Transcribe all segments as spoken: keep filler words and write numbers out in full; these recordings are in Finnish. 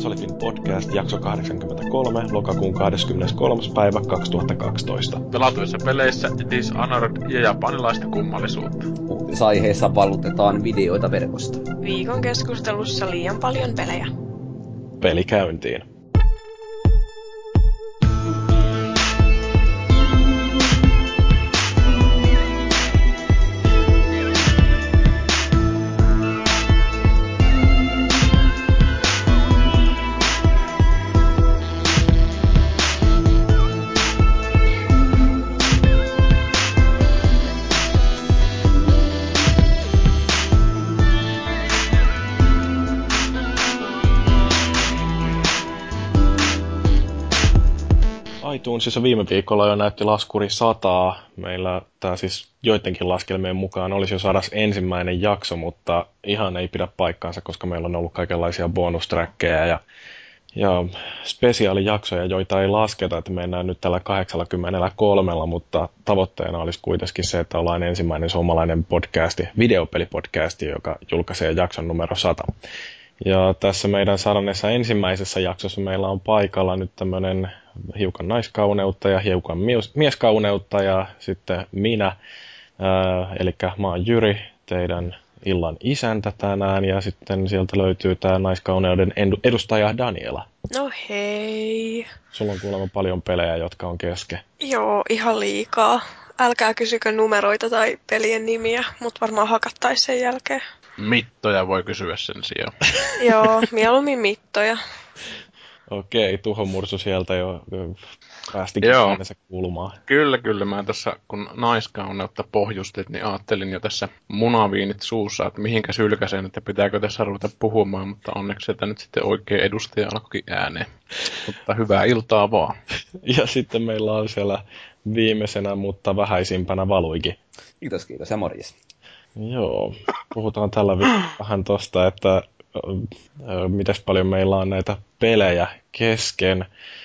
Konsolifin podcast jakso kahdeksankymmentäkolme lokakuun kahdeskymmeneskolmas päivä kaksituhattakaksitoista. Pelatuissa peleissä Dishonored ja japanilaista kummallisuutta. Uutisaiheessa valutetaan videoita verkosta. Viikon keskustelussa liian paljon pelejä. Peli käyntiin. iTunesissa viime viikolla jo näytti laskuri sataa. Meillä tämä siis joidenkin laskelmien mukaan olisi jo sadas ensimmäinen jakso, mutta ihan ei pidä paikkaansa, koska meillä on ollut kaikenlaisia bonustrackeja ja, ja spesiaalijaksoja, joita ei lasketa, että mennään nyt tällä kahdeksankymmentäkolme, mutta tavoitteena olisi kuitenkin se, että ollaan ensimmäinen suomalainen podcasti, videopelipodcasti, joka julkaisee jakson numero sata. Ja tässä meidän sadannessa ensimmäisessä jaksossa meillä on paikalla nyt tämmöinen hiukan naiskauneutta ja hiukan mieskauneutta ja sitten minä, ää, eli mä oon Jyri, teidän illan isäntä tänään ja sitten sieltä löytyy tää naiskauneuden edustaja Daniela. No hei. Sulla on kuulemma paljon pelejä, jotka on kesken. Joo, ihan liikaa. Älkää kysykö numeroita tai pelien nimiä, mut varmaan hakattaisi sen jälkeen. Mittoja voi kysyä sen sijaan. Joo, mieluummin mittoja. Okei, tuhomursu sieltä jo päästikin äänensä kuulumaan. Kyllä, kyllä. Mä tässä, kun naiskauneutta pohjustit, niin ajattelin jo tässä munaviinit suussa, että mihinkä sylkäsen, että pitääkö tässä ruveta puhumaan, mutta onneksi sieltä nyt sitten oikea edustaja alkoikin ääneen. Mutta hyvää iltaa vaan. Ja sitten meillä on siellä viimeisenä, mutta vähäisimpänä Valuikin. Kiitos, kiitos ja morjes. Joo, puhutaan tällä viikolla vähän tosta, että mitäs paljon meillä on näitä pelejä kesken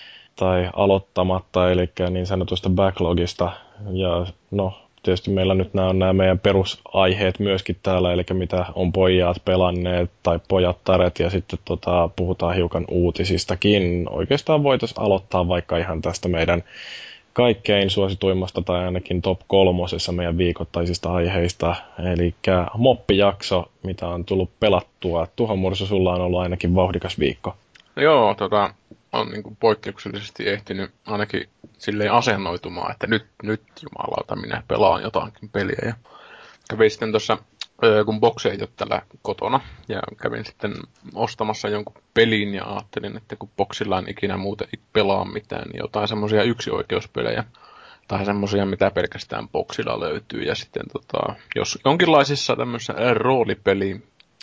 tai aloittamatta, eli niin sanotusta backlogista. Ja no, tietysti meillä nyt nämä on nämä meidän perusaiheet myöskin täällä, eli mitä on pojat pelanneet tai pojattaret, ja sitten tota, puhutaan hiukan uutisistakin. Oikeastaan voitaisiin aloittaa vaikka ihan tästä meidän kaikkein suosituimmasta tai ainakin top kolmosessa meidän viikoittaisista aiheista, eli moppijakso, mitä on tullut pelattua. Tuhomursu, sulla on ollut ainakin vauhdikas viikko. Joo, tota, on niin kuin poikkeuksellisesti ehtinyt ainakin silleen asennoitumaan, että nyt, nyt jumalauta minä pelaan jotakin peliä. Ja kävin sitten tuossa, kun bokse ei ole täällä kotona, ja kävin sitten ostamassa jonkun pelin ja ajattelin, että kun boksilla en ikinä muuten pelaa mitään, niin jotain semmoisia yksioikeuspelejä tai semmoisia, mitä pelkästään boksilla löytyy. Ja sitten tota, jos jonkinlaisissa tämmöisissä roolipeli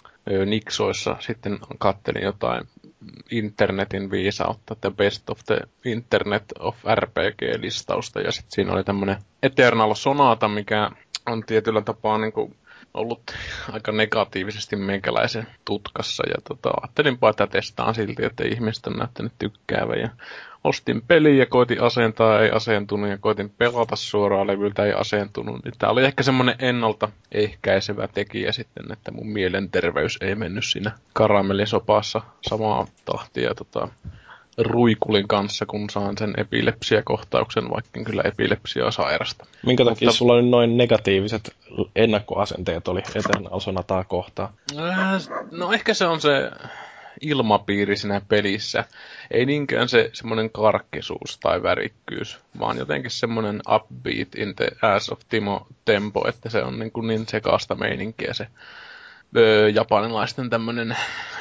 niksoissa sitten kattelin jotain internetin viisautta, The Best of the Internet of R P G-listausta, ja sitten siinä oli tämmöinen Eternal Sonata, mikä on tietyllä tapaa niin kuin ollut aika negatiivisesti meikäläisen tutkassa, ja tota, ajattelinpa, että testaan silti, että ihmiset on näyttänyt tykkäävän, ja ostin peliä ja koitin asentaa, ei asentunut, ja koitin pelata suoraan levyltä, ei asentunut. Niin tää oli ehkä semmoinen ennalta ehkäisevä tekijä sitten, että mun mielenterveys ei mennyt siinä karamellisopassa samaa tahtia, ja tota, ruikulin kanssa, kun saan sen epilepsiakohtauksen, vaikka kyllä epilepsiaa sairasta. Minkä takia Mutta sulla noin negatiiviset ennakkoasenteet oli Eternal Sonataa kohtaan? No ehkä se on se ilmapiiri siinä pelissä. Ei niinkään se semmoinen karkkisuus tai värikkyys, vaan jotenkin semmoinen upbeat in the ass of Timo tempo, että se on niin, kuin niin sekaasta meininkiä se öö, japanilaisten tämmöinen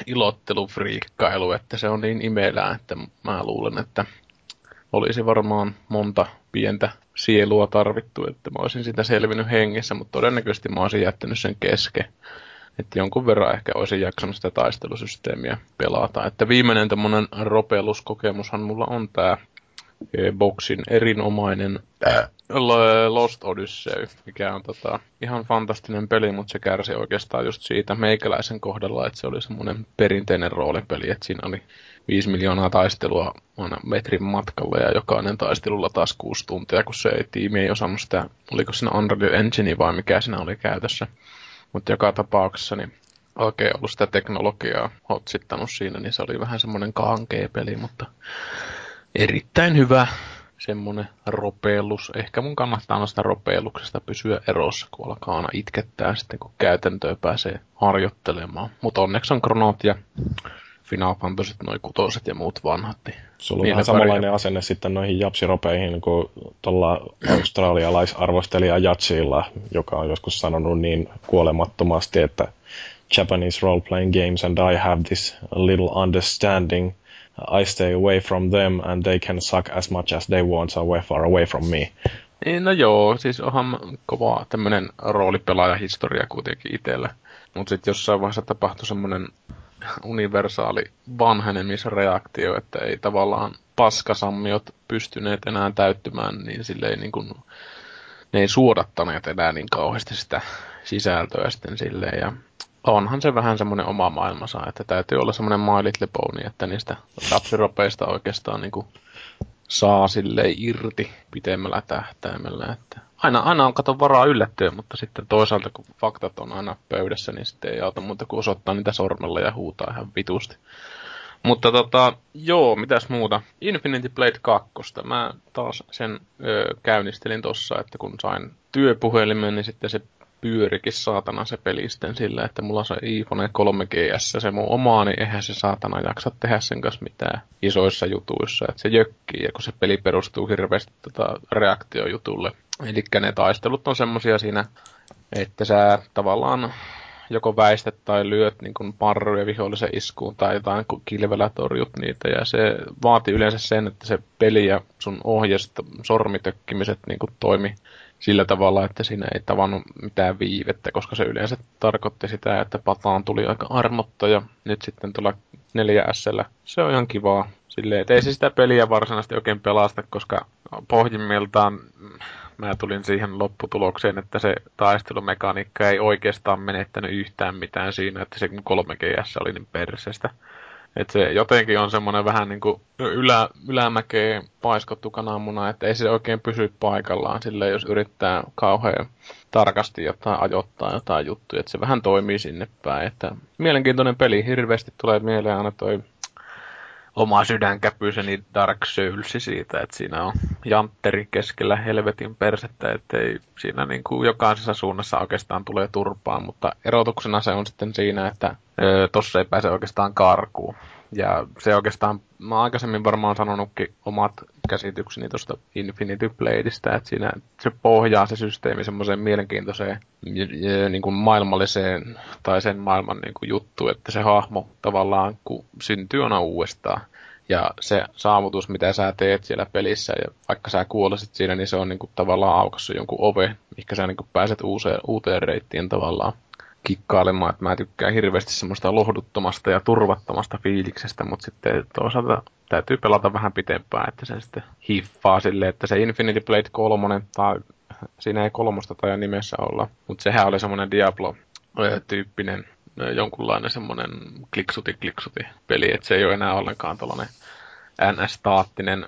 ilottelufriikkailu, että se on niin imelää, että mä luulen, että olisi varmaan monta pientä sielua tarvittu, että mä olisin sitä selvinnyt hengessä, mutta todennäköisesti mä olisin jättänyt sen kesken. Että jonkun verran ehkä olisin jaksanut sitä taistelusysteemiä pelata. Että viimeinen tämmönen ropeluskokemushan mulla on tää Boxin erinomainen äh, Lost Odyssey, mikä on tota, ihan fantastinen peli, mutta se kärsi oikeastaan just siitä meikäläisen kohdalla, että se oli semmoinen perinteinen roolipeli, että siinä oli viisi miljoonaa taistelua aina metrin matkalla ja jokainen taistelulla taas kuusi tuntia, kun se ei, tiimi ei osannut sitä, oliko siinä Unreal Engine vai mikä siinä oli käytössä. Mutta joka tapauksessa niin oikein ollut sitä teknologiaa hotsittanut siinä, niin se oli vähän semmoinen kankea peli, mutta erittäin hyvä semmoinen ropeellus. Ehkä mun kannattaa noista ropeelluksesta pysyä erossa, kun alkaa aina itkettää sitten, kun käytäntöä pääsee harjoittelemaan. Mutta onneksi on Kronot ja Final Fantasyt, noi kutoset ja muut vanhat. Niin sulla on vähän samanlainen asenne sitten noihin japsiropeihin kuin tuolla australialaisarvostelija Jatsilla, joka on joskus sanonut niin kuolemattomasti, että Japanese role-playing games and I have this little understanding. I stay away from them and they can suck as much as they want, so way far away from me. Niin, no joo, siis onhan kova tämmönen roolipelaajahistoria kuitenkin itsellä. Mutta sitten jossain vaiheessa tapahtui semmoinen universaali vanhenemisreaktio, että ei tavallaan paskasammiot pystyneet enää täyttymään, niin silleen niin kuin, ne ei suodattaneet enää niin kauheasti sitä sisältöä sitten silleen, ja onhan se vähän semmoinen oma maailmansa, että täytyy olla semmoinen My Little Pony, että niistä rapsiropeista oikeastaan niin kuin saa silleen irti pitemmällä tähtäimellä, että aina, aina on kato varaa yllättyä, mutta sitten toisaalta kun faktat on aina pöydässä, niin sitten ei auta muuta kuin osoittaa niitä sormella ja huutaa ihan vitusti. Mutta tota, joo, mitäs muuta. Infinity Blade kaksi. Mä taas sen ö, käynnistelin tossa, että kun sain työpuhelimen, niin sitten se pyörikin saatana se peli sitten sillä, että mulla on se iPhone kolme G S, se mun omaa, niin eihän se saatana jaksa tehdä sen kanssa mitään isoissa jutuissa. Että se jökkii, ja kun se peli perustuu hirveästi tota reaktiojutulle. Elikkä ne taistelut on semmosia siinä, että sä tavallaan joko väistät tai lyöt niin kuin parruja vihollisen iskuun tai jotain, kun kilvellä torjut niitä. Ja se vaati yleensä sen, että se peli ja sun ohjeista sormitökkimiset niin kuin toimi sillä tavalla, että siinä ei tavannut mitään viivettä, koska se yleensä tarkoitti sitä, että pataan tuli aika armotta ja nyt sitten tuolla neljä S:llä se on ihan kivaa. Silleen, että ei se sitä peliä varsinaisesti oikein pelasta, koska pohjimmiltaan mä tulin siihen lopputulokseen, että se taistelumekaniikka ei oikeastaan menettänyt yhtään mitään siinä, että se kolme G S oli niin persestä. Että se jotenkin on semmoinen vähän niin kuin ylä, ylämäkeen paiskottu kananmuna, että ei se oikein pysy paikallaan silleen, jos yrittää kauhean tarkasti jotain ajoittaa jotain juttuja, että se vähän toimii sinne päin. Että mielenkiintoinen peli, hirveästi tulee mieleen aina toi oma sydänkäpyseni Dark Souls siitä, että siinä on jantteri keskellä helvetin persettä, ettei siinä niin kuin jokaisessa suunnassa oikeastaan tulee turpaa, mutta erotuksena se on sitten siinä, että ö, tossa ei pääse oikeastaan karkuun. Ja se oikeastaan, mä oon aikaisemmin varmaan sanonutkin omat käsitykseni tuosta Infinity Bladeista, että siinä se pohjaa se systeemi semmoiseen mielenkiintoiseen niin kuin maailmalliseen tai sen maailman niin kuin juttu, että se hahmo tavallaan kun syntyy aina uudestaan. Ja se saavutus, mitä sä teet siellä pelissä, ja vaikka sä kuolisit siinä, niin se on niin kuin tavallaan aukassut jonkun ove, mikä sä niin kuin pääset uuteen, uuteen reittiin tavallaan kikkailemaan, että mä tykkään hirveästi semmoista lohduttomasta ja turvattomasta fiiliksestä, mutta sitten toisaalta täytyy pelata vähän pitempään, että se sitten hiffaa silleen, että se Infinity Blade kolme, tai siinä ei kolmosta tai nimessä olla, mutta sehän oli semmoinen Diablo-tyyppinen jonkunlainen semmoinen kliksuti-kliksuti peli, että se ei ole enää ollenkaan tollainen N S-staattinen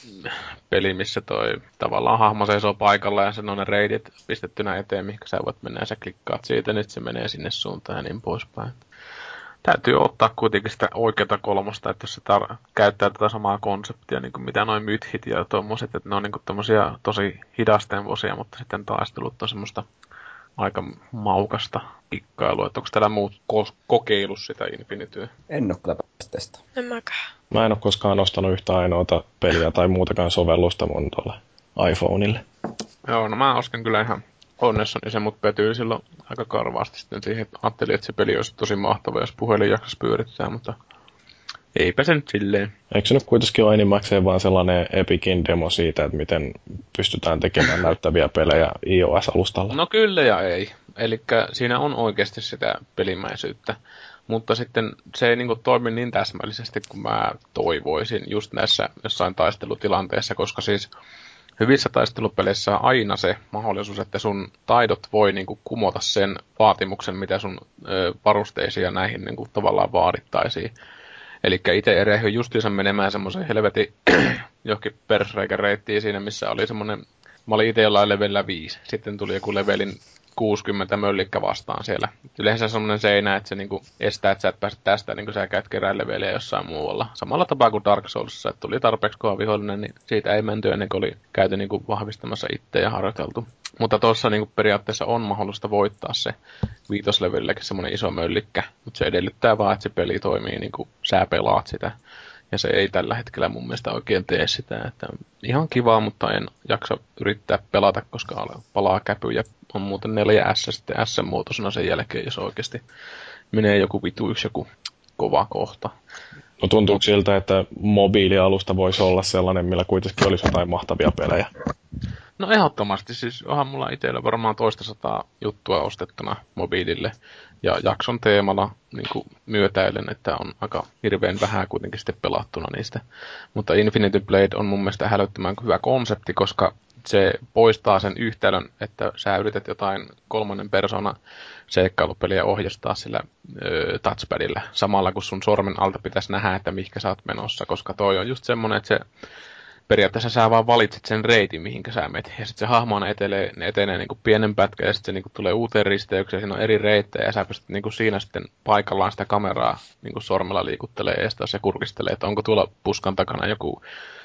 peli, missä toi tavallaan hahmo seisoo paikalla ja sen on ne reidit pistettynä eteen, mihinkä sä voit mennä ja sä klikkaat siitä, niin se menee sinne suuntaan ja niin poispäin. Täytyy ottaa kuitenkin sitä oikeata kolmosta, että jos se tar- käyttää tätä samaa konseptia, niin kuin mitä noin mythit ja tommoset, että ne on niin kuin tommosia tosi hidastempoisia, mutta sitten taistelut on semmoista aika maukasta kikkailua. Että onko täällä muut ko- kokeillut sitä Infinityä? En ole kyllä päästä testaa. En mäkään. Mä en ole koskaan ostanut yhtä ainoata peliä tai muutakaan sovellusta mun tuolle iPhoneille. Joo, no mä osken kyllä ihan onnessani se, mutta petyin silloin aika karvaasti sitten siihen, että ajattelin, että se peli olisi tosi mahtava, jos puhelin jaksaisi pyörittää, mutta eipä se nyt silleen. Eikö se nyt kuitenkin ole enimmäkseen vaan sellainen Epicin demo siitä, että miten pystytään tekemään näyttäviä pelejä iOS-alustalla? No kyllä ja ei. Eli siinä on oikeasti sitä pelimäisyyttä. Mutta sitten se ei niin kuin toimi niin täsmällisesti kuin mä toivoisin just näissä jossain taistelutilanteessa, koska siis hyvissä taistelupeleissä on aina se mahdollisuus, että sun taidot voi niin kuin kumota sen vaatimuksen, mitä sun ö, varusteisiin ja näihin niin kuin tavallaan vaadittaisiin. Eli itse erehdyin justiinsa menemään semmoisen helvetin johonkin persreikäreittiin siinä, missä oli semmoinen, mä olin itse jollain levelillä viisi. Sitten tuli joku levelin kuusikymmentä möllikkä vastaan siellä. Yleensä semmoinen seinä, että se niinku estää, että sä et pääse tästä, niin kuin sä käyt kerään leveliä jossain muualla. Samalla tapaa kuin Dark Soulsissa, että tuli tarpeeksi kova vihollinen, niin siitä ei menty ennen kuin oli käyty niinku vahvistamassa itse ja harjoiteltu. Mutta tuossa niinku periaatteessa on mahdollista voittaa se viitoslevelilläkin semmoinen iso möllikkä, mutta se edellyttää vaan, että se peli toimii niin kuin sä pelaat sitä. Ja se ei tällä hetkellä mun mielestä oikein tee sitä, että ihan kivaa, mutta en jaksa yrittää pelata, koska palaa käpy ja on muuten neljä S sitten S-muotoisena sen jälkeen, jos oikeasti menee joku vitu yksi joku kova kohta. No tuntuuko siltä, että mobiilialusta voisi olla sellainen, millä kuitenkin olisi jotain mahtavia pelejä? No ehdottomasti, siis onhan mulla itsellä varmaan toista sataa juttua ostettuna mobiilille. Ja jakson teemalla niin myötäilen, että on aika hirveän vähän kuitenkin sitten pelattuna niistä. Mutta Infinity Blade on mun mielestä hälyttömän hyvä konsepti, koska se poistaa sen yhtälön, että sä yrität jotain kolmannen persoonan seikkailupeliä ohjastaa sillä ö, touchpadilla. Samalla kun sun sormen alta pitäisi nähdä, että mihinkä sä oot menossa, koska toi on just semmonen, että se periaatteessa sä vaan valitset sen reitin, mihinkä sä menet. Ja sitten se hahmo aina etenee, etenee niinku pienen pätkän ja sitten se niinku tulee uuteen risteykseen. Siinä on eri reittejä ja sä pystyt niinku siinä sitten paikallaan sitä kameraa niinku sormella liikuttelee ja sitä se kurkistelee, että onko tuolla puskan takana joku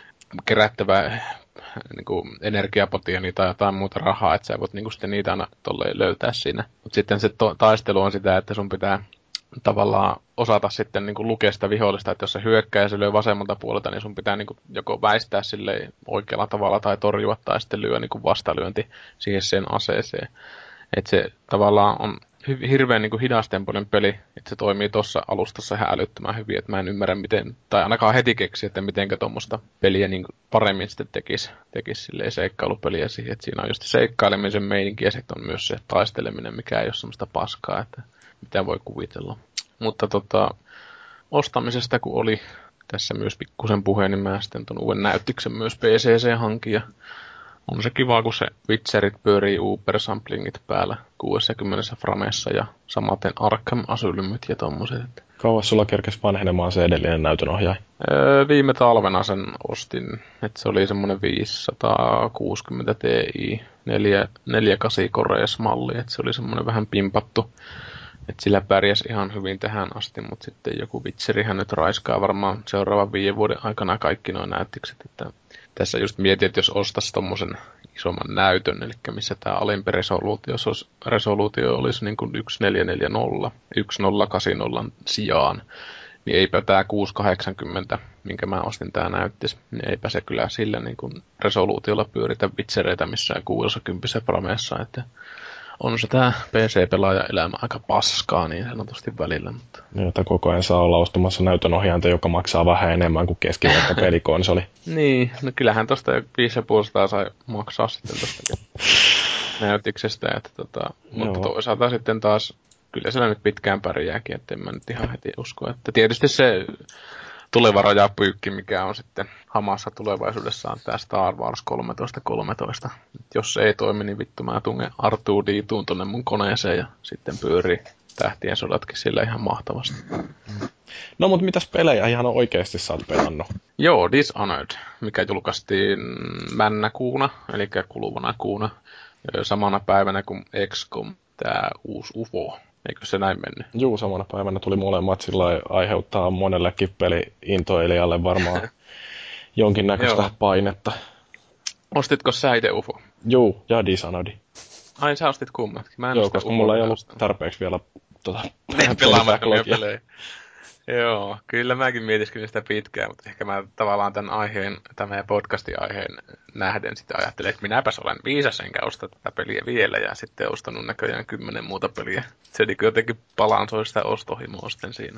kerättävä niinku energiapotioni tai jotain muuta rahaa, että sä voit niinku sitten niitä aina tolleen löytää siinä. Mutta sitten se to- taistelu on sitä, että sun pitää tavallaan osata sitten niin kuin lukea sitä vihollista, että jos se hyökkää ja se lyö vasemmalta puolelta, niin sun pitää niin kuin joko väistää silleen oikealla tavalla tai torjua tai sitten lyö niin kuin vastalyönti siihen sen aseeseen. Että se tavallaan on hy- hirveän niin kuin hidastempoinen peli, että se toimii tuossa alustassa ihan älyttömän hyvin, että mä en ymmärrä miten, tai ainakaan heti keksi, että mitenkä tuommoista peliä niin kuin paremmin sitten tekisi, tekisi silleen seikkailupeliä siihen, että siinä on just seikkailemisen meininki ja sitten on myös se taisteleminen, mikä ei ole semmoista paskaa, että mitä voi kuvitella. Mutta tota, ostamisesta kun oli tässä myös pikkusen puheen, niin mä sitten ton uuden näyttiksen myös P C C-hankin. Ja on se kiva, kun se Witcherit pyörii Uber-samplingit päällä kuusikymmentä frameissa ja samaten Arkham Asylumit ja tommoset. Kauas sulla kerkesi vanhenemaan se edellinen näytönohjaaja? Öö, viime talvena sen ostin, että se oli semmonen viisisataakuusikymmentä Ti, neljä kahdeksan Cores-malli, että se oli semmonen vähän pimpattu. Että sillä pärjäs ihan hyvin tähän asti, mutta sitten joku Witcherihän nyt raiskaa varmaan seuraavan viiden vuoden aikana kaikki nuo näyttikset. Että tässä just mietin, että jos ostaisi tommosen isomman näytön, eli missä tämä alimpi resoluutio, olisi, resoluutio olisi niin kuin tuhatneljäsataaneljäkymmentä, tuhatyhdeksänsataakahdeksankymmentä sijaan, niin eipä tämä kuusisataakahdeksankymmentä, minkä mä ostin tää näyttis, niin eipä se kyllä sillä niin kuin resoluutiolla pyöritä Witchereitä missään kuusikymmentä frameessa, että on se tää P C-pelaaja-elämä aika paskaa niin sanotusti välillä. Mutta jota koko ajan saa olla ostamassa näytönohjainta, joka maksaa vähän enemmän kuin keskiverta pelikonsoli. Niin, no kyllähän tosta viisi ja puolisataa sai maksaa sitten tosta näytiksestä. Että tota, mutta toisaalta sitten taas, kyllä siellä nyt pitkään pärjääkin, että en mä nyt ihan heti usko. Että tietysti se tuleva rajapyykki, mikä on sitten hamassa tulevaisuudessa, on tää Star Wars kolmetoista kolmetoista. Jos se ei toimi, niin vittu mä tungen R two D tuun tonne mun koneeseen ja sitten pyörii Tähtien sodatkin sillä ihan mahtavasti. No mut mitäs pelejä ihan oikeesti sä oot pelannut? Joo, Dishonored, mikä julkaistiin männäkuuna, eli kuluvana kuuna, samana päivänä kuin X COM, tää uusi U F O. Eikö se näin mennyt? Juu, samana päivänä tuli molemmat, sillä aiheuttaa monellekin peli-intoilijalle varmaan jonkinnäköistä painetta. Ostitko sä ite U F O? Juu, ja Dishonored. Ai sä ostit kummatkin? Mä en Joo, koska mulla ei ollut tarpeeksi vielä tota, pelaamattomia pelejä. Joo, kyllä mäkin mietiskelin sitä pitkään, mutta ehkä mä tavallaan tämän aiheen, tämän meidän podcastin aiheen nähden sitten ajattelin, että minäpäs olen viisas enkä osta tätä peliä vielä ja sitten ostanut näköjään kymmenen muuta peliä. Se oli jotenkin balansoi sitä ostohimoa sitten siinä.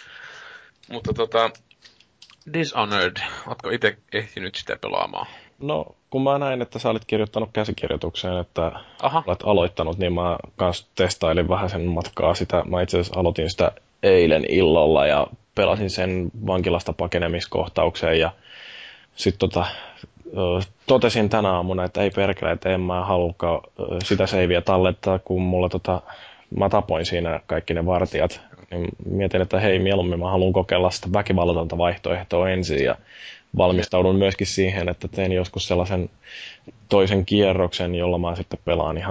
Mutta tota, Dishonored, ootko itse ehtinyt sitä pelaamaan? No, kun mä näin, että sä olit kirjoittanut käsikirjoitukseen, että Aha. olet aloittanut, niin mä kans testailin vähän sen matkaa sitä. Mä itse asiassa aloitin sitä eilen illalla ja pelasin sen vankilasta pakenemiskohtaukseen ja sitten tota, totesin tänä aamuna, että ei perkele, että en mä halukaan sitä seiviä tallettaa, kun mulla tota, mä tapoin siinä kaikki ne vartijat. Niin mietin, että hei, mieluummin mä haluan kokeilla sitä väkivallatonta vaihtoehtoa ensin ja valmistaudun myöskin siihen, että teen joskus sellaisen toisen kierroksen, jolla mä sitten pelaan ihan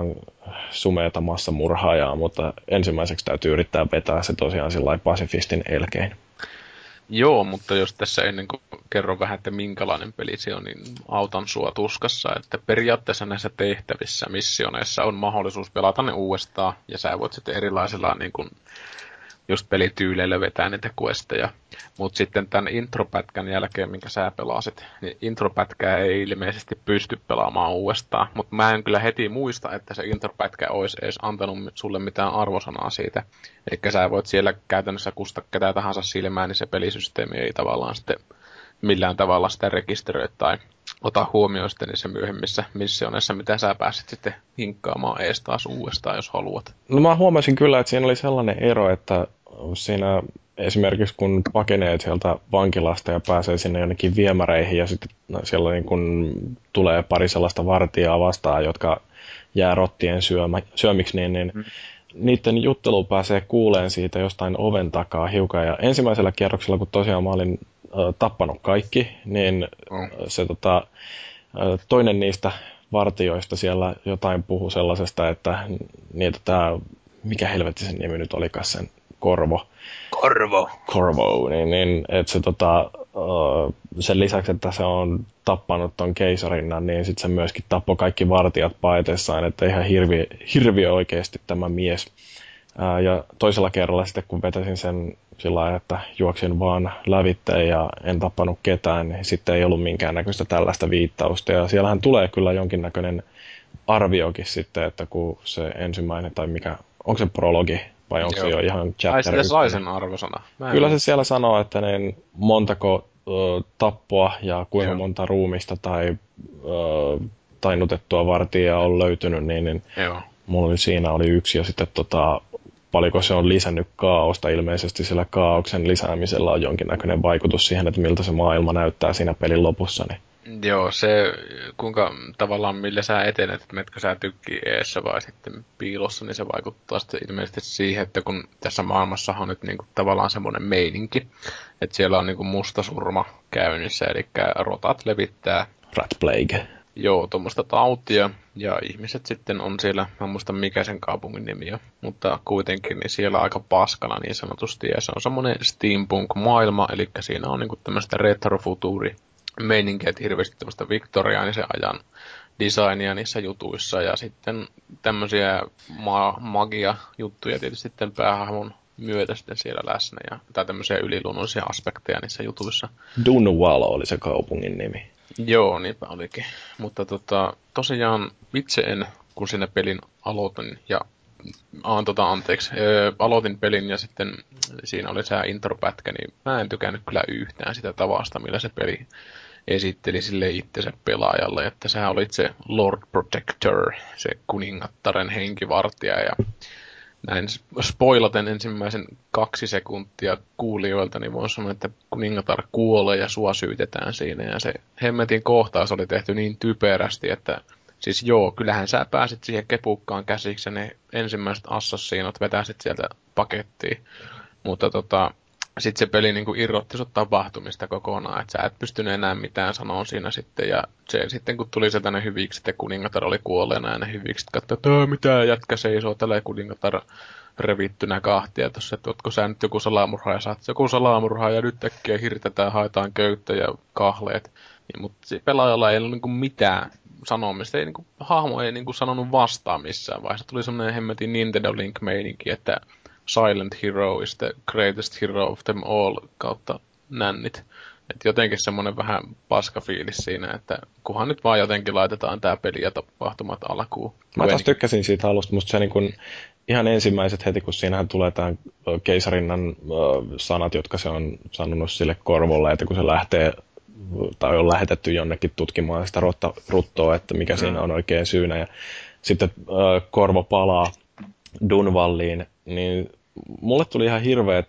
sumeata massamurhaajaa, mutta ensimmäiseksi täytyy yrittää vetää se tosiaan sillä pasifistin elkein. Joo, mutta jos tässä ennen kuin kerron vähän, että minkälainen peli se on, niin autan sua tuskassa, että periaatteessa näissä tehtävissä, missioneissa on mahdollisuus pelata ne uudestaan, ja sä voit sitten erilaisilla niin kuin, just pelityyleillä vetää niitä questeja. Mutta sitten tämän intropätkän jälkeen, minkä sä pelasit, niin intropätkää ei ilmeisesti pysty pelaamaan uudestaan. Mutta mä en kyllä heti muista, että se intropätkä olisi edes antanut sulle mitään arvosanaa siitä. Eli sä voit siellä käytännössä kusta ketä tahansa silmään, niin se pelisysteemi ei tavallaan sitten millään tavalla sitä rekisteröi tai ota huomioon sitten niissä myöhemmissä missioneissa, mitä sä pääsit sitten hinkkaamaan ees taas uudestaan, jos haluat. No mä huomasin kyllä, että siinä oli sellainen ero, että siinä esimerkiksi kun pakenee sieltä vankilasta ja pääsee sinne jonnekin viemäreihin ja sitten siellä niin kun tulee pari sellaista vartijaa vastaan, jotka jää rottien syömä, syömiksi, niin, niin mm. niiden juttelu pääsee kuuleen siitä jostain oven takaa hiukan. Ja ensimmäisellä kierroksella, kun tosiaan mä olin äh, tappanut kaikki, niin mm. se tota, äh, toinen niistä vartijoista siellä jotain puhui sellaisesta, että niitä tää, mikä helvetti sen nimi nyt olikaan sen Korvo. Korvo. Korvo, niin, niin että se tota, uh, sen lisäksi, että se on tappanut ton keisarinnan, niin sitten se myöskin tappoi kaikki vartijat paetessaan, että ihan hirviö, hirviö oikeasti tämä mies. Uh, ja toisella kerralla sitten, kun vetäsin sen sillä lailla, että juoksin vaan lävitteen ja en tappanut ketään, niin sitten ei ollut minkäännäköistä tällaista viittausta. Ja siellähän tulee kyllä jonkinnäköinen arviokin sitten, että kun se ensimmäinen, tai mikä, onko se prologi, vai onko Joo. se jo ihan chapter? Ai sitä sai sen arvosana. Kyllä se siellä sanoo, että niin montako ö, tappoa ja kuinka Joo. monta ruumista tai ö, tainnutettua vartijaa on löytynyt, niin, niin mulla oli, siinä oli yksi. Ja sitten tota, paljonko se on lisännyt kaaosta. Ilmeisesti sillä kaaoksen lisäämisellä on jonkinnäköinen vaikutus siihen, että miltä se maailma näyttää siinä pelin lopussa. Niin. Joo, se kuinka tavallaan millä sä etenet, että metkö sä tykkii eessä vai sitten piilossa, niin se vaikuttaa sitten ilmeisesti siihen, että kun tässä maailmassa on nyt niinku tavallaan semmoinen meininki, että siellä on niinku musta surma käynnissä, eli rotat levittää. Rat plague. Joo, tuommoista tautia, ja ihmiset sitten on siellä, mä en muista mikä sen kaupungin nimi on, mutta kuitenkin niin siellä aika paskana niin sanotusti, ja se on semmoinen steampunk-maailma, eli siinä on niinku tämmöistä retrofutuuri meininkiä, että hirveästi tämmöistä viktoriaanisen ajan designia niissä jutuissa ja sitten tämmöisiä ma- magia-juttuja tietysti sitten päähahmon myötä sitten siellä läsnä ja tai tämmöisiä yliluonnollisia aspekteja niissä jutuissa. Dunwall oli se kaupungin nimi. Joo, niinpä olikin. Mutta tota, tosiaan itse en, kun sinne pelin aloitin ja Aan, tota, anteeksi, öö, aloitin pelin ja sitten siinä oli se intropätkä, niin mä en tykännyt kyllä yhtään sitä tavasta, millä se peli esitteli sille itsensä pelaajalle, että sä olit se Lord Protector, se kuningattaren henkivartija ja näin spoilaten ensimmäisen kaksi sekuntia kuulijoilta, niin voin sanoa, että kuningatar kuolee ja sua syytetään siinä ja se hemmetin kohtaus oli tehty niin typerästi, että siis joo, kyllähän sä pääsit siihen kepukkaan käsiksi ja ne ensimmäiset assassinot vetäisit sieltä pakettiin. Mutta tota, sitten se peli niinku irrotti sut tapahtumista kokonaan, että sä et pystynyt enää mitään sanoa siinä sitten. Ja se sitten kun tuli sieltä ne hyvikset ja kuningatar oli kuolleena ja ne hyvikset katsoi, että mitä jätkä seisoo tällä kuningatar revittynä kahtia tuossa, että ootko sä nyt joku salamurhaaja, sä oot joku salamurhaaja ja nyt äkkiä hirtetään, haetaan köyttä ja kahleet. Niin, mutta pelaajalla ei ollut niinku mitään sanomista, ei niinku, hahmo ei niinku sanonut vastaan missään vaiheessa. Tuli semmoinen hemmetin Nintendo Link-meininki, että Silent Hero is the greatest hero of them all kautta nännit. Et jotenkin semmoinen vähän paska fiilis siinä, että kunhan nyt vaan jotenkin laitetaan tää peli ja tapahtumat alkuun. Mä taas tykkäsin siitä alusta, musta se niin kun, ihan ensimmäiset heti, kun siinähän tulee tää keisarinnan äh, sanat, jotka se on sanonut sille Korvolle, että kun se lähtee tai on lähetetty jonnekin tutkimaan sitä rotta, ruttoa, että mikä mm. siinä on oikein syynä. Ja sitten äh, Korvo palaa Dunwalliin, niin mulle tuli ihan hirveät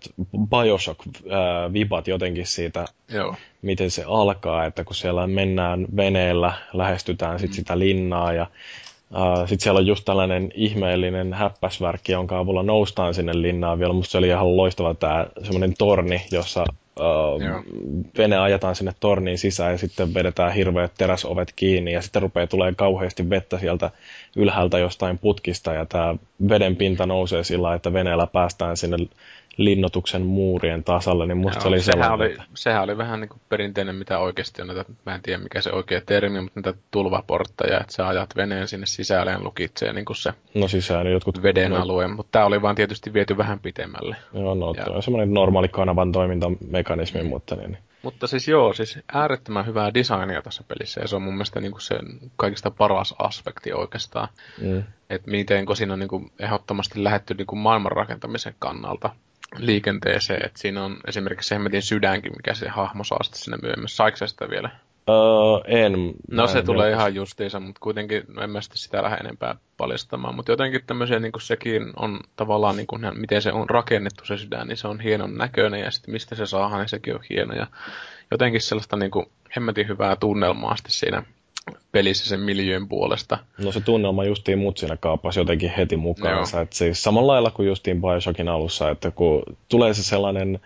Bioshock-vibat jotenkin siitä, Joo. miten se alkaa, että kun siellä mennään veneellä, lähestytään sit mm. sitä linnaa ja äh, sitten siellä on just tällainen ihmeellinen häppäsvärkki, jonka avulla noustaan sinne linnaan vielä. Musta se oli ihan loistava tämä semmoinen torni, jossa uh, vene ajetaan sinne torniin sisään ja sitten vedetään hirveät teräsovet kiinni ja sitten rupeaa tulee kauheasti vettä sieltä ylhäältä jostain putkista ja tämä veden pinta nousee sillä lailla, että veneellä päästään sinne linnoituksen muurien tasalle, niin musta Joo, se oli sehän sellainen. Oli, että... Sehän oli vähän niin kuin perinteinen, mitä oikeasti on näitä, mä en tiedä mikä se oikea termi, mutta näitä tulvaportteja, että sä ajat veneen sinne sisälle ja lukitsee niin kuin se no sisään, jotkut veden no... alue, mutta tämä oli vaan tietysti viety vähän pitemmälle. Joo, no ja... on semmoinen normaali kanavan toimintamekanismi, mm. mutta niin. Mutta siis joo, siis äärettömän hyvää designia tässä pelissä ja se on mun mielestä niin kuin se kaikista paras aspekti oikeastaan. Mm. Että miten kun siinä on niin kuin ehdottomasti lähdetty niin kuin maailman rakentamisen kannalta liikenteeseen, että siinä on esimerkiksi se hemmetin sydänkin, mikä se hahmo saa sitten sinne myöhemmin. Saiko sä sitä vielä? Öö, en. No se en tulee vielä. ihan justiinsa, mutta kuitenkin no en mä sitten sitä lähde enempää paljastamaan. Mutta jotenkin tämmöisiä, niin kuin sekin on tavallaan, niin kuin, miten se on rakennettu se sydän, niin se on hienon näköinen ja sitten mistä se saadaan, niin sekin on hieno. Ja jotenkin sellaista niin kuin hemmetin hyvää tunnelmaa sitten siinä pelissä sen miljöön puolesta. No se tunnelma justiin mut siinä kaapasi jotenkin heti mukaansa. Että siis samalla lailla kuin justiin Bioshockin alussa, että kun tulee se sellainen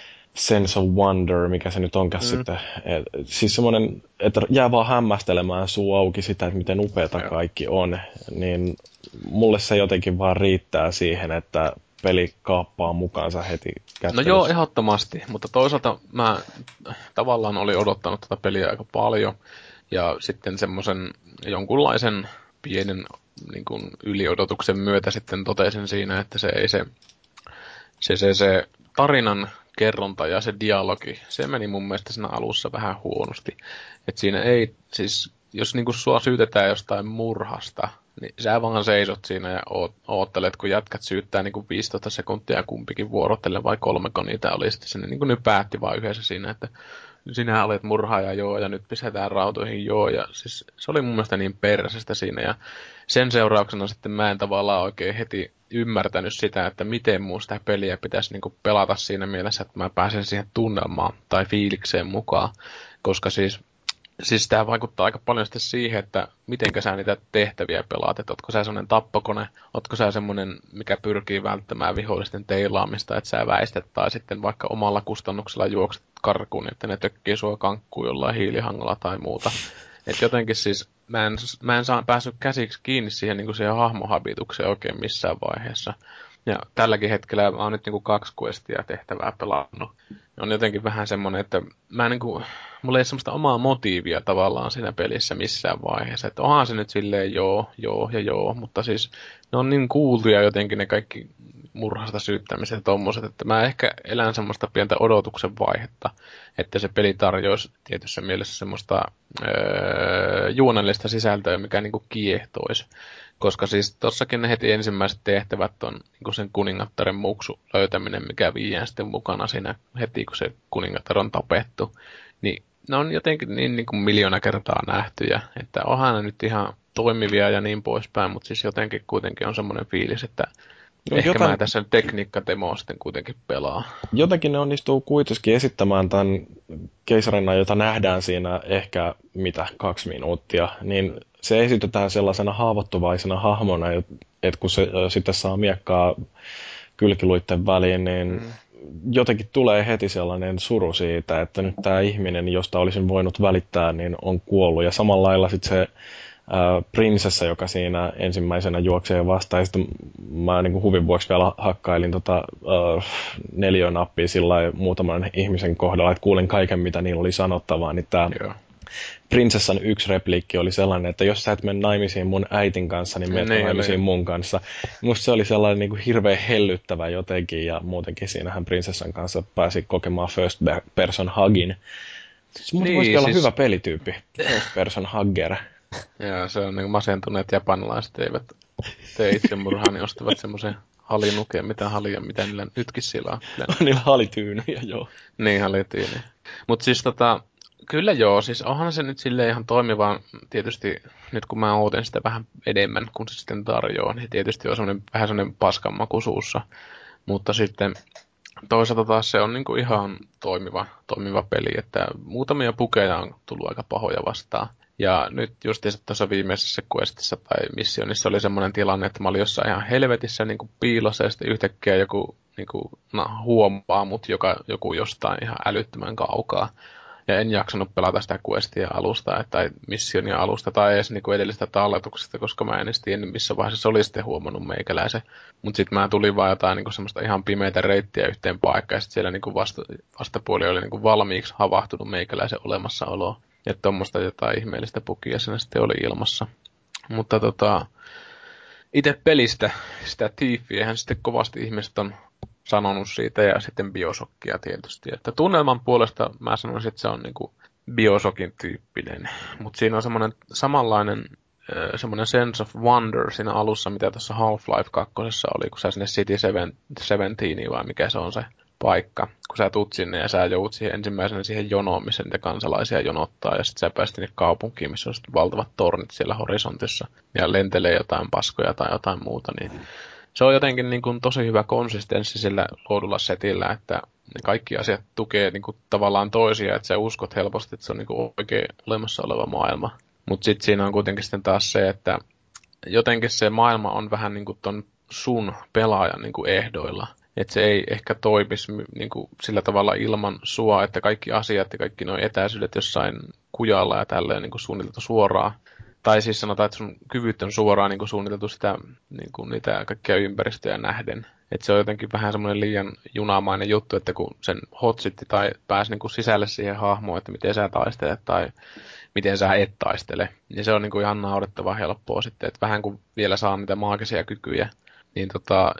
sense of wonder, mikä se nyt onkaan mm. sitten. Et, siis semmoinen, että jää vaan hämmästelemään suu auki sitä, että miten upeata Joo. kaikki on. Niin mulle se jotenkin vaan riittää siihen, että peli kaappaa mukaansa heti kättelyssä. No joo, ehdottomasti. Mutta toisaalta mä tavallaan olin odottanut tätä peliä aika paljon. Ja sitten semmoisen jonkunlaisen pienen niin kuin yliodotuksen myötä sitten totesin siinä, että se ei se, se, se, se tarinan kerronta ja se dialogi, se meni mun mielestä siinä alussa vähän huonosti. Että siinä ei, siis jos niin kuin sua syytetään jostain murhasta, niin sä vaan seisot siinä ja oot, oottelet, kun jätkät syyttää niin kuin viisitoista sekuntia kumpikin vuorotellen vai kolmeko niitä oli. Sitten sinne niin kuin ne päätti vaan yhdessä siinä, että sinä olet murhaaja, joo, ja nyt pistetään rautoihin, joo, ja siis se oli mun mielestä niin persästä siinä, ja sen seurauksena sitten mä en tavallaan oikein heti ymmärtänyt sitä, että miten mun sitä peliä pitäisi niinku pelata siinä mielessä, että mä pääsen siihen tunnelmaan tai fiilikseen mukaan, koska siis, siis tämä vaikuttaa aika paljon sitten siihen, että mitenkä sä niitä tehtäviä pelaat, että ootko sä semmoinen tappokone, ootko sä semmoinen, mikä pyrkii välttämään vihollisten teilaamista, että sä väistät tai sitten vaikka omalla kustannuksella juokset karkuun, että ne tökkii sua kankkuun jollain hiilihangalla tai muuta. Että jotenkin siis mä en, mä en saa päässyt käsiksi kiinni siihen, niin kuin siihen hahmohabitukseen oikein missään vaiheessa. Ja tälläkin hetkellä mä oon nyt niin kuin kaksi questia tehtävää pelannut. On jotenkin vähän semmoinen, että mä niin kuin, mulla ei ole semmoista omaa motiivia tavallaan siinä pelissä missään vaiheessa. Että onhan se nyt silleen joo, joo ja joo, mutta siis ne on niin kuultuja jotenkin ne kaikki murhasta syyttämiset ja tommoset, että mä ehkä elän semmoista pientä odotuksen vaihetta, että se peli tarjoisi tietyssä mielessä semmoista öö, juonellista sisältöä, mikä niinku kiehtoisi. Koska siis tossakin ne heti ensimmäiset tehtävät on niinku sen kuningattaren muksu löytäminen, mikä viiään sitten mukana siinä heti, kun se kuningatar on tapettu. Niin ne on jotenkin niin, niin kuin miljoona kertaa nähtyjä, että onhan ne nyt ihan toimivia ja niin poispäin, mutta siis jotenkin kuitenkin on semmoinen fiilis, että no, ehkä jotain... mä tässä tekniikkademoa sitten kuitenkin pelaa. Jotenkin ne onnistuu kuitenkin esittämään tämän keisarina, jota nähdään siinä ehkä mitä kaksi minuuttia, niin se esitetään sellaisena haavoittuvaisena hahmona, että kun se sitten saa miekkaa kylkiluitten väliin, niin mm. jotenkin tulee heti sellainen suru siitä, että nyt tämä ihminen, josta olisin voinut välittää, niin on kuollut. Ja samalla lailla sitten se Äh, prinsessa, joka siinä ensimmäisenä juoksee vastaan, ja sitten mä niin kuin huvin vuoksi vielä hakkailin tota, äh, neliönappia sillä muutaman ihmisen kohdalla, että kuulin kaiken, mitä niillä oli sanottavaa, niin tämä prinsessan yksi repliikki oli sellainen, että jos sä et mene naimisiin mun äitin kanssa, niin menet niin, naimisiin niin. mun kanssa. Musta se oli sellainen niin kuin hirveän hellyttävä jotenkin, ja muutenkin siinähän prinsessan kanssa pääsi kokemaan first person hugin. Se niin, voisi olla siis... hyvä pelityyppi, first person hugger. Joo, se on niin masentuneet japanilaiset eivät tee itsemurhaa, niin ostavat semmoisen halinukeen, mitä halia, mitä niillä nytkin siellä on. Niillä halityynyjä, joo. Niin, halityynyjä. Mutta siis tota, kyllä joo, siis onhan se nyt silleen ihan toimiva, tietysti nyt kun mä ooten sitä vähän enemmän, kun se sitten tarjoaa, niin tietysti on semmoinen, vähän semmoinen paskan maku suussa. Mutta sitten toisaalta taas se on niinku ihan toimiva, toimiva peli, että muutamia pukeja on tullut aika pahoja vastaan. Ja nyt justiinsa tuossa viimeisessä questissa tai missionissa oli semmoinen tilanne, että mä olin jossain ihan helvetissä niin kuin piilossa ja sitten yhtäkkiä joku niin kuin, no, huomaa mut joka, joku jostain ihan älyttömän kaukaa. Ja en jaksanut pelata sitä questia alusta tai missionia alusta tai edes niin kuin edellistä talletuksesta, koska mä en edes tiennyt missä vaiheessa se oli sitten huomannut meikäläisen. Mutta sitten mä tulin vaan jotain niin kuin semmoista ihan pimeitä reittiä yhteen paikkaan ja sitten siellä niin kuin vasta, vastapuoli oli niin kuin valmiiksi havahtunut meikäläisen olemassaoloa. Että tuommoista jotain ihmeellistä pukia siinä sitten oli ilmassa. Mutta tota, itse pelistä sitä Thiefiähän sitten kovasti ihmiset on sanonut siitä ja sitten Bioshockia tietysti. Että tunnelman puolesta mä sanoisin, että se on niinku Bioshockin tyyppinen. Mutta siinä on semmoinen samanlainen semmoinen sense of wonder siinä alussa, mitä tuossa Half-Life kaksi oli, kun sä sinne City seitsemäntoista vai mikä se on se paikka, kun sä tuut sinne ja sä joudut siihen ensimmäisenä siihen jonoon, missä niitä kansalaisia jonottaa, ja sitten sä pääsit sinne kaupunkiin, missä on valtavat tornit siellä horisontissa, ja lentelee jotain paskoja tai jotain muuta, niin se on jotenkin niin kuin tosi hyvä konsistenssi sillä luodulla setillä, että ne kaikki asiat tukee niin kuin tavallaan toisia, että sä uskot helposti, että se on niin kuin oikein olemassa oleva maailma. Mutta sitten siinä on kuitenkin sitten taas se, että jotenkin se maailma on vähän niin kuin ton sun pelaajan niin kuin ehdoilla. Että se ei ehkä toimisi niin kuin sillä tavalla ilman sua, että kaikki asiat ja kaikki nuo etäisyydet jossain kujalla ja tälleen niin kuin suunniteltu suoraan. Tai siis sanotaan, että sun kyvyt on suoraan niin kuin suunniteltu sitä, niin kuin niitä kaikkia ympäristöjä nähden. Että se on jotenkin vähän semmoinen liian junamainen juttu, että kun sen hotsitti tai pääsi niin kuin sisälle siihen hahmoon, että miten sä taistelet tai miten sä et taistele, niin se on niin kuin ihan naurettava helppoa sitten. Että vähän kun vielä saa niitä maagisia kykyjä, niin tota,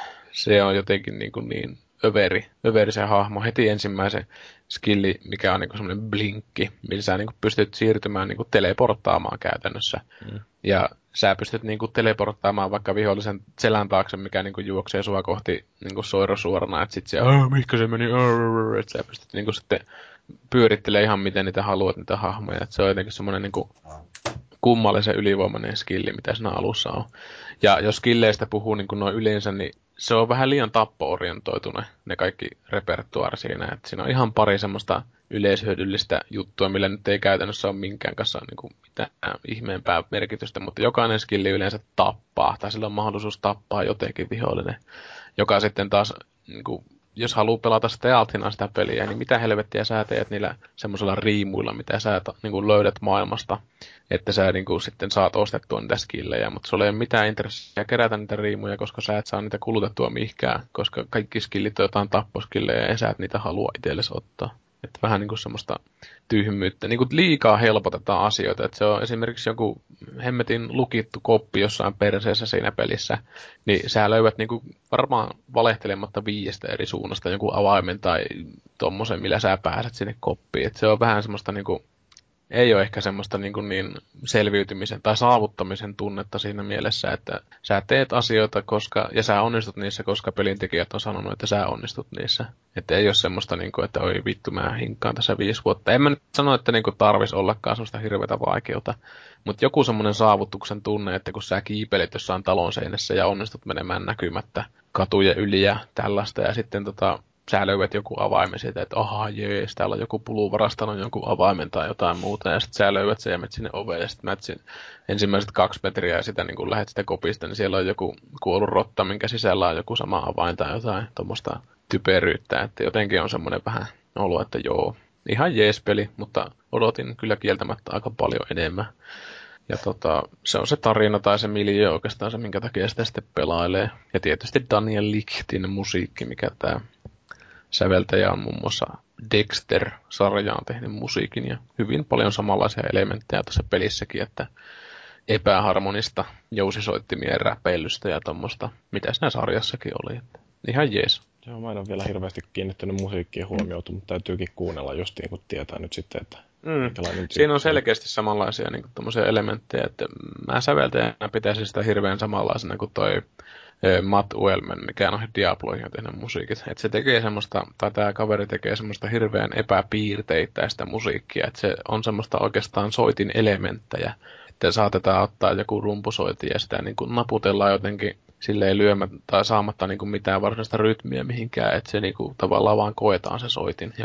se on jotenkin niin, kuin niin överi, överi se hahmo. Heti ensimmäisen skilli, mikä on niin kuin semmoinen blinkki, millä sä niin kuin pystyt siirtymään niin kuin teleporttaamaan käytännössä. Mm. Ja sä pystyt niin kuin teleporttaamaan vaikka vihollisen selän taakse, mikä niin kuin juoksee sua kohti niin kuin soirosuorana. Että sit se, aah, mihinkä se meni, että sä pystyt niin kuin sitten pyörittelemään ihan miten niitä haluat, niitä hahmoja. Että se on jotenkin semmoinen niin kuin kummallisen ylivoimainen skilli, mitä siinä alussa on. Ja jos skilleistä puhuu niin kuin noin yleensä, niin se on vähän liian tappo-orientoitune, ne kaikki repertuaari siinä. Että siinä on ihan pari semmoista yleishyödyllistä juttua, millä nyt ei käytännössä ole minkään kanssa niin kuin mitään ihmeempää merkitystä, mutta jokainen skilli yleensä tappaa, tai sillä on mahdollisuus tappaa jotenkin vihollinen, joka sitten taas niin kuin, jos haluaa pelata stealthina sitä peliä, niin mitä helvettiä sä teet niillä semmoisilla riimuilla, mitä sä niin kuin löydät maailmasta, että sä niin kuin, sitten saat ostettua niitä skillejä, mutta sulla ei ole mitään intressiä kerätä niitä riimuja, koska sä et saa niitä kulutettua mihinkään, koska kaikki skillit on jotain tapposkillejä ja sä et niitä halua itsellesi ottaa. Että vähän niin kuin semmoista tyhmyyttä. Niin kuin liikaa helpotetaan asioita. Että se on esimerkiksi joku hemmetin lukittu koppi jossain perseessä siinä pelissä. Niin sä löydät niin kuin varmaan valehtelematta viiestä eri suunnasta joku avaimen tai tommosen, millä sä pääset sinne koppiin. Että se on vähän semmoista niin kuin, ei ole ehkä semmoista niin, kuin niin selviytymisen tai saavuttamisen tunnetta siinä mielessä, että sä teet asioita koska, ja sä onnistut niissä, koska pelintekijät on sanonut, että sä onnistut niissä. Että ei ole semmoista, niin kuin, että oi vittu, mä hinkkaan tässä viisi vuotta. En mä nyt sano, että niin kuin tarvitsisi ollakaan semmoista hirveätä vaikeutta, mutta joku semmoinen saavutuksen tunne, että kun sä kiipelit jossain talon seinässä ja onnistut menemään näkymättä katuja yli ja tällaista, ja sitten tota... sä löydät joku avaimen siitä, että ahaa jees, täällä on joku pulu varastanut jonkun avaimen tai jotain muuta, ja sitten sä löydät sen ja menet sinne oveen, ja sitten menet ensimmäiset kaksi metriä, ja sitä niin kun lähdet sitä kopista, niin siellä on joku kuollut rotta, minkä sisällä on joku sama avain tai jotain tuommoista typeryyttä, että jotenkin on semmoinen vähän olo, että joo, ihan jees peli, mutta odotin kyllä kieltämättä aika paljon enemmän. Ja tota, se on se tarina tai se miljö oikeastaan se, minkä takia sitä sitten pelailee. Ja tietysti Daniel Lichtin musiikki, mikä tää säveltäjä on muun muassa Dexter-sarjaan tehnyt musiikin ja hyvin paljon samanlaisia elementtejä tässä pelissäkin, että epäharmonista jousisoittimien räpeilystä ja tommoista, mitä siinä sarjassakin oli. Että ihan jees. Joo, mä en ole vielä hirveästi kiinnittänyt musiikkiin huomioitu, mutta täytyykin kuunnella justiin, kun tietää nyt sitten, että mm. Siinä on selkeästi samanlaisia niin tommosia elementtejä, että mä säveltäjänä pitäisin sitä hirveän samanlaisena kuin toi Matt Uelmen, mikä on Diabloihin tehnyt musiikit. Että se tekee semmoista, tai tämä kaveri tekee semmoista hirveän epäpiirteittäistä musiikkia, että se on semmoista oikeastaan soitin elementtejä, että saatetaan ottaa joku rumpusoitin ja sitä niin kuin naputellaan jotenkin silleen lyömättä tai saamatta niin kuin mitään varsinaista rytmiä mihinkään, että se niin kuin tavallaan vaan koetaan se soitin, joka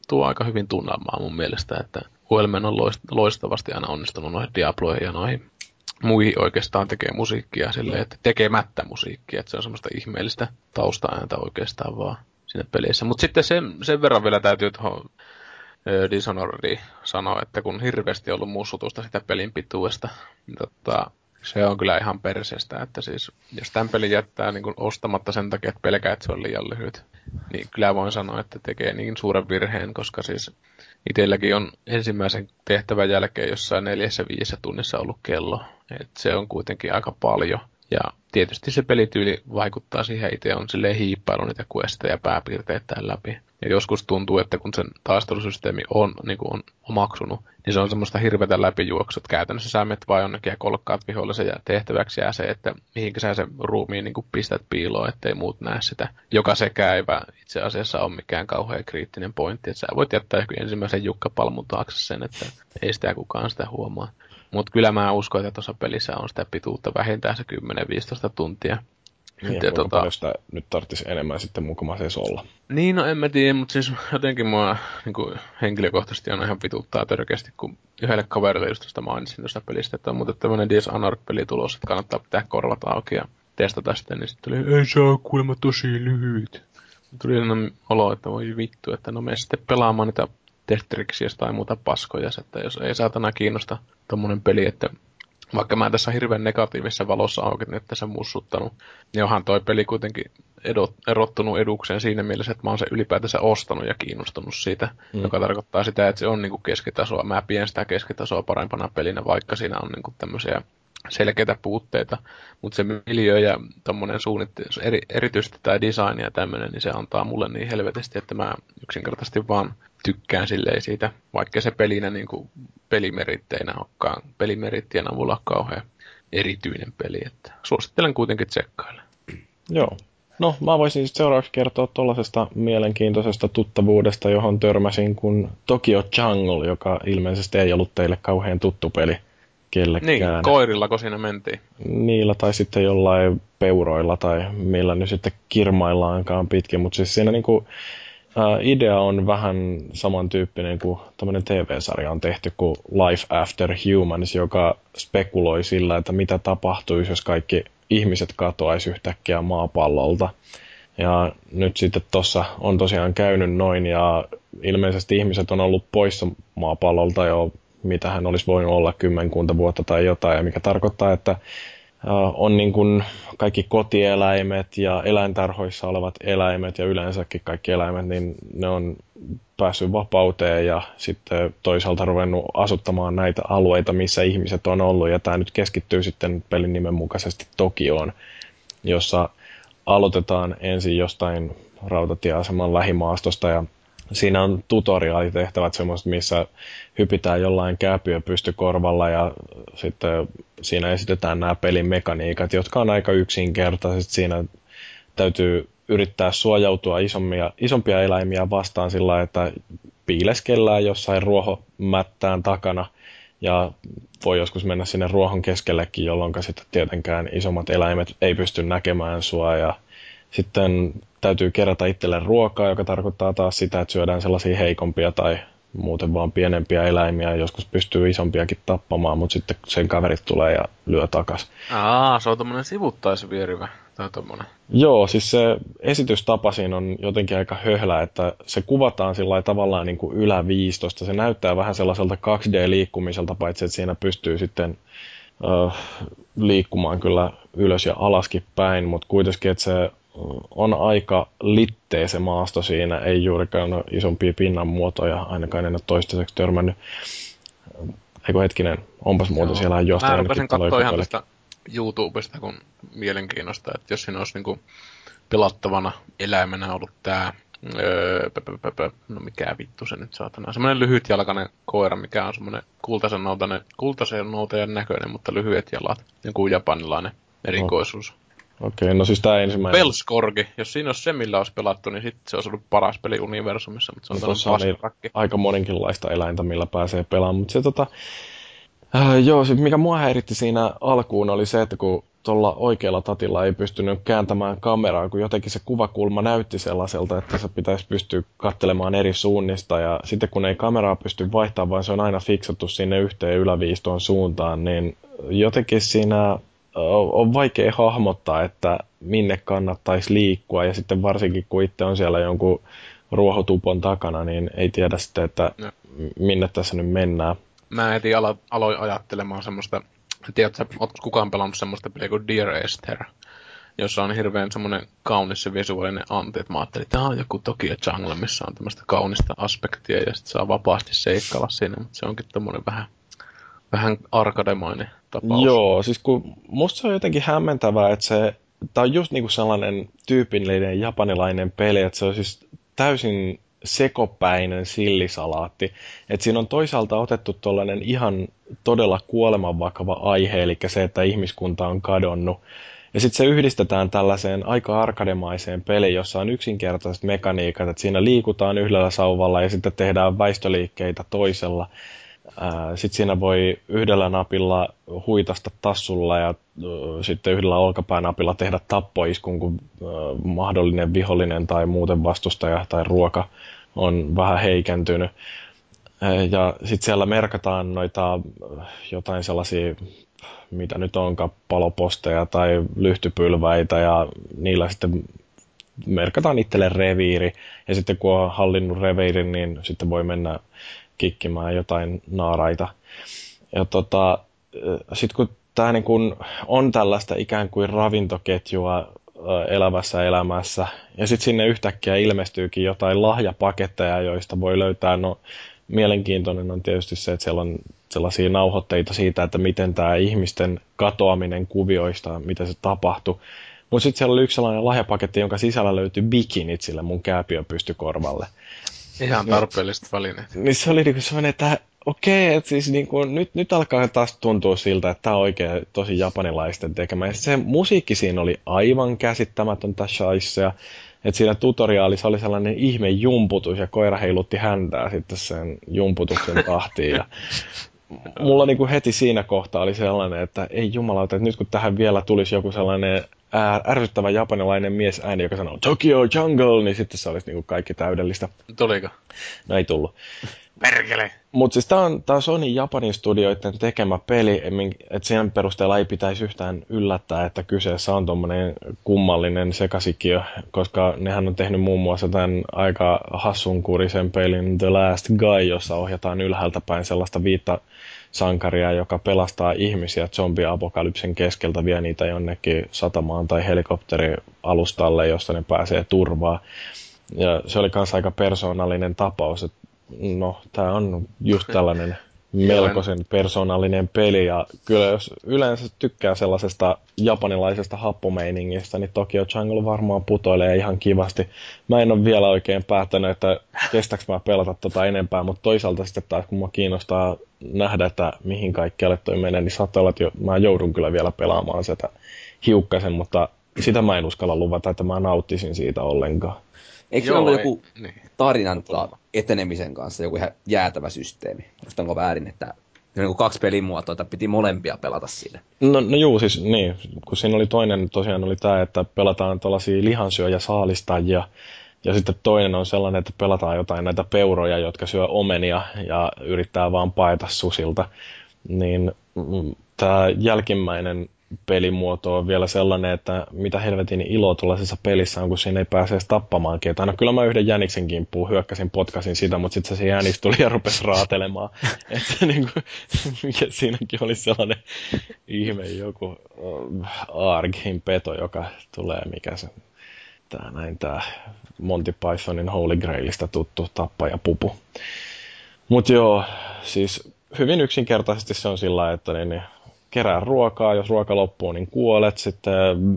tuo aika hyvin tunnelmaa mun mielestä, että U L M on loistavasti aina onnistunut noihin Diabloihin ja noihin muihin oikeastaan tekee musiikkia silleen, että tekemättä musiikkia, että se on semmoista ihmeellistä tausta-ääntä oikeastaan vaan siinä pelissä. Mutta sitten sen, sen verran vielä täytyy tuohon Dishonorediin sanoa, että kun hirveästi on ollut mussutusta sitä pelin pituudesta, niin tota, se on kyllä ihan perseestä, että siis jos tämän pelin jättää niin kuin ostamatta sen takia, että pelkää, että se on liian lyhyt, niin kyllä voin sanoa, että tekee niin suuren virheen, koska siis itselläkin on ensimmäisen tehtävän jälkeen jossain neljässä viidessä tunnissa ollut kello, että se on kuitenkin aika paljon. Ja tietysti se pelityyli vaikuttaa siihen, itse on silleen hiippailu niitä questeja pääpiirteittäin läpi. Ja joskus tuntuu, että kun sen taistelusysteemi on, niin kuin on omaksunut, niin se on semmoista hirveätä läpijuoksut. Käytännössä sä menet vaan jonnekin ja kolkkaat vihollisen ja tehtäväksi jää se, että mihinkä sä sen ruumiin niin kuin pistät piiloon, ettei muut näe sitä. Joka sekään ei itse asiassa ole mikään kauhean kriittinen pointti. Että sä voit jättää joku ensimmäisen jukkapalmun taakse sen, että ei sitä kukaan sitä huomaa. Mutta kyllä mä uskon, että tuossa pelissä on sitä pituutta vähintään se kymmenen viisitoista tuntia. Ja, ja kuinka tota... paljon sitä nyt tarvitsisi enemmän sitten mukaan se olla? Niin, no en mä tiedä, mutta siis jotenkin mua niin kuin henkilökohtaisesti on ihan vituttaa törkeästi, kun yhdelle kaverille just tuosta mainitsin tuosta pelistä, että on muuten tämmöinen Dishonored-peli tulossa, että kannattaa pitää korvat auki ja testata sitten, niin sitten tuli, ei se ole kuulemma tosi lyhyt. Tuli sellainen olo, että voi vittu, että no mene sitten pelaamaan niitä Testrixiä tai muuta paskoja, että jos ei saatana kiinnosta tommonen peli, että vaikka mä tässä hirveän negatiivisessa valossa auki nyt tässä mussuttanut, niin onhan toi peli kuitenkin edot, erottunut edukseen siinä mielessä, että mä oon sen ylipäätänsä ostanut ja kiinnostunut siitä, mm. joka tarkoittaa sitä, että se on niinku keskitasoa. Mä pidän sitä keskitasoa parempana pelinä, vaikka siinä on niinku tämmöisiä selkeitä puutteita, mutta se miljö ja tommonen suunnittelu, eri, erityisesti tämä design ja tämmöinen, niin se antaa mulle niin helvetisti, että mä yksinkertaisesti vaan tykkään silleen siitä, vaikka se pelinä niin kuin pelimeritteinä olekaan, pelimerittien avulla on kauhean erityinen peli, että suosittelen kuitenkin tsekkailla. Joo. No, mä voisin seuraavaksi kertoa tuollaisesta mielenkiintoisesta tuttavuudesta, johon törmäsin kuin Tokyo Jungle, joka ilmeisesti ei ollut teille kauhean tuttu peli kellekään. Niin, koirillako siinä mentiin? Niillä tai sitten jollain peuroilla tai millä nyt sitten kirmaillaankaan pitkin, mutta siis siinä niinku Uh, idea on vähän samantyyppinen kuin tämmöinen T V-sarja on tehty kuin Life After Humans, joka spekuloi sillä, että mitä tapahtuisi, jos kaikki ihmiset katoaisi yhtäkkiä maapallolta. Ja nyt sitten tuossa on tosiaan käynyt noin, ja ilmeisesti ihmiset on ollut poissa maapallolta jo, mitä hän olisi voinut olla kymmenkunta vuotta tai jotain, ja mikä tarkoittaa, että on niin kuin kaikki kotieläimet ja eläintarhoissa olevat eläimet ja yleensäkin kaikki eläimet, niin ne on päässyt vapauteen ja sitten toisaalta ruvennut asuttamaan näitä alueita, missä ihmiset on ollut. Ja tämä nyt keskittyy sitten pelin nimen mukaisesti Tokioon, jossa aloitetaan ensin jostain rautatieaseman lähimaastosta ja siinä on tutoriaalitehtävät semmoiset, missä hypitään jollain kääpiö pystykorvalla ja sitten siinä esitetään nämä pelin mekaniikat, jotka on aika yksinkertaiset. Siinä täytyy yrittää suojautua isompia, isompia eläimiä vastaan sillä, että piileskellään jossain ruohomättään takana ja voi joskus mennä sinne ruohon keskellekin, jolloin sitten tietenkään isommat eläimet ei pysty näkemään sua ja sitten täytyy kerätä itselle ruokaa, joka tarkoittaa taas sitä, että syödään sellaisia heikompia tai muuten vaan pienempiä eläimiä. Joskus pystyy isompiakin tappamaan, mutta sitten sen kaverit tulee ja lyö takas. Aa, se on tommonen sivuttaisvierivä tai tommonen. Joo, siis se esitystapa siinä on jotenkin aika höhlä, että se kuvataan sillä tavallaan niin kuin yläviistosta. Se näyttää vähän sellaiselta kaksi D-liikkumiselta, paitsi että siinä pystyy sitten uh, liikkumaan kyllä ylös ja alaskin päin, mutta kuitenkin, että se on aika litteä se maasto siinä, ei juurikaan ole isompia pinnanmuotoja, ainakaan en ole toistaiseksi törmännyt. Eikö hetkinen, onpas muuten Joo. siellä jostain. Mä rupesin katsoa ihan tästä YouTubesta, kun mielenkiinnosta, että jos siinä olisi niinku pelattavana eläimenä ollut tää, öö, pö, pö, pö, pö, no mikä vittu se nyt saatana, semmoinen lyhytjalkainen koira, mikä on semmoinen kultaisen noutainen, kultaisen noutajan näköinen, mutta lyhyet jalat, joku japanilainen erikoisuus. No. Okei, no siis tää ensimmäinen. Bellscorgi, jos siinä olisi se, millä olisi pelattu, niin sitten se olisi ollut paras peli universumissa, mutta se on no, tämmöinen paskarakki. Aika monenkinlaista eläintä, millä pääsee pelaamaan, mutta se tota, äh, joo, se mikä mua häiritti siinä alkuun oli se, että kun tuolla oikealla tatilla ei pystynyt kääntämään kameraa, kun jotenkin se kuvakulma näytti sellaiselta, että se pitäisi pystyä katselemaan eri suunnista. Ja sitten kun ei kameraa pysty vaihtamaan, vaan se on aina fiksattu sinne yhteen yläviistoon suuntaan, niin jotenkin siinä on vaikea hahmottaa, että minne kannattaisi liikkua. Ja sitten varsinkin, kun itse on siellä jonkun ruohotupon takana, niin ei tiedä sitten, että no. minne tässä nyt mennään. Mä heti alo- aloin ajattelemaan semmoista, tiedätkö, ootko kukaan pelannut semmoista peliä kuin Dear Esther, jossa on hirveän semmoinen kaunis se visuaalinen anti, että mä ajattelin, että tämä on joku Tokyo Jungle, missä on tämmöistä kaunista aspektia ja sitten saa vapaasti seikkailla siinä, mutta se onkin tommoinen vähän, vähän arkademainen tapaus. Joo, siis kun musta se on jotenkin hämmentävää, että se, tää on just niinku sellainen tyypillinen japanilainen peli, että se on siis täysin sekopäinen sillisalaatti. Et siinä on toisaalta otettu tollainen ihan todella kuolemanvakava aihe, eli se, että ihmiskunta on kadonnut. Ja sitten se yhdistetään tällaiseen aika arkademaiseen peliin, jossa on yksinkertaiset mekaniikat, että siinä liikutaan yhdellä sauvalla ja sitten tehdään väistöliikkeitä toisella. Sitten siinä voi yhdellä napilla huitasta tassulla ja sitten yhdellä olkapäänapilla tehdä tappoiskun, kun mahdollinen vihollinen tai muuten vastustaja tai ruoka on vähän heikentynyt. Ja sitten siellä merkataan noita jotain sellaisia, mitä nyt onkaan, paloposteja tai lyhtypylväitä ja niillä sitten merkataan itselle reviiri. Ja sitten kun on hallinnut reviirin, niin sitten voi mennä kikkimään jotain naaraita. Ja tota, sitten kun tämä niin kun on tällaista ikään kuin ravintoketjua elävässä elämässä, ja sitten sinne yhtäkkiä ilmestyykin jotain lahjapaketteja, joista voi löytää, no mielenkiintoinen on tietysti se, että siellä on sellaisia nauhoitteita siitä, että miten tämä ihmisten katoaminen kuvioista, miten se tapahtui. Mutta sitten siellä oli yksi sellainen lahjapaketti, jonka sisällä löytyi bikinit sille mun kääpiön pystykorvalle. Ihan tarpeelliset välineet. Niin se oli niinku sellainen, että okei, että siis niinku, nyt, nyt alkaa taas tuntua siltä, että tämä on oikein tosi japanilaisten tekemä. Ja se musiikki siinä oli aivan käsittämätöntä shaisea. Että siinä tutoriaalissa oli sellainen ihme jumputus ja koira heilutti häntää sitten sen jumputuksen tahtiin. Ja mulla niinku heti siinä kohtaa oli sellainen, että ei jumalauta, että nyt kun tähän vielä tulisi joku sellainen ärsyttävä japanilainen mies ääni, joka sanoo Tokyo Jungle, niin sitten se olisi niinku kaikki täydellistä. Tuliko? No ei tullut. Perkele! Mutta siis tää on, tää on Sony Japanin studioiden tekemä peli, että sen perusteella ei pitäisi yhtään yllättää, että kyseessä on tommonen kummallinen sekasikiö, koska nehän on tehnyt muun muassa tämän aika hassunkurisen pelin The Last Guy, jossa ohjataan ylhäältä päin sellaista viitta sankaria, joka pelastaa ihmisiä zombiapokalypsen keskeltä, vie niitä jonnekin satamaan tai helikopterialustalle, josta ne pääsee turvaan. Ja se oli myös aika persoonallinen tapaus, että no, tää on just tällainen melkoisen persoonallinen peli, ja kyllä jos yleensä tykkää sellaisesta japanilaisesta happomeiningistä, niin Tokyo Jungle varmaan putoilee ihan kivasti. Mä en ole vielä oikein päättänyt, että kestääkö mä pelata tota enempää, mutta toisaalta sitten taas kun mä kiinnostaa nähdä, että mihin kaikkialle toi menee, niin saattaa olla, että jo, mä joudun kyllä vielä pelaamaan sitä hiukkasen, mutta sitä mä en uskalla luvata, että mä nauttisin siitä ollenkaan. Eikö se ollut joku niin. tarinan etenemisen kanssa joku ihan jäätävä systeemi? Muistanko väärin, että niin kaksi pelimuotoa, että piti molempia pelata siinä? No, no juu, siis niin. Kun siinä oli toinen, tosiaan oli tämä, että pelataan tällaisia lihansyöjä saalistajia. Ja sitten toinen on sellainen, että pelataan jotain näitä peuroja, jotka syö omenia ja yrittää vaan paeta susilta. Niin tämä jälkimmäinen pelimuoto on vielä sellainen, että mitä helvetin ilo tuollaisessa pelissä on, kun siinä ei pääse edes tappamaan ketään. No kyllä mä yhden jäniksen kimppuun hyökkäsin, potkasin sitä, mutta sitten se jänis tuli ja rupesi raatelemaan. Että niin kuin, mikä siinäkin oli sellainen ihme joku Arghin peto, joka tulee, mikä se, tää näin tää Monty Pythonin Holy Grailista tuttu tappajapupu. Mut joo, siis hyvin yksinkertaisesti se on sillä, että niin, niin kerää ruokaa, jos ruoka loppuu, niin kuolet. Sitten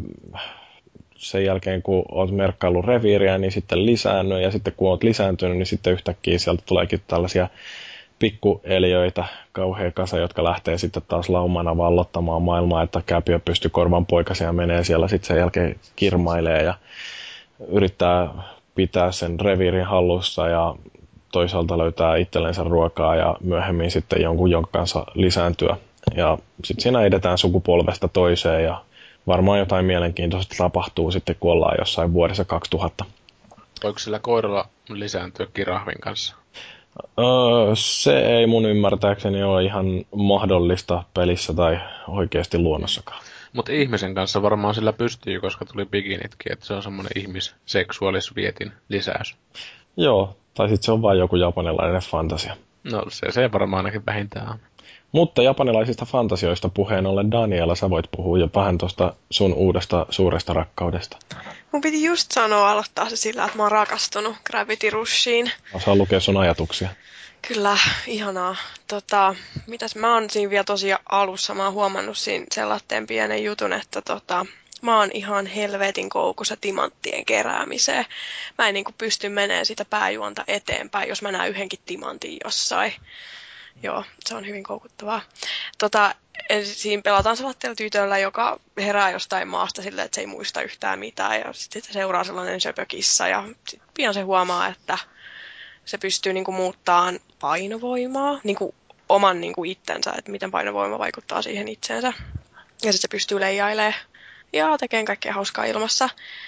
sen jälkeen, kun olet merkkaillut reviiriä, niin sitten lisäänny. Ja sitten kun olet lisääntynyt, niin sitten yhtäkkiä sieltä tuleekin tällaisia pikkueliöitä, kauhea kasa, jotka lähtee sitten taas laumana vallottamaan maailmaa, että Kääpiö pystyy korvan poikasia ja menee siellä sitten sen jälkeen kirmailee ja yrittää pitää sen reviirin hallussa ja toisaalta löytää itsellensä ruokaa ja myöhemmin sitten jonkun, jonka kanssa lisääntyä. Ja sitten siinä edetään sukupolvesta toiseen ja varmaan jotain mielenkiintoista tapahtuu sitten, kun ollaan jossain vuodessa kaksituhatta. Voiko sillä koiralla lisääntyä kirahvin kanssa? Öö, se ei mun ymmärtääkseni ole ihan mahdollista pelissä tai oikeasti luonnossakaan. Mutta ihmisen kanssa varmaan sillä pystyy, koska tuli bikinitkin, että se on semmoinen ihmisseksuaalisvietin lisäys. Joo, tai sitten se on vain joku japanilainen fantasia. No se, se varmaan ainakin vähintään on. Mutta japanilaisista fantasioista puheen ollen, Daniela, sä voit puhua jo vähän tuosta sun uudesta suuresta rakkaudesta. Mun piti just sanoa aloittaa se sillä, että mä oon rakastunut Gravity Rushiin. Mä saan lukea sun ajatuksia. Kyllä, ihanaa. Tota, mitäs mä oon siinä vielä tosi alussa, mä oon huomannut siinä sellaisen pienen jutun, että tota, mä oon ihan helvetin koukussa timanttien keräämiseen. Mä en niinku pysty menemään sitä pääjuonta eteenpäin, jos mä näen yhdenkin timantin jossain. Joo, se on hyvin koukuttavaa. Tota, siinä pelataan sellaisella tytöllä, joka herää jostain maasta silleen, että se ei muista yhtään mitään. Ja sitten seuraa sellainen söpökissa ja sit pian se huomaa, että se pystyy niinku muuttamaan painovoimaa, niinku oman niinku itsensä, että miten painovoima vaikuttaa siihen itseensä. Ja sitten se pystyy leijailemaan ja tekemään kaikkea hauskaa ilmassa.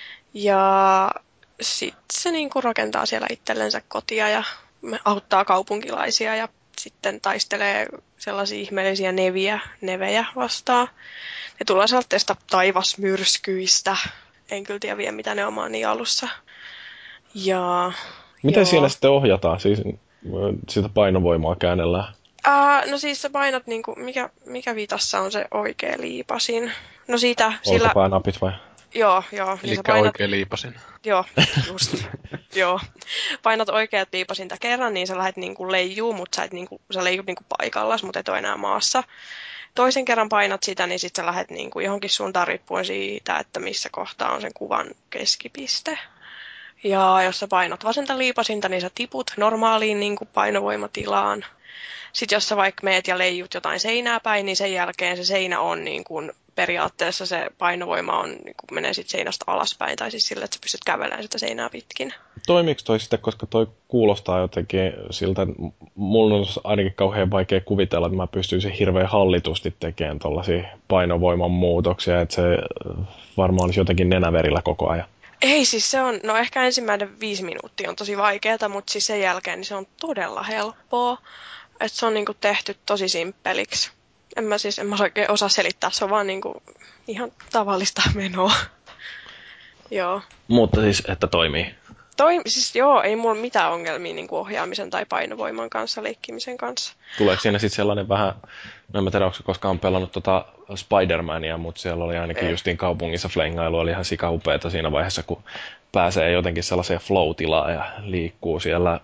Ja sitten se niinku rakentaa siellä itsellensä kotia ja auttaa kaupunkilaisia ja sitten taistelee sellaisia ihmeellisiä neviä, nevejä vastaan. Ne tulee sellaisesta taivasmyrskyistä. En kyllä tiedä vielä, mitä ne on niin alussa. Ja miten joo. siinä sitten ohjataan? Siis sitä painovoimaa käännellään? Uh, no siis sä painat, niinku, mikä, mikä vitassa on se oikea liipasin? No siitä, sillä... Olkapäänapit vai? Joo, joo. Eli niin painat... oikea liipasin. Joo, just. Joo. Painat oikeat liipasinta kerran, niin sä lähdet niinku leijuu, mutta sä, et niinku, sä leijut niinku paikallas, mutta et ole enää maassa. Toisen kerran painat sitä, niin sit sä lähdet niinku johonkin suuntaan riippuen siitä, että missä kohtaa on sen kuvan keskipiste. Ja jos sä painat vasenta liipasinta, niin sä tiput normaaliin niinku painovoimatilaan. Sitten jos sä vaikka meet ja leijut jotain seinää päin, niin sen jälkeen se seinä on niin kuin, periaatteessa se painovoima on, niin kuin, menee sit seinästä alaspäin, tai siis sillä, että sä pystyt kävelemään sitä seinää pitkin. Toimiiko toi sitten, koska toi kuulostaa jotenkin siltä, että mulla on ainakin kauhean vaikea kuvitella, että mä pystyisin hirveän hallitusti tekemään tollaisia painovoiman muutoksia, että se varmaan olisi jotenkin nenäverillä koko ajan. Ei, siis se on, no ehkä ensimmäinen viisi minuuttia on tosi vaikeaa, mutta siis sen jälkeen niin se on todella helppoa. Että se on niinku tehty tosi simppeliksi. En mä siis, en mä oikein osaa selittää, se on vaan niinku ihan tavallista menoa. Joo. Mutta siis, että toimii. Toi, siis joo, ei mulla mitään ongelmia niinku ohjaamisen tai painovoiman kanssa, leikkimisen kanssa. Tuleeko siinä sitten sellainen vähän, no en mä tiedä, onko koskaan pelannut tota Spider-Mania, mutta siellä oli ainakin ei. Justiin kaupungissa flengailu, oli ihan sikaupeeta siinä vaiheessa, kun pääsee jotenkin sellaiseen flow-tilaan ja liikkuu siellä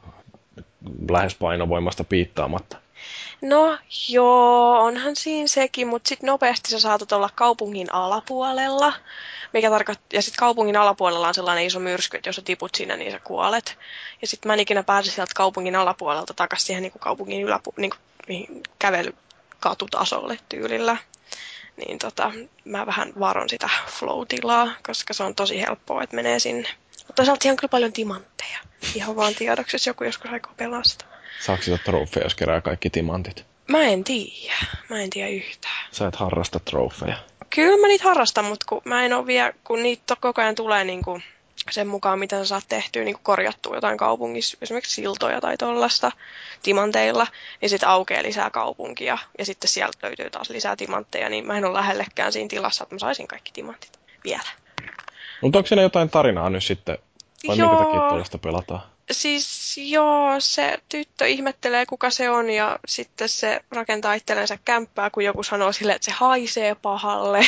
lähes painovoimasta piittaamatta. No joo, onhan siinä sekin, mutta sitten nopeasti sä saatat olla kaupungin alapuolella. Mikä tarkoittaa, ja sitten kaupungin alapuolella on sellainen iso myrsky, että jos sä tiput siinä, niin sä kuolet. Ja sitten mä en ikinä pääse sieltä kaupungin alapuolelta takaisin siihen niin kuin kaupungin yläpu- niin kuin, kävelykatutasolle tyylillä. Niin tota, mä vähän varon sitä flow-tilaa, koska se on tosi helppoa, että menee sinne. Mutta toisaalta siellä on kyllä paljon timantteja. Ihan vaan tiedoksi, jos joku joskus aikoo pelasta. Saako sitä trofeja, jos kerää kaikki timantit? Mä en tiedä. Mä en tiedä yhtään. Sä et harrasta trofeja. Kyllä mä niitä harrastan, mutta kun mä en ole vielä, kun niitä koko ajan tulee niin kuin sen mukaan, miten sä saat tehtyä niin kuin korjattua jotain kaupungissa, esimerkiksi siltoja tai tollasta timanteilla, niin sitten aukeaa lisää kaupunkia ja sitten sieltä löytyy taas lisää timantteja, niin mä en ole lähellekään siinä tilassa, että mä saisin kaikki timantit vielä. Mutta onko siinä jotain tarinaa nyt sitten? Vai Joo. minkä takia tuollaista pelataan? Siis joo, se tyttö ihmettelee kuka se on ja sitten se rakentaa itsellensä kämppää, kun joku sanoo sille, että se haisee pahalle.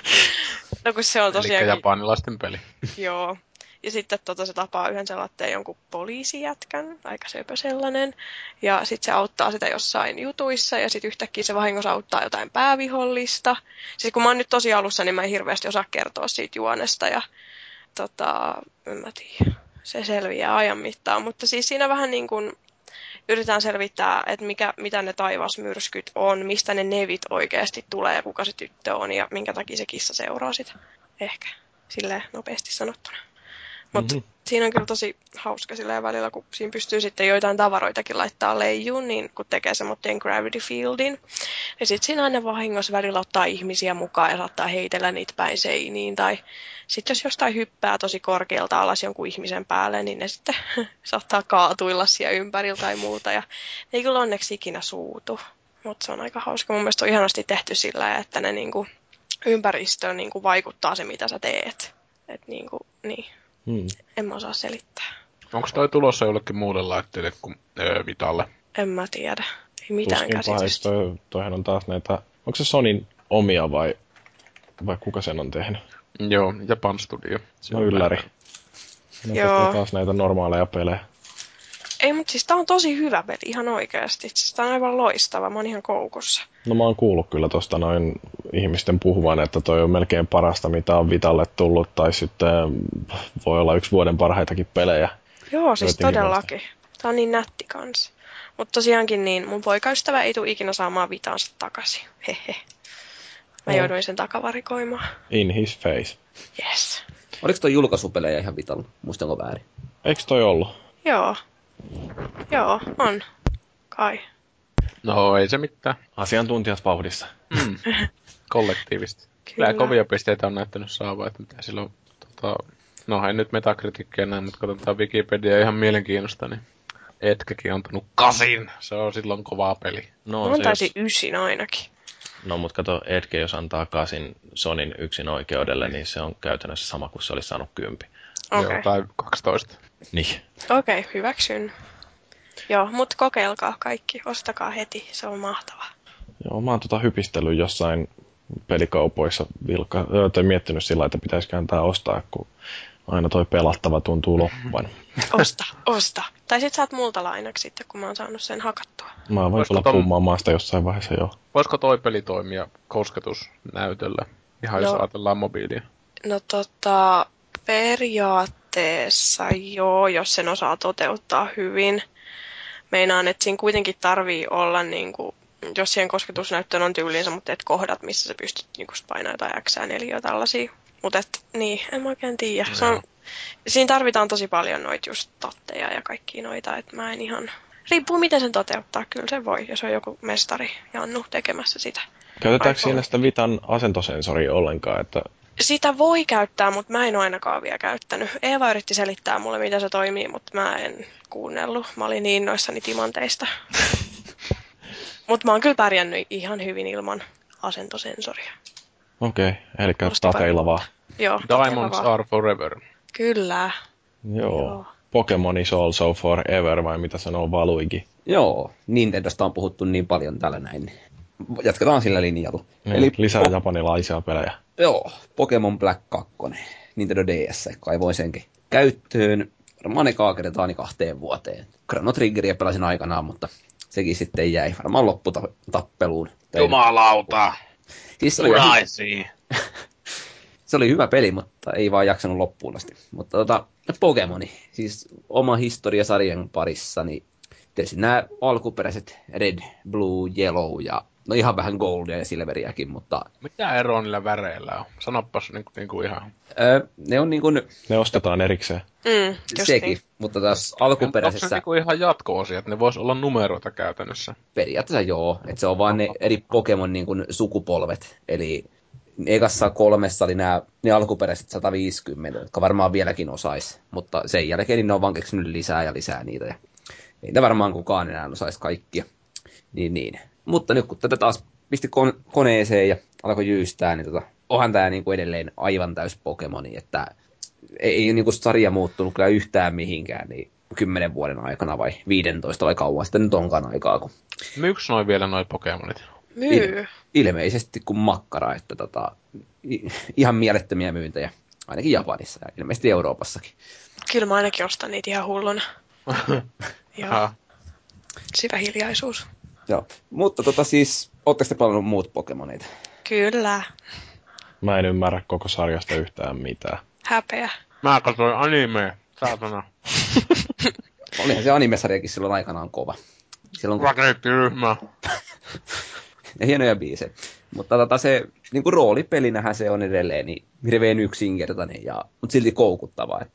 No kun se on tosiaan... Eli japanilaisten peli. Joo. Ja sitten tota, se tapaa yhden sellaisen jonkun poliisijätkän, aika söpö sellainen. Ja sitten se auttaa sitä jossain jutuissa ja sitten yhtäkkiä se vahingossa auttaa jotain päävihollista. Siis kun mä oon nyt tosi alussa, niin mä en hirveästi osaa kertoa siitä juonesta ja tota, en mä tiedä. Se selviää ajan mittaan, mutta siis siinä vähän niin kuin yritetään selvittää, että mikä, mitä ne taivasmyrskyt on, mistä ne nevit oikeasti tulee ja kuka se tyttö on ja minkä takia se kissa seuraa sitä. Ehkä, silleen nopeasti sanottuna. Mutta mm-hmm. siinä on kyllä tosi hauska sillä välillä, kun siinä pystyy sitten joitain tavaroitakin laittaa leijuun, niin kun tekee semmoinen gravity fieldin. Ja sitten siinä aina vahingossa välillä ottaa ihmisiä mukaan ja saattaa heitellä niitä päin seiniin. Tai sitten jos jostain hyppää tosi korkealta alas jonkun ihmisen päälle, niin ne sitten saattaa kaatuilla siellä ympärillä tai muuta. Ja ne ei kyllä onneksi ikinä suutu. Mutta se on aika hauska. Mun mielestä on ihanasti tehty sillä, että ne niinku ympäristöön niinku vaikuttaa se, mitä sä teet. Et niinku, niin. Hmm. En mä osaa selittää. Onko toi tulossa jollekin muulle laitteelle kuin öö, Vitalle? En mä tiedä. Ei mitään käsitystä. Toi, toihan on taas näitä... Onko se Sonyn omia vai, vai kuka sen on tehnyt? Joo, Japan Studio. Se no ylläri. Ne tekee taas näitä normaaleja pelejä. Ei, mutta siis tää on tosi hyvä peli, ihan oikeasti. Siis tää on aivan loistava, mä oon ihan koukussa. No mä oon kuullut kyllä tosta noin ihmisten puhuvan, että toi on melkein parasta, mitä on Vitalle tullut, tai sitten voi olla yksi vuoden parhaitakin pelejä. Joo, siis todellakin. Mielestä. Tää on niin nätti kans. Mutta tosiaankin niin, mun poikaystävä ei tule ikinä saamaan Vitaansa takaisin. Hehe. Mä no. jouduin sen takavarikoimaan. In his face. Yes. Oliko toi julkaisupelejä ihan Vitalla? Muistanko väärin? Eikö toi ollut? Joo. Joo, on. Kai. No ei se mitään. Asiantuntijat vauhdissa. Mm. Kollektiivisesti. Kyllä. Kovia pisteitä on näyttänyt saavaa, että mitä silloin... Tota, no en nyt metakritiikkiä näin, mutta katsotaan Wikipedia ihan mielenkiinnosta, niin Etkäkin on antanut kasin. Se on silloin kovaa peli. No on taisi jos... ysin ainakin. No mutta kato, Etke jos antaa kasin Sonyn yksin oikeudelle, niin se on käytännössä sama kuin se olisi saanut kympi. Okay. Joo, tai kaksitoista. Niin. Okei, okay, hyväksyn. Joo, mutta kokeilkaa kaikki. Ostakaa heti, se on mahtavaa. Joo, mä oon tota hypistellyt jossain pelikaupoissa vilka, tai miettinyt sillä, että pitäisikään tää ostaa, kun aina toi pelattava tuntuu loppuvan. Osta, osta. Tai sit saat multa lainaksi sitten, kun mä oon saanut sen hakattua. Mä voin olla tom... pummaamaan sitä jossain vaiheessa jo. Voisiko toi peli toimia kosketusnäytöllä? Ihan no, jos ajatellaan mobiilia. No tota, periaatteessa joo, jos sen osaa toteuttaa hyvin. Meinaan, että siinä kuitenkin tarvii olla niinku, jos siihen kosketusnäyttöön on tyyliinsä, mutta et kohdat, missä sä pystyt niinku painaa jotain X neljä tällaisia. Mutta et, niin, en mä oikein tiedä. Se on, siinä tarvitaan tosi paljon noita just tatteja ja kaikkia noita, että mä en ihan... Riippuu miten sen toteuttaa, kyllä se voi, jos on joku mestari Jannu tekemässä sitä. Käytetäänkö siinä sitä Vitan asentosensoria ollenkaan, että... Sitä voi käyttää, mutta mä en ole ainakaan vielä käyttänyt. Eeva yritti selittää mulle, miten se toimii, mutta mä en kuunnellut. Mä olin niin noissani timanteista. Mutta mä oon kyllä pärjännyt ihan hyvin ilman asentosensoria. Okei, okay, eli tateilla vaan. Joo, Diamonds vaan. Are forever. Kyllä. Joo. Joo. Pokemon is also forever, vai mitä sanoo Valuigi? Joo, Nintendosta on puhuttu niin paljon tällä näin. Jatketaan sillä linjalla. Niin, eli lisää po- japanilaisia pelejä. Joo, Pokemon Black kaksi, Nintendo D S, kaivoin senkin käyttöön. Varmaan ne kaakeretaan kahteen vuoteen. Chrono Triggeria pelasin aikanaan, mutta sekin sitten jäi varmaan lopputappeluun. Jumalauta! Siis se, oli se oli hyvä peli, mutta ei vaan jaksanut loppuun asti. Mutta tota, Pokemoni, siis oma historia sarjan parissa, niin tietysti nämä alkuperäiset Red, Blue, Yellow ja no ihan vähän Goldia ja Silveriäkin, mutta... Mitä eroa niillä väreillä on? Sanopas niinku, niinku ihan... Öö, ne on niinku... Ne ostetaan erikseen. Mm, sekin, niin. Mutta taas alkuperäisessä... Onko se niinku ihan jatko-osia, että ne vois olla numeroita käytännössä? Periaatteessa joo, että se on vaan ne eri Pokemon niin kuin sukupolvet, eli ekassa kolmessa oli nämä ne alkuperäiset sata viisikymmentä, jotka varmaan vieläkin osais, mutta sen jälkeen niin ne on vaan keksinyt lisää ja lisää niitä, ja niitä varmaan kukaan enää osaisi kaikkia. Niin, niin. Mutta nyt kun tätä taas pisti kon- koneeseen ja alkoi jyystää, niin tota, onhan tämä niinku edelleen aivan täys Pokemoni, että ei niinku sarja muuttunut kyllä yhtään mihinkään, niin kymmenen vuoden aikana vai viidentoista vai kauan sitten nyt onkaan aikaa. Kun... Myyks noin vielä noi Pokemonit? Myy. Il- ilmeisesti kuin makkara, että tota, ihan mielettömiä myyntejä, ainakin Japanissa ja ilmeisesti Euroopassakin. Kyllä mä ainakin ostan niitä ihan hulluna. Joo. Syvä hiljaisuus. Joo, mutta tota siis, ootteko te pelannut muut Pokemonit? Kyllä. Mä en ymmärrä koko sarjasta yhtään mitään. Häpeä. Mä katsoin animea, saatana. Olihan se animesarjakin silloin aikanaan kova. Silloin... Rakettiryhmä. Ja hienoja biisejä. Mutta tota se, niinku roolipelinähän se on edelleen niin hirveän yksinkertainen, ja, mutta silti koukuttava, että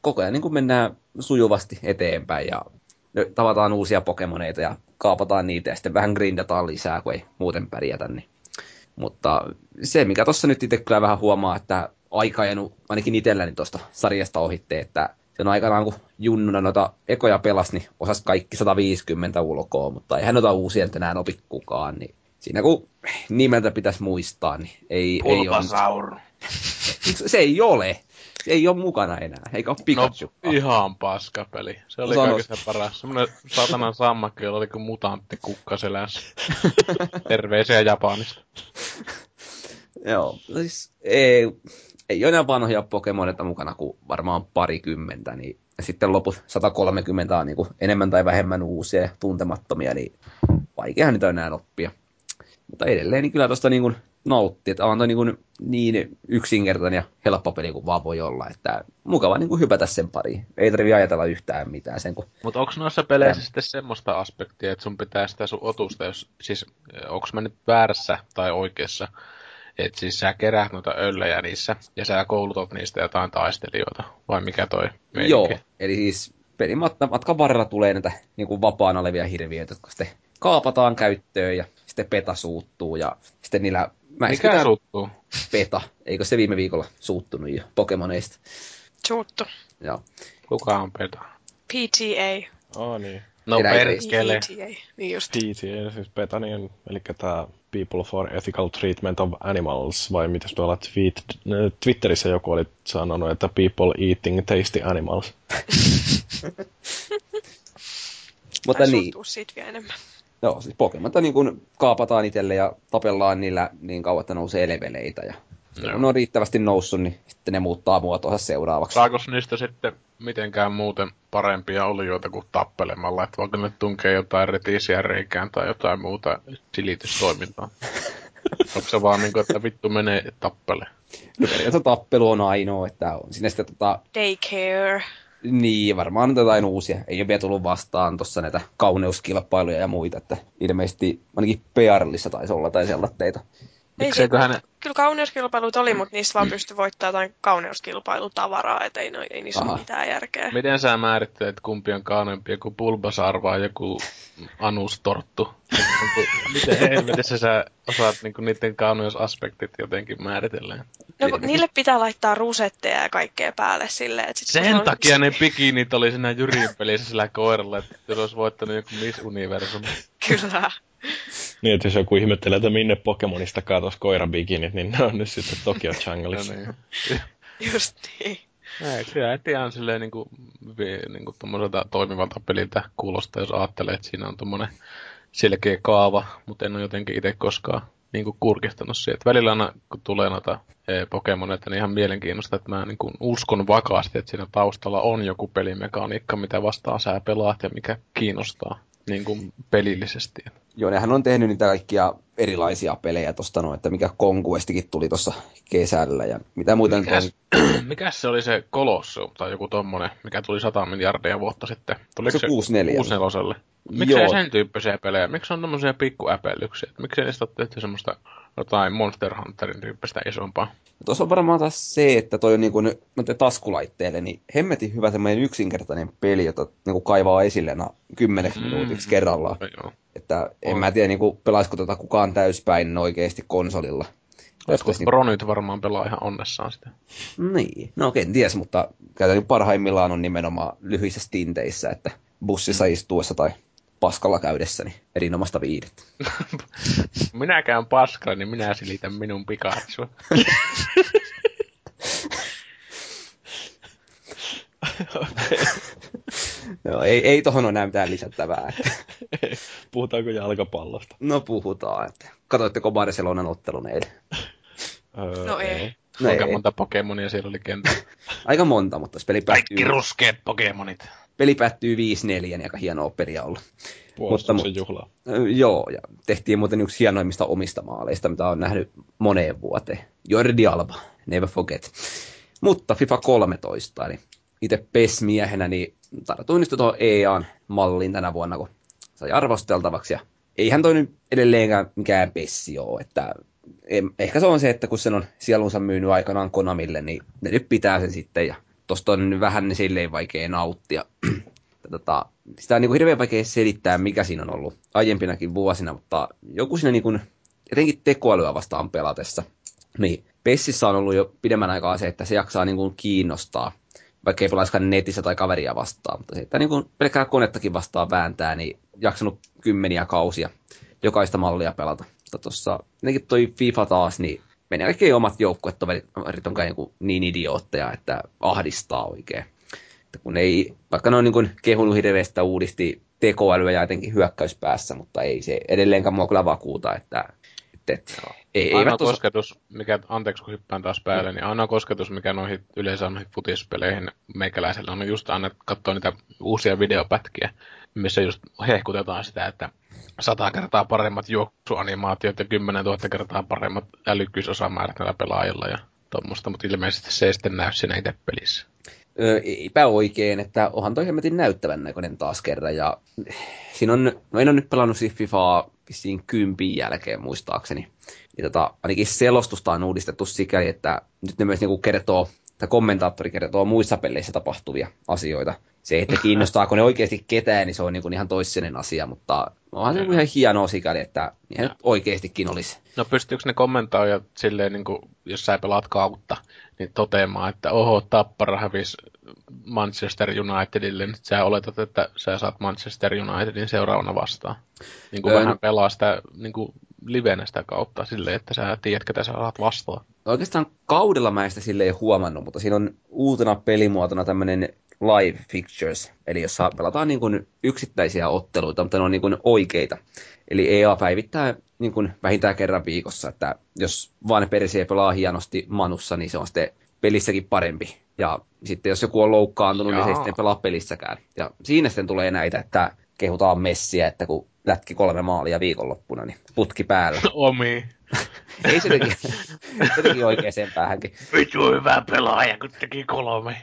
koko ajan niin kuin mennään sujuvasti eteenpäin ja tavataan uusia Pokemoneita ja kaapataan niitä ja sitten vähän grindataan lisää, kun ei muuten pärjätä. Niin. Mutta se, mikä tuossa nyt itse kyllä vähän huomaa, että aika ei ainakin itselläni tuosta sarjasta ohitte, että sen aikanaan kun junnuna noita ekoja pelasi, niin osasi kaikki sata viisikymmentä ulkoa, mutta eihän noita uusia enää opi kukaan. Niin siinä kun nimeltä pitäisi muistaa, niin ei, ei ole. Se ei ole. Se ei ole mukana enää, eikä ole Pikachu. No ihan paska peli. Se oli Sanos. kaikista paras. Semmoinen satanan sammakki, jolla oli kuin mutantti kukkaselässä. Terveisiä Japanista. Joo, no siis ei, ei ole enää vanhoja Pokemonita mukana kuin varmaan parikymmentä, niin ja sitten loput sata kolmekymmentä on niin kuin enemmän tai vähemmän uusia ja tuntemattomia, niin vaikeahan niitä on enää oppia. Mutta edelleen niin kyllä tuosta niin kuin nautti, että on toi niin, kuin niin yksinkertainen ja helppo peli kuin vaan voi olla, että mukava niin kuin hypätä sen pariin. Ei tarvitse ajatella yhtään mitään sen kun... Mutta onko noissa peleissä sitten semmoista aspektia, että sun pitää sitä sun otusta, jos, siis onko mä nyt väärässä tai oikeassa, että siis sä keräät noita öllejä niissä ja sä koulutat niistä jotain taistelijoita, vai mikä toi meininki? Joo, eli siis pelin matkan varrella tulee näitä niin kuin vapaana olevia hirviöitä, jotka sitten kaapataan käyttöön ja sitten PETA suuttuu ja sitten niillä... Mä Mikä pitää... suuttuu? PETA. Eikö se viime viikolla suuttunut jo Pokemoneista? Suuttu. Joo. Kuka on PETA? P T A. Oh niin. No perkele. P T A. Niin just. P T A, siis PETA, niin, eli tämä People for Ethical Treatment of Animals, vai mitäs tuolla tweet, Twitterissä joku oli sanonut, että People Eating Tasty Animals. Mutta tai niin. suuttuu siitä vielä enemmän. Joo, siis Pokemonta niin kun kaapataan itselle ja tapellaan niillä niin kauan, että nousee leveleitä. Ja no. Kun ne on riittävästi noussut, niin sitten ne muuttaa muotoansa seuraavaksi. Saako niistä sitten mitenkään muuten parempia olijoita kuin tappelemalla? Että voiko ne tunkea jotain retiisiä reikään tai jotain muuta silitystoimintaa? Onko se vaan niin kuin, että vittu menee tappele? No periaatteessa tappelu on ainoa, että on sinne sitten tota... Daycare. Niin, varmaan jotain uusia. Ei ole vielä tullut vastaan tuossa näitä kauneuskilpailuja ja muita, että ilmeisesti ainakin P R-lissa taisi olla tai sellaitteita. Mikseiköhän ne... Kyllä kauneuskilpailut oli, mutta niissä vaan pystyi voittamaan jotain kauneuskilpailutavaraa, et ei, no, ei niissä ole mitään järkeä. Miten sä määrittelet, kumpi on kauneampi, joku Bulbasaur vai joku Anustorttu? Miten helvetissä sä osaat niinku niiden kauneusaspektit jotenkin määritellä? No kun niille pitää laittaa rusetteja ja kaikkea päälle silleen, että... Sen on... takia ne bikinit oli siinä Jyrin pelissä sillä koiralla, että jos olisi voittanut joku Miss Universum. Kyllä. Niin, että jos joku ihmettelee, että minne Pokemonista katosi koirabikinit, niin ne on nyt sitten Tokyo Junglessa. No niin. Just niin. Ei, kyllä et ihan silleen niinku, niinku tommoselta toimivalta peliltä kuulostaa, jos ajattelee, että siinä on tommonen selkeä kaava, mutta en ole jotenkin itse koskaan niinku kurkistanut siihen. Välillä aina, kun tulee noita e, Pokemoneita, niin ihan mielenkiinnosta, että mä niinku uskon vakaasti, että siinä taustalla on joku pelimekaniikka, mitä vastaan sä pelaat ja mikä kiinnostaa niinku pelillisesti. Joo, nehän on tehnyt niitä kaikkia erilaisia pelejä tosta noin, että mikä Conquestikin tuli tuossa kesällä ja mitä muuten... Mikäs, mikäs se oli se Colosseum tai joku tommonen, mikä tuli sata miljardia vuotta sitten? Tuliko se kuusikymmentäneljä? Miksi ei sen tyyppisiä pelejä? Miksi on tommosia pikkuäpelyksiä? Miksi ei niistä ole tehty semmoista jotain Monster Hunterin tyyppistä isompaa? Tuossa on varmaan taas se, että toi on niinku noiden taskulaitteille, niin hemmetin hyvä semmoinen yksinkertainen peli, jota niinku kaivaa esille na kymmeneksi mm. minuutiksi kerrallaan. Joo. Että en on. Mä tiedä, niinku, pelaisiko tota kukaan täyspäin oikeasti konsolilla. Joskus Pro nyt varmaan pelaa ihan onnessaan sitä. Niin, no kenties, mutta käytännössä parhaimmillaan on nimenomaan lyhyissä stinteissä, että bussissa mm. istuessa tai paskalla käydessä, niin erinomaista viihdettä. Minä käyn paskalla, niin minä silitän minun Pikachua. Joo, ei, ei tohon ole enää mitään lisättävää. Puhutaanko jalkapallosta? No puhutaan. Että... Katoitteko Barcelonan ottelun eilen? Öö, no ei. No Aika ei. monta Pokemonia siellä oli kentällä. Aika monta, mutta peli päättyy... Kaikki ruskeat Pokemonit. Peli päättyy viisi neljä, niin aika hienoa peliä ollut. Puolustuksen juhlaa. Joo, ja tehtiin muuten yksi hienoimmista omista maaleista, mitä on nähnyt moneen vuoteen. Jordi Alba, never forget. Mutta FIFA kolmetoista, eli itse P E S-miehenä, niin tartuin tuohon E A:n malliin tänä vuonna, kun sai arvosteltavaksi. Ja eihän toi nyt edelleenkään mikään pessi ole, että ehkä se on se, että kun sen on sielunsa myynyt aikanaan Konamille, niin ne nyt pitää sen sitten ja tosta on vähän silleen vaikea nauttia. tota, sitä on niin kuin hirveän vaikea selittää, mikä siinä on ollut aiempinakin vuosina, mutta joku siinä niin kuin, jotenkin tekoälyä vastaan pelatessa. Niin, Pessissä on ollut jo pidemmän aikaa se, että se jaksaa niin kuin kiinnostaa, vaikka ei pelaiskaan netissä tai kaveria vastaan. Mutta se, että niin kuin pelkkää konettakin vastaan vääntää, niin jaksanut kymmeniä kausia jokaista mallia pelata. Mutta tuossa jotenkin toi FIFA taas, niin menee kaikki omat joukkuetoverit on kai niin, niin idiootteja, että ahdistaa oikein. Että kun ei, vaikka ne on niin kuin kehunut hirveästä uudisti tekoälyä ja jotenkin hyökkäyspäässä, mutta ei se edelleenkään mua kyllä vakuuta, että et, ei, ainoa eivät kosketus, osa... mikä, anteeksi kun hyppään taas päälle, niin ainoa kosketus, mikä noihin, yleensä on noihin futispeleihin meikäläisellä, on just aina katsoa niitä uusia videopätkiä, missä just hehkutetaan sitä, että sata kertaa paremmat juoksuanimaatiot ja kymmenen tuhatta kertaa paremmat älykkyysosamäärät näillä pelaajilla ja tuommoista, mutta ilmeisesti se ei sitten näy siinä itse pelissä. Öö, eipä oikein, että onhan toi hemmetin näyttävän näköinen taas kerran, ja siinä on, no en ole nyt pelannut siis FIFAa vissiin kympin jälkeen muistaakseni, niin tota, ainakin selostusta on uudistettu sikäli, että nyt ne myös niinku kertoo, tai kommentaattori kertoo muissa peleissä tapahtuvia asioita. Se, että kiinnostaako ne oikeasti ketään, niin se on niinku ihan toissijainen asia, mutta onhan se ihan hienoa sikäli, että ihan oikeastikin olisi. No pystyykö ne kommentoijat silleen, niin kuin, jos sä pelaat kautta, niin toteamaan, että oho, Tappara hävisi Manchester Unitedille, nyt sä oletat, että sä saat Manchester Unitedin seuraavana vastaan. Niin kuin öö, vähän pelaa sitä niin kuin livenä sitä kautta silleen, että sä tiedät, ketä sä saat vastaan. Oikeastaan kaudella mä en sitä silleen huomannut, mutta siinä on uutena pelimuotona tämmöinen live fixtures, eli jossa pelataan niin kuin yksittäisiä otteluita, mutta ne on niin kuin oikeita. Eli E A päivittää niin kuin vähintään kerran viikossa, että jos vaan Persee pelaa hienosti Manussa, niin se on sitten pelissäkin parempi. Ja sitten jos joku on loukkaantunut, Jaa. niin se ei sitten pelaa pelissäkään. Ja siinä sitten tulee näitä, että kehutaan Messiä, että kun lätki kolme maalia viikonloppuna, niin putki päällä. Omi. Ei se teki, se teki oikeaan päähänkin. Vitu hyvä pelaaja, kun teki kolme.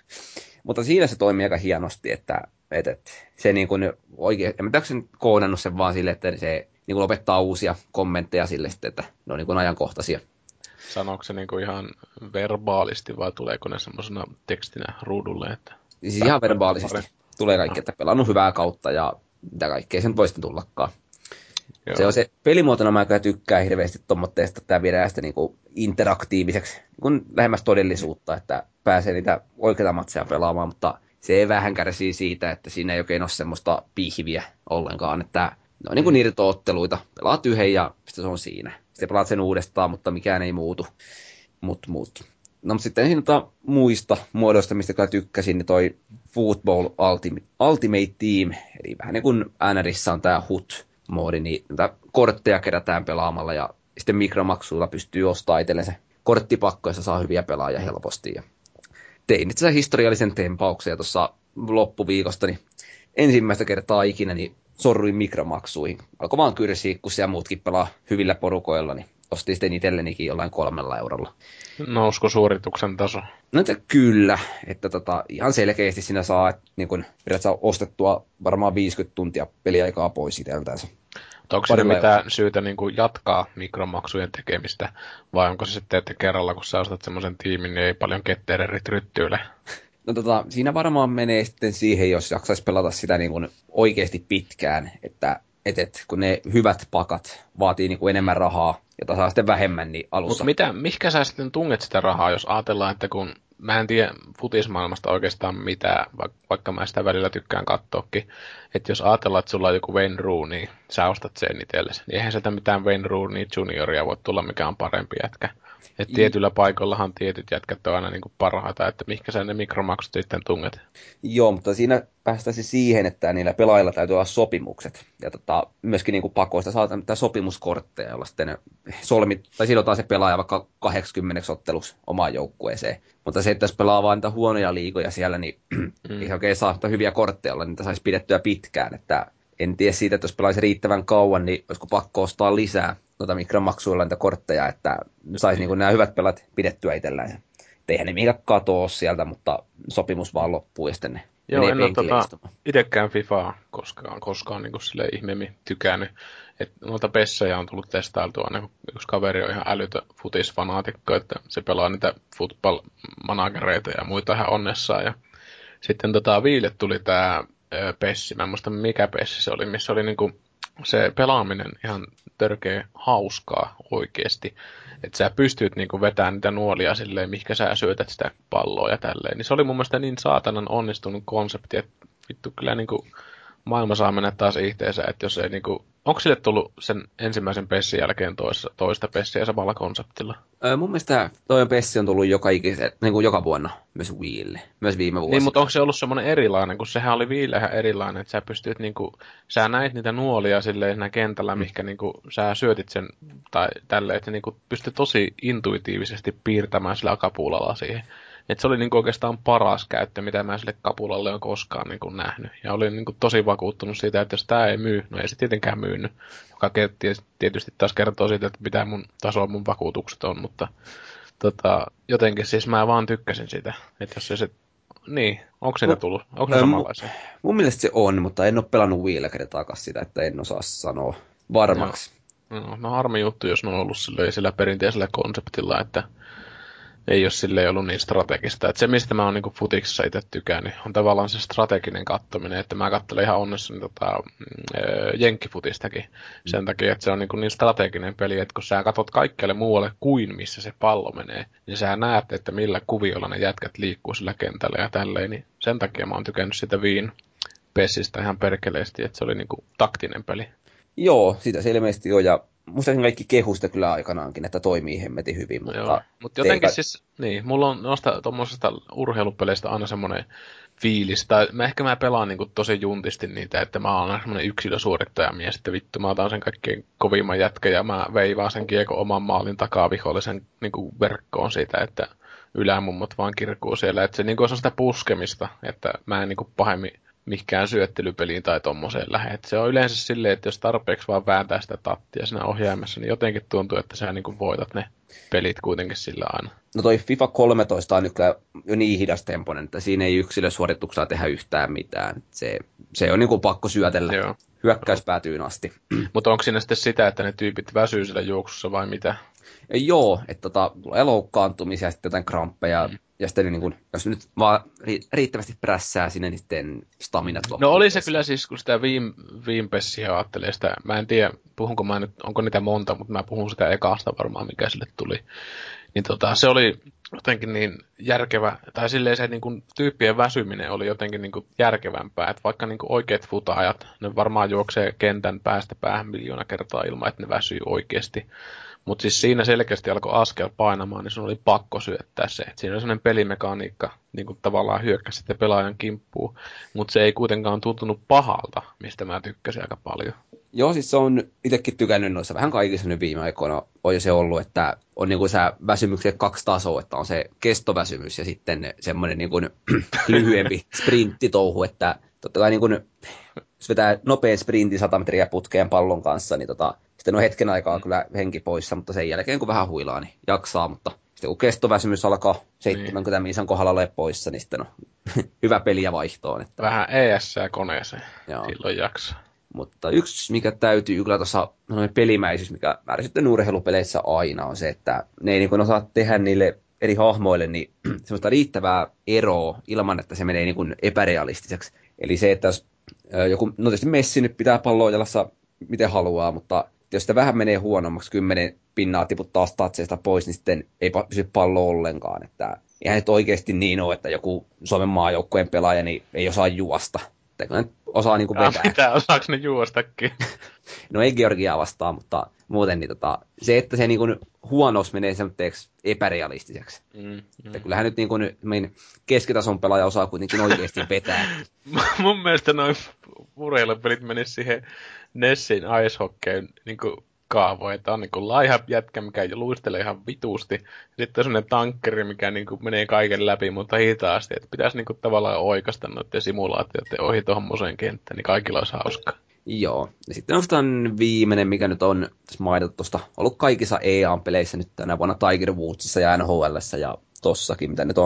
Mutta siinä se toimii aika hienosti, että, että, että se niin kuin oikein, en tiedä, sen koodannut sen vaan sille, että se niin kuin opettaa uusia kommentteja sille sitten, että ne on niin kuin ajankohtaisia. Sanooko se niin kuin ihan verbaalisti vai tuleeko ne semmoisena tekstinä ruudulle? Että siis ihan verbaalisesti pari. Tulee kaikki, että pelannut hyvää kautta ja mitä kaikkea sen voi sitten tullakaan. Joo. Se on se pelimuotona, mä kyllä tykkään hirveästi tuommoitteesta, että tämä viedään sitä niin kuin interaktiiviseksi, niin kuin lähemmäs todellisuutta, että pääsee niitä oikeita matseja pelaamaan, mutta se ei vähän kärsii siitä, että siinä ei oikein ole semmoista pihviä ollenkaan, että ne on niin kuin irto-otteluita, pelaat yhden ja sitten se on siinä. Sitten pelaat sen uudestaan, mutta mikään ei muutu. Mut, mut. No mutta sitten siinä muista muodoista, mistä kyllä tykkäsin, niin toi Football Ultimate, Ultimate Team, eli vähän niin kuin N R:ssä on tää H U T-moodi, niin näitä kortteja kerätään pelaamalla ja sitten mikromaksuilla pystyy ostamaan itsellensä korttipakko, jossa saa hyviä pelaajia helposti. Ja tein itse asiassa historiallisen tempauksen tuossa loppuviikosta, niin ensimmäistä kertaa ikinä niin sorruin mikromaksuihin. Alkoi vaan kyrsiä, kun siellä muutkin pelaa hyvillä porukoilla, niin ostin sitten itsellenikin jollain kolmella eurolla. Nousko suorituksen taso? No että kyllä, että tota, ihan selkeästi siinä saa, että niin kun saa ostettua varmaan viisikymmentä tuntia peliaikaa pois itseltänsä. Onko siinä mitään syytä niin kuin jatkaa mikromaksujen tekemistä, vai onko se sitten, että kerralla kun sä ostat semmoisen tiimin, niin ei paljon kettererit ryttyyle? No tota, siinä varmaan menee sitten siihen, jos jaksaisi pelata sitä niin kuin oikeasti pitkään, että et, et, kun ne hyvät pakat vaatii niin kuin enemmän rahaa, jota saa sitten vähemmän, niin alussa... Mutta mitä, mihkä sä sitten tunget sitä rahaa, jos ajatellaan, että kun mä en tiedä futismaailmasta oikeastaan mitään, vaikka mä sitä välillä tykkään katsoakin, että jos ajatellaan, että sulla on joku Wayne Rooney, sä ostat sen itsellesi, niin eihän sieltä mitään Wayne Rooney junioria voi tulla, mikä on parempi jätkä. Että tietyllä paikollahan tietyt jätkät on aina niin kuin parhaita, että mihinkä sä ne mikromaksut sitten tunget. Joo, mutta siinä päästään siihen, että niillä pelaajilla täytyy olla sopimukset. Ja tota, myöskin niin kuin pakoista saa tämmöitä sopimuskortteja, jolla sitten solmit, tai sidotaan se pelaaja vaikka kahdeksankymmentä ottelussa omaan joukkueeseen. Mutta se, että jos pelaa vain niitä huonoja liigoja siellä, niin mm. ei oikein saa hyviä kortteja olla, niitä saisi pidettyä pitkään. Että en tiedä siitä, että jos pelaisi riittävän kauan, niin olisiko pakko ostaa lisää noita mikromaksuilla niitä kortteja, että saisi niin nämä hyvät pelat pidettyä itsellään. Eihän ne mihinkään katoa sieltä, mutta sopimus vaan loppuu ja sitten ne Joo, en ole tota, itsekään Fifaa koskaan, koskaan niin silleen ihmeemmin tykännyt. Et noita pessejä on tullut testailtua aina, kun yksi kaveri on ihan älytön futisfanaatikko, että se pelaa niitä football-managereita ja muita ihan onnessaan. Ja sitten tota, Viille tuli tää pessi, mä en muista mikä pessi se oli, missä oli niinku se pelaaminen ihan törkeä hauskaa oikeesti. Että sä pystyt niinku vetämään niitä nuolia silleen, mihinkä sä syötät sitä palloa ja tälleen. Niin se oli mun mielestä niin saatanan onnistunut konsepti, että vittu kyllä niinku maailma saa mennä taas ihteensä, että jos ei niinku... Onko sille tullut sen ensimmäisen pessin jälkeen toista, toista pessiä samalla konseptilla? Öö, mun mielestä toinen pessi on tullut joka, ikise, niin kuin joka vuonna myös Wiille, myös viime vuosina. Niin, mutta onko se ollut semmoinen erilainen, kun sehän oli Wiille ihan erilainen, että sä pystyt niinku... Sä näit niitä nuolia silleen siinä kentällä, mm. mihinkä niinku sä syötit sen tai tälleen, että niinku pystyt tosi intuitiivisesti piirtämään sillä kapulalla siihen. Että se oli niinku oikeastaan paras käyttö, mitä mä sille kapulalle on koskaan niinku nähnyt. Ja olin niinku tosi vakuuttunut siitä, että jos tää ei myy, no ei se tietenkään myynyt. Joka tietysti taas kertoo siitä, että mitä mun tasoa mun vakuutukset on, mutta tota, jotenkin siis mä vaan tykkäsin sitä. Että jos se, niin, onko siinä tullut? Onko ne samanlaisia? Mun, mun mielestä se on, mutta en ole pelannut Wiillä kertaakaan sitä, että en osaa sanoa varmaksi. No, no, no harmi juttu, jos ne on ollut sillä, sillä perinteisellä konseptilla, että ei ole silleen ollut niin strategista. Että se, mistä mä oon niinku futiksessa itse tykännyt, on tavallaan se strateginen kattominen, että mä katselen ihan onnessani tota, jenkkifutistakin sen takia, että se on niinku niin strateginen peli, että kun sä katsot kaikkialle muualle kuin missä se pallo menee, niin sä näet, että millä kuviolla ne jätkät liikkuu sillä kentällä ja tälleen, niin sen takia mä oon tykännyt sitä Viin pessistä ihan perkeleesti, että se oli niinku taktinen peli. Joo, sitä se ilmeisesti on, ja musta kaikki kehusta kyllä aikanaankin, että toimii hemmetin hyvin, mutta... Joo, mutta jotenkin teika... siis, niin, mulla on noista tuommoisesta urheilupeleistä aina semmoinen fiilis, tai mä ehkä mä pelaan niinku tosi juntisti niitä, että mä oon semmoinen yksilösuorittajamies, että vittu mä otan sen kaikkein kovimman jätkä, ja mä veivaan sen kiekon oman maalin takaa vihollisen niinku verkkoon siitä, että ylämummot vaan kirkuu siellä, että se niinku on sitä puskemista, että mä en niinku pahemmin mikään syöttelypeliin tai tommoseen lähde. Et se on yleensä silleen, että jos tarpeeksi vaan vääntää sitä tattia siinä ohjaimessa, niin jotenkin tuntuu, että sä niin kuin voitat ne pelit kuitenkin sillä aina. No toi FIFA kolmetoista on nyt kyllä jo niin hidastempoinen, että siinä ei yksilösuorituksella tehdä yhtään mitään. Se, se on niin kuin pakko syötellä Joo. hyökkäyspäätyyn asti. Mutta onko siinä sitten sitä, että ne tyypit väsyy sillä juoksussa vai mitä? Joo, että tota, tulee loukkaantumisia ja sitten jotain kramppeja. Mm. Ja sitten niin kun, jos nyt vaan riittävästi prässää sinne, niin sitten staminat loppuu. No oli se kyllä siis, kun sitä viim, viimpessiä ajattelee sitä, mä en tiedä, puhunko mä nyt, onko niitä monta, mutta mä puhun sitä ekasta varmaan, mikä sille tuli. Niin tota, se oli jotenkin niin järkevä, tai silleen se niin kuin tyyppien väsyminen oli jotenkin niin kuin järkevämpää, että vaikka niin kuin oikeat futaajat, ne varmaan juoksee kentän päästä päähän miljoona kertaa ilman, että ne väsyy oikeasti. Mutta siis siinä selkeästi alkoi askel painamaan, niin sun oli pakko syöttää se. Et siinä oli sellainen pelimekaniikka, niin kuin tavallaan hyökkäsi sitten pelaajan kimppuun. Mutta se ei kuitenkaan tuntunut pahalta, mistä mä tykkäsin aika paljon. Joo, siis se on itsekin tykännyt noissa vähän kaikissa nyt viime aikoina. On jo se ollut, että on niin kuin se väsymyksen kaksi tasoa, että on se kestoväsymys ja sitten semmoinen niin kuin lyhyempi sprinttitouhu, että totta kai niin kuin, jos vetää nopean sprintin sata metriä putkeen pallon kanssa, niin tota, sitten on hetken aikaa kyllä henki poissa, mutta sen jälkeen kun vähän huilaa, niin jaksaa, mutta sitten kun kestoväsymys alkaa seitsemänkymmentä miisan kohdalla ole poissa, niin sitten on hyvä peliä vaihtoon. Että... Vähän E S koneeseen, Joo. silloin jaksaa. Mutta yksi, mikä täytyy kyllä tuossa pelimäisyys, mikä ärsyttää urheilupeleissä aina, on se, että ne ei niin osaa tehdä niille eri hahmoille niin semmoista riittävää eroa ilman, että se menee niin kuin epärealistiseksi. Eli se, että jos joku, no tietysti Messi nyt pitää palloa jalassa miten haluaa, mutta jos sitä vähän menee huonommaksi, kymmenen pinnaa tiputtaa statseista pois, niin sitten ei pysy pallo ollenkaan. Että eihän nyt oikeasti niin ole, että joku Suomen maajoukkueen pelaaja niin ei osaa juosta. Että osaa niin kuin vetää. Ja mitä, osaako ne juostakin? No ei Georgiaa vastaan, mutta muuten niin tota, se, että se niin kuin huonous menee semmoitteeksi epärealistiseksi. Mm, mm. Että kyllähän nyt niin kuin keskitason pelaaja osaa kuitenkin oikeasti vetää. Mun mielestä noin urheilupelit menis siihen Nessin ice-hockeyn niin kaavoin, että on niin kuin laiha jätkä, mikä luistelee ihan vitusti. Sitten on sellainen tankkeri, mikä niin kuin menee kaiken läpi, mutta hitaasti. Että pitäisi niin kuin tavallaan oikasta noiden simulaatioiden ohi tuohon kenttään, niin kaikilla olisi hauskaa. Joo. Ja sitten on viimeinen, mikä nyt on tässä mainittu tuosta, ollut kaikissa E A-peleissä nyt tänä vuonna Tiger Woodsissa ja N H L:ssä ja tossakin, mitä nyt on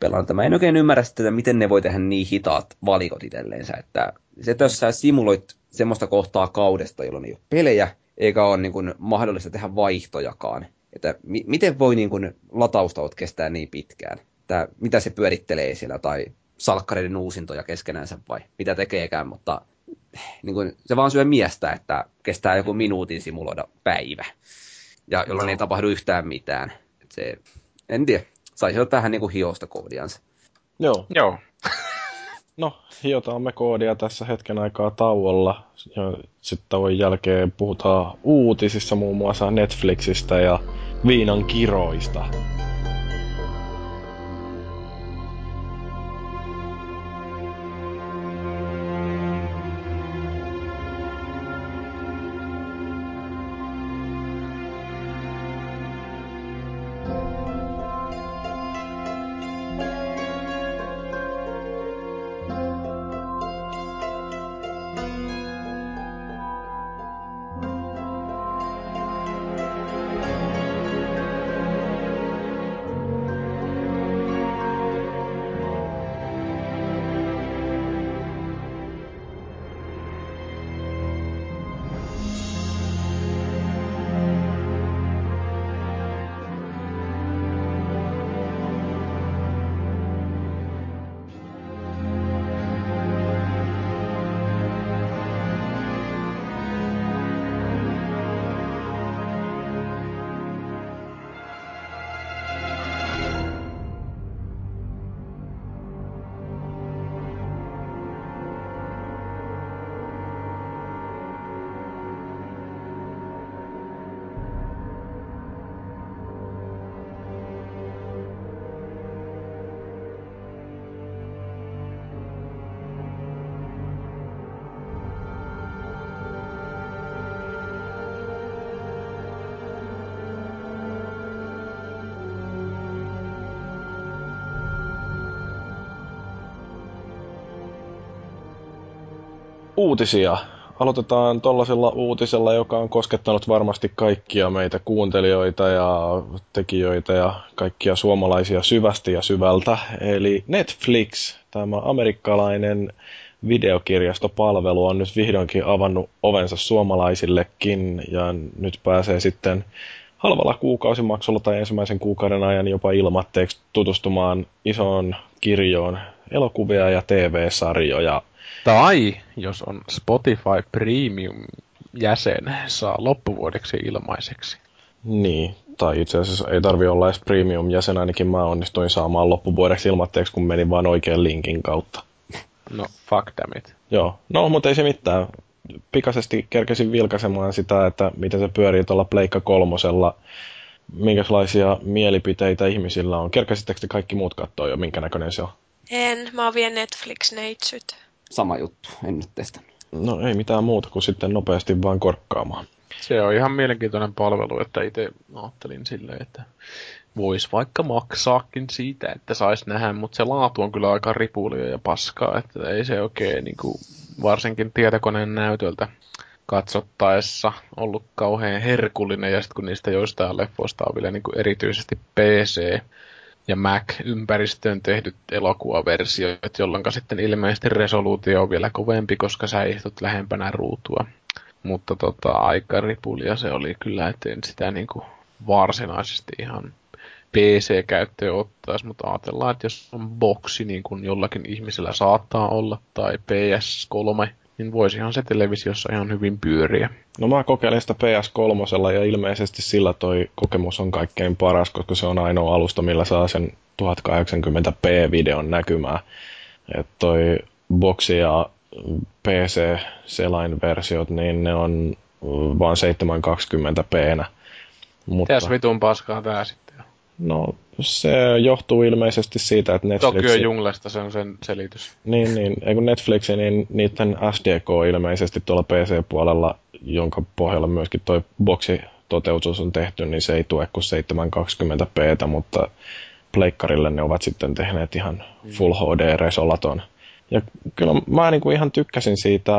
pelannut. Mä en oikein ymmärrä sitä, että miten ne voi tehdä niin hitaat valikot itselleensä. Että se, että jos sä simuloit semmoista kohtaa kaudesta, jolloin ei ole pelejä, eikä ole niin kuin mahdollista tehdä vaihtojakaan. Että mi- miten voi niin kuin lataustaut kestää niin pitkään? Että mitä se pyörittelee siellä tai salkkareiden uusintoja keskenänsä vai mitä tekeekään, mutta niin kuin, se vaan syö miestä, että kestää joku minuutin simuloida päivä, ja jolloin no. ei tapahdu yhtään mitään. Et se, en tiedä, saisi olla tähän niin kuin hiosta koodiansa. Joo. Joo. No, hiotaan me koodia tässä hetken aikaa tauolla. Ja sitten tauon jälkeen puhutaan uutisissa muun muassa Netflixistä ja viinan kiroista. Uutisia. Aloitetaan tollasella uutisella, joka on koskettanut varmasti kaikkia meitä kuuntelijoita ja tekijöitä ja kaikkia suomalaisia syvästi ja syvältä. Eli Netflix, tämä amerikkalainen videokirjastopalvelu, on nyt vihdoinkin avannut ovensa suomalaisillekin ja nyt pääsee sitten halvalla kuukausimaksulla tai ensimmäisen kuukauden ajan jopa ilmatteeksi tutustumaan isoon kirjoon elokuvia ja T V-sarjoja. Tai jos on Spotify Premium-jäsen, saa loppuvuodeksi ilmaiseksi. Niin, tai itse asiassa ei tarvi olla edes Premium-jäsen, ainakin mä onnistuin saamaan loppuvuodeksi ilmatteeksi, kun menin vaan oikean linkin kautta. No, fuck damn it. Joo, no mutta ei se mitään. Pikaisesti kerkesin vilkaisemaan sitä, että miten se pyörii tuolla Pleikka kolmosella, minkälaisia mielipiteitä ihmisillä on. Kerkäsittekö te kaikki muut katsoa jo, minkä näköinen se on? En, mä oon vielä Netflix-neitsyt. Sama juttu, en nyt testannut. No ei mitään muuta kuin sitten nopeasti vaan korkkaamaan. Se on ihan mielenkiintoinen palvelu, että itse ajattelin silleen, että vois vaikka maksaakin siitä, että sais nähdä, mutta se laatu on kyllä aika ripulia ja paskaa, että ei se oikein niin kuin, varsinkin tietokoneen näytöltä katsottaessa ollut kauhean herkullinen, ja sitten kun niistä joistain leffoista on vielä niin kuin erityisesti P C ja Mac-ympäristöön tehdyt elokuvaversiot, jolloin sitten ilmeisesti resoluutio on vielä kovempi, koska sä istut lähempänä ruutua. Mutta tota, aika ripulia se oli kyllä, että en sitä niin kuin varsinaisesti ihan P C-käyttöön ottaisi, mutta ajatellaan, että jos on boksi, niin kuin jollakin ihmisellä saattaa olla, tai P S kolme, niin voisihan se televisiossa ihan hyvin pyöriä. No mä kokeilin sitä P S kolme ja ilmeisesti sillä toi kokemus on kaikkein paras, koska se on ainoa alusta, millä saa sen tuhatkahdeksankymmentä p-videon näkymään. Että toi boksi ja P C-selain-versiot, niin ne on vaan seitsemänsataakaksikymmentä p-nä. Mutta mitäs vitun paskaa tää sitten on? No se johtuu ilmeisesti siitä, että Netflix... Tokyo Junglesta se on sen selitys. Niin, niin. Ei kun Netflix, niin niiden S D K ilmeisesti tuolla P C-puolella, jonka pohjalla myöskin toi boksi-toteutus on tehty, niin se ei tue kuin seitsemänsataakaksikymmentä p-tä, mutta pleikkarille ne ovat sitten tehneet ihan Full H D-resolaton. Ja kyllä mä niin kuin ihan tykkäsin siitä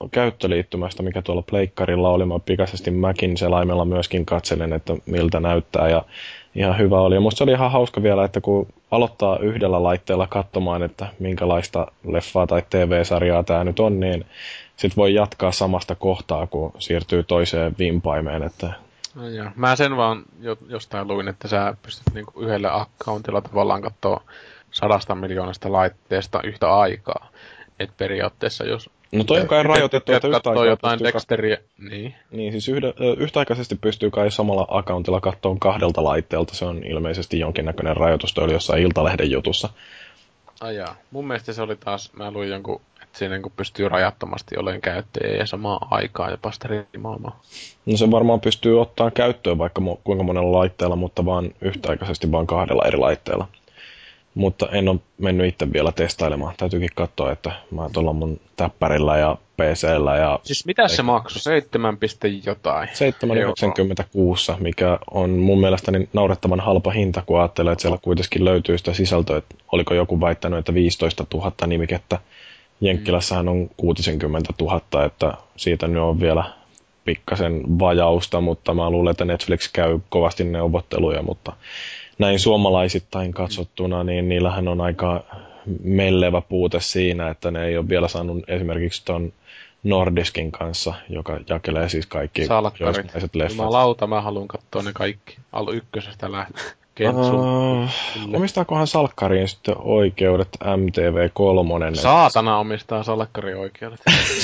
käyttöliittymästä, mikä tuolla pleikkarilla oli. Mä pikaisesti Macin selaimella myöskin katselen, että miltä näyttää ja ihan hyvä oli. Ja musta se oli ihan hauska vielä, että kun aloittaa yhdellä laitteella katsomaan, että minkälaista leffaa tai T V-sarjaa tämä nyt on, niin sit voi jatkaa samasta kohtaa, kun siirtyy toiseen vimpaimeen. Että... No joo. Mä sen vaan jo, jostain luin, että sä pystyt niinku yhdellä accountilla tavallaan katsoa sadasta miljoonasta laitteesta yhtä aikaa. Et periaatteessa jos... No toi on kai rajoitettu, että yhtä aikaa jotain pystyy... Dexteriä, niin. Niin, siis yhtä, yhtäaikaisesti pystyy kai samalla accountilla katsomaan kahdelta laitteelta. Se on ilmeisesti jonkinnäköinen rajoitus. Toi oli jossain Iltalehden jutussa. Ai jaa. Mun mielestä se oli taas, mä luin jonkun, että siinä niin pystyy rajattomasti olemaan käyttäjiä ja samaan aikaan jopa striimaamaan. No se varmaan pystyy ottaa käyttöön vaikka mo- kuinka monella laitteella, mutta vaan yhtäaikaisesti vaan kahdella eri laitteella. Mutta en ole mennyt itse vielä testailemaan. Täytyykin katsoa, että mä tuolla mun täppärillä ja P C:llä ja... Siis mitä se maksoi? Seitsemän piste jotain? seitsemän yhdeksänkymmentäkuusi, mikä on mun mielestäni naurettavan halpa hinta, kun ajattelee, että siellä kuitenkin löytyy sitä sisältöä. Että oliko joku väittänyt, että viisitoistatuhatta nimikettä. Jenkkilässähän on kuusikymmentätuhatta, että siitä nyt on vielä pikkasen vajausta, mutta mä luulen, että Netflix käy kovasti neuvotteluja, mutta... Näin suomalaisittain katsottuna, niin niillähän on aika mellevä puute siinä, että ne ei ole vielä saanut esimerkiksi ton Nordiskin kanssa, joka jakelee siis kaikki joismaiset leffat. Jumalauta, mä haluan katsoa ne kaikki. Alu ykkösestä lähtien. Uh, omistaakohan salkkariin sitten oikeudet M T V kolme? Saatana omistaa salkkariin oikeudet.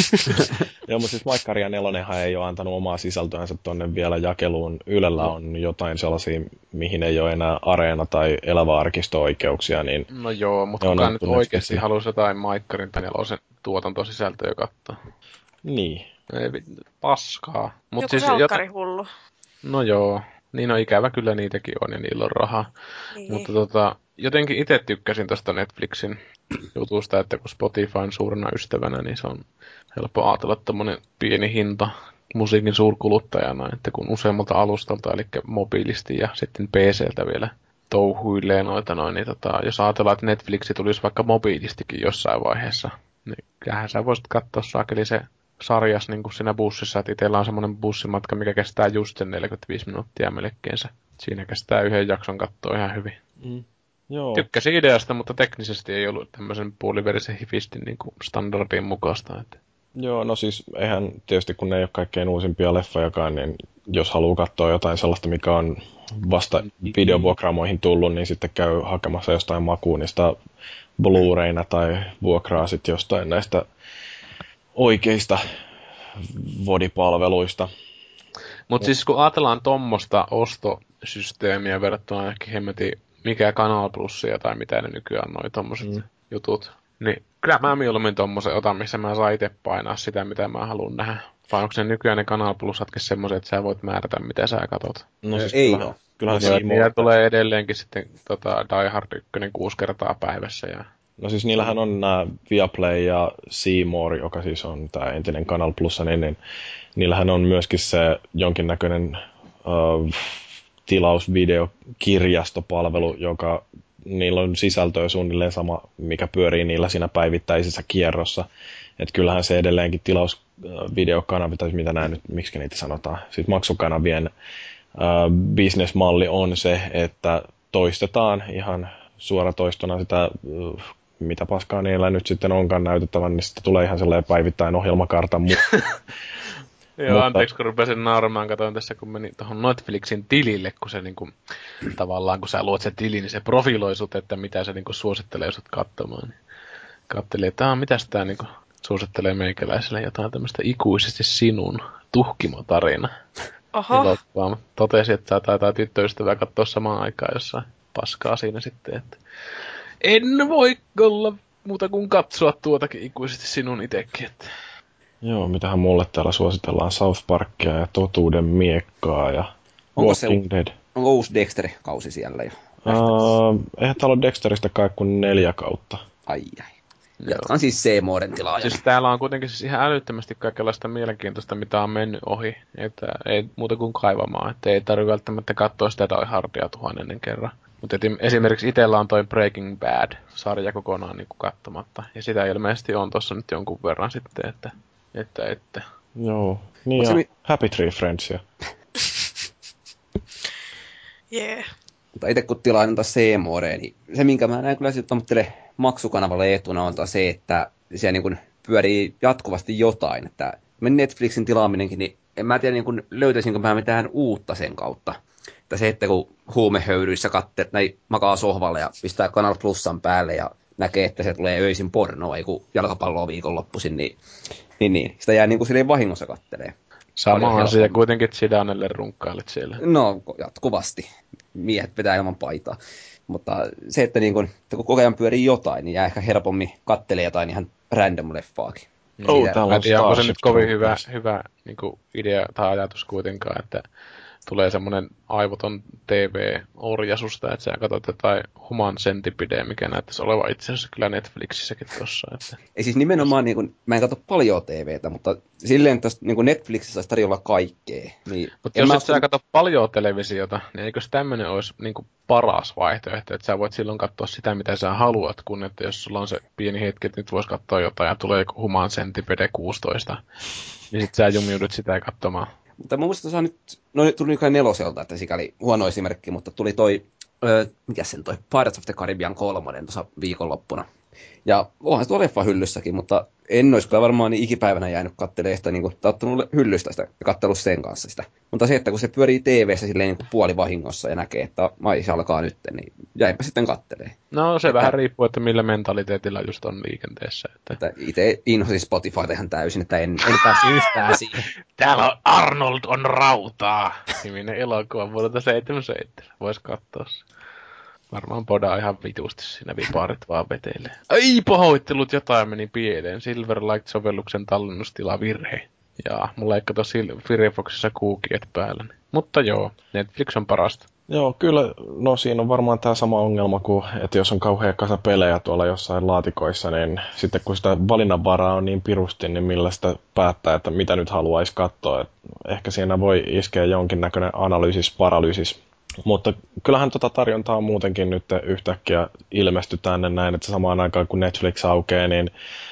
Joo, mutta siis Maikkari ja Nelonenhan ei ole antanut omaa sisältöänsä tonne vielä jakeluun. Ylellä no. on jotain sellaisia, mihin ei ole enää Areena tai Elävä arkisto-oikeuksia. Niin no joo, mutta kukaan nyt oikeasti haluaisi jotain Maikkarin tai Nelosen tuotantosisältöä katsoa. Niin. Ei, paskaa. Mut Joku siis salkkarihullu. Jota... No joo. Niin on ikävä kyllä niitäkin on ja niillä on rahaa. Niin. Mutta tota, jotenkin itse tykkäsin tuosta Netflixin jutusta, että kun Spotify on suurena ystävänä, niin se on helppo ajatella tommonen pieni hinta musiikin suurkuluttajana, että kun useammalta alustalta, eli mobiilisti ja sitten P C:ltä vielä touhuilee noita noin, niin tota, jos ajatellaan, että Netflixi tulisi vaikka mobiilistikin jossain vaiheessa, niin kyllähän sä voisit katsoa saakeli se sarjas niin kuin siinä bussissa, että itsellä on semmoinen bussimatka, mikä kestää just sen neljäkymmentäviisi minuuttia melkeensä. Siinä kestää yhden jakson katsoa ihan hyvin. Mm. Joo. Tykkäsin ideasta, mutta teknisesti ei ollut tämmöisen puoliverisen hifistin niin kuin standardin mukaista. Että. Joo, no siis eihän tietysti kun ne ei ole kaikkein uusimpia leffojakaan, niin jos haluaa katsoa jotain sellaista, mikä on vasta videovuokraamoihin tullut, niin sitten käy hakemassa jostain makuunista Blu-rayna tai vuokraa sitten jostain näistä oikeista vodipalveluista. Mutta siis kun ajatellaan tuommoista ostosysteemiä verrattuna ehkä hemmetin mikä Kanal Plusia tai mitä ne nykyään noi tommoset mm. jutut, niin kyllä mä mieluummin tommosen otan, missä mä saan itse painaa sitä, mitä mä haluan nähdä. Vai onko se nykyään ne Kanal Plusatkin semmoset, että sä voit määrätä, mitä sä katot? No siis ei oo. Kyllähän se niillä tulee edelleenkin sitten tota, Die Hard yksi kuusi kertaa päivässä ja... No siis niillähän on nämä Viaplay ja C More, joka siis on tämä entinen Kanal Plus, niin, niin niillähän on myöskin se jonkinnäköinen uh, tilausvideokirjastopalvelu, joka niillä on sisältöä suunnilleen sama, mikä pyörii niillä siinä päivittäisessä kierrossa. Että kyllähän se edelleenkin tilausvideokanavi, tai mitä nämä nyt, miksi niitä sanotaan, sitten maksukanavien uh, businessmalli on se, että toistetaan ihan suoratoistona sitä... Uh, mitä paskaa niillä nyt sitten onkaan näytettävän, niin sitten tulee ihan sellainen päivittäin ohjelmakartan mu- Joo, mutta... anteeksi kun rupesin nauramaan, katsoin tässä kun meni tuohon Netflixin tilille, kun se niinku, tavallaan kun sä luot se tili, niin se profiloi sut, että mitä se niinku suosittelee sut katsomaan. Niin katselin, että aah, mitäs tää niinku suosittelee meikäläiselle jotain tämmöistä ikuisesti sinun tuhkimotarina. Oho. Vaan totesi, että sä taitaa tyttöystävää katsoa samaan aikaan jossain paskaa siinä sitten, että en voi olla muuta kuin katsoa tuotakin ikuisesti sinun itekin. Että. Joo, mitähän mulle täällä suositellaan South Parkia ja Totuuden miekkaa ja onko Walking se, Dead. Onko uusi Dexter-kausi siellä jo? Uh, eihän täällä ole Dexteristä kai kuin neljä kautta. Ai ai. Jatkan siis C-Moden tilaa. Siis täällä on kuitenkin siis ihan älyttömästi kaikenlaista mielenkiintoista, mitä on mennyt ohi. Että ei muuta kuin kaivamaan. Että ei tarvitse välttämättä katsoa sitä tai hardia tuhannen kerran. Mutta esimerkiksi itsellä on toi Breaking Bad-sarja kokonaan niin kuin katsomatta. Ja sitä ilmeisesti on tuossa nyt jonkun verran sitten, että Että, että. Joo. Niin Mut ja se... Happy Tree Friendsia. Yeah. Mutta itse kun tilaan taas C-modeen, niin se minkä mä näen kyllä sitten maksukanavalle etuna on taas se, että siellä niin kuin pyörii jatkuvasti jotain. Että Netflixin tilaaminenkin, niin en mä tiedä niin kuin löytäisinkö mä mitään uutta sen kautta. Että se, että kun huumehöyryissä katseet, näin makaa sohvalle ja pistää Kanal Plusan päälle ja näkee, että se tulee öisin pornoa, ei kun jalkapalloa viikonloppuisin, niin, niin, niin sitä jää niin kuin silleen vahingossa kattelee. Sama asia kuitenkin Zidanelle runkkailet siellä. No, jatkuvasti. Miehet vetää ilman paitaa. Mutta se, että, niin kun, että kun koko ajan pyörii jotain, niin jää ehkä helpommin kattelee jotain ihan random-leffaakin. Oh, Siitä... täällä Mä en tiedä, onko se nyt kovin Starship hyvä, hyvä niin kuin idea tai ajatus kuitenkaan, että tulee semmoinen aivoton T V-orjasusta, että sä katsot jotain Human Centipedea, mikä näyttäisi olevan itse asiassa kyllä Netflixissäkin tossa. Että... Ei siis nimenomaan, niin kun, mä en katso paljon T V:tä, mutta silleen, että niin Netflixissä olisi tarjolla kaikkea. Niin mutta jos et usko... sä katso paljon televisiota, niin eikös tämmöinen olisi niin kuin paras vaihtoehto, että sä voit silloin katsoa sitä, mitä sä haluat, kun että jos sulla on se pieni hetki, että nyt vois katsoa jotain ja tulee Human Centipede kuusitoista, niin sit sä jumiudut sitä katsomaan. Mutta mun mielestä se on nyt, no nyt tuli kai neloselta, että sikäli huono esimerkki, mutta tuli toi, öö, mikä sen toi, Pirates of the Caribbean kolmonen tuossa viikonloppuna. Ja onhan se tuo leffa hyllyssäkin, mutta en olisi kyllä varmaan niin ikipäivänä jäänyt katselemaan sitä, niin kuin, tai ottanut hyllystä sitä ja katsellut sen kanssa sitä. Mutta se, että kun se pyörii T V:ssä silleen niin kuin puolivahingossa ja näkee, että ai se alkaa nyt, niin jäinpä sitten kattelee. No se että, vähän riippuu, että millä mentaliteetillä just on liikenteessä. Että, että itse inhosin Spotifyta ihan täysin, että en, en päässyt yhtään siihen. Täällä on Arnold on rautaa! Niminen elokuva vuodelta seitsemänkymmentäseitsemän. Vois katsoa se. Varmaan podaa ihan vitusti siinä vipaarit vaan vetelee. Ai pahoittelut, jotain meni pieleen. Silverlight-sovelluksen tallennustila virhe. Jaa, mulla ei kato Firefoxissa kuukiet päällä. Mutta joo, Netflix on parasta. Joo, kyllä, no siinä on varmaan tämä sama ongelma kuin, että jos on kauhea kasa pelejä tuolla jossain laatikoissa, niin sitten kun sitä valinnanvaraa on niin pirusti, niin millä sitä päättää, että mitä nyt haluaisi katsoa. Et ehkä siinä voi iskeä jonkinnäköinen analyysis, paralyysis. Mutta kyllähän tota tarjontaa muutenkin nyt yhtäkkiä ilmesty tänne näin, että samaan aikaan kun Netflix aukeaa, niin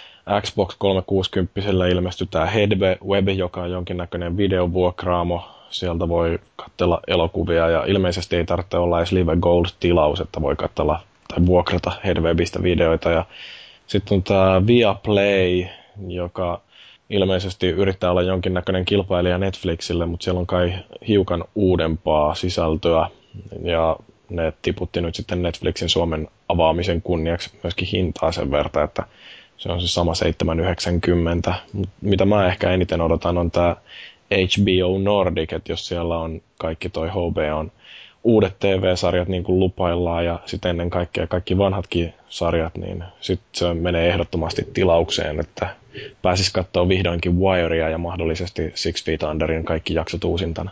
Xbox kolmesataakuusikymmentä ilmestyi tämä Headweb, joka on jonkinnäköinen videovuokraamo. Sieltä voi katsella elokuvia ja ilmeisesti ei tarvitse olla edes Live Gold-tilaus, että voi katsella tai vuokrata Headwebistä videoita. Ja sitten on tämä Viaplay, joka ilmeisesti yrittää olla jonkinnäköinen kilpailija Netflixille, mutta siellä on kai hiukan uudempaa sisältöä. Ja ne tiputti nyt sitten Netflixin Suomen avaamisen kunniaksi myöskin hintaa sen verran, että se on se sama seitsemän yhdeksänkymmentä. Mitä mä ehkä eniten odotan on tämä H B O Nordic, että jos siellä on kaikki toi H B O:n uudet T V-sarjat niin kuin lupaillaan ja sitten ennen kaikkea kaikki vanhatkin sarjat, niin sitten se menee ehdottomasti tilaukseen, että pääsis katsoa vihdoinkin Wirea ja mahdollisesti Six Feet Underin kaikki jaksot uusintana.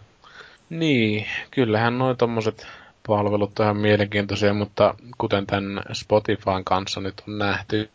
Niin, kyllähän noi tommoset palvelut on ihan mielenkiintoisia, mutta kuten tämän Spotifyn kanssa nyt on nähty,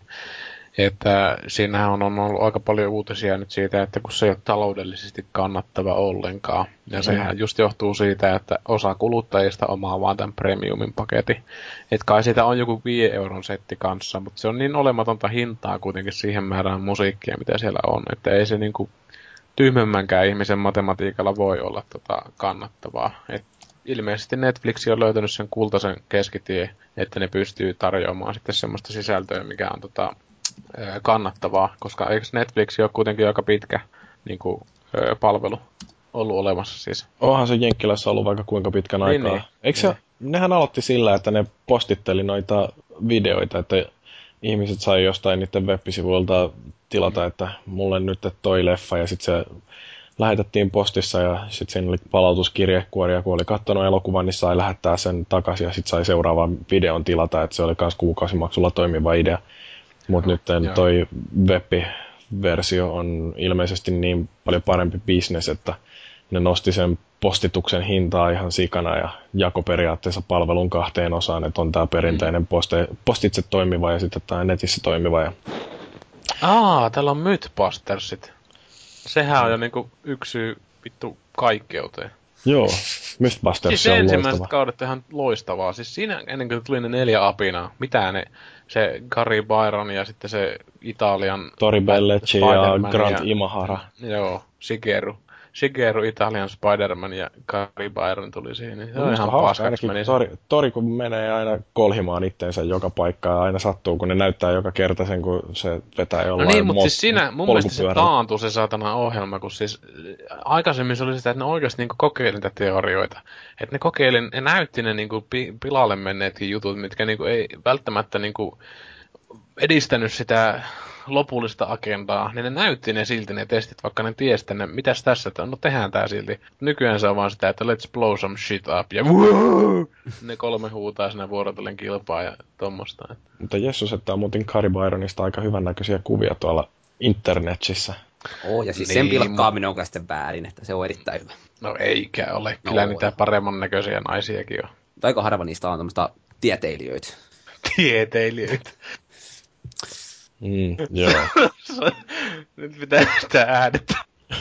että siinähän on ollut aika paljon uutisia nyt siitä, että kun se ei ole taloudellisesti kannattava ollenkaan. Ja sehän just johtuu siitä, että osa kuluttajista omaa vaan tämän premiumin paketin. Että kai siitä on joku viiden euron setti kanssa, mutta se on niin olematonta hintaa kuitenkin siihen määrään musiikkia, mitä siellä on. Että ei se niinku tyhmemmänkään ihmisen matematiikalla voi olla tota kannattavaa. Et ilmeisesti Netflix on löytänyt sen kultaisen keskitie, että ne pystyy tarjoamaan sitten semmoista sisältöä, mikä on tota kannattavaa, koska eikö Netflix ole kuitenkin aika pitkä niin kuin, ö, palvelu ollut olemassa siis? Onhan se Jenkkilässä ollut vaikka kuinka pitkän niin, aikaa. Niin, eikö se, niin. Nehän aloitti sillä, että ne postitteli noita videoita, että ihmiset sai jostain niiden web-sivuilta tilata, että mulle nyt toi leffa, ja sitten se lähetettiin postissa, ja sitten siinä oli palautuskirjekuoria, kun oli katsonut elokuvan, niin sai lähettää sen takaisin, ja sitten sai seuraavan videon tilata, että se oli myös kuukausimaksulla toimiva idea. Mutta nyt toi web-versio on ilmeisesti niin paljon parempi business, että ne nosti sen postituksen hintaa ihan sikana ja jako periaatteessa palvelun kahteen osaan, että on tämä perinteinen poste, postitse toimiva ja sitten tämä netissä toimiva. Ja... Aa, täällä on Mythbustersit. Sehän on jo niinku yksi syy vittu kaikkeuteen. Joo, Siis Mythbusters se on ensimmäiset loistava. kaudet ihan loistavaa. Siis siinä ennen kuin tuli ne neljä apinaa, mitä ne, se Gary Byron ja sitten se Italian Tori Bellecci ja Spider-Man Grant Imahara. Joo, Shigeru. Shigeru, Italian Spider-Man ja Gary Byron tuli siihen. Niin se No, on musta ihan hauska paskaksi ainakin, meni kun se. tori, tori kun menee aina kolhimaan itteensä joka paikkaan, aina sattuu, kun ne näyttää joka kerta sen, kun se vetää No jollain niin, mutta mo- siis siinä mun mielestä se polkupyörällä. taantui se saatana ohjelma, kun siis äh, aikaisemmin se oli sitä, että ne oikeasti niinku kokeili niitä teorioita. Että ne kokeili, ne näytti ne niinku pi- pilalle menneetkin jutut, mitkä niinku ei välttämättä niinku edistänyt sitä lopullista agendaa, niin ne näytti ne silti ne testit, vaikka ne tiesi, että ne, mitäs tässä, että no tehdään tää silti. Nykyään se on vaan sitä, että let's blow some shit up, ja wow! Ne kolme huutaa siinä vuorotellen kilpaa ja tommosta. Mutta Jessus, että on muuten Gary Byronista aika hyvän näköisiä kuvia tuolla internetissä. Oo, ja siis Niin, sen pilkkaaminen on kyllä sitten väärin, että se on erittäin hyvä. No eikä ole, kyllä No, niitä joo. paremman näköisiä naisiakin on. Aika harva niistä on tämmöistä tieteilijöitä. Tieteilijöitä. Mm, joo. Nyt pitää sitä äänettä.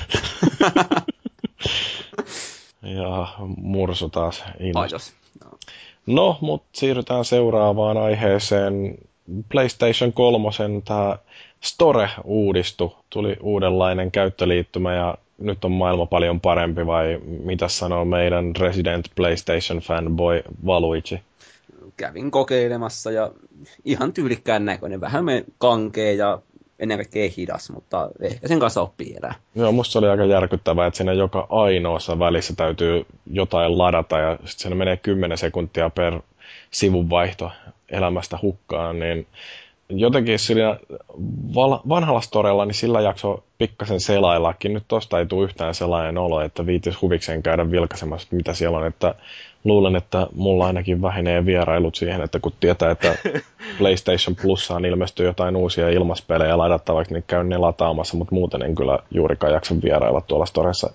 Ja Mursu taas innostaa. Aidos. No. No, mutta siirrytään seuraavaan aiheeseen. PlayStation kolme, tämä Store uudistui, tuli uudenlainen käyttöliittymä ja nyt on maailma paljon parempi, vai mitä sanoo meidän resident PlayStation fanboy Valuigi? Kävin kokeilemassa ja ihan tyylikkään näköinen. Vähän me kankea ja ennen kaikkea hidas, mutta ehkä sen kanssa oppii elää. Joo, musta se oli aika järkyttävää, että siinä joka ainoassa välissä täytyy jotain ladata ja sitten siinä menee kymmenen sekuntia per sivunvaihto elämästä hukkaan, niin jotenkin sillä vanhalla storella, niin sillä jakso pikkasen selaillakin. Nyt tosta ei tule yhtään sellainen olo, että viitis huvikseen käydä vilkaisemassa, mitä siellä on. Että luulen, että mulla ainakin vähenee vierailut siihen, että kun tietää, että PlayStation Plusaan ilmestyy jotain uusia ilmaspelejä ladattavaksi, niin käyn ne lataamassa, mutta muuten en kyllä juurikaan jaksa vierailla tuolla storessa.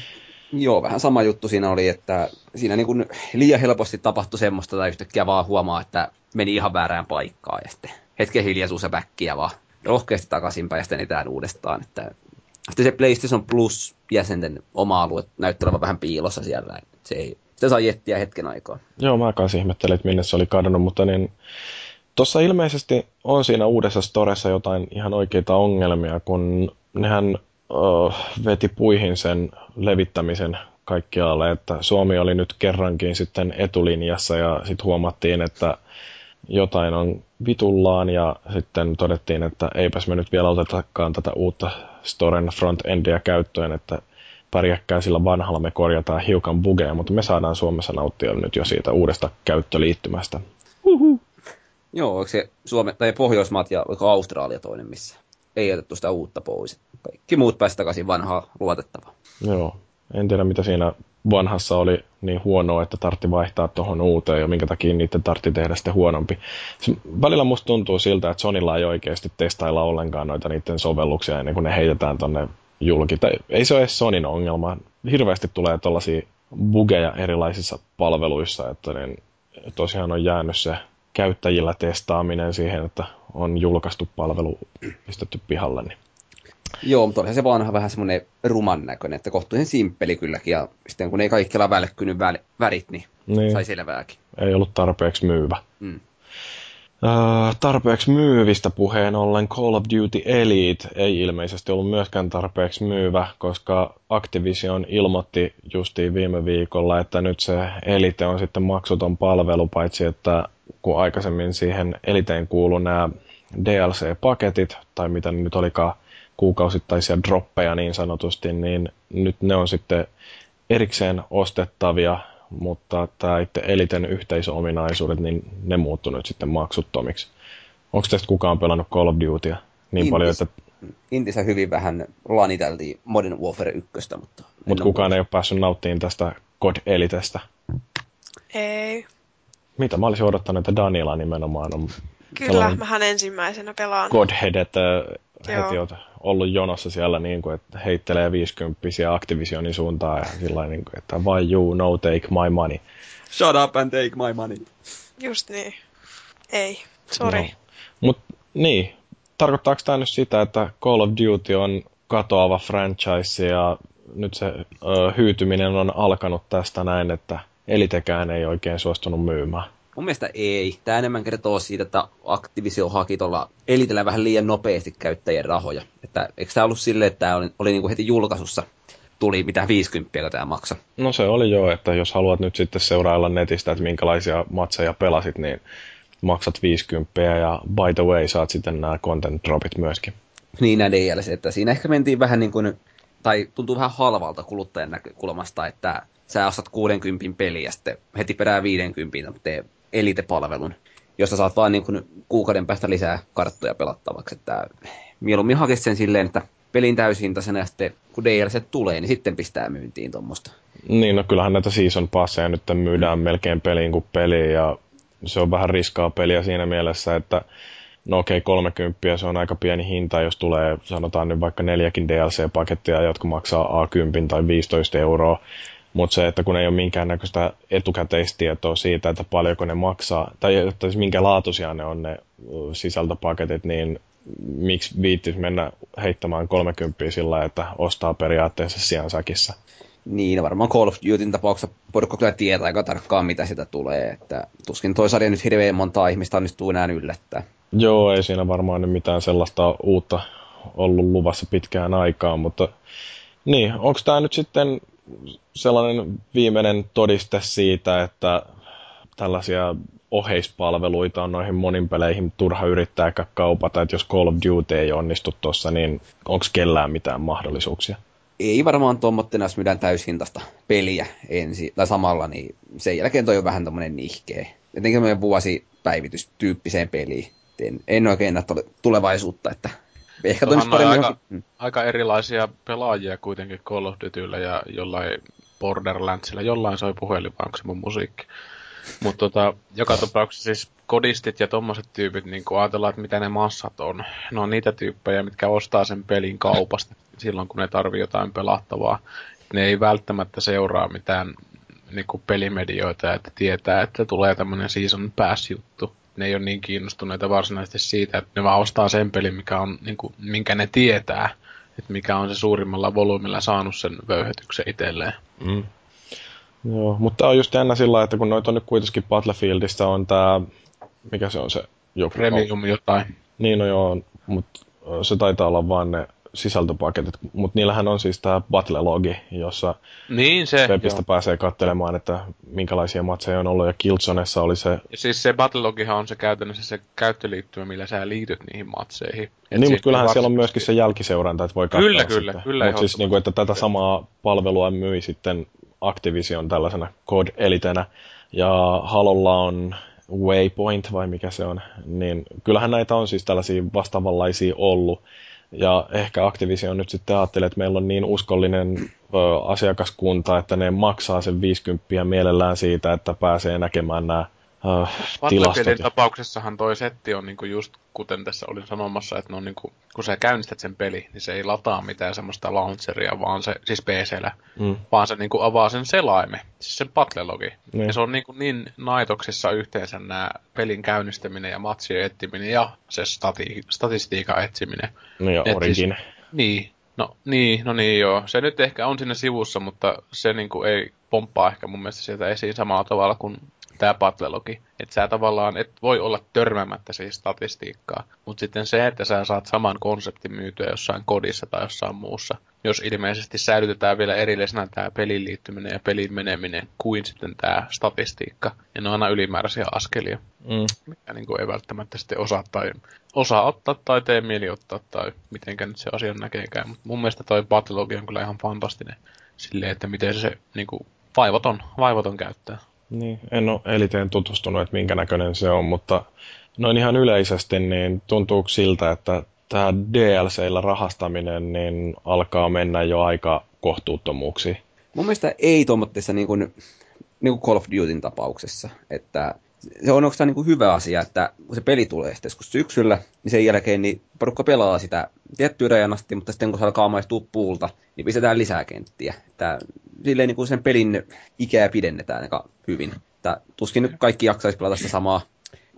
Joo, vähän sama juttu siinä oli, että siinä niin kuin liian helposti tapahtui semmoista, tai yhtäkkiä vaan huomaa, että meni ihan väärään paikkaan, ja sitten hetken hiljaisuus ja väkkiä vaan rohkeasti takaisinpäin, ja sitten etään uudestaan. Että sitten se PlayStation Plus-jäsenten oma alue näyttää olevan vähän piilossa siellä, se ei, sitä saa jettiä hetken aikaa. Joo, mä kanssa ihmettelin, että minne se oli kadonnut, mutta niin tuossa ilmeisesti on siinä uudessa storessa jotain ihan oikeita ongelmia, kun nehän uh, veti puihin sen levittämisen kaikkialle, että Suomi oli nyt kerrankin sitten etulinjassa ja sitten huomattiin, että jotain on vitullaan ja sitten todettiin, että eipäs me nyt vielä otetakaan tätä uutta storen front-endia käyttöön, että pärjäkkää sillä vanhalla, me korjataan hiukan bugeja, mutta me saadaan Suomessa nauttia nyt jo siitä uudesta käyttöliittymästä. Uhuh. Joo, onko se Suome, tai Pohjoismaat ja oliko Australia toinen, missä ei otettu sitä uutta pois. Kaikki muut pääsi takaisin vanhaa luotettavaa. Joo, en tiedä mitä siinä vanhassa oli niin huonoa, että tartti vaihtaa tuohon uuteen ja minkä takia niiden tartti tehdä sitten huonompi. Välillä musta tuntuu siltä, että Sonylla ei oikeasti testailla ollenkaan noita niiden sovelluksia ennen kuin ne heitetään tonne julki. Tai ei se ole edes Sonyn ongelma. Hirveästi tulee tuollaisia bugeja erilaisissa palveluissa, että niin tosiaan on jäänyt se käyttäjillä testaaminen siihen, että on julkaistu palvelu pistetty pihalle. Niin. Joo, mutta olihan se vanha vähän semmoinen ruman näköinen, että kohtuullisen simppeli kylläkin, ja sitten kun ei kaikkialla välkkynyt värit, niin, niin sai selvääkin. Ei ollut tarpeeksi myyvä. Mm. Uh, tarpeeksi myyvistä puheen ollen Call of Duty Elite ei ilmeisesti ollut myöskään tarpeeksi myyvä, koska Activision ilmoitti justiin viime viikolla, että nyt se Elite on sitten maksuton palvelu, paitsi että kun aikaisemmin siihen Eliteen kuului nämä D L C-paketit, tai mitä nyt olikaan kuukausittaisia droppeja niin sanotusti, niin nyt ne on sitten erikseen ostettavia, mutta tämä itse Eliten yhteisöominaisuudet, niin ne muuttuu nyt sitten maksuttomiksi. Onko tästä kukaan pelannut Call of Dutya niin Intis, paljon, että... Intissä hyvin vähän laniteltiin Modern Warfare yksi, mutta... Mutta kukaan ei ole päässyt nauttimaan tästä C O D Elitestä. Ei. Mitä? Mä olisin odottanut, että Daniela nimenomaan on... Kyllä, mähän ensimmäisenä pelaan. Godhead, että heti oot ollut jonossa siellä, niin kuin, että heittelee viisikymppisiä Activisionin suuntaan ja sillä niin kuin, että why you no take my money. Shut up and take my money. Just niin. Ei, sorry. No. Mut niin, tarkoittaako tämä nyt sitä, että Call of Duty on katoava franchise ja nyt se ö, hyytyminen on alkanut tästä näin, että Elitekään ei oikein suostunut myymään. Mun mielestä ei. Tämä enemmän kertoo siitä, että Activision haki tuolla Elitellä vähän liian nopeasti käyttäjien rahoja. Että eikö tämä ollut silleen, että tämä oli, oli niin kuin heti julkaisussa tuli mitä viisikymmentä tämä maksaa? No se oli jo, että jos haluat nyt sitten seurailla netistä, että minkälaisia matseja pelasit, niin maksat viisikymmentä ja by the way saat sitten nämä content dropit myöskin. Niin näin D L C, että siinä ehkä mentiin vähän niin kuin, tai tuntuu vähän halvalta kuluttajan näkökulmasta, että sä ostat kuusikymmentä peliä ja sitten heti perään viisikymmentä tee Elite-palvelun, josta saat vaan niin kuin kuukauden päästä lisää karttoja pelattavaksi. Että mieluummin hakisi sen silleen, että pelin täyshintaisena ja sitten kun D L C tulee, niin sitten pistää myyntiin tuommoista. Niin, no kyllähän näitä season passeja nyt myydään melkein peliin kuin peliin ja se on vähän riskaa peliä siinä mielessä, että no okei, okay, kolmekymmentä se on aika pieni hinta, jos tulee sanotaan nyt vaikka neljäkin D L C-pakettia, jotka maksaa A kymmenen tai viisitoista euroa. Mutta se, että kun ei ole minkäännäköistä etukäteistietoa siitä, että paljonko ne maksaa, tai että minkä laatuisia ne on ne sisältöpaketit, niin miksi viittis mennä heittämään kolmekymmentä sillä, että ostaa periaatteessa siansäkissä. Niin, varmaan Call of Dutyn tapauksessa porukka kyllä tietää aika tarkkaan, mitä sitä tulee. Että tuskin toi sarja nyt hirveän montaa ihmistä onnistuu enää yllättää. Joo, ei siinä varmaan nyt mitään sellaista uutta ollut luvassa pitkään aikaan, mutta niin, onko tämä nyt sitten sellainen viimeinen todiste siitä, että tällaisia oheispalveluita on noihin monin peleihin turha yrittääkään kaupata, että jos Call of Duty ei onnistu tuossa, niin onko kellään mitään mahdollisuuksia? Ei varmaan tuommoitteena, jos myydään täyshintaista peliä ensin, tai samalla, niin sen jälkeen toi on vähän tommonen nihkeä. Jotenkin meidän vuosipäivitystyyppiseen peliin. En, en oikein näe tulevaisuutta, että ehkä tuossa on aika, johonkin... aika erilaisia pelaajia kuitenkin Call of Dutyllä ja jollain Borderlandsilla, jollain soi puhelin, vai onko se mun musiikki. Mutta tota, joka tapauksessa siis kodistit ja tommoset tyypit, niin kun ajatellaan, että mitä ne massat on. Ne on niitä tyyppejä, mitkä ostaa sen pelin kaupasta silloin, kun ne tarvii jotain pelattavaa. Ne ei välttämättä seuraa mitään niin kuin pelimedioita, että tietää, että tulee tämmöinen season pass-juttu. Ne ei ole niin kiinnostuneita varsinaisesti siitä, että ne vaan ostaa sen pelin, mikä on, niin kuin, minkä ne tietää, että mikä on se suurimmalla volyymilla saanut sen vöyhetyksen itselleen. Mm. Joo, mutta on just jännä sillä, että kun noita on nyt kuitenkin Battlefieldista on tää, mikä se on se joku? Premium jotain. Niin no joo, mutta se taitaa olla vaan ne sisältöpaketit, mutta niillähän on siis tää Battle-logi, jossa niin se, webistä joo. pääsee katselemaan, että minkälaisia matseja on ollut, ja Killzonessa oli se... Ja siis se Battle-logihan on se käytännössä se käyttöliittymä, millä sä liityt niihin matseihin. Et niin, mutta kyllähän siellä on myöskin se jälkiseuranta, että voi katsoa Kyllä, kyllä, sitten. kyllä. Mutta siis, niinku, että tätä samaa palvelua myi sitten Activision tällaisena C O D-elitenä, ja Halolla on Waypoint, vai mikä se on, niin kyllähän näitä on siis tällaisia vastaavanlaisia ollut, ja ehkä Activision nyt sitten ajattelee, että meillä on niin uskollinen ö, asiakaskunta, että ne maksaa sen viisikymmentä mielellään siitä, että pääsee näkemään nämä ö, tilastot. Battlefieldin tapauksessahan toi setti on niinku just kuten tässä olin sanomassa, että ne on niinku, kun sä käynnistät sen peli, niin se ei lataa mitään semmoista launcheria, vaan se, siis P C:llä, mm. vaan se niinku avaa sen selaime, siis sen Battle-logi. Niin. Ja se on niinku niin naitoksissa yhteensä nämä pelin käynnistäminen ja matsien etsiminen ja se stati- statistiikan etsiminen. No ja Origin. Siis, niin, no niin, no niin joo. Se nyt ehkä on siinä sivussa, mutta se niinku ei pomppaa ehkä mun mielestä sieltä esiin samalla tavalla kuin tämä Battle-logi. Että sä tavallaan et voi olla törmäämättä siis statistiikkaa. Mutta sitten se, että sä saat saman konseptin myytyä jossain kodissa tai jossain muussa, jos ilmeisesti säilytetään vielä erillisenä tämä pelin liittyminen ja pelin meneminen kuin sitten tämä statistiikka. Ja ne on aina ylimääräisiä askelia, mm. mikä niin kuin ei välttämättä sitten osaa tai osaa ottaa tai tee mieli ottaa tai mitenkä nyt se asian näkeekään. Mutta mun mielestä toi Battle-logi on kyllä ihan fantastinen silleen, että miten se niin kuin vaivaton, vaivaton käyttää. Niin, en ole Eliteen tutustunut, että minkä näköinen se on, mutta noin ihan yleisesti, niin tuntuuko siltä, että tämä D L C:llä rahastaminen niin alkaa mennä jo aika kohtuuttomuuksiin? Mun mielestä ei tuommoitteessa niin kuin, niin kuin Call of Dutyn tapauksessa, että se on oikeastaan niin kuin hyvä asia, että kun se peli tulee sitten syksyllä, niin sen jälkeen niin porukka pelaa sitä tiettyä rajan asti, mutta sitten kun se alkaa maistua puulta, niin pistetään lisää kenttiä. Että silleen niin kuin sen pelin ikää pidennetään aika hyvin. Että tuskin nyt kaikki jaksaisi pelata sitä samaa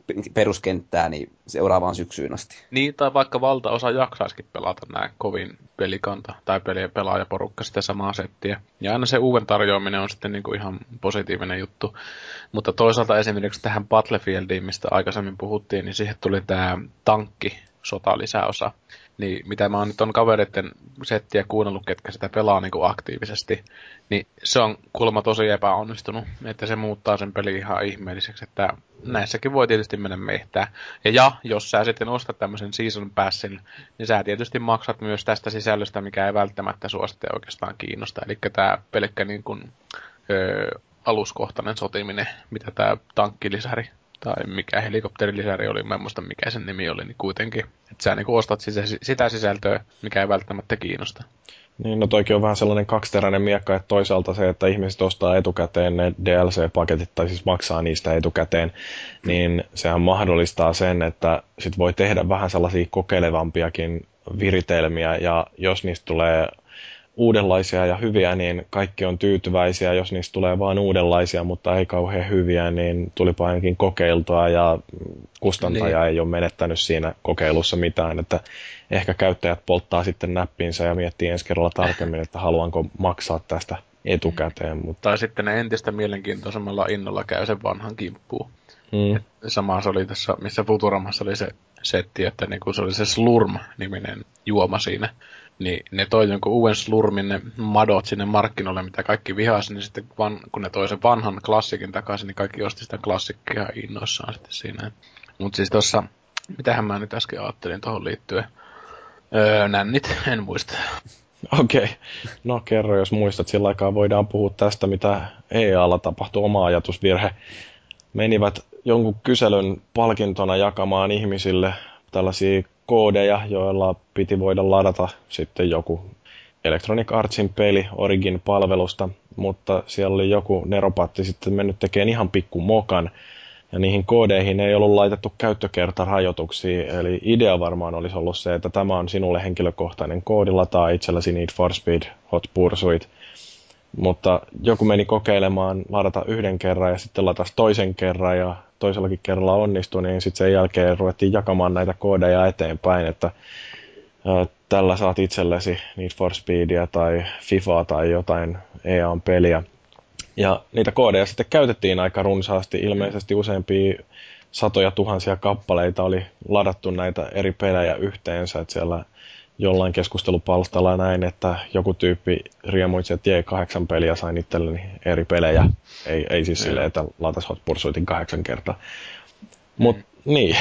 peruskenttää niin seuraavaan syksyyn asti. Niin, tai vaikka valtaosa jaksaisikin pelata nämä kovin pelikanta tai peli- pelaajaporukka sitä samaa settiä. Ja aina se uuden tarjoaminen on sitten niinku ihan positiivinen juttu. Mutta toisaalta esimerkiksi tähän Battlefieldiin, mistä aikaisemmin puhuttiin, niin siihen tuli tämä tankki sota-lisäosa. Niin mitä mä oon nyt on kavereiden settiä kuunnellut, ketkä sitä pelaa niinku aktiivisesti, niin se on kuulemma tosi epäonnistunut, että se muuttaa sen pelin ihan ihmeelliseksi, että näissäkin voi tietysti mennä mehtää. Ja, ja jos sä sitten ostat tämmöisen season passin, niin sä tietysti maksat myös tästä sisällöstä, mikä ei välttämättä sua sitten oikeastaan kiinnosta. Eli tää pelkkä niin kuin, ö, aluskohtainen sotiminen, mitä tää tankkilisäri tai mikä helikopterilisäri oli, mä en muista mikä sen nimi oli, niin kuitenkin. Että sä niin ostat sitä, sitä sisältöä, mikä ei välttämättä kiinnosta. Niin, no toikin on vähän sellainen kaksiteräinen miekka, että toisaalta se, että ihmiset ostaa etukäteen ne D L C-paketit, tai siis maksaa niistä etukäteen, niin sehän mahdollistaa sen, että sit voi tehdä vähän sellaisia kokeilevampiakin viritelmiä, ja jos niistä tulee uudenlaisia ja hyviä, niin kaikki on tyytyväisiä. Jos niistä tulee vain uudenlaisia, mutta ei kauhean hyviä, niin tulipa ainakin kokeiltua ja kustantaja niin ei ole menettänyt siinä kokeilussa mitään. Että ehkä käyttäjät polttaa sitten näppinsä ja miettii ensi kerralla tarkemmin, että haluanko maksaa tästä etukäteen. Mutta... Tai sitten ne entistä mielenkiintoisemmalla innolla käy sen vanhan kimppuun. Mm. Sama se oli tässä, missä Futuramassa oli se setti, että niin kun se oli se Slurm-niminen juoma siinä. Niin ne toi jonkun uuden slurmin, ne madot sinne markkinoille, mitä kaikki vihasi, niin sitten van, kun ne toi sen vanhan klassikin takaisin, niin kaikki osti sitä klassikkia innoissaan sitten siinä. Mutta siis tossa, mitähän mä nyt äsken ajattelin tohon liittyen. Öö, nännit, en muista. Okei, okay. No kerro jos muistat, sillä aikaa voidaan puhua tästä, mitä E A:lla tapahtui, oma ajatusvirhe. Menivät jonkun kyselyn palkintona jakamaan ihmisille tällaisia koodeja, joilla piti voida ladata sitten joku Electronic Artsin peli Origin-palvelusta, mutta siellä oli joku neropatti sitten mennyt tekemään ihan pikku mokan, ja niihin koodeihin ei ollut laitettu käyttökertarajoituksia, eli idea varmaan olisi ollut se, että tämä on sinulle henkilökohtainen koodi, lataa itsellesi Need for Speed, Hot Pursuit, mutta joku meni kokeilemaan ladata yhden kerran ja sitten latasi toisen kerran ja toisellakin kerralla onnistui, niin sitten sen jälkeen ruvettiin jakamaan näitä koodeja eteenpäin, että ä, tällä saat itsellesi Need for Speedia tai FIFAa tai jotain E A N-peliä. Ja niitä koodeja sitten käytettiin aika runsaasti, ilmeisesti useampia satoja tuhansia kappaleita oli ladattu näitä eri pelejä yhteensä, että siellä jollain keskustelupalstalla näin, että joku tyyppi riemuitsi, että jee, kahdeksan peliä sain itselleni eri pelejä. Ei, ei siis silleen, että laitas Hot Pursuitin kahdeksan kertaa. Mut mm. niin,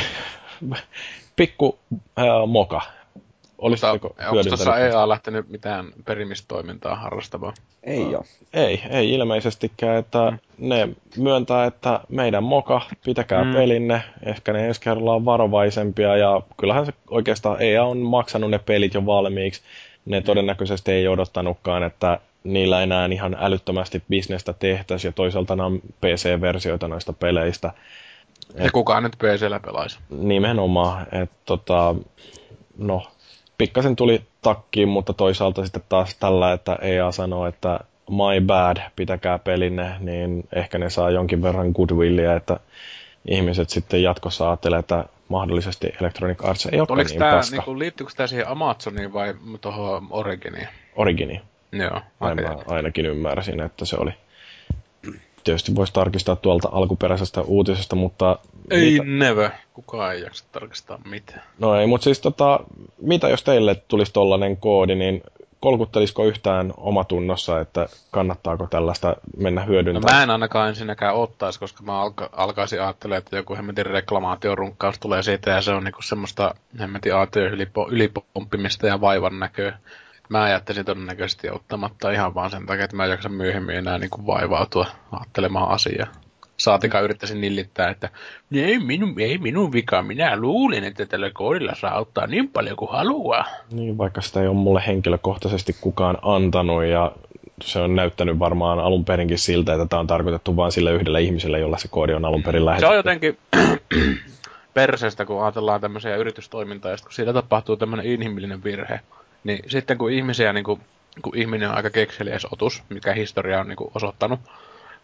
pikku ää, moka. Olisitteko hyödyntänyt? Onko tuossa E A lähtenyt mitään perimistoimintaa harrastamaan? Ei ole. Ei, ei ilmeisestikään, että mm. ne myöntää, että meidän moka, pitäkää mm. pelinne, ehkä ne ensi kerralla on varovaisempia, ja kyllähän se oikeastaan E A on maksanut ne pelit jo valmiiksi. Ne todennäköisesti ei odottanutkaan, että niillä enää ihan älyttömästi bisnestä tehtäisiin, ja toisaalta nämä on P C-versioita noista peleistä. Ja et, kukaan nyt P C:llä pelaisi? Nimenomaan, että tota, no... Pikkasen tuli takkiin, mutta toisaalta sitten taas tällä, että E A sanoo, että my bad, pitäkää pelinne, niin ehkä ne saa jonkin verran goodwillia, että ihmiset sitten jatkossa ajattelee, että mahdollisesti Electronic Arts ei ole niin tää, paska. Niinku, liittyykö tämä siihen Amazoniin vai tuohon Originiin? Originiin. Joo. Okay. Mä ainakin ymmärsin, että se oli. Tietysti voisi tarkistaa tuolta alkuperäisestä uutisesta, mutta... Ei mitä... never. Kukaan ei jaksa tarkistaa mitään. No ei, mutta siis tota, mitä jos teille tulisi tollainen koodi, niin kolkuttelisiko yhtään omatunnossa, että kannattaako tällaista mennä hyödyntämään? No mä en ainakaan ensinnäkään ottaisi, koska mä alka- alkaisin ajattelemaan, että joku hemmetin reklamaatiorunkkaus tulee siitä ja se on niinku semmoista hemmetin aatioon ylipo- ylipomppimista ja vaivan näköä. Mä ajattelin todennäköisesti ottamatta ihan vaan sen takia, että mä en jaksa myöhemmin enää niinku vaivautua ajattelemaan asiaa. Saatikaan yrittäisin nillittää, että ei minun, ei minun vika, minä luulin, että tällä koodilla saa auttaa niin paljon kuin haluaa. Niin, vaikka sitä ei ole mulle henkilökohtaisesti kukaan antanut ja se on näyttänyt varmaan alun perinkin siltä, että tämä on tarkoitettu vain sille yhdelle ihmiselle, jolla se koodi on alun perin lähetetty. Se on jotenkin perseestä, kun ajatellaan tämmöisiä yritystoimintaa, ja kun siitä tapahtuu tämmöinen inhimillinen virhe, niin sitten kun ihmisiä, niin kun, kun ihminen on aika kekseliäs otus, mikä historia on niin kuin osoittanut,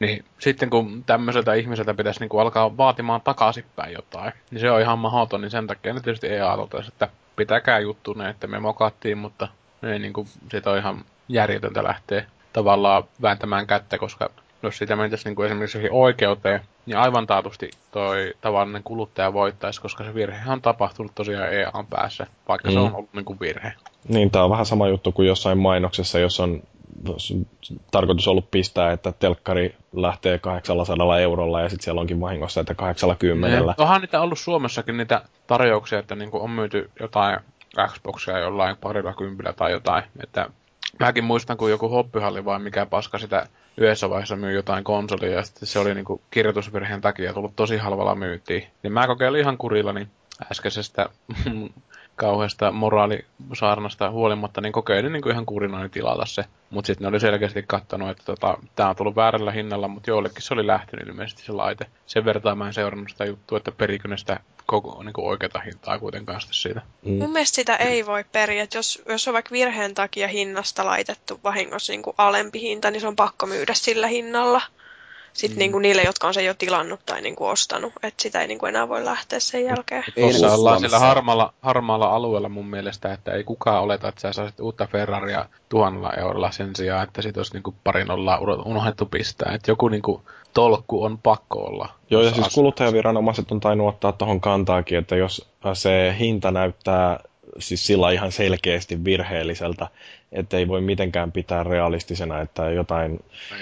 Niin sitten kun tämmöiseltä ihmiseltä pitäisi niinku alkaa vaatimaan takaisinpäin jotain, niin se on ihan mahdoton, niin sen takia ne tietysti E A totesi, että pitäkää juttunne, että me mokattiin, mutta ei niinku, siitä on ihan järjetöntä lähteä tavallaan vääntämään kättä, koska jos siitä mentäisiin niinku esimerkiksi oikeuteen, niin aivan taatusti toi tavallinen kuluttaja voittaisi, koska se virhe on tapahtunut tosiaan E A:n päässä, vaikka mm. se on ollut niinku virhe. Niin, tää on vähän sama juttu kuin jossain mainoksessa, jos on tarkoitus ollut pistää, että telkkari lähtee kahdeksansataa eurolla ja sitten siellä onkin vahingossa, että kahdeksankymmentä. Onhan niitä ollut Suomessakin niitä tarjouksia, että niinku on myyty jotain Xboxia jollain parilla kympillä tai jotain. Että mäkin muistan, kun joku hoppihalli vai mikä paska sitä yhdessä vaiheessa myy jotain konsolia ja sitten se oli niinku kirjoitusvirheen takia tullut tosi halvalla myyntiin. Niin mä kokeilin ihan kurillani äskeisestä kauheasta moraalisaarnasta huolimatta, niin kokeilin niin kuin ihan kurinoin tilata se. Mutta sitten ne oli selkeästi kattonut, että tota, tämä on tullut väärällä hinnalla, mutta joillekin se oli lähtenyt ilmeisesti se laite. Sen vertaan mä en seurannut sitä juttua, että perikö ne sitä koko niin kuin oikeata hintaa kuitenkaan sitten siitä. Mm. Mun mielestä sitä ei voi periä, että jos, jos on vaikka virheen takia hinnasta laitettu vahingossa niin kuin alempi hinta, niin se on pakko myydä sillä hinnalla. Sitten mm. niinku niille, jotka on sen jo tilannut tai niinku ostanut, että sitä ei niinku enää voi lähteä sen jälkeen. Tuossa ollaan sillä harmaalla, harmaalla alueella mun mielestä, että ei kukaan oleta, että sä saisit uutta Ferraria tuhannella eurolla sen sijaan, että sit olisi niinku pari nollaa unohdettu pistää. Että joku niinku tolkku on pakko olla. Joo, ja siis kuluttajaviranomaiset on tainnut ottaa tuohon kantaakin, että jos se hinta näyttää siis sillä ihan selkeästi virheelliseltä, että ei voi mitenkään pitää realistisena, että jotain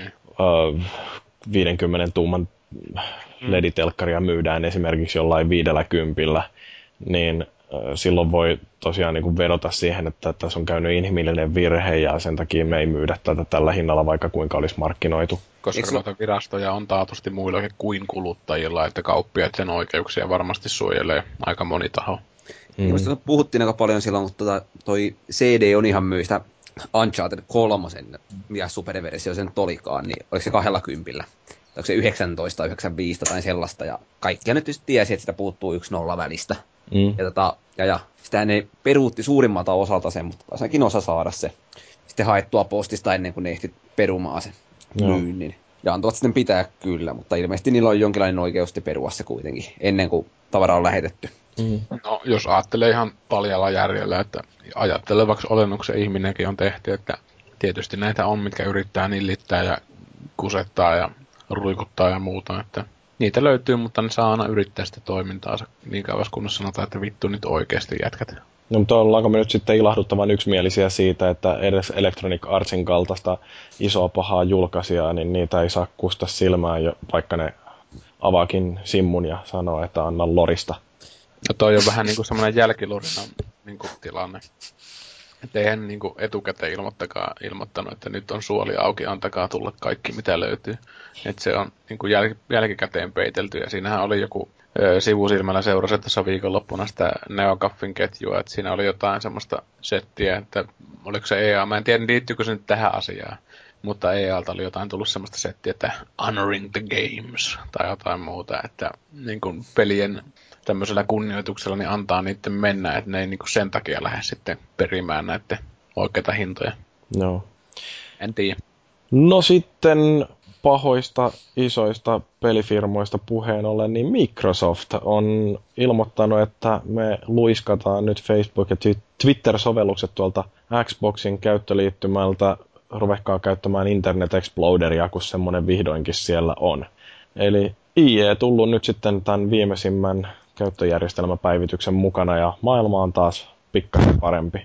Uh, viidenkymmenen tuuman leditelkkaria myydään esimerkiksi jollain viidellä kympillä, niin äh, silloin voi tosiaan niin kuin vedota siihen, että tässä on käynyt inhimillinen virhe ja sen takia me ei myydä tätä tällä hinnalla, vaikka kuinka olisi markkinoitu. Koska noita virastoja on taatusti muillakin kuin kuluttajilla, että kauppiaat sen oikeuksia varmasti suojelee aika moni taho. Mm. Minusta puhuttiin aika paljon silloin, mutta tota, toi C D on ihan myistä Uncharted kolmosen, mikä superversio sen tolikaan, niin oliko se kahdella kympillä? Onko se yhdeksäntoista, yhdeksänkymmentäviisi tai sellaista, ja kaikkia nyt tietysti tiesi, että sitä puuttuu yksi nolla välistä. Mm. Ja, tota, ja, ja sitä ne peruutti suurimmalta osalta sen, mutta ainakin osa saada se sitten haettua postista ennen kuin ne ehti perumaan sen myynnin. Ja antavat sitten pitää kyllä, mutta ilmeisesti niillä on jonkinlainen oikeus perua se kuitenkin, ennen kuin tavara on lähetetty. Mm. No, jos ajattelee ihan paljalla järjellä, että ajattelevaksi olennuksen ihminenkin on tehty, että tietysti näitä on, mitkä yrittää nillittää ja kusettaa ja ruikuttaa ja muuta, että niitä löytyy, mutta ne saa aina yrittää sitä toimintaansa niin kauas, kunnes sanotaan, että vittu nyt oikeasti jätkät. No, mutta ollaanko me nyt sitten ilahduttavan yksimielisiä siitä, että edes Electronic Artsin kaltaista isoa pahaa julkaisijaa, niin niitä ei saa kusta silmään, vaikka ne avaakin simmun ja sanoo, että anna lorista. No toi on vähän niinku semmoinen jälkilorina niinku tilanne. Että eihän niinku etukäteen ilmoittakaan ilmoittanut, että nyt on suoli auki, antakaa tulla kaikki mitä löytyy. Että se on niinku jäl- jälkikäteen peitelty ja siinähän oli joku ö, sivusilmällä seurasi tässä viikonloppuna sitä Neogaffin ketjua, että siinä oli jotain semmoista settiä, että oliko se E A, mä en tiedä liittyykö se nyt tähän asiaan. Mutta E A:lta oli jotain tullut semmoista settiä, että honoring the games tai jotain muuta, että niin kuin pelien tämmöisellä kunnioituksella niin antaa niiden mennä, että ne ei niin kuin sen takia lähde sitten perimään näiden oikeita hintoja. No. En tiedä. No sitten pahoista isoista pelifirmoista puheen ollen, niin Microsoft on ilmoittanut, että me luiskataan nyt Facebook- ja Twitter-sovellukset tuolta Xboxin käyttöliittymältä. Ruvekkaa käyttämään Internet Exploreria, kun semmoinen vihdoinkin siellä on. Eli I E tullut nyt sitten tämän viimeisimmän käyttöjärjestelmäpäivityksen mukana ja maailma on taas pikkasen parempi.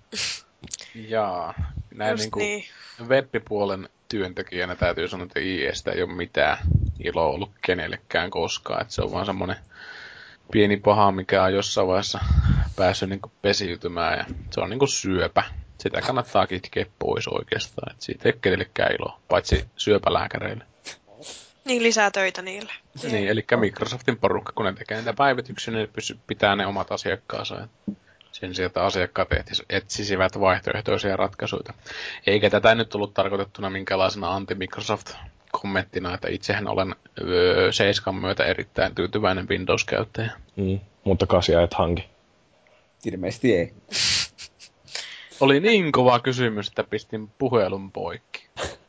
Jaa, näin niin kuin niin. Web-puolen työntekijänä täytyy sanoa, että I E:stä ei ole mitään iloa ollut kenellekään koskaan. Että se on vaan semmoinen pieni paha, mikä on jossain vaiheessa päässyt niin kuin pesiytymään ja se on niin kuin syöpä. Sitä kannattaa kitkeä pois oikeastaan, että siitä ei kenellekään iloa, paitsi syöpälääkäreille. Niin, lisää töitä niille. Niin, eli Microsoftin porukka, kun ne tekee niitä päivityksiä, niin ne pitää ne omat asiakkaansa. Sen sijaan, että asiakkaat etsisivät vaihtoehtoisia ratkaisuja. Eikä tätä nyt tullut tarkoitettuna minkälaisena anti-Microsoft-kommenttina, että itsehän olen öö, seiskan myötä erittäin tyytyväinen Windows-käyttäjä. Mm, mutta kasia et hanki. Ilmeisesti ei. Oli niin kova kysymys, että pistin puhelun poikki.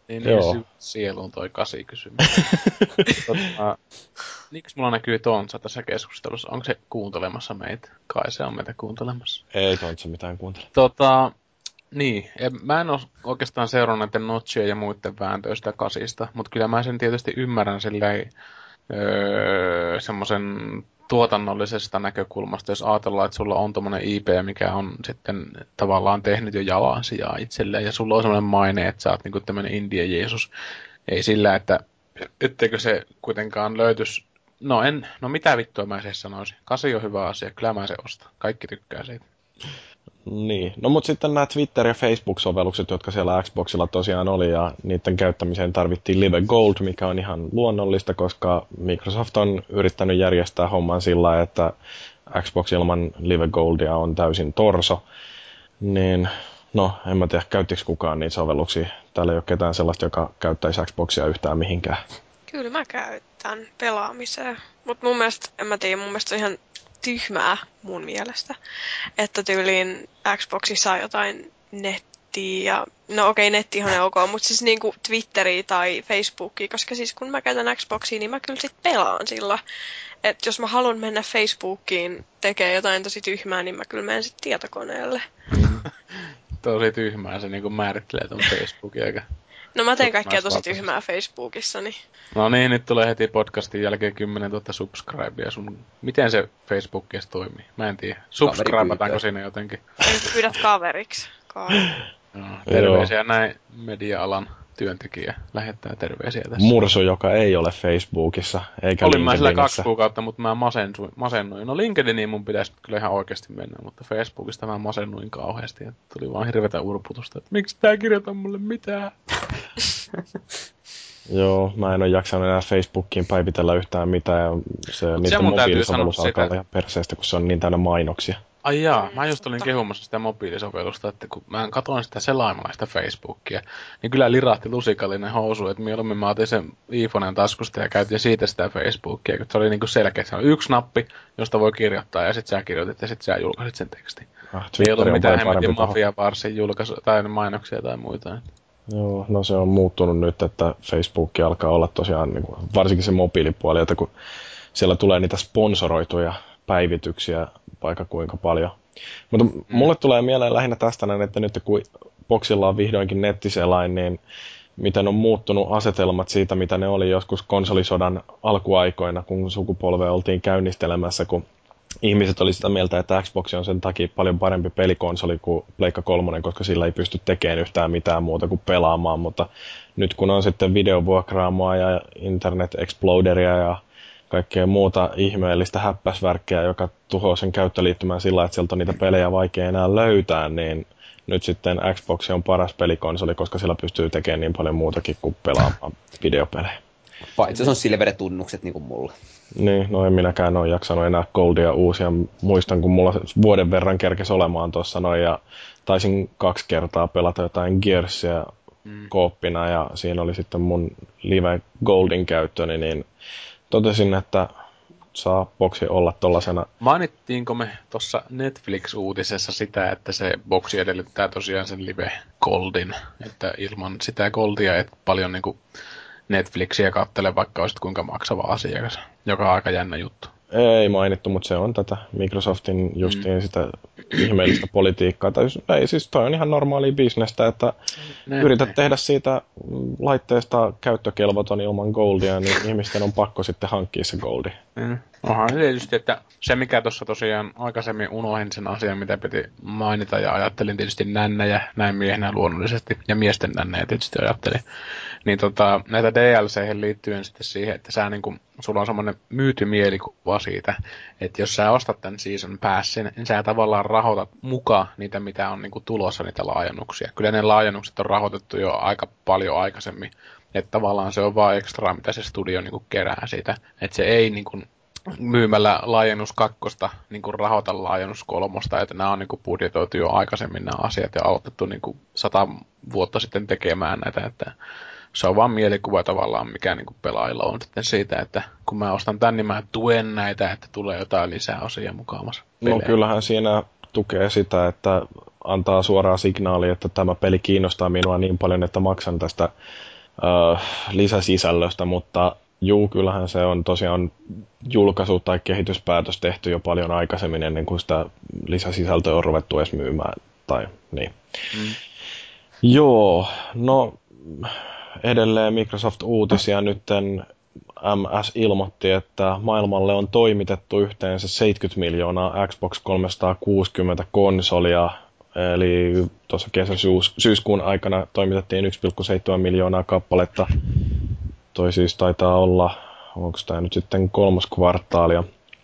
Niin, niin sieluun toi kasi kysymys. tota, miksi mulla näkyy Tontsa tässä keskustelussa? Onko se kuuntelemassa meitä? Kai se on meitä kuuntelemassa. Ei Tontsa mitään kuuntele. Tota, niin, en, mä en ole oikeastaan seurannut näiden notchien ja muiden vääntöistä kasista, mutta kyllä mä sen tietysti ymmärrän silleen öö, semmoisen tuotannollisesta näkökulmasta, jos ajatellaan, että sulla on tommonen I P, mikä on sitten tavallaan tehnyt jo jalansijaa itselleen, ja sulla on semmoinen maine, että sä oot niinku tämmönen India-Jeesus. Ei sillä, että etteikö se kuitenkaan löytyisi. No en, no mitä vittua mä se sanoisin. Kasi on hyvä asia, kyllä mä se ostan. Kaikki tykkää siitä. Niin, no mut sitten nämä Twitter- ja Facebook-sovellukset, jotka siellä Xboxilla tosiaan oli, ja niiden käyttämiseen tarvittiin Live Gold, mikä on ihan luonnollista, koska Microsoft on yrittänyt järjestää homman sillä, että Xbox ilman Live Goldia on täysin torso. Niin, no, en mä tiedä, käyttikö kukaan niitä sovelluksia. Täällä ei ole ketään sellaista, joka käyttäisi Xboxia yhtään mihinkään. Kyllä mä käytän pelaamiseen, mutta mun mielestä, en mä tiedä, mun mielestä on ihan tyhmää mun mielestä, että tyyliin Xboxissa on jotain nettiä ja no okei, okay, nettihan on ok, mutta siis niinku Twitteriä tai Facebookia, koska siis kun mä käytän Xboxia, niin mä kyllä sit pelaan sillä. Että jos mä haluan mennä Facebookiin tekemään jotain tosi tyhmää, niin mä kyllä menen sit tietokoneelle. Tosi tyhmää se niinku määrittelee ton Facebookin eikä. No mä teen kaikkea tosi tyhmää Facebookissa, niin. No niin, nyt tulee heti podcastin jälkeen kymmenentuhatta subscribea sun. Miten se Facebook edes toimii? Mä en tiedä. Subscribataanko siinä jotenkin? Pyydät kaveriksi. No, terveisiä näin media-alan työntekijä lähettää terveisiä tässä. Mursu, joka ei ole Facebookissa, eikä Olin mä sillä kaksi kuukautta, mutta mä masennuin. masennuin. No LinkedIniin mun pitäisi kyllä ihan oikeasti mennä, mutta Facebookista mä masennuin kauheasti. Ja tuli vaan hirveätä urputusta, että miksi tää kirjoita mulle mitään? Joo, mä en ole jaksanut enää Facebookiin päivitellä yhtään mitään. Ja se, niiden mobiilisovellus alkaa olla ihan perseestä, kun se on niin täynnä mainoksia. Ai jaa, mä just olin kehumassa sitä mobiilisovellusta, että kun mä katoin sitä selaimalla sitä Facebookia, niin kyllä lirahti lusikallinen housu, että mieluummin mä otin sen iPhoneen taskusta ja käytin siitä sitä Facebookia, kun se oli niinku selkeä, se on yksi nappi, josta voi kirjoittaa ja sit sä kirjoitit ja sit sä julkaisit sen tekstin. Ah, ei ollut mitään hemmetin mafia-varsin julkaisu tai mainoksia tai muita. Joo, no se on muuttunut nyt, että Facebook alkaa olla tosiaan, niin kuin, varsinkin se mobiilipuoli, että kun siellä tulee niitä sponsoroituja päivityksiä vaikka kuinka paljon. Mutta mm. mulle tulee mieleen lähinnä tästä näin, että nyt kun Boxilla on vihdoinkin nettiselain, niin miten on muuttunut asetelmat siitä, mitä ne oli joskus konsolisodan alkuaikoina, kun sukupolvea oltiin käynnistelemässä, kun ihmiset oli sitä mieltä, että Xbox on sen takia paljon parempi pelikonsoli kuin Pleikka kolmonen, koska sillä ei pysty tekemään yhtään mitään muuta kuin pelaamaan, mutta nyt kun on sitten videovuokraamoa ja Internet Exploderia ja kaikkea muuta ihmeellistä häppäsvärkkeä, joka tuhoaa sen käyttöliittymään sillä, että sieltä on niitä pelejä vaikea enää löytää, niin nyt sitten Xbox on paras pelikonsoli, koska sillä pystyy tekemään niin paljon muutakin kuin pelaamaan videopelejä. Paitsi se on Silver-tunnukset niin kuin mulla. Niin, no en minäkään ole jaksanut enää Goldia uusia. Muistan, kun mulla vuoden verran kerkesi olemaan tuossa noin ja taisin kaksi kertaa pelata jotain Gearsia mm. kooppina ja siinä oli sitten mun Live Goldin käyttöni, niin totesin, että saa boksi olla tollasena. Mainittiinko me tuossa Netflix-uutisessa sitä, että se boksi edellyttää tosiaan sen Live Goldin, että ilman sitä Goldia et paljon niinku Netflixiä katsele, vaikka olisit kuinka maksava asiakas, joka on aika jännä juttu. Ei mainittu, mutta se on tätä Microsoftin justiin mm. sitä ihmeellistä politiikkaa. Tai ei siis toi on ihan normaalia bisnestä, että ne, yrität ne. tehdä siitä laitteesta käyttökelvoton ilman goldia, niin ihmisten on pakko sitten hankkia se goldi. Mm. Onhan tietysti, että se mikä tuossa tosiaan aikaisemmin unohdin sen asian, mitä piti mainita ja ajattelin tietysti nännejä, näin miehenä luonnollisesti, ja miesten nännejä tietysti ajattelin. Niin tota, näitä D L C:hen liittyen sitten siihen, että sä niinku, sulla on semmoinen myyty mielikuva siitä, että jos sä ostat tämän season passin, niin sä tavallaan rahoitat mukaan niitä, mitä on niinku tulossa niitä laajennuksia. Kyllä ne laajennukset on rahoitettu jo aika paljon aikaisemmin, että tavallaan se on vaan ekstraa, mitä se studio niinku kerää siitä, että se ei niinku myymällä laajennus kakkosta niinku rahoita laajennus kolmosta, että nämä on niinku budjetoitu jo aikaisemmin nämä asiat ja aloitettu niinku sata vuotta sitten tekemään näitä, että se on vaan mielikuva tavallaan, mikä niinku pelaajilla on sitten siitä, että kun mä ostan tän, niin mä tuen näitä, että tulee jotain lisää osia mukaamassa. No kyllähän siinä tukee sitä, että antaa suoraa signaalia, että tämä peli kiinnostaa minua niin paljon, että maksan tästä äh, lisäsisällöstä, mutta juu, kyllähän se on tosiaan julkaisu- tai kehityspäätös tehty jo paljon aikaisemmin ennen kuin sitä lisäsisältöä on ruvettu edes myymään. Tai, niin. Mm. Joo, no edelleen Microsoft-uutisia nytten M S ilmoitti, että maailmalle on toimitettu yhteensä seitsemänkymmentä miljoonaa Xbox kolmesataakuusikymmentä konsolia, eli tuossa kesä-syyskuun aikana toimitettiin yksi pilkku seitsemän miljoonaa kappaletta. Toi siis taitaa olla, onko tämä nyt sitten kolmas kvartaalia.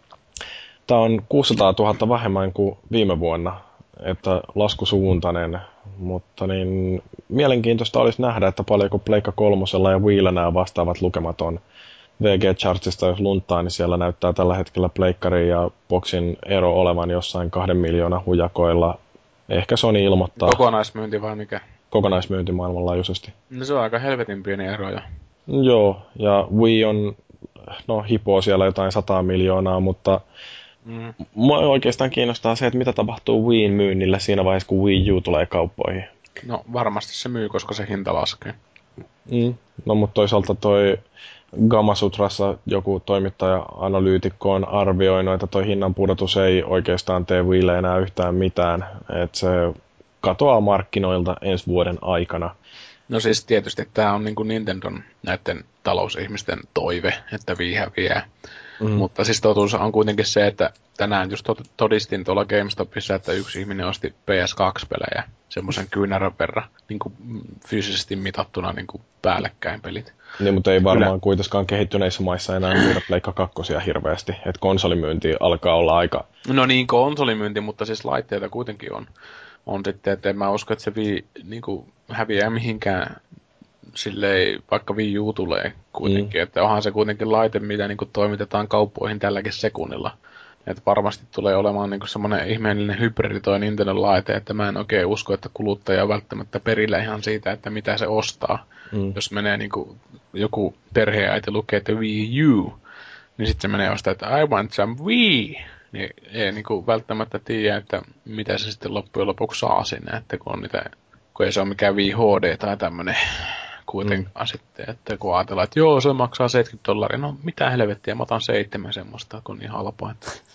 Tämä on kuusisataatuhatta vähemmän kuin viime vuonna, että laskusuuntainen, mutta niin mielenkiintoista olisi nähdä, että paljonko Pleikka kolmosella ja Wiillä nämä vastaavat lukemat on. V G-chartsista jos lunttaa, niin siellä näyttää tällä hetkellä Pleikkarin ja Boxin ero olevan jossain kahden miljoonan hujakoilla. Ehkä Sony ilmoittaa. Kokonaismyynti vai mikä? Kokonaismyynti maailmanlaajuisesti. No se on aika helvetin pieni ero jo. Joo, ja Wii on, no hipoo siellä jotain sataa miljoonaa, mutta mm. mua oikeastaan kiinnostaa se, että mitä tapahtuu Wiin myynnillä siinä vaiheessa, kun Wii U tulee kauppoihin. No varmasti se myy, koska se hinta laskee. Mm. No mutta toisaalta toi Gamasutrassa joku toimittaja-analyytikko on arvioinut, että toi hinnan pudotus ei oikeastaan tee Wiille enää yhtään mitään. Että se katoaa markkinoilta ensi vuoden aikana. No siis tietysti tämä on niin kuin Nintendon näiden talousihmisten toive, että Wii häviää. Mm-hmm. Mutta siis totuus on kuitenkin se, että tänään just todistin tuolla GameStopissa, että yksi ihminen osti P S kaksi -pelejä semmoisen kyynärän verran niin kuin fyysisesti mitattuna niin kuin päällekkäin pelit. Niin, mutta ei varmaan Kyllä. kuitenkaan kehittyneissä maissa enää myydä Pleikka kakkosia hirveästi. Että konsolimyynti alkaa olla aika... No niin, konsolimyynti, mutta siis laitteita kuitenkin on. On sitten, että en mä usko, että se Wii niin kuin häviää mihinkään silleen, vaikka Wii U tulee kuitenkin. Mm. Että onhan se kuitenkin laite, mitä niin kuin toimitetaan kauppoihin tälläkin sekunnilla. Että varmasti tulee olemaan niin kuin semmoinen ihmeellinen hybridi toi Nintendo laite, että mä en oikein usko, että kuluttaja on välttämättä perillä ihan siitä, että mitä se ostaa. Mm. Jos menee niin kuin joku perheenäiti lukee, että Wii U, niin sitten se menee ostaa, että I want some Wii. Niin ei niin kuin välttämättä tiedä, että mitä se sitten loppujen lopuksi saa sinne, että kun on niitä, kun ei se ole mikään Wii H D tai tämmönen kuitenkaan mm. sitten, että kun ajatellaan, että joo, se maksaa seitsemänkymmentä dollaria, no mitä helvettiä, mä otan seitsemän semmoista, kun niin halpaa.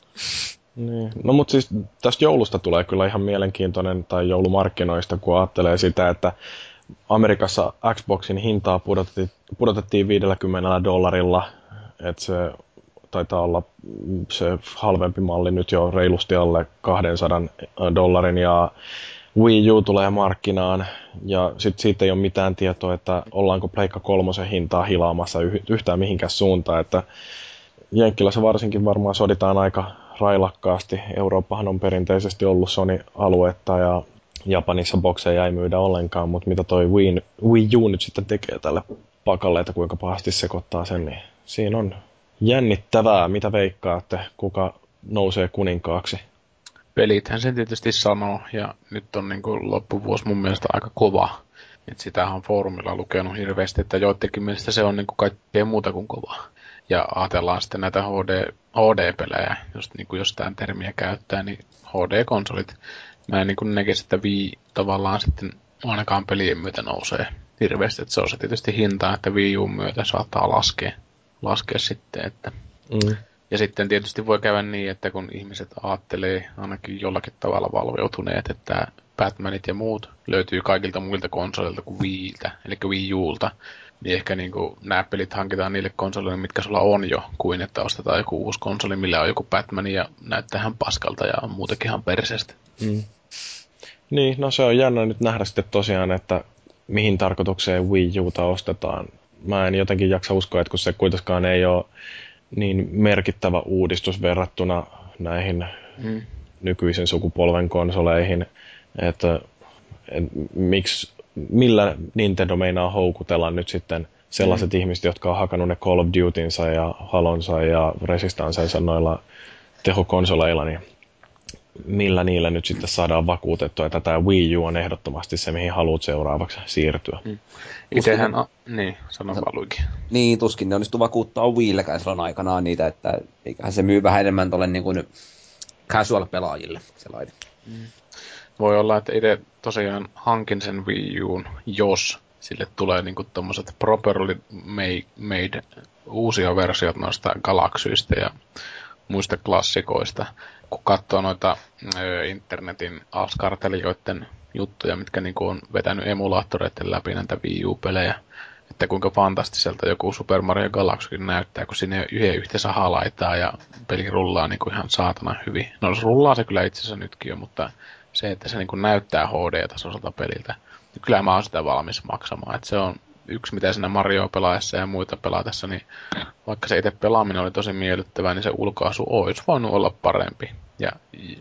Niin. No mutta siis tästä joulusta tulee kyllä ihan mielenkiintoinen, tai joulumarkkinoista, kun ajattelee sitä, että Amerikassa Xboxin hintaa pudotettiin, pudotettiin viidelläkymmenellä dollarilla, että se taitaa olla se halvempi malli nyt jo reilusti alle kahdensadan dollarin, ja Wii U tulee markkinaan, ja sitten siitä ei ole mitään tietoa, että ollaanko Pleikka kolmosen hintaa hilaamassa yhtään mihinkään suuntaan, että Jenkkilässä varsinkin varmaan soditaan aika railakkaasti. Eurooppahan on perinteisesti ollut Sony-aluetta, ja Japanissa bokseja ei myydä ollenkaan, mutta mitä toi Wii, Wii U nyt sitten tekee tälle pakalle, että kuinka pahasti sekoittaa sen, niin siinä on jännittävää. Mitä veikkaatte, kuka nousee kuninkaaksi? Pelithän sen tietysti sanoo, ja nyt on niin kuin loppuvuosi mun mielestä aika kova. Et sitähän on foorumilla lukenut hirveästi, että joidenkin mielestä se on niin kuin kaikkea muuta kuin kova. Ja ajatellaan sitten näitä H D, H D-pelejä, jos, niin kuin jos tämän termiä käyttää, niin H D-konsolit. Mä en niin kuin näkisi, että Wii tavallaan sitten ainakaan pelien myötä nousee hirveästi. Että se on se tietysti hinta, että Wii U myötä saattaa laskea, laskea sitten, että... Mm. Ja sitten tietysti voi käydä niin, että kun ihmiset ajattelee ainakin jollakin tavalla valveutuneet, että Batmanit ja muut löytyy kaikilta muilta konsoleilta kuin Wiiltä, eli Wii Ulta, niin ehkä niin kuin nämä pelit hankitaan niille konsoleille, mitkä sulla on jo, kuin että ostetaan joku uusi konsoli, millä on joku Batman ja näyttää ihan paskalta ja on muutenkin ihan perseestä. Mm. Niin, no se on jännä nyt nähdä sitten tosiaan, että mihin tarkoitukseen Wii Uta ostetaan. Mä en jotenkin jaksa uskoa, että kun se kuitenkaan ei ole niin merkittävä uudistus verrattuna näihin mm. nykyisen sukupolven konsoleihin, että et, miksi, millä Nintendo meinaa houkutella nyt sitten sellaiset mm. ihmiset, jotka on hakannut ne Call of Dutynsa ja Halonsa ja Resistancensa noilla tehokonsoleilla, niin millä niillä nyt sitten saadaan vakuutettua, että tämä Wii U on ehdottomasti se, mihin haluat seuraavaksi siirtyä. Mm. Itsehän, on, niin, sanon valuikin. Niin, tuskin ne onnistu vakuuttaa Wiilläkään silloin aikanaan niitä, että eiköhän se myy vähän enemmän tuolle niin kuin casual-pelaajille se laite. Mm. Voi olla, että itse tosiaan hankin sen Wii Uun, jos sille tulee niinku tommoset properly made uusia versiot noista Galaxyista ja muista klassikoista. Kun katsoo noita ö, internetin askartelijoiden juttuja, mitkä niinku on vetänyt emulaattoreiden läpi näitä Wii U-pelejä, että kuinka fantastiselta joku Super Mario Galaxy näyttää, kun sinne yhden yhtä sahaa laitaa ja peli rullaa niinku ihan saatana hyvin. No se rullaa se kyllä itse asiassa nytkin jo, mutta se, että se niinku näyttää H D-tasoiselta peliltä, niin kyllä mä oon sitä valmis maksamaan. Et se on yksi, mitä siinä Mario pelaessa ja muita pelatessa, niin vaikka se itse pelaaminen oli tosi miellyttävää, niin se ulkoasu olisi voinut olla parempi. Ja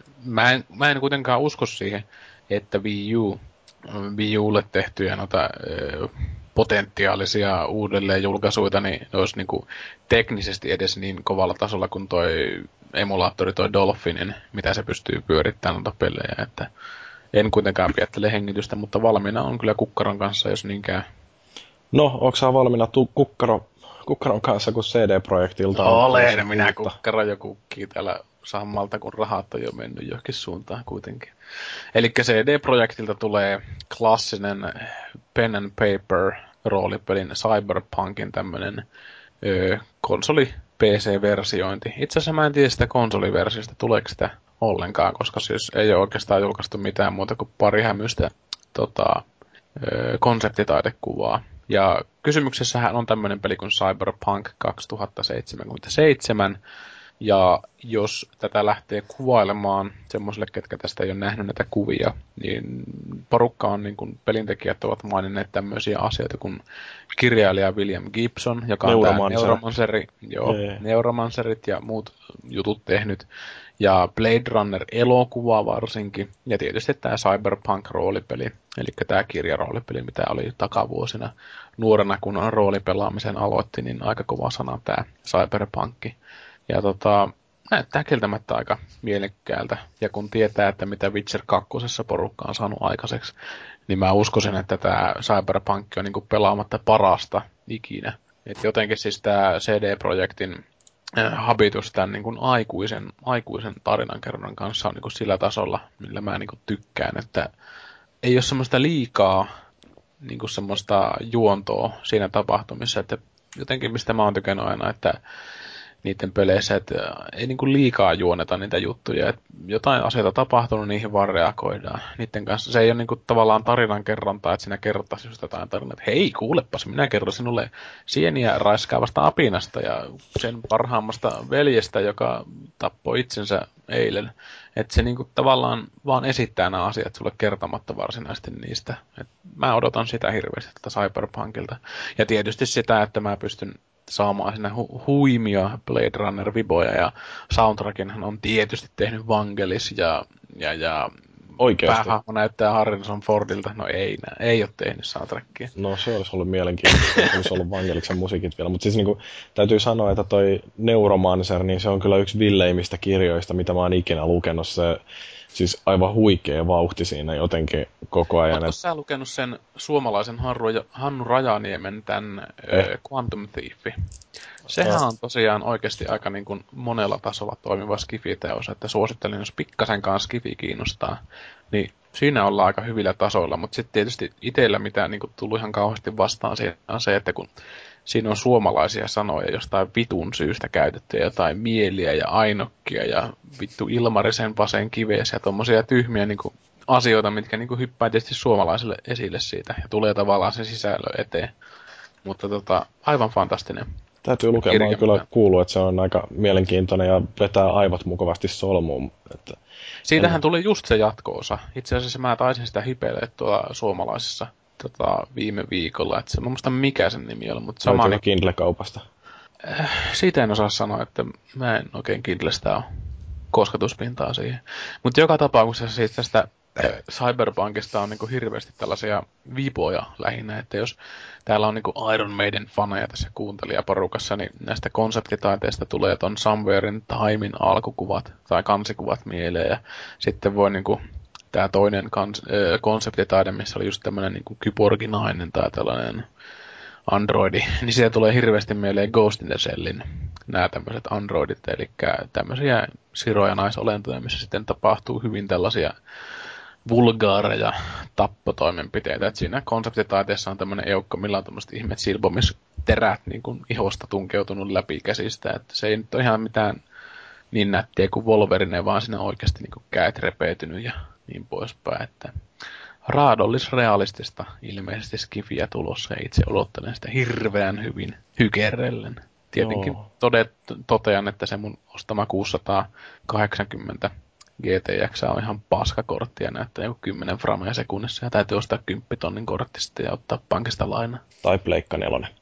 mä en, mä en kuitenkaan usko siihen, että Wii U, Wii Ulle tehtyjä noita ö, potentiaalisia uudelleenjulkaisuita, niin ne olisi niinku teknisesti edes niin kovalla tasolla kuin toi emulaattori, toi Dolphinin, mitä se pystyy pyörittämään noita pelejä. Että en kuitenkaan pidättele hengitystä, mutta valmiina on kyllä kukkaron kanssa, jos niin käy. No, onko sä valmiina tu- kukkaro, kukkaron kanssa, kun C D-projektilta on? Olen minä kukkaro jo kukkii täällä sammalta, kun rahat on jo mennyt johonkin suuntaan kuitenkin. Elikkä C D-projektilta tulee klassinen pen and paper roolipelin Cyberpunkin tämmönen öö, konsoli P C-versiointi. Itse asiassa mä en tiedä sitä konsoliversiosta, tuleeko sitä ollenkaan, koska siis ei ole oikeastaan julkaistu mitään muuta kuin pari hämystä tota, öö, konseptitaidekuvaa. Ja kysymyksessähän on tämmöinen peli kuin Cyberpunk kaksituhattaseitsemänkymmentäseitsemän, ja jos tätä lähtee kuvailemaan semmoiselle, ketkä tästä ei ole nähnyt näitä kuvia, niin porukka on, niin kuin pelintekijät ovat maininneet tämmöisiä asioita kuin kirjailija William Gibson, joka on Neuromancer. tämä Neuromanceri, joo, Jee. Neuromancerit ja muut jutut tehnyt, ja Blade Runner-elokuva varsinkin, ja tietysti tämä Cyberpunk-roolipeli, eli tämä kirjaroolipeli, mitä oli takavuosina nuorena, kun roolipelaamisen aloitti, niin aika kova sana tämä Cyberpunkki. Ja tota, näyttää kieltämättä aika mielekkäältä. Ja kun tietää, että mitä Witcher kaksi porukka on saanut aikaiseksi, niin mä uskoisin, että tämä Cyberpunk on niinku pelaamatta parasta ikinä. Et jotenkin siis tämä C D-projektin äh, habitus tämän niinku aikuisen, aikuisen tarinankerronnan kanssa on niinku sillä tasolla, millä mä niinku tykkään. Että ei ole semmoista liikaa niinku semmoista juontoa siinä tapahtumissa. Että jotenkin mistä mä oon tykännyt aina, että niiden peleissä, että ei niinku liikaa juoneta niitä juttuja, että jotain asioita tapahtunut, niihin vaan reagoidaan. Niiden kanssa se ei ole niinku tavallaan tarinan kerrontaa, että sinä kerrottaisi just jotain tarinaa, että hei, kuulepas, minä kerron sinulle sieniä raiskaavasta apinasta ja sen parhaammasta veljestä, joka tappoi itsensä eilen. Että se niinku tavallaan vaan esittää nämä asiat sulle kertomatta varsinaisesti niistä. Et mä odotan sitä hirveästi tältä Cyberpunkilta. Ja tietysti sitä, että mä pystyn saamaan sinne hu- huimia Blade Runner-viboja, ja soundtrackinhan on tietysti tehnyt Vangelis, ja, ja, ja Oikeasti? päähahmo näyttää Harrison Fordilta. No ei, nää, ei ole tehnyt soundtrackia. No se olisi ollut mielenkiintoista, että olisi ollut Vangeliksen musiikit vielä. Mutta siis niinku, täytyy sanoa, että toi Neuromancer, niin se on kyllä yksi villeimmistä kirjoista, mitä mä oon ikinä lukenut. Se siis aivan huikea vauhti siinä jotenkin koko ajan. Oletko sä lukenut sen suomalaisen Hannu, Hannu Rajaniemen tämän eh. Quantum Thiefi? Sehän on tosiaan oikeasti aika niin kuin monella tasolla toimiva skifi-teos, että suosittelen, jos pikkasenkaan skifi kiinnostaa, niin siinä ollaan aika hyvillä tasoilla, mutta sitten tietysti itsellä mitä niin kuin tullut ihan kauheasti vastaan siinä on se, että kun siinä on suomalaisia sanoja jostain vitun syystä käytetty, jotain mieliä ja ainokkia ja vittu Ilmarisen vasen kiveessä ja tommosia tyhmiä niin kuin asioita, mitkä niin kuin hyppää tietysti suomalaisille esille siitä ja tulee tavallaan sen sisällön eteen. Mutta tota, aivan fantastinen. Täytyy lukea, mä oon kyllä kuullut, että se on aika mielenkiintoinen ja vetää aivot mukavasti solmuun. Että siitähän en... tuli just se jatko-osa. Itse asiassa mä taisin sitä hipeilee tuolla suomalaisessa tota, viime viikolla. Et se, mä muistan mikä sen nimi oli, mutta sama... Niin... Kindle-kaupasta? Äh, siitä en osaa sanoa, että mä en oikein Kindlestä ole kosketuspintaa siihen. Mutta joka tapauksessa siitä tästä Cyberpunkista on niinku hirveästi tällaisia vipoja lähinnä, että jos täällä on niinku Iron Maiden faneja tässä kuuntelijaporukassa, niin näistä konseptitaiteista tulee ton Somewhere in Timein alkukuvat tai kansikuvat mieleen, ja sitten voi niinku tää toinen kans, äh, konseptitaide, missä oli just tämmönen niinku kyborginainen tai tällainen androidi, niin siitä tulee hirveästi mieleen Ghost in the Shellin nämä tämmöiset androidit, eli tämmöisiä siroja naisolentoja, missä sitten tapahtuu hyvin tällaisia vulgaareja tappotoimenpiteitä. Et siinä konseptitaiteessa on tämmöinen eukko, millä on tämmöiset ihmeet silpomisterät niin kuin ihosta tunkeutunut läpi käsistä. Että se ei nyt ole ihan mitään niin nättiä kuin Wolverine, vaan siinä on oikeasti niin kuin käet repeytynyt ja niin poispäin. Että raadollis-realistista ilmeisesti skifiä tulossa ja itse odottelen sitä hirveän hyvin hykerrellen. Tietenkin todet, totean, että se mun ostama kuusisataakahdeksankymmentä G T X on ihan paskakortti ja näyttää joku kymmenen framea sekunnissa ja täytyy ostaa kymmenen tonnin kortti sitten ja ottaa pankista lainaa. Tai Pleikka nelonen.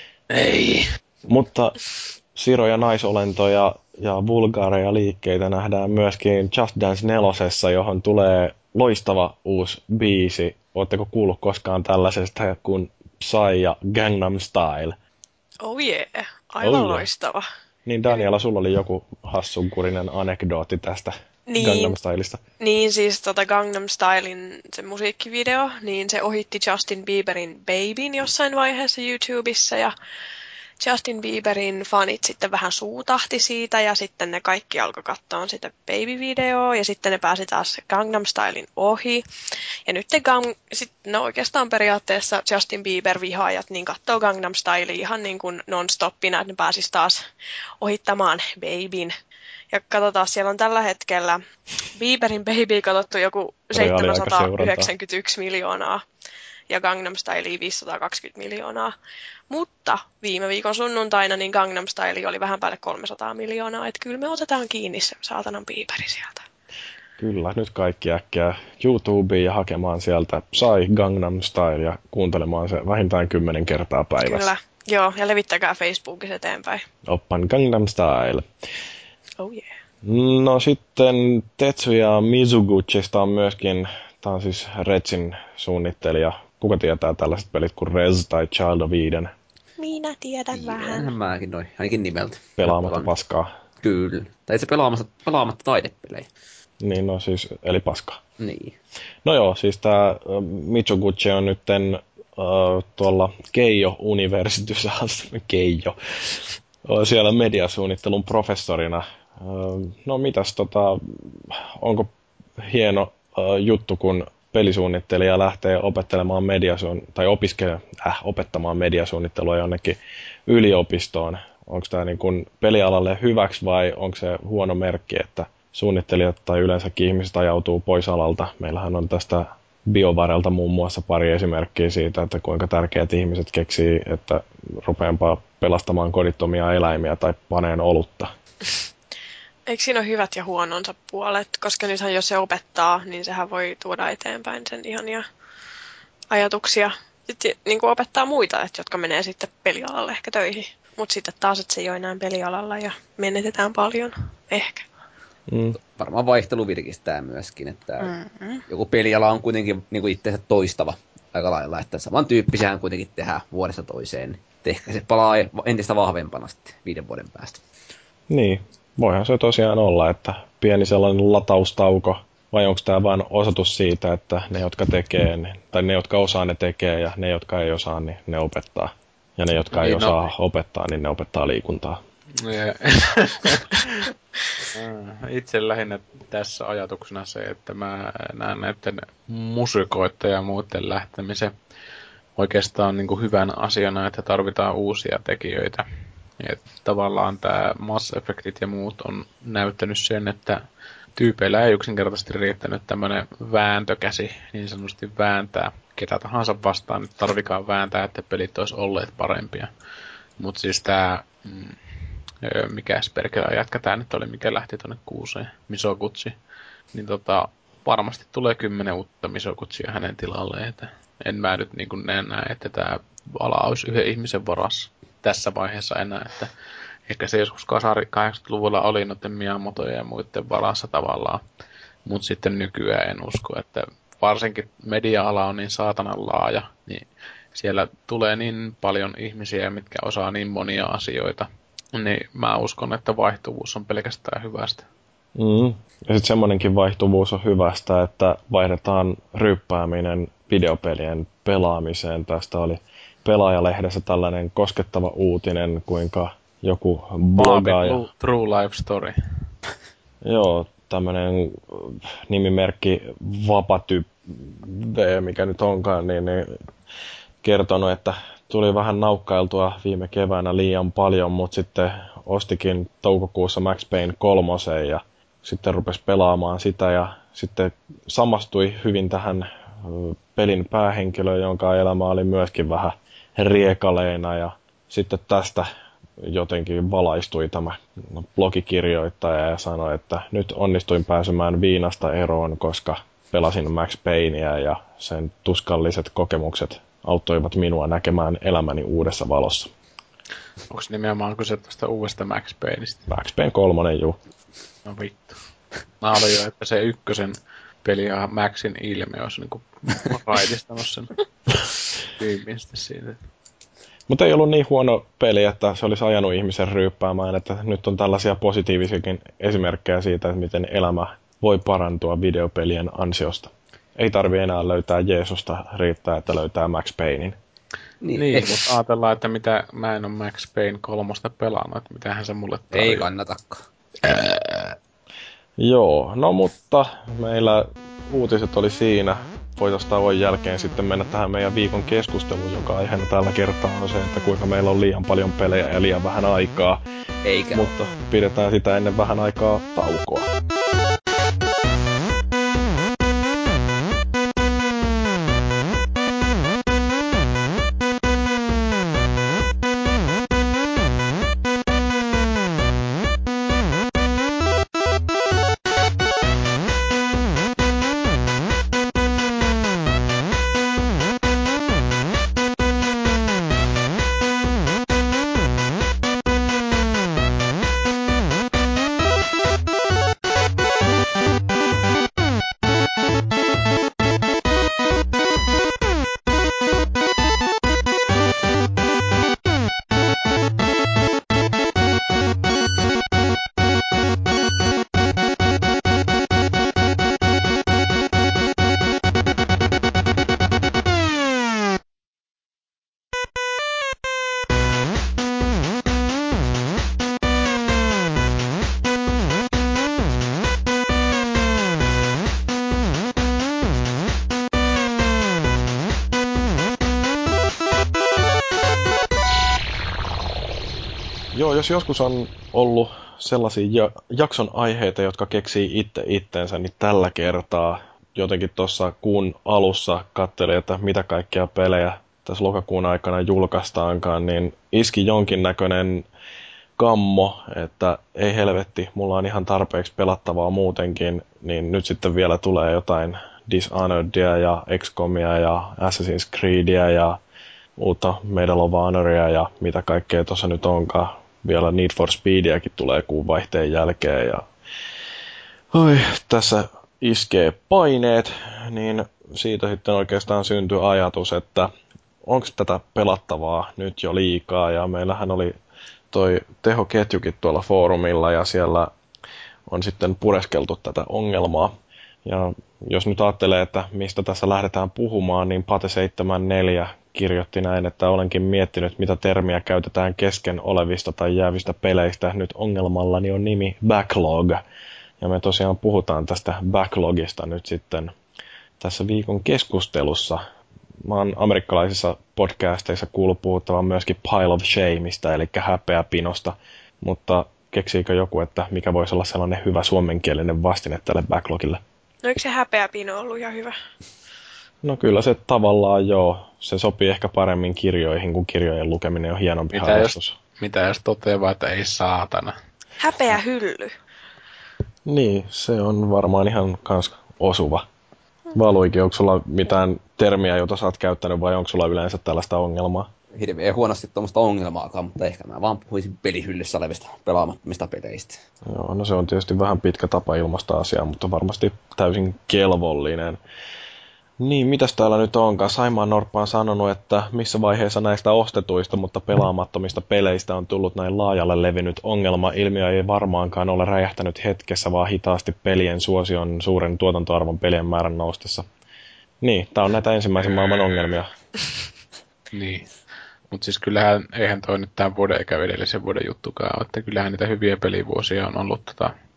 Ei. Mutta siroja naisolentoja ja vulgaareja liikkeitä nähdään myöskin Just Dance nelosessa, johon tulee loistava uusi biisi. Ootteko kuullut koskaan tällaisesta kuin Psy ja Gangnam Style? Oh yeah, aivan oh yeah. loistava. Niin Daniela, sulla oli joku hassunkurinen anekdootti tästä niin, Gangnam Styleista. Niin, siis tota Gangnam Stylein se musiikkivideo, niin se ohitti Justin Bieberin Babyn jossain vaiheessa YouTubessa ja Justin Bieberin fanit sitten vähän suutahti siitä ja sitten ne kaikki alkoi katsoa sitä Baby-videoa ja sitten ne pääsi taas Gangnam Stylein ohi. Ja nyt te gang, sit, no oikeastaan periaatteessa Justin Bieber-vihaajat niin katsoo Gangnam Stylea ihan niin kuin non-stoppina, että ne pääsis taas ohittamaan Babyn. Ja katsotaan, siellä on tällä hetkellä Bieberin Baby katsottu joku seitsemänsataayhdeksänkymmentäyksi miljoonaa. Ja Gangnam Style viisisataakaksikymmentä miljoonaa. Mutta viime viikon sunnuntaina niin Gangnam Style oli vähän päälle kolmesataa miljoonaa. Että kyllä me otetaan kiinni se saatanan Bieberi sieltä. Kyllä, nyt kaikki äkkiä YouTubeen ja hakemaan sieltä Psy Gangnam Style ja kuuntelemaan se vähintään kymmenen kertaa päivässä. Kyllä, joo, ja levittäkää Facebookissa eteenpäin. Oppan Gangnam Style. Oh yeah. No sitten Tetsuya Mizuguchista on myöskin, tämä on siis Retsin suunnittelija. Kuka tietää tällaiset pelit kuin Rez tai Child of Eden? Minä tiedän Tiedän vähän. mäkin noin, ainakin nimeltä. Pelaamatta paskaa. Kyllä. Tai itse pelaamatta, pelaamatta taidepelejä. Niin, no siis, eli paskaa. Niin. No joo, siis tämä Mizuguchi on nytten uh, tuolla Keijo Universityssä, Keijo, on siellä mediasuunnittelun professorina. Uh, no mitäs, tota, onko hieno uh, juttu, kun pelisuunnittelija lähtee opettelemaan mediasuun, tai opiskelemaan, äh, opettamaan mediasuunnittelua jonnekin yliopistoon. Onko tämä niin kuin pelialalle hyväksi vai onko se huono merkki, että suunnittelijat tai yleensäkin ihmiset ajautuu pois alalta? Meillähän on tästä BioVarelta muun muassa pari esimerkkiä siitä, että kuinka tärkeät ihmiset keksii, että rupeanpa pelastamaan kodittomia eläimiä tai paneen olutta. Eikö siinä ole hyvät ja huononsa puolet? Koska nythän jos se opettaa, niin sehän voi tuoda eteenpäin sen ihania ajatuksia. Sitten niin kuin opettaa muita, että jotka menee sitten pelialalle ehkä töihin. Mutta sitten taas, että se ei ole enää pelialalla ja menetetään paljon ehkä. Mm. Varmaan vaihtelu virkistää myöskin, että mm-hmm. joku peliala on kuitenkin niin kuin itseensä toistava aika lailla, että samantyyppisiähän kuitenkin tehdään vuodesta toiseen. Ehkä se palaa entistä vahvempana sitten viiden vuoden päästä. Niin, voihan se tosiaan olla, että pieni sellainen lataustauko, vai onko tämä vain osoitus siitä, että ne, jotka tekee, ne, tai ne, jotka osaa, ne tekee, ja ne, jotka ei osaa, niin ne opettaa. Ja ne, jotka niin, ei osaa no. opettaa, niin ne opettaa liikuntaa. Itse lähinnä tässä ajatuksena se, että mä näen näiden musikoiden ja muiden lähtemisen oikeastaan niin kuin hyvän asiana, että tarvitaan uusia tekijöitä. Ja tavallaan tämä Mass Effectit ja muut on näyttänyt sen, että tyypeillä ei yksinkertaisesti riittänyt tämmöinen vääntökäsi, niin sanotusti vääntää ketä tahansa vastaan, nyt tarvikaan vääntää, että pelit olisi olleet parempia. Mutta siis tämä, mm, mikä perkele jätkä tämä nyt oli, mikä lähti tuonne kuuseen, Mizoguchi, niin tota, varmasti tulee kymmenen uutta Mizoguchia hänen tilalleen, että en mä nyt niin kuin näe, näe, että tämä ala olisi yhden ihmisen varassa tässä vaiheessa enää, että ehkä se joskus kasari kahdeksankymmentäluvulla oli noiden Miyamotojen ja muiden varassa tavallaan, mutta sitten nykyään en usko, että varsinkin media-ala on niin saatanan laaja, niin siellä tulee niin paljon ihmisiä, mitkä osaa niin monia asioita, niin mä uskon, että vaihtuvuus on pelkästään hyvästä. Mm. Ja sitten semmoinenkin vaihtuvuus on hyvästä, että vaihdetaan ryppääminen videopelien pelaamiseen. Tästä oli Pelaajalehdessä tällainen koskettava uutinen, kuinka joku blogaaja... True Life Story. Joo, tämmöinen nimimerkki Vapatyp, mikä nyt onkaan, niin, niin kertonut, että tuli vähän naukkailtua viime keväänä liian paljon, mutta sitten ostikin toukokuussa Max Payne kolmosen ja sitten rupesi pelaamaan sitä ja sitten samastui hyvin tähän pelin päähenkilöön, jonka elämä oli myöskin vähän riekaleina ja sitten tästä jotenkin valaistui tämä blogikirjoittaja ja sanoi, että nyt onnistuin pääsemään viinasta eroon, koska pelasin Max Paynea ja sen tuskalliset kokemukset auttoivat minua näkemään elämäni uudessa valossa. Onko nimenomaan kyse tuosta uudesta Max Payneista? Max Payne kolmonen, juu. No vittu. Mä olin jo, että se ykkösen peli ja Maxin ilme olisi niinku raidistanut sen tyypin sitten siitä. Mutta ei ollut niin huono peli, että se olisi ajanut ihmisen ryyppäämään, että nyt on tällaisia positiivisiakin esimerkkejä siitä, että miten elämä voi parantua videopelien ansiosta. Ei tarvi enää löytää Jeesusta, riittää, että löytää Max Paynein. Niin, niin mutta ajatellaan, että mitä mä en ole Max Payne kolmosta pelannut, että mitähän se mulle tarvii. Ei kannatakaan. Joo, no mutta meillä uutiset oli siinä. Voitaisiin tauon jälkeen sitten mennä tähän meidän viikon keskusteluun, joka aiheena tällä kertaa on se, että kuinka meillä on liian paljon pelejä ja liian vähän aikaa. Eikä. Mutta pidetään sitä ennen vähän aikaa taukoa. Joo, jos joskus on ollut sellaisia jakson aiheita, jotka keksii itse itteensä, niin tällä kertaa jotenkin tuossa kuun alussa katselin, että mitä kaikkia pelejä tässä lokakuun aikana julkaistaankaan, niin iski jonkinnäköinen kammo, että ei helvetti, mulla on ihan tarpeeksi pelattavaa muutenkin, niin nyt sitten vielä tulee jotain Dishonoredia ja X COMia ja Assassin's Creedia ja uutta Medal of Honoria ja mitä kaikkea tuossa nyt onkaan. Vielä Need for Speediäkin tulee kuun vaihteen jälkeen ja oi, tässä iskee paineet, niin siitä sitten oikeastaan syntyi ajatus, että onko tätä pelattavaa nyt jo liikaa ja meillähän oli toi tehoketjukin tuolla foorumilla ja siellä on sitten pureskeltu tätä ongelmaa. Ja jos nyt ajattelee, että mistä tässä lähdetään puhumaan, niin Pate seitsemänkymmentäneljä kirjoitti näin, että olenkin miettinyt, mitä termiä käytetään kesken olevista tai jäävistä peleistä. Nyt ongelmallani on nimi backlog. Ja me tosiaan puhutaan tästä backlogista nyt sitten tässä viikon keskustelussa. Mä oon amerikkalaisissa podcasteissa kuullut puhuttavan myöskin pile of shameista, eli häpeäpinosta. Mutta keksiikö joku, että mikä voisi olla sellainen hyvä suomenkielinen vastine tälle backlogille? No eikö se häpeäpino ollut ihan hyvä? No kyllä se tavallaan joo. Se sopii ehkä paremmin kirjoihin, kun kirjojen lukeminen on hienompi mitä harrastus. Jos, mitä jos toteaa, että ei saatana? Häpeähylly. Niin, se on varmaan ihan kans osuva. Valuikin, onko sulla mitään termiä, jota sä oot käyttänyt, vai onko sulla yleensä tällaista ongelmaa? Hirveän huonosti tuommoista ongelmaakaan, mutta ehkä mä vaan puhuisin pelihyllyssä olevista pelaamattomista peleistä. Joo, no se on tietysti vähän pitkä tapa ilmaista asiaa, mutta varmasti täysin kelvollinen. Niin, mitäs täällä nyt onkaan? Saimaan Norppa on sanonut, että missä vaiheessa näistä ostetuista, mutta pelaamattomista peleistä on tullut näin laajalle levinnyt ongelma. Ilmiö ei varmaankaan ole räjähtänyt hetkessä, vaan hitaasti pelien suosion suuren tuotantoarvon pelien määrän noustessa. Niin, tää on näitä ensimmäisen maailman ongelmia. Niin. Mutta siis kyllähän, eihän toi nyt tämän vuoden eikä edellisen vuoden juttukaan ole, että kyllähän niitä hyviä pelivuosia on ollut tota,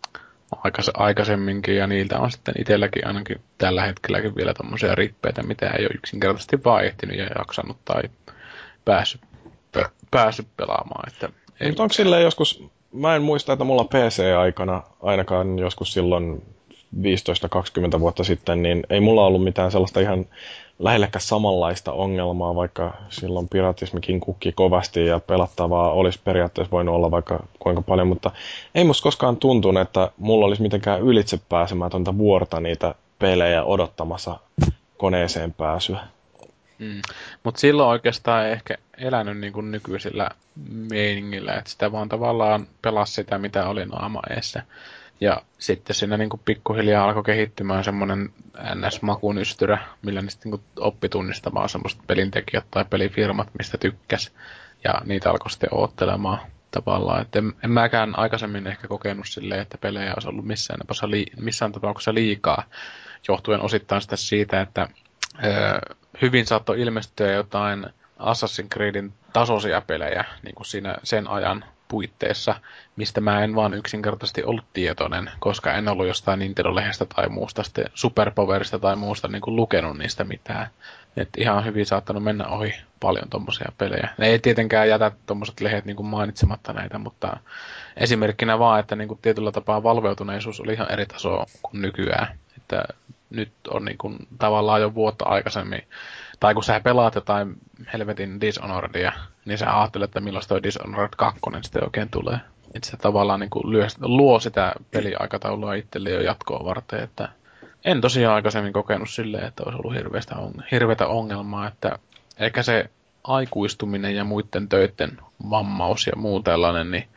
aikais- aikaisemminkin, ja niiltä on sitten itselläkin ainakin tällä hetkelläkin vielä tommosia rippeitä, mitä ei ole yksinkertaisesti vaan ehtinyt ja jaksanut tai päässyt, pä- päässyt pelaamaan. Että ei Mutta onko silleen joskus, mä en muista, että mulla P C-aikana, ainakaan joskus silloin viisitoista kaksikymmentä vuotta sitten, niin ei mulla ollut mitään sellaista ihan lähellekään samanlaista ongelmaa, vaikka silloin piratismikin kukki kovasti ja pelattavaa olisi periaatteessa voinut olla vaikka kuinka paljon, mutta ei musta koskaan tuntunut, että mulla olisi mitenkään ylitse pääsemätöntä vuorta niitä pelejä odottamassa koneeseen pääsyä. Mm. Mutta silloin oikeastaan ei ehkä elänyt niin kuin nykyisillä meiningillä, että sitä vaan tavallaan pelasi sitä, mitä oli naama eessä. Ja sitten siinä niin kuin pikkuhiljaa alkoi kehittymään semmoinen N S-makunystyrä, millä ne sitten niin kuin oppi tunnistamaan semmoiset pelintekijät tai pelifirmat, mistä tykkäs. Ja niitä alkoi sitten oottelemaan tavallaan. Et en, en mäkään aikaisemmin ehkä kokenut silleen, että pelejä olisi ollut missään, missään tapauksessa liikaa. Johtuen osittain sitä siitä, että öö, hyvin saattoi ilmestyä jotain Assassin's Creedin tasoisia pelejä niin kuin siinä sen ajan puitteissa, mistä mä en vaan yksinkertaisesti ollut tietoinen, koska en ollut jostain Nintendo-lehdestä tai muusta, sitten Superpowerista tai muusta niin kuin lukenut niistä mitään. Et ihan hyvin saattanut mennä ohi paljon tommosia pelejä. Ne ei tietenkään jätä tommoset lehdet niin kuin mainitsematta näitä, mutta esimerkkinä vaan, että niin kuin tietyllä tapaa valveutuneisuus oli ihan eri taso kuin nykyään. Että nyt on niin kuin tavallaan jo vuotta aikaisemmin, tai kun sä pelaat jotain helvetin Dishonoredia, niin sä ajattelet, että milloin toi Dishonored kaksi sitten oikein tulee. Että se tavallaan niin kuin lyö, luo sitä peliaikataulua itselle jo jatkoa varten, että en tosiaan aikaisemmin kokenut silleen, että olisi ollut hirveästä on, hirveätä ongelmaa, että ehkä se aikuistuminen ja muiden töiden vammaus ja muu tällainen, niin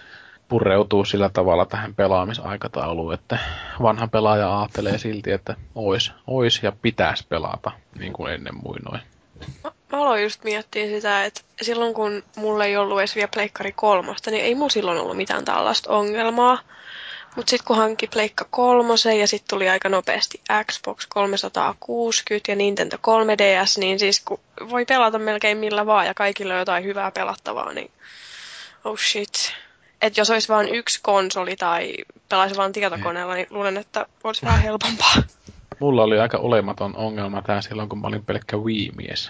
pureutuu sillä tavalla tähän pelaamisaikatauluun, että vanha pelaaja ajattelee silti, että ois, ois ja pitäisi pelata, niin kuin ennen muinoin. Mä aloin just miettiä sitä, että silloin kun mulla ei ollut edes vielä Pleikkari kolmosta, niin ei mun silloin ollut mitään tällaista ongelmaa. Mutta sitten kun hankki Pleikka kolmosen ja sitten tuli aika nopeasti Xbox kolmesataakuusikymmentä ja Nintendo kolme D S, niin siis kun voi pelata melkein millä vaan ja kaikilla on jotain hyvää pelattavaa, niin oh shit. Että jos olisi vain yksi konsoli tai pelaisi vain tietokoneella, niin luulen, että olisi vähän helpompaa. Mulla oli aika olematon ongelma tää silloin, kun mä olin pelkkä Wii-mies.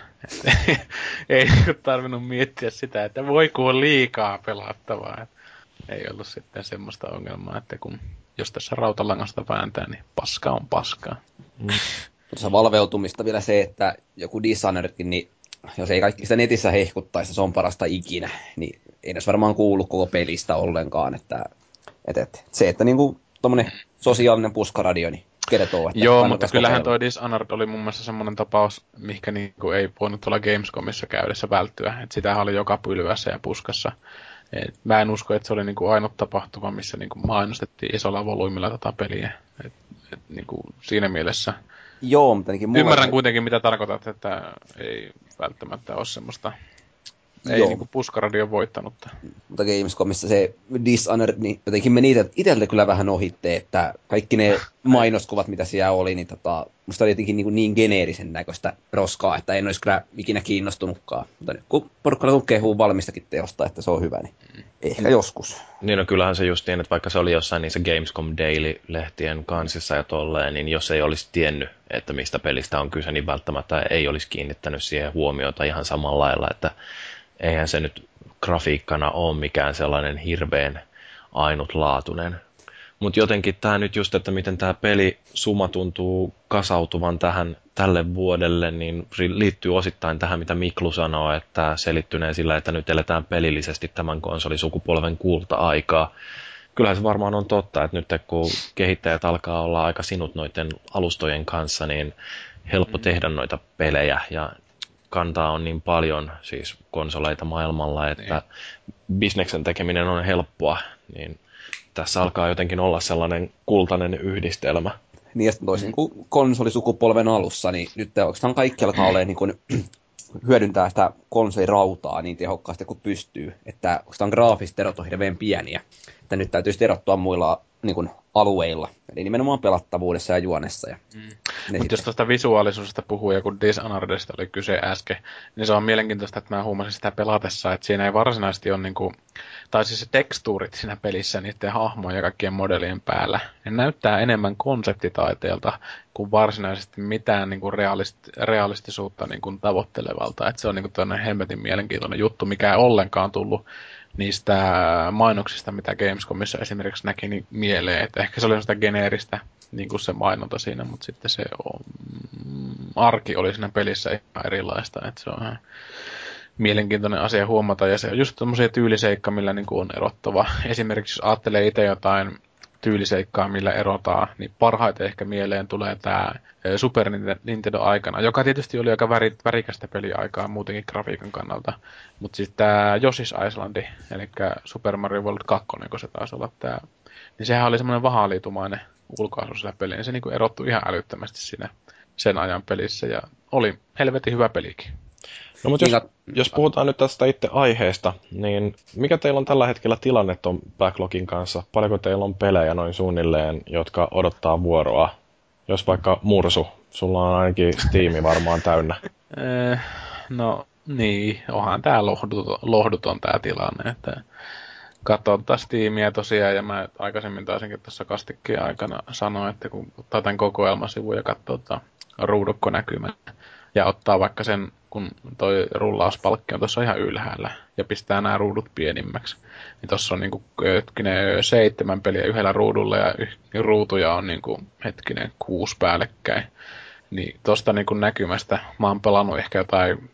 Ei tarvinnut miettiä sitä, että voiko olla liikaa pelattavaa. Ei ollut sitten semmoista ongelmaa, että kun jos tässä rautalangasta vääntää, niin paska on paskaa. Mm. Tuossa valveutumista vielä se, että joku Dishonoredkin, niin jos ei kaikki sitä netissä hehkuttaisi, se on parasta ikinä, niin ei edes varmaan kuulu koko pelistä ollenkaan. Että, et, et, se, että niinku tommonen sosiaalinen puskaradio, niin kertoo, että joo, mutta kyllähän toi Dishonored oli mun mielestä semmoinen tapaus, mihinkä niinku ei voinut tuolla Gamescomissa käydessä välttyä. Et sitähän oli joka pylvässä ja puskassa. Et mä en usko, että se oli niinku ainut tapahtuma, missä niinku mainostettiin isolla volyymilla tätä peliä. Et, et niinku siinä mielessä joo, mutta ymmärrän kuitenkin, mitä tarkoitat, että ei välttämättä ole semmoista. Ei joo. Niinku puskaradio voittanut. Mutta Gamescomissa se Dishonored, niin jotenkin meni itseltä kyllä vähän ohitte, että kaikki ne mainoskuvat, mitä siellä oli, niin tota, musta oli jotenkin niin, niin geneerisen näköistä roskaa, että en olisi kyllä ikinä kiinnostunutkaan. Mutta nyt kun porukka kehuu valmistakin teosta, että se on hyvä, niin mm. ehkä joskus. Niin no kyllähän se just niin, että vaikka se oli jossain niissä Gamescom Daily-lehtien kansissa ja tolleen, niin jos ei olisi tiennyt, että mistä pelistä on kyse, niin välttämättä ei olisi kiinnittänyt siihen huomiota ihan samalla lailla, että eihän se nyt grafiikkana ole mikään sellainen hirveän ainutlaatuinen. Mutta jotenkin tämä nyt just, että miten tämä pelisuma tuntuu kasautuvan tähän tälle vuodelle, niin liittyy osittain tähän, mitä Miklu sanoo, että selittyneen sillä, että nyt eletään pelillisesti tämän konsolisukupolven kulta-aikaa. Kyllähän se varmaan on totta, että nyt kun kehittäjät alkaa olla aika sinut noiden alustojen kanssa, niin helppo tehdä noita pelejä ja kantaa on niin paljon siis konsoleita maailmalla, että niin. Bisneksen tekeminen on helppoa, niin tässä alkaa jotenkin olla sellainen kultainen yhdistelmä. Niin ja sitten toisin kuin konsolisukupolven alussa, niin nyt oikeastaan kaikki alkaa olemaan niin kuin hyödyntää sitä konsolirautaa niin tehokkaasti kuin pystyy, että oikeastaan graafiset erot on hirveän pieniä, että nyt täytyisi erottua muilla niin kuin alueilla, eli nimenomaan pelattavuudessa ja juonessa. Ja mm. Mutta jos tuosta visuaalisuudesta puhuu ja kun Dishonoredista oli kyse äsken, niin se on mielenkiintoista, että mä huomasin sitä pelatessa, että siinä ei varsinaisesti ole niinku, tai siis se tekstuurit siinä pelissä niiden hahmojen ja kaikkien modelien päällä, ne näyttää enemmän konseptitaiteelta kuin varsinaisesti mitään niin kuin realist, realistisuutta niin kuin tavoittelevalta. Et se on niin kuin tämmöinen hemmetin mielenkiintoinen juttu, mikä ei ollenkaan tullut niistä mainoksista, mitä Gamescomissa esimerkiksi näki niin mieleen. Et ehkä se oli sitä geneeristä niin kuin se mainonta siinä, mutta sitten se on, arki oli siinä pelissä ihan erilaista. Et se on ihan mielenkiintoinen asia huomata, ja se on just tommosia tyyliseikka, millä niin kuin on erottava. Esimerkiksi jos ajattelee itse jotain tyyliseikkaa, millä erotaan, niin parhaiten ehkä mieleen tulee tämä Super Nintendo aikana, joka tietysti oli aika väri, värikästä peliaikaa muutenkin grafiikan kannalta. Mutta siis tämä Yoshi's Islandi, eli Super Mario World kaksi, kun se taisi olla tämä, niin sehän oli semmoinen vahaliitumainen ulkoasu sillä peliä, niin se niin kuin erottui ihan älyttömästi siinä sen ajan pelissä, ja oli helvetin hyvä pelikin. No mutta jos, jos puhutaan nyt tästä itse aiheesta, niin mikä teillä on tällä hetkellä tilanne ton backlogin kanssa? Paljonko teillä on pelejä noin suunnilleen, jotka odottaa vuoroa? Jos vaikka Mursu, sulla on ainakin Steam varmaan täynnä. Eh, no niin, onhan tää lohduton, lohduton tää tilanne, että katsotaan Steamia tosiaan, ja mä aikaisemmin taisinkin tuossa kastikkeen aikana sanoa, että kun ottaa tämän kokoelmasivun ja katsoo ruudukkonäkymän, ja ottaa vaikka sen, kun toi rullauspalkki on tuossa ihan ylhäällä, ja pistää nämä ruudut pienimmäksi, niin tuossa on niinku hetkinen seitsemän peliä yhdellä ruudulla, ja y- ruutuja on niinku hetkinen kuusi päällekkäin. Niin tosta niinku näkymästä mä oon pelannut ehkä jotain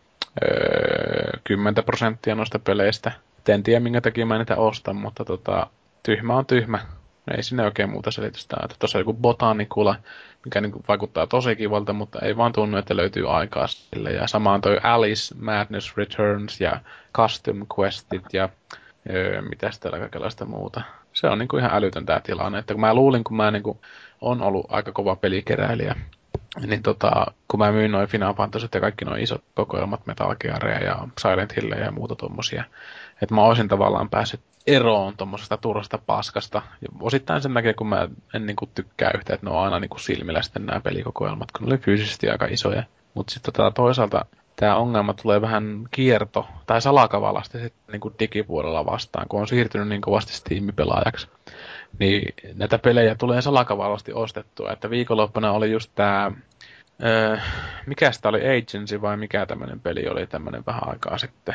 öö, kymmentä prosenttia noista peleistä. En tiedä minkä takia mä niitä ostan, mutta tota, tyhmä on tyhmä. Ei sinne oikein muuta selitystä. Tuossa on joku botanicula, mikä niinku vaikuttaa tosi kivalta, mutta ei vaan tunnu, että löytyy aikaa sille. Ja sama on toi Alice Madness Returns ja Custom Questit ja öö, mitäs täällä kaikenlaista muuta. Se on niinku ihan älytön tää tilanne. Että kun mä luulin, kun mä niinku on ollut aika kova pelikeräilijä, niin tota, kun mä myin noin Final Fantasyt ja kaikki noin isot kokoelmat, Metal Gearia ja Silent Hill ja muuta tommosia, että mä olisin tavallaan päässyt eroon tommosesta turhasta paskasta. Ja osittain sen takia, kun mä en niinku tykkää yhtään, että ne on aina niinku silmillä sitten nämä pelikokoelmat, kun ne oli fyysisesti aika isoja. Mutta sitten tota, toisaalta tämä ongelma tulee vähän kierto- tai salakavalasti sitten niinku digipuolella vastaan, kun on siirtynyt niin kovasti Steam-pelaajaksi. Niin näitä pelejä tulee salakavalasti ostettua, että viikonloppuna oli just tää, öö, mikä sitä oli, Agency vai mikä tämmönen peli oli tämmönen vähän aikaa sitten.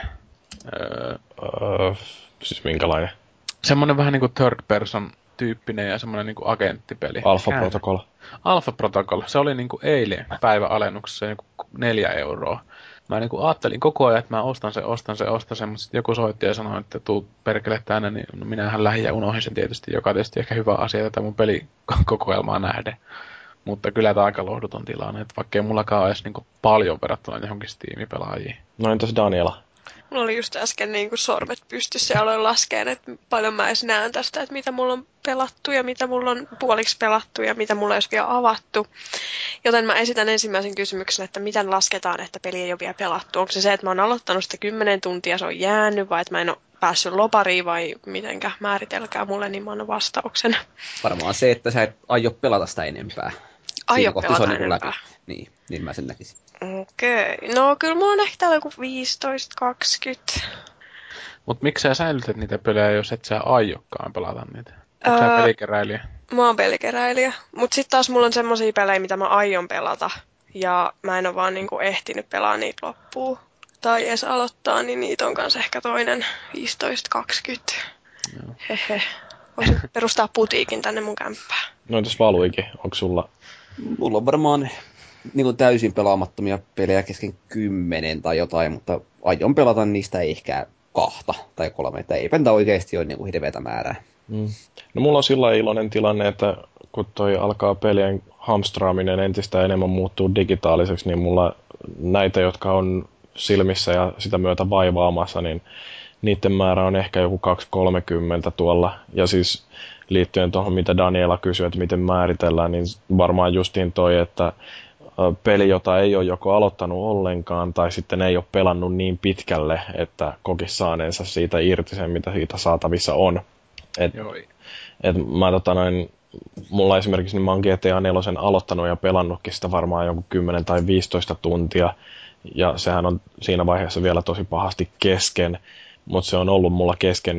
Öö, öö, siis minkälainen? Semmonen vähän niinku third person tyyppinen ja semmonen niinku agenttipeli. Alpha Protocol. Alpha Protocol, se oli niinku eilen päiväalennuksessa niinku neljä euroa. Mä niinku ajattelin koko ajan, että mä ostan sen, ostan sen, ostan sen, mutta sitten joku soitti ja sanoi, että tuu perkele tänne, niin no minähän lähdin ja unohdin sen tietysti, joka on tietysti ehkä hyvä asia tätä mun pelikokoelmaa nähden. Mutta kyllä tämä aika lohduton tilanne, että vaikka ei mullakaan ole edes niinku paljon verrattuna johonkin Steam-pelaajiin. No entäs Daniela? Mulla oli just äsken niin kuin sormet pystyssä ja aloin laskeen, että paljon mä edes näen tästä, että mitä mulla on pelattu ja mitä mulla on puoliksi pelattu ja mitä mulla ei ole vielä avattu. Joten mä esitän ensimmäisen kysymyksen, että miten lasketaan, että peli ei ole vielä pelattu. Onko se se, että mä oon aloittanut sitä kymmenen tuntia, se on jäänyt, vai että mä en ole päässyt lopariin, vai mitenkä määritelkää mulle, niin mä annan vastauksen. Varmaan se, että sä et aio pelata sitä enempää. Aio pelata niin enempää. Niin, niin mä sen näkisin. Okei, no kyllä mulla on ehkä täällä joku viisitoista kaksikymmentä. Mut miksi sä säilytät niitä pelejä, jos et sä aiokkaan pelata niitä? Onko sä Öö, pelikeräilijä? Mä oon pelikeräilijä, mut sit taas mulla on semmosia pelejä, mitä mä aion pelata. Ja mä en oo vaan niinku ehtinyt pelaa niitä loppuun. Tai edes aloittaa, niin niitä on kans ehkä toinen viisitoista kaksikymmentä. Joo. Hehe. Voisin perustaa putiikin tänne mun kämppään. No entäs Valuikin, onko sulla? Mulla on varmaan niin kuin täysin pelaamattomia pelejä kesken kymmenen tai jotain, mutta aion pelata niistä ehkä kahta tai kolme, että eipä niitä oikeasti ole niin kuin hirveätä määrää. Mm. No mulla on sillä iloinen tilanne, että kun toi alkaa pelien hamstraaminen entistä enemmän muuttuu digitaaliseksi, niin mulla näitä, jotka on silmissä ja sitä myötä vaivaamassa, niin niiden määrä on ehkä joku kaksi kolmekymmentä tuolla. Ja siis liittyen tuohon, mitä Daniela kysyi, että miten määritellään, niin varmaan justiin toi, että peli, jota ei ole joko aloittanut ollenkaan tai sitten ei ole pelannut niin pitkälle, että kokisi saaneensa siitä irti sen, mitä siitä saatavissa on. Et, Joo. et mä tota noin, mulla esimerkiksi niin mä oon G T A neljä aloittanut ja pelannutkin sitä varmaan joku kymmenen tai viisitoista tuntia, ja sehän on siinä vaiheessa vielä tosi pahasti kesken, mutta se on ollut mulla kesken nyt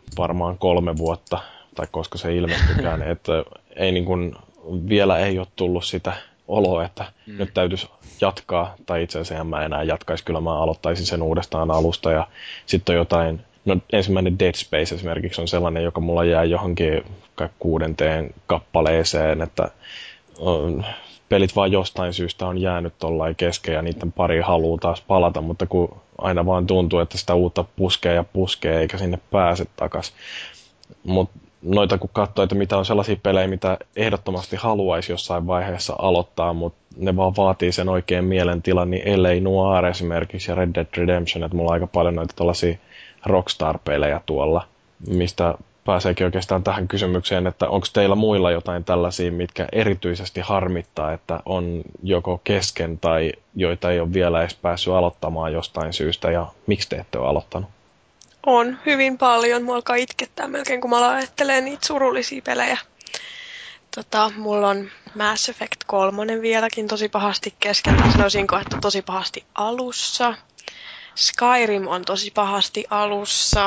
varmaan kolme vuotta, tai koska se ilmestykään, että ei niin kuin, vielä ei ole tullut sitä oloa, että mm. nyt täytyisi jatkaa, tai itse asiassa mä enää jatkaisi, kyllä mä aloittaisin sen uudestaan alusta, ja sitten on jotain, no ensimmäinen Dead Space esimerkiksi on sellainen, joka mulla jää johonkin kuudenteen kappaleeseen, että on, pelit vaan jostain syystä on jäänyt tollain kesken, ja niiden pari haluaa taas palata, mutta kun aina vaan tuntuu, että sitä uutta puskee ja puskee, eikä sinne pääse takas. Mutta noita kun katsoo, että mitä on sellaisia pelejä, mitä ehdottomasti haluaisi jossain vaiheessa aloittaa, mutta ne vaan vaatii sen oikein mielentilan, niin L A Noire esimerkiksi ja Red Dead Redemption, että mulla on aika paljon noita tällaisia Rockstar-pelejä tuolla, mistä pääseekin oikeastaan tähän kysymykseen, että onko teillä muilla jotain tällaisia, mitkä erityisesti harmittaa, että on joko kesken tai joita ei ole vielä edes päässyt aloittamaan jostain syystä, ja miksi te ette ole aloittanut? On hyvin paljon. Mua alkaa itkettää melkein, kun mä ajattelen niitä surullisia pelejä. Tota, mulla on Mass Effect kolme vieläkin tosi pahasti kesken. Tai sanoisinko, että tosi pahasti alussa. Skyrim on tosi pahasti alussa.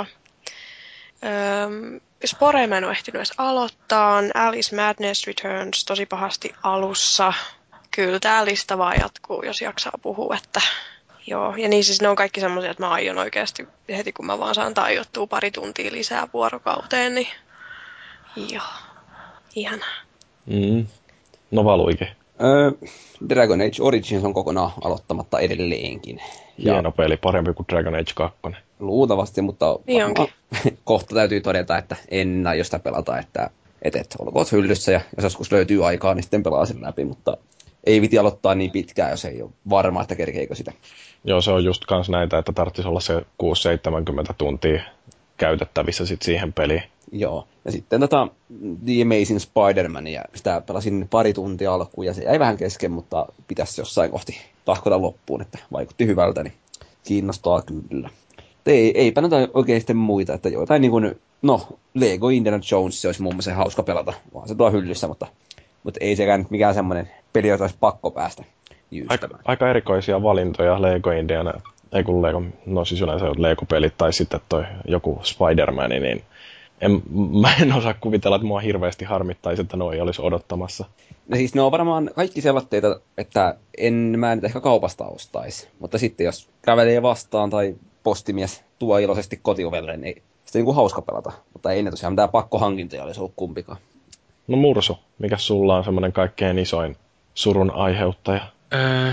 Öm, Spore mä en ole ehtinyt edes aloittaa. Alice Madness Returns tosi pahasti alussa. Kyllä tää lista vaan jatkuu, jos jaksaa puhua, että... Joo, ja niin siis ne on kaikki semmoisia, että mä aion oikeasti heti kun mä vaan saan tajottua pari tuntia lisää vuorokauteen, niin joo, ihanaa. Mm. No Valuikin. Öö, Dragon Age Origins on kokonaan aloittamatta edelleenkin. Hieno peli, parempi kuin Dragon Age kaksi. Luultavasti, mutta niin kohta täytyy todeta, että en aio sitä pelata, että et, et, olkoot hyllyssä ja jos joskus löytyy aikaa, niin sitten pelaa sen läpi, mutta ei viti aloittaa niin pitkään, jos ei ole varma, että kerkeekö sitä. Joo, se on just kans näitä, että tarvitsisi olla se kuusi seitsemänkymmentä tuntia käytettävissä sit siihen peliin. Joo, ja sitten tota The Amazing Spider-Man, ja sitä pelasin pari tuntia alkuun, ja se jäi vähän kesken, mutta pitäisi jossain kohti tahkota loppuun, että vaikutti hyvältä, niin kiinnostaa kyllä. Ei, eipä näitä oikein sitten muita, että jotain niin kuin, no, Lego Indiana Jones se olisi muun muassa hauska pelata, vaan se tuo hyllyssä, mutta, mutta ei sekään nyt mikään semmoinen peli, jota olisi pakko päästä aika, aika erikoisia valintoja Lego Indiana, ei kun Lego, no siis yleensä Lego-pelit tai sitten toi joku Spider-Man, niin en, mä en osaa kuvitella, että mua hirveästi harmittaisi, että noi olisi odottamassa. No siis ne on varmaan kaikki sellaitteita, että en mä nyt ehkä kaupasta ostaisi, mutta sitten jos kävelee vastaan tai postimies tuo iloisesti kotiovelle, niin sitten niin hauska pelata, mutta ei ne tosiaan mitään pakkohankintoja olisi ollut kumpikaan. No Mursu, mikä sulla on semmoinen kaikkein isoin surun aiheuttaja? Öö,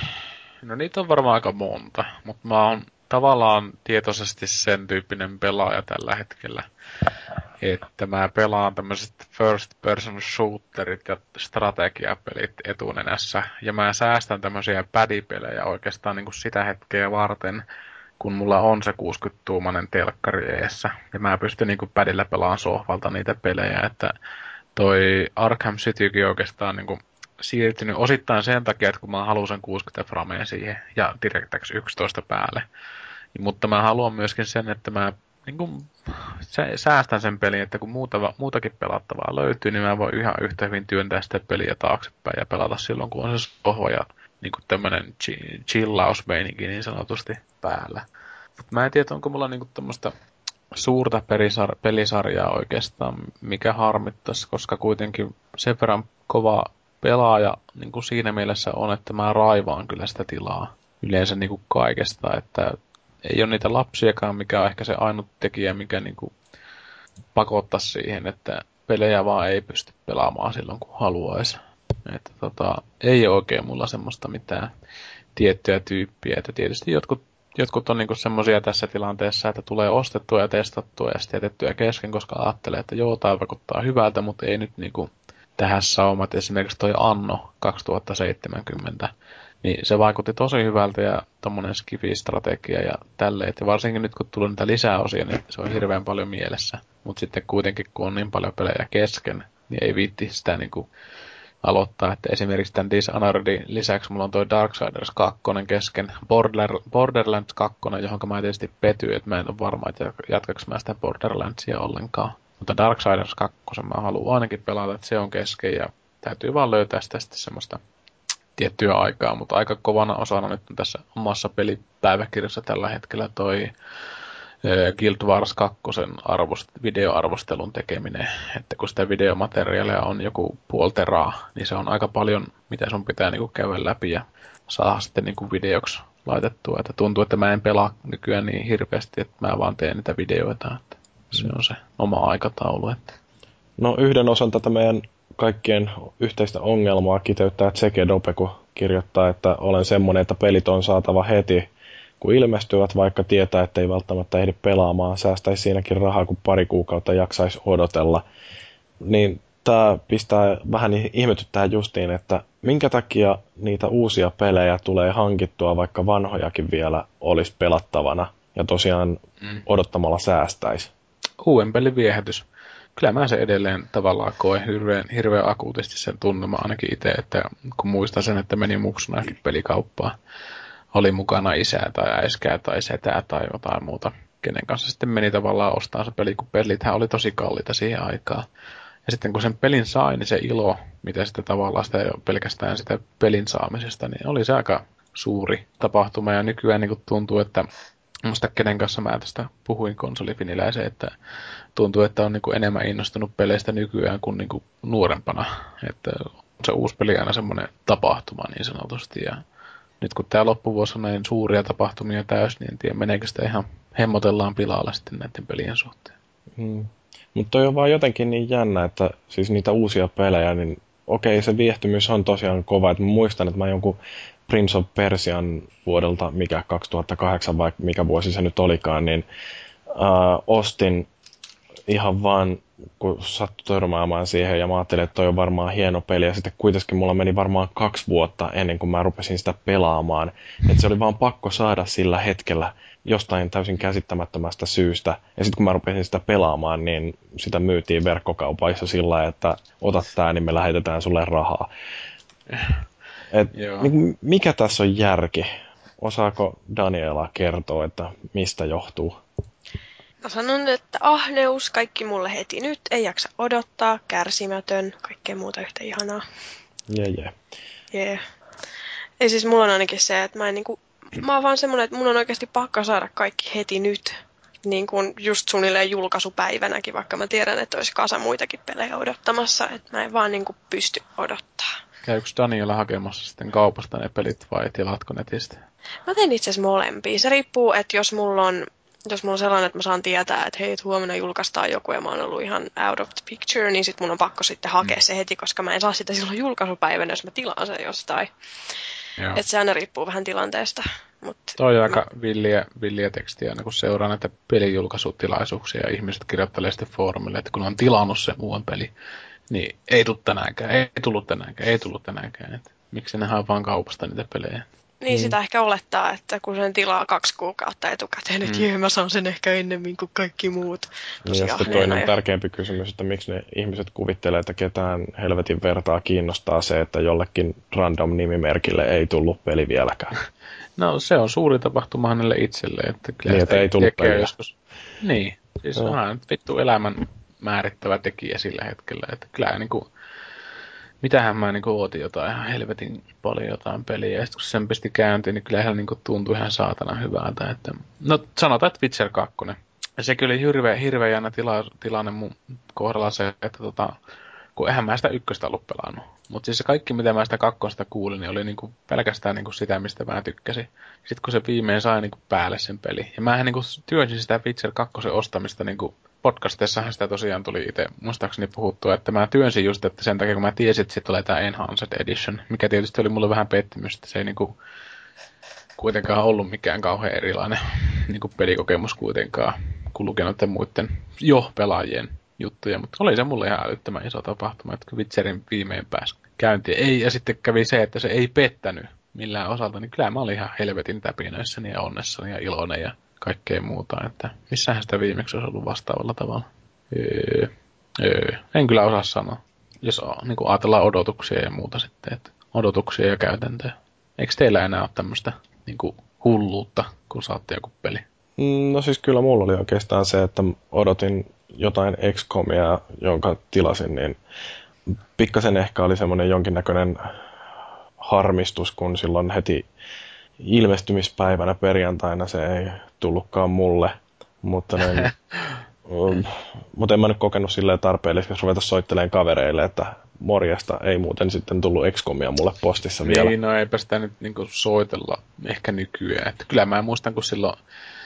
no niitä on varmaan aika monta, mutta mä oon tavallaan tietoisesti sen tyyppinen pelaaja tällä hetkellä, että mä pelaan tämmöiset first person shooterit ja strategiapelit etunenässä, ja mä säästän tämmöisiä padipelejä oikeastaan niin kuin sitä hetkeä varten, kun mulla on se kuusikymmentä-tuumainen telkkari eessä, ja mä pystyn niin kuin padilla pelaamaan sohvalta niitä pelejä, että toi Arkham Citykin oikeastaan niin kuin siirtynyt osittain sen takia, että kun mä haluan sen kuusikymmentä framea siihen ja DirectX yksitoista päälle. Mutta mä haluan myöskin sen, että mä niin kuin, säästän sen pelin, että kun muuta, muutakin pelattavaa löytyy, niin mä voin ihan yhtä hyvin työntää sitä peliä taaksepäin ja pelata silloin, kun on se sohva ja niin kuin tämmönen chillausmeininki niin sanotusti päällä. Mutta mä en tiedä, onko mulla niin kuin tämmöistä suurta pelisar- pelisarjaa oikeastaan, mikä harmittaisi, koska kuitenkin sen verran kova pelaaja niin kuin siinä mielessä on, että mä raivaan kyllä sitä tilaa yleensä niin kuin kaikesta, että ei ole niitä lapsiakaan, mikä on ehkä se ainut tekijä, mikä niin kuin pakottaa siihen, että pelejä vaan ei pysty pelaamaan silloin, kun haluaisi. Että tota, ei ole oikein mulla semmoista mitään tiettyä tyyppiä, että tietysti jotkut, jotkut on niinku semmoisia tässä tilanteessa, että tulee ostettua ja testattua ja sitten jätettyä kesken, koska ajattelee, että joo, tämä vaikuttaa hyvältä, mutta ei nyt niinku tähän saumat. Esimerkiksi toi Anno kaksituhattaseitsemänkymmentä, niin se vaikutti tosi hyvältä ja tommonen skifi-strategia ja tälleen. Ja varsinkin nyt kun tulee niitä lisäosia, niin se on hirveän paljon mielessä. Mutta sitten kuitenkin kun on niin paljon pelejä kesken, niin ei viitti sitä niinku aloittaa, että esimerkiksi tämän Dishonoredin lisäksi mulla on toi Darksiders kaksi kesken, Border, Borderlands kaksi, johon mä tietysti petyin, että mä en ole varma, että jatkaks mä sitä Borderlandsia ollenkaan. Mutta Darksiders kaksi mä haluan ainakin pelata, että se on kesken ja täytyy vaan löytää sitä sitten semmoista tiettyä aikaa, mutta aika kovana osana nyt on tässä omassa pelipäiväkirjassa tällä hetkellä toi Guild Wars kaksi arvost- videoarvostelun tekeminen, että kun sitä videomateriaalia on joku puoli teraa, niin se on aika paljon, mitä sun pitää niinku käydä läpi ja saa sitten niinku videoksi laitettua. Että tuntuu, että mä en pelaa nykyään niin hirveästi, että mä vaan teen niitä videoita, että se on se oma aikataulu. Että. No yhden osan tätä meidän kaikkien yhteistä ongelmaa kiteyttää Tseke Dope, kun kirjoittaa, että olen semmoinen, että pelit on saatava heti, kun ilmestyvät, vaikka tietää, että ei välttämättä ehdi pelaamaan, säästäisi siinäkin rahaa, kun pari kuukautta jaksaisi odotella. Niin tämä pistää vähän ihmetyttää justiin, että minkä takia niitä uusia pelejä tulee hankittua, vaikka vanhojakin vielä olisi pelattavana, ja tosiaan mm. odottamalla säästäisi. Uuden pelin viehätys. Kyllä mä se edelleen tavallaan koen hirveän, hirveän akuutisti sen tunnelma ainakin itse, että kun muistan sen, että meni muksuna pelikauppaan, oli mukana isää tai äiskää tai setää tai jotain muuta, kenen kanssa sitten meni tavallaan ostamaan se peli, kun pelithän oli tosi kalliita siihen aikaan. Ja sitten kun sen pelin sai, niin se ilo, mitä sitten tavallaan sitä pelkästään sitä pelin saamisesta, niin oli se aika suuri tapahtuma. Ja nykyään niin tuntuu, että muista kenen kanssa mä tästä puhuin konsolifiniläisen, että tuntuu, että on niin kuin enemmän innostunut peleistä nykyään kuin, niin kuin nuorempana. Että se uusi peli aina semmoinen tapahtuma niin sanotusti. Ja nyt kun tämä loppuvuosi on näin suuria tapahtumia täys, niin en tiedä, meneekö sitä ihan hemmotellaan pilalla sitten näiden pelien suhteen. Hmm. Mutta toi on vaan jotenkin niin jännä, että siis niitä uusia pelejä, niin okei, se viehtymys on tosiaan kova. Et mä muistan, että mä jonkun Prince of Persian vuodelta, mikä kaksituhattakahdeksan vai mikä vuosi se nyt olikaan, niin äh, ostin ihan vaan, kun sattui törmäämään siihen ja mä ajattelin, että toi on varmaan hieno peli. Ja sitten kuitenkin mulla meni varmaan kaksi vuotta ennen kuin mä rupesin sitä pelaamaan. Että se oli vaan pakko saada sillä hetkellä jostain täysin käsittämättömästä syystä. Ja sitten kun mä rupesin sitä pelaamaan, niin sitä myytiin verkkokaupaissa sillä, että otat tää, niin me lähetetään sulle rahaa. Et, niin mikä tässä on järki? Osaako Daniela kertoa, että mistä johtuu? Mä sanon, että ahneus, kaikki mulle heti nyt, ei jaksa odottaa, kärsimätön, kaikkea muuta yhtä ihanaa. Jee, jee. Jee. Ei siis mulla on ainakin se, että mä en niinku, mä oon vaan semmonen, että mun on oikeasti pakko saada kaikki heti nyt. Niin kuin just suunnilleen julkaisupäivänäkin, vaikka mä tiedän, että olisi kasa muitakin pelejä odottamassa, että mä en vaan niinku pysty odottaa. Käykö Daniela hakemassa sitten kaupasta ne pelit vai tilaatko netistä? Mä teen itse asiassa molempia. Se riippuu, että jos mulla on Jos mulla on sellainen, että mä saan tietää, että hei, huomenna julkaistaan joku ja mä oon ollut ihan out of the picture, niin sit mun on pakko sitten hakea se heti, koska mä en saa sitä silloin julkaisupäivänä, jos mä tilaan sen jostain. Että se aina riippuu vähän tilanteesta. Mut, Toi on aika villiä, villiä tekstiä, aina kun seuraa näitä pelijulkaisutilaisuuksia ja ihmiset kirjoittelee sitten foorumille, että kun on tilannut sen uuden peli, niin ei tullut tänäänkään, ei tullut tänäänkään, ei tullut tänäänkään. Et miksi ne hae vaan kaupasta niitä pelejä? Niin, mm. sitä ehkä olettaa, että kun sen tilaa kaksi kuukautta etukäteen, että mm. jee, mä saan sen ehkä ennemmin kuin kaikki muut. Niin, ja sitten toinen ja... tärkeämpi kysymys, että miksi ne ihmiset kuvittelee, että ketään helvetin vertaa kiinnostaa se, että jollekin random nimimerkille ei tullut peli vieläkään. No se on suuri tapahtuma hänelle itselleen. Että niin, että ei tullut peliä. Joskus... Niin, siis no. onhan vittu elämän määrittävä tekijä sillä hetkellä. Että kyllä niin kuin... Mitähän mä niinku ootin jotain ihan helvetin paljon jotain peliä, ja sitten kun sen pisti käyntiin, niin kyllä ihan niinku tuntui ihan saatana hyvältä. Että... No sanotaan, että Witcher kaksi. Ja se kyllä oli hirveän, hirveän jännä tila, tilanne mun kohdalla se, että tota, kun eihän mä sitä ykköstä ollut pelannut. Mutta siis se kaikki, mitä mä sitä kakkosta kuulin, niin oli niinku pelkästään niinku sitä, mistä mä tykkäsin. Sitten kun se viimein sai niinku päälle sen peli. Ja mähän niinku työnsin sitä Witcher kaksi ostamista niinku podcastessahan sitä tosiaan tuli itse muistaakseni puhuttua, että mä työnsin just, että sen takia kun mä tiesin, että siitä tulee tämä Enhanced Edition, mikä tietysti oli mulle vähän pettymys, että se ei niinku kuitenkaan ollut mikään kauhean erilainen niinku pelikokemus kuitenkaan, kun lukenut muiden jo pelaajien juttuja, mutta oli se mulle ihan älyttömän iso tapahtuma, että Witcherin viimein pääsi käyntiin. Ei, ja sitten kävi se, että se ei pettänyt millään osalta, niin kyllä mä olin ihan helvetin täpinöissäni ja onnessani ja iloinen ja kaikkea muuta, että missähän sitä viimeksi olisi ollut vastaavalla tavalla. Öö, öö, en kyllä osaa sanoa, jos niin kuin ajatellaan odotuksia ja muuta sitten, että odotuksia ja käytäntöjä. Eikö teillä enää ole tämmöistä niin kuin hulluutta, kun saatte joku peli? No siis kyllä mulla oli oikeastaan se, että odotin jotain X COMia, jonka tilasin, niin pikkasen ehkä oli semmoinen jonkinnäköinen harmistus, kun silloin heti ilmestymispäivänä perjantaina se ei tullutkaan mulle. Mutta noin, um, mutta en mä nyt kokenut silleen tarpeellisesti ruveta soittelemaan kavereille, että morjesta, ei muuten sitten tullut X COMia mulle postissa niin, vielä. Niin, no eipä sitä nyt niinku soitella ehkä nykyään. Että kyllä mä muistan, kun silloin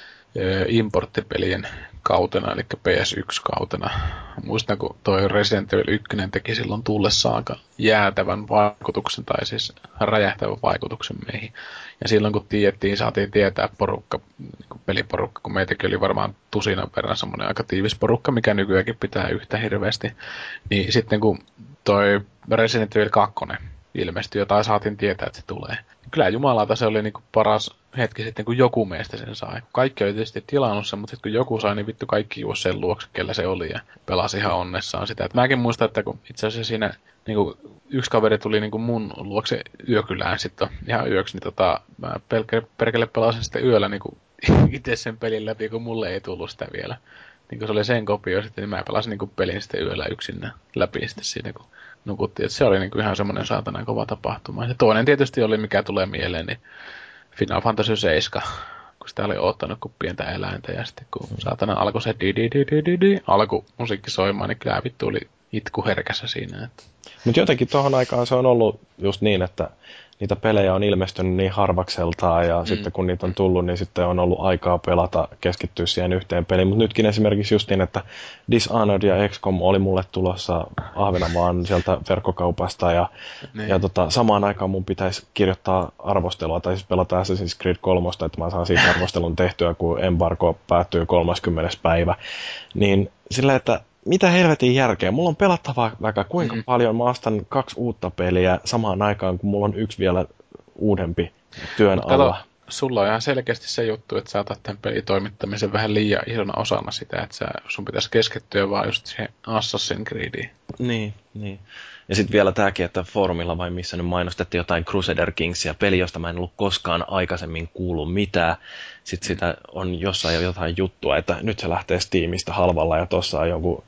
ö, importtipelien kautena, eli P S yksi kautena, muistan, kun toi Resident Evil yksi teki silloin tullessaan aika jäätävän vaikutuksen, tai siis räjähtävän vaikutuksen meihin. Ja silloin kun tiedettiin, saatiin tietää porukka, niin peliporukka, kun meitäkin oli varmaan tusinan verran semmoinen aika tiivis porukka, mikä nykyäänkin pitää yhtä hirveästi. Niin sitten kun toi Resident Evil kaksi ilmestyi, tai saatiin tietää, että se tulee. Kyllä jumalauta se oli niinku paras hetki sitten, kun joku meistä sen sai. Kaikki oli tietysti tilannut sen, mutta sitten kun joku sai, niin vittu kaikki juosi sen luokse, kellä se oli, ja pelasi ihan onnessaan sitä. Et mäkin muistan, että kun itse asiassa siinä niinku, yksi kaveri tuli niinku mun luokse yökylään sitten ihan yöksi, niin tota, mä pelkele, perkele pelasin sitten yöllä niinku, itse sen pelin läpi, kun mulle ei tullut sitä vielä. Niin kun se oli sen kopio sitten, niin mä pelasin niinku pelin sitten yöllä yksin läpi sitten siinä, kun nukuttiin. Et se oli niinku ihan semmoinen saatanan kova tapahtuma. Ja toinen tietysti oli, mikä tulee mieleen, niin Final Fantasy seitsemän, kun sitä oli oottanut kuin pientä eläintä. Ja sitten kun saatana alkoi se di di di di di di alku musiikki soimaan, niin kyllä vittu oli itku herkässä siinä. Että. Mutta jotenkin tuohon aikaan se on ollut just niin, että niitä pelejä on ilmestynyt niin harvakseltaan ja mm. sitten kun niitä on tullut, niin sitten on ollut aikaa pelata, keskittyä siihen yhteen peliin. Mutta nytkin esimerkiksi just niin, että Dishonored ja X COM oli mulle tulossa Ahvenanmaan sieltä verkkokaupasta ja, ja tota, samaan aikaan mun pitäisi kirjoittaa arvostelua tai siis pelata Assassin's Creed kolme, että mä saan siitä arvostelun tehtyä, kun embargo päättyy kolmaskymmenes päivä. Niin sillä, että mitä helvetin järkeä? Mulla on pelattavaa vaikka kuinka mm. paljon. Mä ostan kaksi uutta peliä samaan aikaan, kun mulla on yksi vielä uudempi työn Kato, alla. Sulla on ihan selkeästi se juttu, että sä otat tämän pelin toimittamisen vähän liian isona osana sitä, että sä, sun pitäisi keskittyä vaan just siihen Assassin's Creediin. Niin, niin. Ja sitten vielä tämäkin, että foorumilla vai missä nyt mainostettiin jotain Crusader Kingsia, peli, josta mä en ollut koskaan aikaisemmin kuullut mitään. Sitten sitä on jossain jo jotain juttua, että nyt se lähtee Steamista halvalla ja tuossa on joku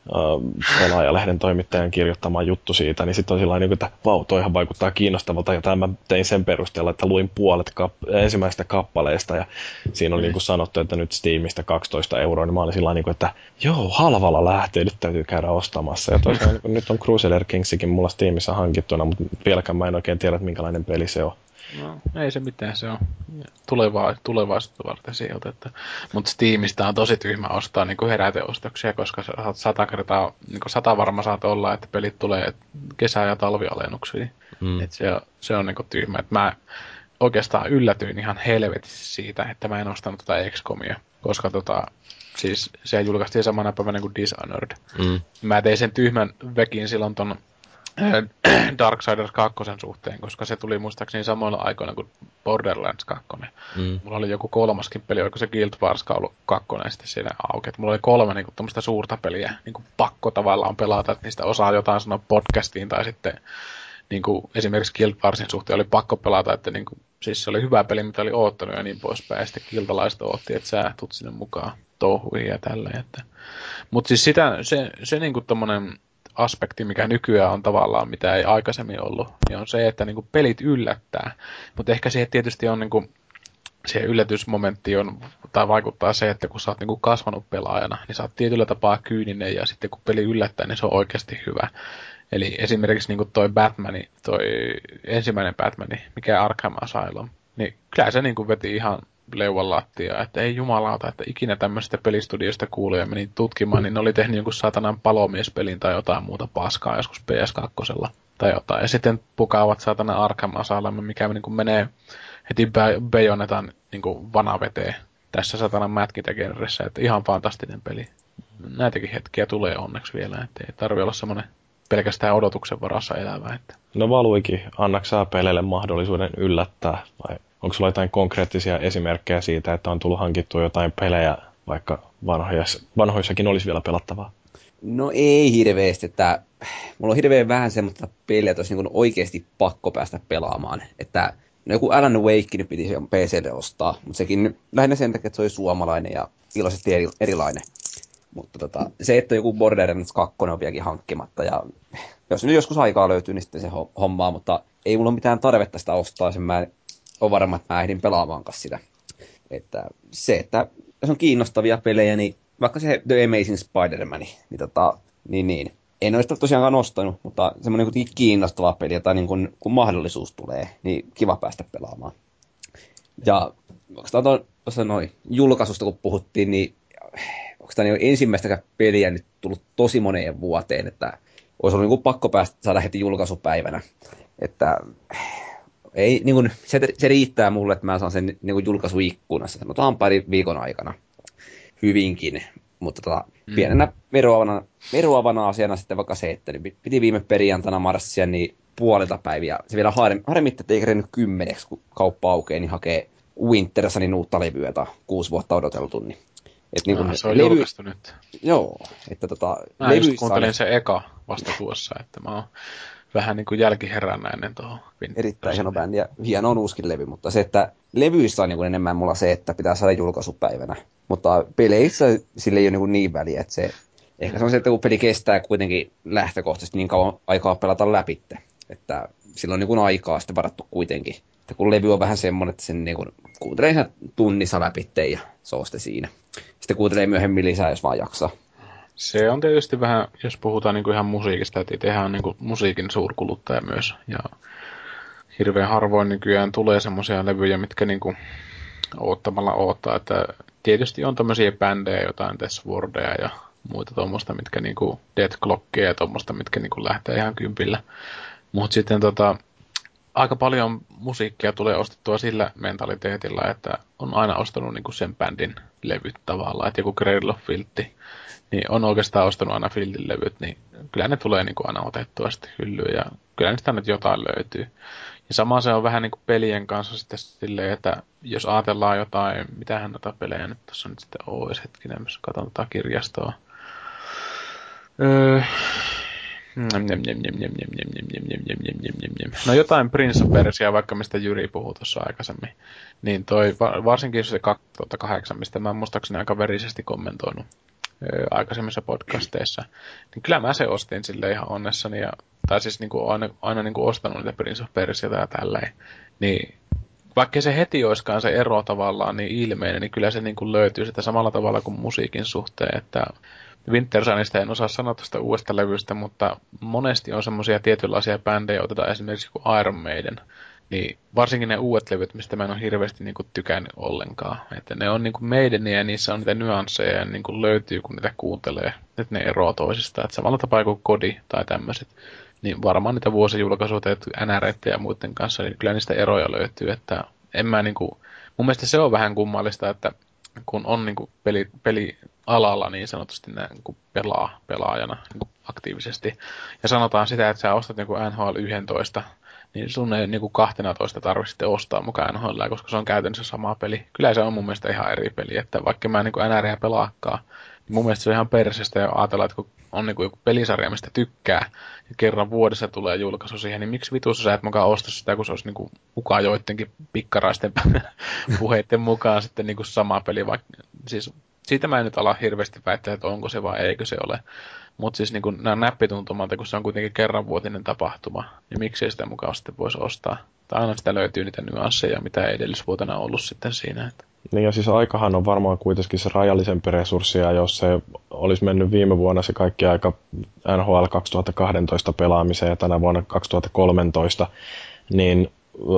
äh, pelaajalehden toimittajan kirjoittama juttu siitä, niin sitten on sellainen, että vau, toihan vaikuttaa kiinnostavalta, ja tämä mä tein sen perusteella, että luin puolet kap- ensimmäistä kappaleesta, ja siinä oli mm. niin kuin sanottu, että nyt Steamista kaksitoista euroa, niin mä olin sillä niin kuin, että joo, halvalla lähtee, nyt täytyy käydä ostamassa, ja tosiaan niin nyt on Crusader Kingsikin mulla Steamissa hankittuna, mutta vieläkään mä en oikein tiedä, että minkälainen peli se on. No, ei se mitään, se on tuleva, tulevaisuutta varten sijoitettu. Mutta Steamista on tosi tyhmä ostaa niin kuin heräteostoksia, koska saat sata kertaa, niin kuin sata varma saat olla, että pelit tulee kesä- ja talvialennuksiin. Mm. Et se on, se on niin kuin tyhmä. Et mä oikeastaan yllätyin ihan helvetissä siitä, että mä en ostanut tätä X COMia, koska tota, siis se julkaistiin samana päivänä kuin Dishonored. Mm. Mä tein sen tyhmän vekin silloin ton Darksiders kaksi suhteen, koska se tuli muistaakseni samoilla aikoina kuin Borderlands kaksi. Mm. Mulla oli joku kolmaskin peli, oliko se Guild Wars kaksi sitten siinä auki. Et mulla oli kolme niin tämmöistä suurta peliä, niin kuin pakko tavallaan pelata, että niistä osaa jotain sanoa podcastiin, tai sitten niin kuin esimerkiksi Guild Warsin suhteen oli pakko pelata, että niin kuin, siis se oli hyvä peli, mitä oli oottanut ja niin poispäin, ja sitten kiltalaiset ootti, että sä tulet sinne mukaan touhuihin ja tälleen. Että. Mutta siis sitä, se, se niin kuin tommonen aspekti, mikä nykyään on tavallaan, mitä ei aikaisemmin ollut, niin on se, että niinku pelit yllättää. Mutta ehkä siihen tietysti on niinku, siihen yllätysmomenttiin on, tai vaikuttaa se, että kun sä oot niinku kasvanut pelaajana, niin sä oot tietyllä tapaa kyyninen, ja sitten kun peli yllättää, niin se on oikeasti hyvä. Eli esimerkiksi niinku toi Batmani, toi ensimmäinen Batmani, mikä Arkham Asylum, niin kyllä se niinku veti ihan leuan lattia, että ei jumalauta, että ikinä tämmöisestä pelistudiosta kuului ja menin tutkimaan, niin ne oli tehnyt jonkun saatanan palomiespelin tai jotain muuta paskaa joskus P S kaksi tai jotain. Ja sitten pukaavat saatana Arkham Asylum, mikä niin kuin menee heti Bayonetan niin kuin vanaveteen tässä saatanan mätkintägenressä, että ihan fantastinen peli. Näitäkin hetkiä tulee onneksi vielä, että ei tarvitse olla semmoinen pelkästään odotuksen varassa elävä. Että. No Valuikin, annaks sä peleille mahdollisuuden yllättää vai onko sulla jotain konkreettisia esimerkkejä siitä, että on tullut hankittua jotain pelejä, vaikka vanhoissa, vanhoissakin olisi vielä pelattavaa? No ei hirveästi, että mulla on hirveän vähän semmoista peliä, että olisi niin oikeasti pakko päästä pelaamaan. Että no joku Alan Wake nyt piti P C:lle ostaa, mutta sekin lähinnä sen takia, että se oli suomalainen ja iloisesti eri, erilainen. Mutta tota, se, että joku Borderlands kaksi on vieläkin hankkimatta ja jos nyt joskus aikaa löytyy, niin sitten se hommaa, mutta ei mulla ole mitään tarvetta sitä ostaa, sen mä on varma, että mä ehdin pelaamaan kanssa sitä. Että se, että jos on kiinnostavia pelejä, niin vaikka se The Amazing Spider-Man, niin, tota, niin, niin. En ole sitä tosiaankaan ostanut, mutta semmoinen kuitenkin kiinnostava peli, jota niin kun, kun mahdollisuus tulee, niin kiva päästä pelaamaan. Ja onko tuossa noin julkaisusta, kun puhuttiin, niin onko tämä niin ensimmäistäkään peliä nyt tullut tosi moneen vuoteen, että olisi ollut niin pakko päästä saada heti julkaisupäivänä. Että ei, niin kun, se, se riittää mulle, että mä saan sen niin kun julkaisuikkunassa, sanotaan pari viikon aikana hyvinkin. Mutta tota, mm. pienenä veroavana, veroavana asiana sitten vaikka se, että niin piti viime perjantaina marssia niin puolelta päiviä. Se vielä harmittaa, että ei kerennyt kymmeneksi, kun kauppa aukeaa, niin hakee Winter Sunin uutta levyä, jota kuusi vuotta odoteltu. Niin, et niin kun no, se on levy... julkaistu nyt. Joo. Että tota, mä just kuuntelin se eka vasta tuossa, että mä oon vähän niin kuin jälkiherännäinen tuohon. Erittäin hieno bändi ja hieno on uuskin levy, mutta se, että levyissä on niin enemmän mulla se, että pitää saada julkaisupäivänä. Mutta peleissä sille ei ole niin, niin väliä, että se, ehkä se on se, että kun peli kestää kuitenkin lähtökohtaisesti niin kauan aikaa pelata läpi, että sillä on niin aikaa sitten varattu kuitenkin. Että kun levy on vähän semmoinen, että sen niin kuin kuuntelee ihan tunnissa läpi ja se on sitten siinä. Sitten kuuntelee myöhemmin lisää, jos vaan jaksaa. Se on tietysti vähän, jos puhutaan niin kuin ihan musiikista, että itsehän on niin kuin musiikin suurkuluttaja myös. Ja hirveän harvoin nykyään tulee semmoisia levyjä, mitkä niin kuin oottamalla oottaa. Että tietysti on tämmöisiä bändejä, jotain Death Wardia ja muita tuommoista, mitkä niin kuin Death Clockia ja tuommoista, mitkä niin kuin lähtee ihan kympillä. Mutta sitten tota, aika paljon musiikkia tulee ostettua sillä mentaliteetilla, että on aina ostanut niin kuin sen bändin levyt tavallaan. Että joku Cradle of Filth, niin on oikeastaan ostanut aina Filthin levyt, niin kyllä ne tulee niin kuin aina otettua sitten hyllyyn ja kyllä niistä nyt jotain löytyy. Ja sama se on vähän niin kuin pelien kanssa sitten silleen, että jos ajatellaan jotain, mitähän noita pelejä nyt tuossa nyt sitten olisi hetkinen, jos katson tätä kirjastoa. Öö... No jotain Prince of Persia, vaikka mistä Jyri puhui tuossa aikaisemmin, niin toi varsinkin se kaksituhattakahdeksan, mistä mä muistaakseni aika verisesti kommentoinut aikaisemmissa podcasteissa, niin kyllä mä se ostin sille ihan onnessani, ja, tai siis niinku aina, aina niinku ostanut niitä Prince of Persiata ja tälleen, niin vaikka se heti olisikaan se ero tavallaan niin ilmeinen, niin kyllä se niinku löytyy sitä samalla tavalla kuin musiikin suhteen, että Winter Sunista en osaa sanoa tuosta uudesta levystä, mutta monesti on semmoisia tietynlaisia bändejä, otetaan esimerkiksi kuin Iron Maiden, niin varsinkin ne uudet levyt, mistä mä en ole hirveästi niin kuin tykännyt ollenkaan. Että ne on niin kuin Maidenia ja niissä on niitä nyansseja ja niin kuin löytyy, kun niitä kuuntelee, että ne eroaa toisistaan. Että samalla tapaa kuin Kodi tai tämmöiset, niin varmaan niitä vuosijulkaisuja tehty N R ja muiden kanssa, niin kyllä niistä eroja löytyy. Että en mä niin kuin, mun mielestä se on vähän kummallista, että kun on niin kuin peli, pelialalla niin sanotusti näin, niin kuin pelaa pelaajana niin kuin aktiivisesti, ja sanotaan sitä, että sä ostat niin kuin N H L yksitoista, niin sun ei niin kuin kaksitoista tarvitse sitten ostaa mukaan N H L, koska se on käytännössä sama peli. Kyllä se on mun mielestä ihan eri peli, että vaikka mä niin kuin N R pelaakaan, niin mun mielestä se on ihan persestä ja ajatella, että kun on niin kuin joku pelisarja, mistä tykkää, ja kerran vuodessa tulee julkaisu siihen, niin miksi vitussa sä et mukaan osta sitä, kun se olisi niin kuin mukaan joidenkin pikkaraisten puheiden mukaan sitten niin kuin sama peli, vaikka siis siitä mä en nyt ala hirveästi väittää, että onko se vai eikö se ole. Mutta siis niin nämä näppituntumalta, kun se on kuitenkin kerranvuotinen tapahtuma, niin miksei sitä mukaan sitten voisi ostaa. Tai aina sitä löytyy niitä nyansseja, mitä ei edellisvuotena ollut sitten siinä. Että. Niin ja siis aikahan on varmaan kuitenkin se rajallisempi resurssi, ja jos se olisi mennyt viime vuonna se kaikki aika N H L kaksituhattakaksitoista pelaamiseen ja tänä vuonna kaksituhattakolmetoista, niin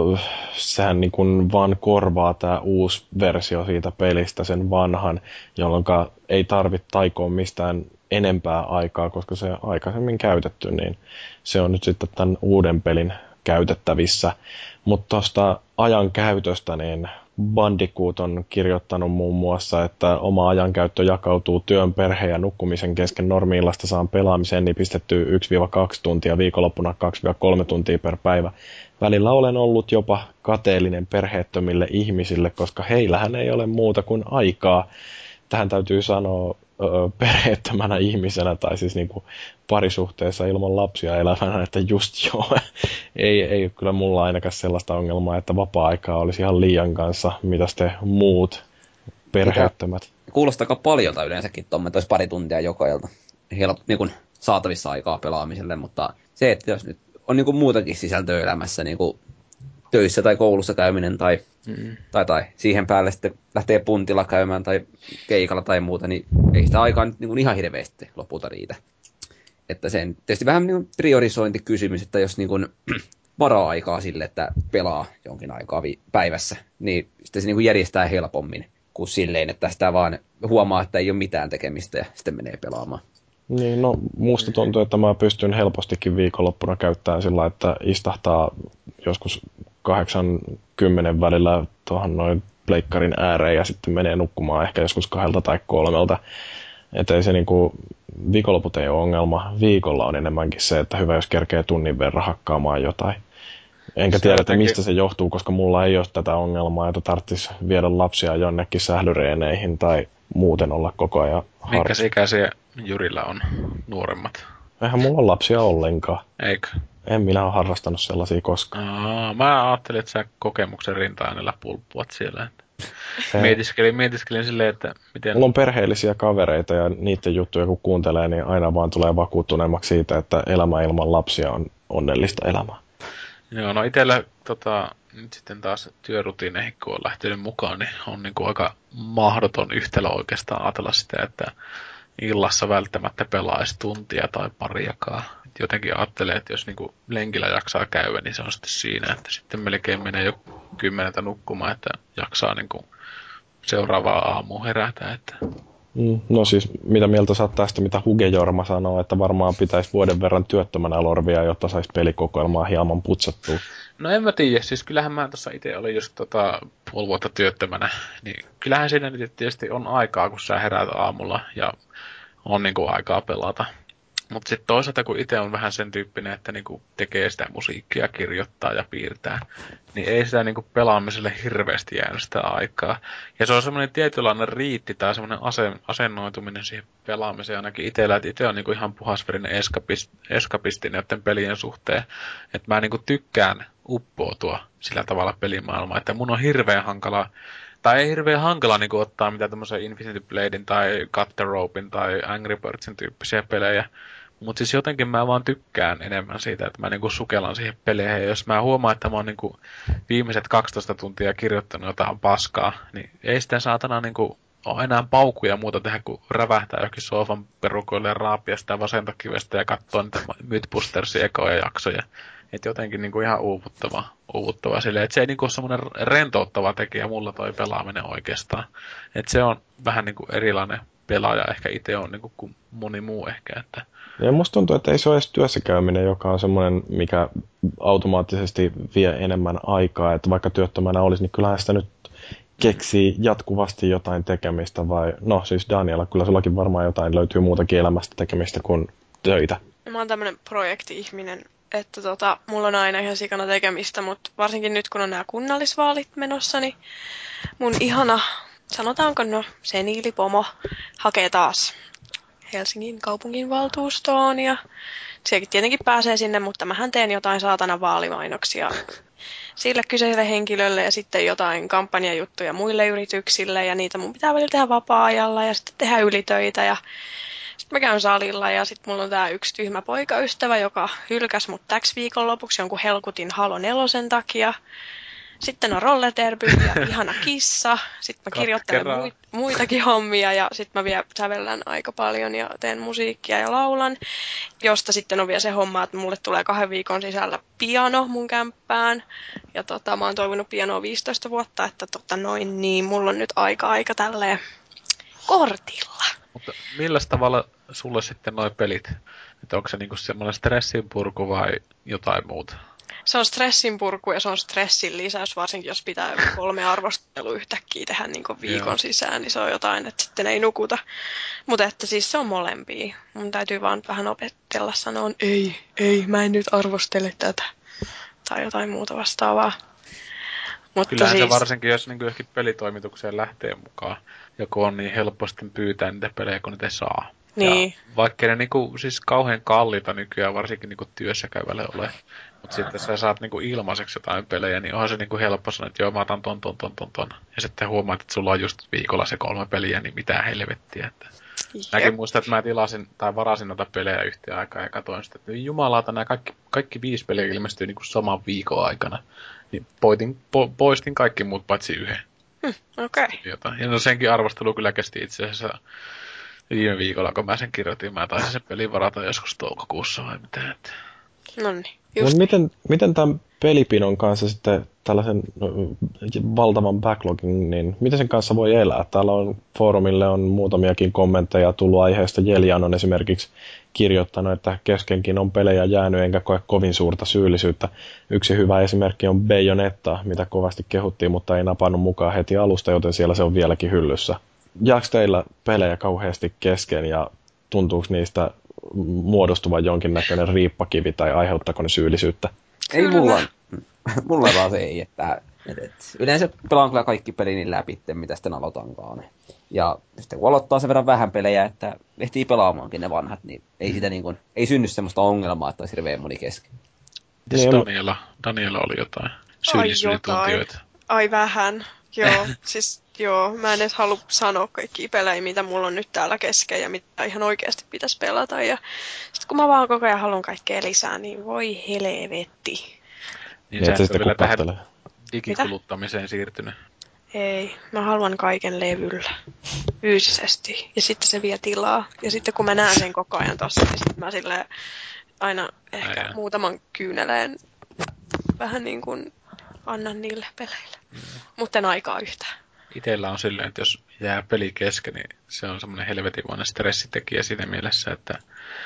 sehän niin kuin vaan korvaa tämä uusi versio siitä pelistä sen vanhan, jolloin ei tarvitse taikoa mistään enempää aikaa, koska se aikaisemmin käytetty, niin se on nyt sitten tämän uuden pelin käytettävissä. Mutta tuosta ajan käytöstä, niin Bandicoot on kirjoittanut muun muassa, että oma ajankäyttö jakautuu työn, perheen ja nukkumisen kesken. Normi-illasta saan pelaamiseen nipistettyä yksi kaksi tuntia, viikonloppuna kaksi kolme tuntia per päivä. Välillä olen ollut jopa kateellinen perheettömille ihmisille, koska heillähän ei ole muuta kuin aikaa. Tähän täytyy sanoa ö, perheettömänä ihmisenä tai siis niin kuin parisuhteessa ilman lapsia elävänä, että just joo, ei, ei ole kyllä mulla ainakaan sellaista ongelmaa, että vapaa-aikaa olisi ihan liian kanssa, mitä te muut perheettömät. Kuulostaa aika paljolta yleensäkin tuommoinen, että olisi pari tuntia joka ilta. Heillä on niin kuin saatavissa aikaa pelaamiselle, mutta se, että jos nyt on niin kuin muutakin sisältöä elämässä, niin kuin töissä tai koulussa käyminen tai, Mm. tai, tai siihen päälle sitten lähtee puntilla käymään tai keikalla tai muuta, niin ei sitä aikaa nyt niin kuin ihan hirveästi lopulta riitä. Että sen tietysti vähän niin kuin priorisointikysymys, että jos niin kuin varaa aikaa sille, että pelaa jonkin aikaa vi- päivässä, niin sitten se niin kuin järjestää helpommin kuin silleen, että sitä vaan huomaa, että ei ole mitään tekemistä ja sitten menee pelaamaan. Niin, no musta tuntuu, että mä pystyn helpostikin viikonloppuna käyttämään sillä, että istahtaa joskus kahdeksan kymmenen välillä tuohon noin pleikkarin ääreen ja sitten menee nukkumaan ehkä joskus kahdelta tai kolmelta. Että ei se niinku, viikonloput ei ole ongelma. Viikolla on enemmänkin se, että hyvä jos kerkee tunnin verran hakkaamaan jotain. Enkä Se tiedä, että jotenkin- mistä se johtuu, koska mulla ei ole tätä ongelmaa, että tarvitsisi viedä lapsia jonnekin sählyreeneihin tai muuten olla koko ajan Minkä harrastus. ikäisiä Jyrillä on nuoremmat? Eihän mulla ole lapsia ollenkaan. Eikö? En minä ole harrastanut sellaisia koskaan. Aa, mä ajattelin, että sä kokemuksen rinta-aineella pulppuat siellä. Ei. Mietiskelin, mietiskelin silleen, että miten... Mulla on perheellisiä kavereita ja niiden juttuja kun kuuntelee, niin aina vaan tulee vakuuttuneemmaksi siitä, että elämä ilman lapsia on onnellista elämää. Joo, no itellä tota, nyt sitten taas työrutiineihin, kun on lähtenyt mukaan, niin on niin kuin aika mahdoton yhtälö oikeastaan ajatella sitä, että illassa välttämättä pelaisi tuntia tai pariakaan. Et jotenkin ajattelee, että jos niin kuin lenkillä jaksaa käydä, niin se on sitten siinä, että sitten melkein menee jo kymmeneltä nukkumaan, että jaksaa niin kuin seuraavaa aamuun herätä. Että... Mm, no siis, mitä mieltä sä oot tästä, mitä Huge Jorma sanoo, että varmaan pitäisi vuoden verran työttömänä lorvia, jotta saisi pelikokoelmaa hieman putsattua. No en mä tiedä, siis kyllähän mä tuossa itse olin just tota, puoli vuotta työttömänä, niin kyllähän siinä nyt tietysti on aikaa, kun sä heräät aamulla ja on niinku aikaa pelata. Mutta sitten toisaalta, kun itse on vähän sen tyyppinen, että niinku tekee sitä musiikkia, kirjoittaa ja piirtää, niin ei sitä niinku pelaamiselle hirveästi jäänyt sitä aikaa. Ja se on semmoinen tietynlainen riitti tai semmoinen ase- asennoituminen siihen pelaamiseen ainakin itsellä, että itse on niinku ihan puhasverinen eskapist, eskapisti näiden pelien suhteen. Että mä niinku tykkään uppoutua sillä tavalla pelimaailmaan, että mun on hirveän hankala tai ei hirveän hankala niin ottaa mitään tämmöisen Infinity Bladein tai Cut the Ropein tai Angry Birdsin tyyppisiä pelejä. Mutta siis jotenkin mä vaan tykkään enemmän siitä, että mä niinku sukellan siihen peleihin. Ja jos mä huomaan, että mä oon niinku viimeiset kaksitoista tuntia kirjoittanut jotain paskaa, niin ei sitten saatana niinku ole enää paukuja muuta tehdä kuin rävähtää johonkin soofan perukoille ja raapia sitä vasenta kivestä ja katsoa niitä Mythbustersin ekoja jaksoja. Että jotenkin niinku ihan uuvuttava, uuvuttava silleen, että se ei niinku ole semmoinen rentouttava tekijä mulla toi pelaaminen oikeastaan. Että se on vähän niinku erilainen pelaaja ehkä itse on niinku kuin moni muu ehkä, että... Ja musta tuntuu, että ei se ole edes työssäkäyminen, joka on semmoinen, mikä automaattisesti vie enemmän aikaa, että vaikka työttömänä olisi, niin kyllähän sitä nyt keksii jatkuvasti jotain tekemistä, vai no siis Daniela, kyllä sullakin varmaan jotain löytyy muutakin elämästä tekemistä kuin töitä. Mä oon tämmönen projekti-ihminen, että tota, mulla on aina ihan sikana tekemistä, mutta varsinkin nyt kun on nämä kunnallisvaalit menossa, niin mun ihana, sanotaanko no, seniilipomo hakee taas Helsingin kaupunginvaltuustoon ja sekin tietenkin pääsee sinne, mutta mähän teen jotain saatana vaalimainoksia sille kyseiselle henkilölle ja sitten jotain kampanjajuttuja muille yrityksille ja niitä mun pitää välillä tehdä vapaa-ajalla ja sitten tehdä ylitöitä ja sitten mä käyn salilla ja sitten mulla on tää yksi tyhmä poikaystävä, joka hylkäsi mut täksi viikonlopuksi jonkun helkutin Halo nelosen takia. Sitten on rollerderby ja ihana kissa. Sitten mä kirjoittelen muit, muitakin hommia ja sitten mä vielä sävellän aika paljon ja teen musiikkia ja laulan. Josta sitten on vielä se homma, että mulle tulee kahden viikon sisällä piano mun kämppään. Ja tota, mä oon toivonut pianoa viisitoista vuotta, että tota noin, niin mulla on nyt aika aika tälleen kortilla. Mutta millä tavalla sulle sitten noi pelit? Että onko se niinku semmoinen stressinpurku vai jotain muuta? Se on stressin purku ja se on stressin lisäys, varsinkin jos pitää kolme arvostelua yhtäkkiä tehdä niin kuin viikon Joo. sisään, niin se on jotain, että sitten ei nukuta. Mutta että siis se on molempia. Mun täytyy vaan vähän opetella sanoa, ei, ei, mä en nyt arvostele tätä. Tai jotain muuta vastaavaa. Mutta Kyllähän siis... se varsinkin, jos niinku johonkin pelitoimitukseen lähtee mukaan, joku on niin helposti pyytää niitä pelejä, kun niitä ei saa. Niin. Ja vaikka ne niinku, siis kauhean kalliita nykyään, varsinkin niinku työssä käyvälle ole. Mutta sitten sä saat niinku ilmaiseksi jotain pelejä, niin onhan se niinku helppo sanoa, että joo, mä otan ton, ton, ton, ton, ton. Ja sitten huomaat, että sulla on just viikolla se kolme peliä, niin mitään helvettiä. Että... Mäkin muistan, että mä tilasin tai varasin noita pelejä yhteen aikaan ja katsoin sitä, että jumalauta, nämä kaikki, kaikki viisi peliä ilmestyy niin kuin saman viikon aikana. Niin poitin, po, poistin kaikki muut paitsi yhden. Hmm, okei. Okay. Ja no senkin arvostelu kyllä kesti itse asiassa viime viikolla, kun mä sen kirjoitin. Mä taisin sen pelin varata joskus toukokuussa vai mitä. Että... Nonni, Mutta miten, miten tämän pelipinon kanssa sitten tällaisen valtavan backlogin, niin miten sen kanssa voi elää? Täällä on foorumille on muutamiakin kommentteja tullut aiheesta. Jeljan on esimerkiksi kirjoittanut, että keskenkin on pelejä jäänyt, enkä koe kovin suurta syyllisyyttä. Yksi hyvä esimerkki on Bayonetta, mitä kovasti kehuttiin, mutta ei napannut mukaan heti alusta, joten siellä se on vieläkin hyllyssä. Jääkö teillä pelejä kauheasti kesken ja tuntuuko niistä muodostuvan jonkinnäköinen riippakivi tai aiheuttaako ne syyllisyyttä? Ei mulla, mulla vaan se ei, että et, et, yleensä pelaan kyllä kaikki pelin läpi, mitä sitten aloitankaan. Ja sitten kun aloittaa sen verran vähän pelejä, että ehtii pelaamaankin ne vanhat, niin ei sitä niin kuin, ei synny semmoista ongelmaa, että olisi hirveän moni kesken. Mites Daniela? Daniela oli jotain syyllisyydentuntijoita. Ai vähän, joo. Siis joo, mä en edes halua sanoa kaikkia pelejä, mitä mulla on nyt täällä kesken ja mitä ihan oikeasti pitäisi pelata. Ja sitten kun mä vaan koko ajan haluan kaikkea lisää, niin voi helvetti. Niin sä et vielä tähän digikuluttamiseen siirtynyt. Ei, mä haluan kaiken levyllä. Fyysisesti. Ja sitten se vie tilaa. Ja sitten kun mä näen sen koko ajan tossa, niin sitten mä silleen aina ehkä Aijaa. muutaman kyyneleen vähän niin kuin annan niille peleille. Mm. Mutta en aikaa yhtään. Itellä on silleen, että jos jää peli kesken, niin se on semmoinen helvetinvainen stressitekijä siinä mielessä, että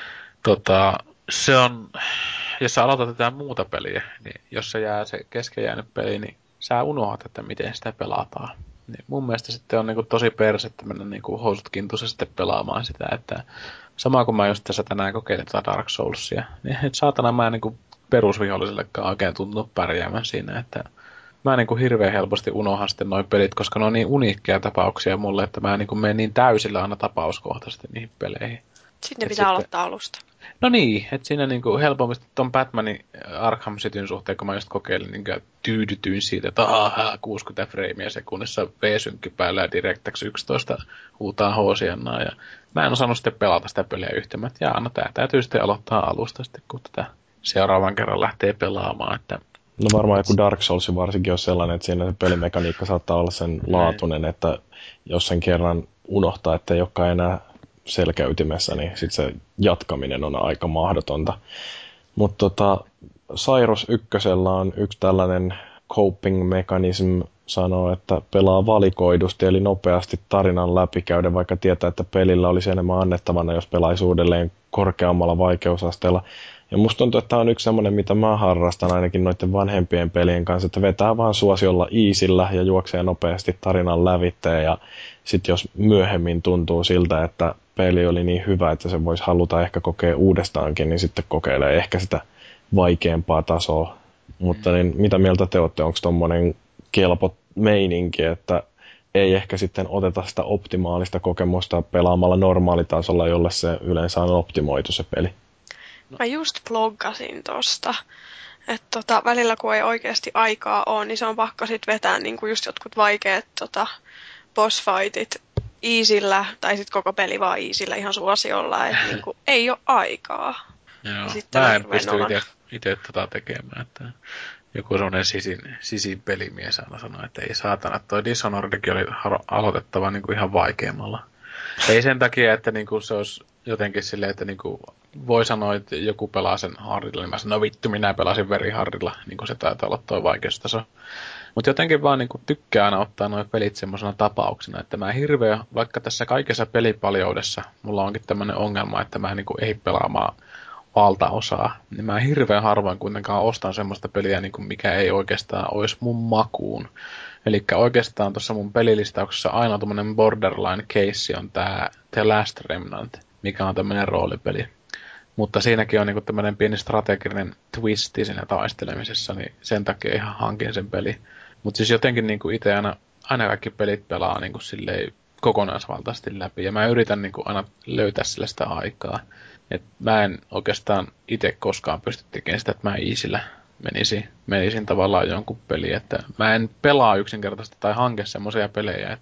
tota, se on, jos sä aloitat jotain muuta peliä, niin jos se jää se kesken jäänyt peli, niin sä unohdat, että miten sitä pelataan. Niin mun mielestä sitten on niinku tosi persettä mennä niinku housut kintussa sitten pelaamaan sitä, että sama kuin mä just tässä tänään kokeilin tätä Dark Soulsia, niin et saatana mä en niinku perusvihollisellekaan oikein tuntunut pärjäämään siinä, että mä niinku hirveän helposti unohan sitten noi pelit, koska ne on niin uniikkeja tapauksia mulle, että mä niinku menen niin täysillä aina tapauskohtaisesti niihin peleihin. Sitten ne pitää sitten aloittaa alusta. No niin, että siinä niinku helpommin ton Batmanin Arkham Cityn suhteen, kun mä just kokeilin, niin tyydytyin siitä, että ahaa, kuusikymmentä freimiä sekunnissa V-synkki päällä ja DirectX yksitoista huutaa hoosiannaa. Ja mä en osannut sitten pelata sitä peliä yhtään, että jaa, no tää täytyy sitten aloittaa alusta sitten, kun tätä seuraavan kerran lähtee pelaamaan, että no varmaan joku Dark Souls varsinkin on sellainen, että siinä se pelimekaniikka saattaa olla sen laatuinen, että jos sen kerran unohtaa, että ei olekaan enää selkäytimessä, niin sitten se jatkaminen on aika mahdotonta. Mutta tota, Cyrus ykkösellä on yksi tällainen coping mechanism, sanoo, että pelaa valikoidusti, eli nopeasti tarinan läpikäyden, vaikka tietää, että pelillä olisi enemmän annettavana, jos pelaisi uudelleen korkeammalla vaikeusasteella. Ja musta tuntuu, että tämä on yksi semmoinen, mitä mä harrastan ainakin noiden vanhempien pelien kanssa, että vetää vaan suosiolla easillä ja juoksee nopeasti tarinan lävitteen. Ja sitten jos myöhemmin tuntuu siltä, että peli oli niin hyvä, että se voisi haluta ehkä kokea uudestaankin, niin sitten kokeilee ehkä sitä vaikeampaa tasoa. Mutta niin, mitä mieltä te olette? Onko tommonen kelpo meininki, että ei ehkä sitten oteta sitä optimaalista kokemusta pelaamalla normaalitasolla, jolle se yleensä on optimoitu se peli? Mä just bloggasin tosta, että tota, välillä kun ei oikeasti aikaa ole, niin se on pakko sit vetää niinku just jotkut vaikeat tota, boss fightit easyllä, tai sit koko peli vaan easyllä ihan suosiolla, että niinku ei ole aikaa. Joo, mä en pysty itse tota tekemään, että joku semmoinen sisin, sisin pelimies aina sanoi, että ei saatana, toi Dishonoredkin oli aloitettava niinku ihan vaikeammalla. Ei sen takia, että niinku se olisi jotenkin silleen, että niinku voi sanoa, että joku pelaa sen hardilla, niin mä sanon, no vittu, minä pelasin verihardilla, niin kuin se taitaa olla toi vaikeustaso. Mutta jotenkin vaan niinku tykkää aina ottaa nuo pelit semmoisena tapauksena, että mä hirveä, vaikka tässä kaikessa pelipaljoudessa mulla onkin tämmöinen ongelma, että mä niinku ei pelaamaan valtaosaa, niin mä hirveän harvoin kuitenkaan ostan semmoista peliä, niin kuin mikä ei oikeastaan olisi mun makuun. Eli oikeastaan tuossa mun pelilistauksessa aina tommonen borderline case on tää The Last Remnant, mikä on tämmönen roolipeli. Mutta siinäkin on niinku tämmönen pieni strateginen twisti siinä taistelemisessa, niin sen takia ihan hankin sen peli. Mutta siis jotenkin niinku ite aina, aina kaikki pelit pelaa niinku silleen kokonaisvaltaisesti läpi, ja mä yritän niinku aina löytää sille sitä aikaa. Et mä en oikeastaan itse koskaan pysty tekemään sitä, että mä easyllä menisin, menisin tavallaan jonkun peliin, että mä en pelaa yksinkertaisesti tai hanke semmoisia pelejä, että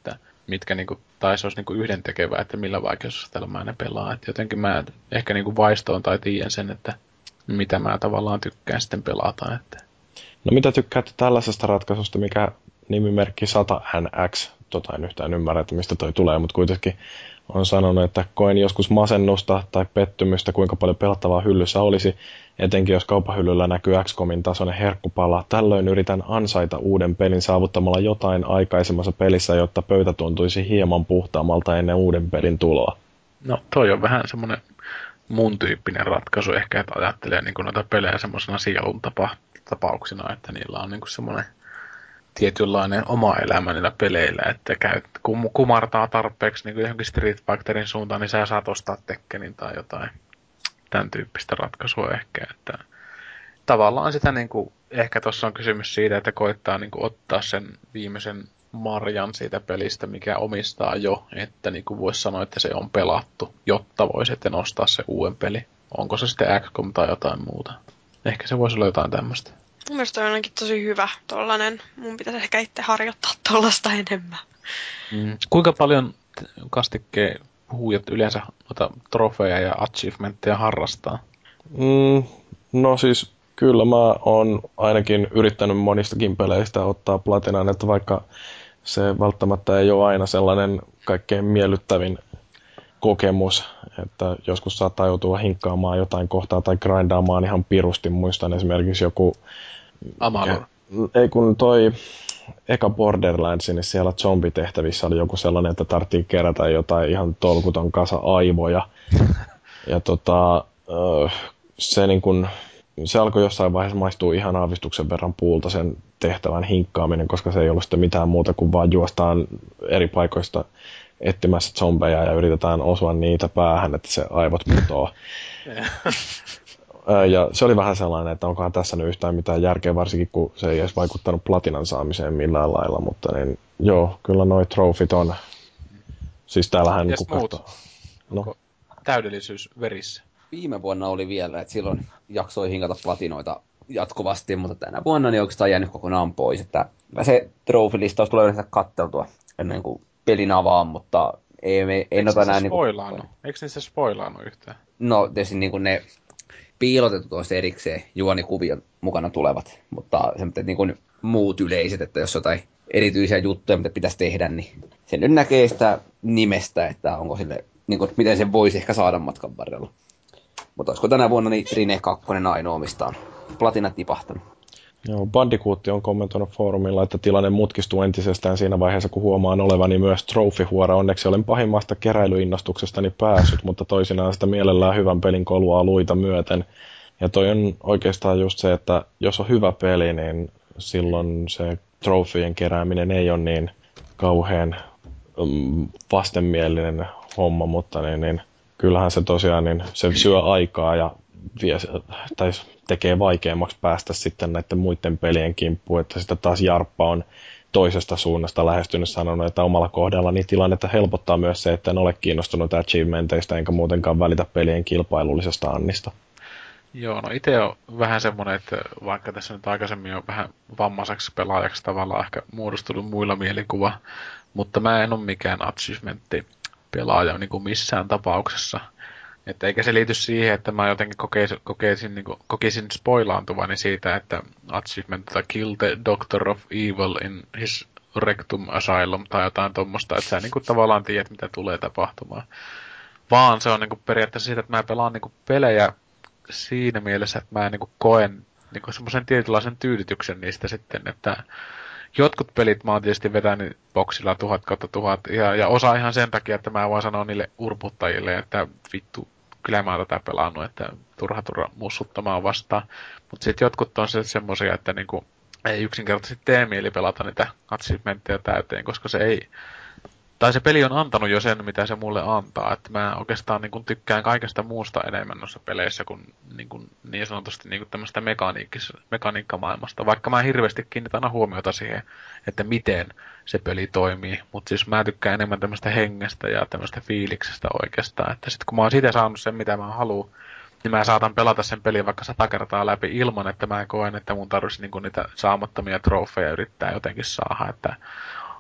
mitkä niinku, tai se olisi niinku yhdentekevää, että millä vaikeusasteella mä ne pelaa. Et jotenkin mä ehkä niinku vaistoon tai tiedän sen, että mitä mä tavallaan tykkään sitten pelata. Että. No mitä tykkäätte tällaisesta ratkaisusta, mikä nimimerkki sata N X, tota en yhtään ymmärrä, että mistä toi tulee, mutta kuitenkin on sanonut, että koen joskus masennusta tai pettymystä, kuinka paljon pelattavaa hyllyssä olisi, etenkin jos kaupahyllyllä näkyy X COMin tasoinen herkkupala. Tällöin yritän ansaita uuden pelin saavuttamalla jotain aikaisemmassa pelissä, jotta pöytä tuntuisi hieman puhtaammalta ennen uuden pelin tuloa. No toi on vähän semmoinen mun tyyppinen ratkaisu ehkä, että ajattelee niin noita pelejä semmoisena sielun tapa, tapauksina, että niillä on niin semmoinen tietynlainen oma elämä niillä peleillä, että käy, kum, kumartaa tarpeeksi niin johonkin Street Fighterin suuntaan, niin sä saat ostaa Tekkenin tai jotain tämän tyyppistä ratkaisua ehkä, että tavallaan sitä niin kuin, ehkä tuossa on kysymys siitä, että koittaa niin kuin, ottaa sen viimeisen marjan siitä pelistä, mikä omistaa jo, että niin kuin voisi sanoa, että se on pelattu, jotta voi sitten ostaa se uuden peli. Onko se sitten X COM tai jotain muuta? Ehkä se voisi olla jotain tämmöistä. Mun mielestä on ainakin tosi hyvä tollanen. Mun pitäisi ehkä itse harjoittaa tollasta enemmän. Mm. Kuinka paljon kastikkeen puhujat yleensä noita trofeja ja achievementteja harrastaa? Mm, no siis kyllä mä oon ainakin yrittänyt monistakin peleistä ottaa platinan, että vaikka se välttämättä ei ole aina sellainen kaikkein miellyttävin kokemus, että joskus saattaa joutua hinkkaamaan jotain kohtaa tai grindaamaan ihan pirusti. Muistan esimerkiksi joku... Amalur. Ei kun toi eka Borderlands, niin siellä zombitehtävissä oli joku sellainen, että tarvitsee kerätä jotain ihan tolkuton kasa aivoja. Ja tota, se, niin kun, se alkoi jossain vaiheessa maistua ihan aavistuksen verran puulta sen tehtävän hinkkaaminen, koska se ei ollut sitten mitään muuta kuin vaan juostaan eri paikoista etsimässä zombeja ja yritetään osua niitä päähän, että se aivot putoaa. Ja se oli vähän sellainen, että onkohan tässä nyt yhtään mitään järkeä, varsinkin kun se ei edes vaikuttanut platinan saamiseen millään lailla, mutta niin, joo, kyllä noi trofit on. Siis täällähän... Mitäs muut? No. Täydellisyys verissä? Viime vuonna oli vielä, että silloin jaksoi hinkata platinoita jatkuvasti, mutta tänä vuonna niin oikeastaan jäänyt kokonaan pois. Että se trofilistaus tulee yleensä katteltua ennen kuin pelin avaan, mutta ei, ei, en ota enää... Niinku... Eikö niissä spoilaannut yhtään? No tietysti niin kuin ne piilotetut olisi erikseen juonikuvion mukana tulevat, mutta se, niin kuin muut yleiset, että jos jotain erityisiä juttuja, mitä pitäisi tehdä, niin sen nyt näkee sitä nimestä, että onko sille, niin kuin, miten se voisi ehkä saada matkan varrella. Mutta olisiko tänä vuonna niin Rine kaksi ainoa, mistä on platina tipahtanut. Joo, Bandicoot on kommentoinut foorumilla, että tilanne mutkistuu entisestään siinä vaiheessa, kun huomaan olevani myös trofihuora. Onneksi olen pahimmasta keräilyinnostuksestani päässyt, mutta toisinaan sitä mielellään hyvän pelin kolua luita myöten. Ja toi on oikeastaan just se, että jos on hyvä peli, niin silloin se trofien kerääminen ei ole niin kauhean um, vastenmielinen homma, mutta niin, niin, kyllähän se tosiaan niin se syö aikaa ja vie, tai tekee vaikeammaksi päästä sitten näiden muiden pelien kimppuun, että sitä taas Jarppa on toisesta suunnasta lähestynyt sanonut, että omalla kohdalla niin tilannetta helpottaa myös se, että en ole kiinnostunut achievementeista enkä muutenkaan välitä pelien kilpailullisesta annista. Joo, no itse on vähän semmoinen, että vaikka tässä nyt aikaisemmin on vähän vammaiseksi pelaajaksi tavallaan ehkä muodostunut muilla mielikuva, mutta mä en ole mikään achievementti-pelaaja niin kuin missään tapauksessa. Että eikä se liity siihen, että mä jotenkin kokeisin, kokeisin, niin kuin, kokisin spoilaantuvani siitä, että achievement tai kill the Doctor of Evil in his rectum asylum tai jotain tommoista, että sä niin kuin, tavallaan tiedät, mitä tulee tapahtumaan. Vaan se on niin kuin, periaatteessa siitä, että mä pelaan niin kuin, pelejä siinä mielessä, että mä niin kuin, koen niin kuin, semmoisen tietynlaisen tyydytyksen niistä sitten, että jotkut pelit mä oon tietysti vetänyt boksilla tuhat kautta tuhat, ja, ja osa ihan sen takia, että mä voin sanoa niille urputtajille, että vittu, kyllä mä oon tätä pelannut, että turha turha mussuttamaan vastaan. Mutta sitten jotkut on semmoisia, että niinku, ei yksinkertaisesti tee mieli pelata niitä achievementteja täyteen, koska se ei... Tai se peli on antanut jo sen, mitä se mulle antaa. Että mä oikeastaan niin kun tykkään kaikesta muusta enemmän noissa peleissä kuin niin, kuin, niin sanotusti niin kuin tämmöistä mekaniikkamaailmasta. Vaikka mä hirveästi kiinnitän aina huomiota siihen, että miten se peli toimii. Mutta siis mä tykkään enemmän tämmöistä hengestä ja tämmöistä fiiliksestä oikeastaan. Että sit kun mä oon siitä saanut sen, mitä mä haluan, niin mä saatan pelata sen pelin vaikka sata kertaa läpi ilman, että mä koen, että mun tarvitsisi niin kuin niitä saamattomia trofeja yrittää jotenkin saada. Että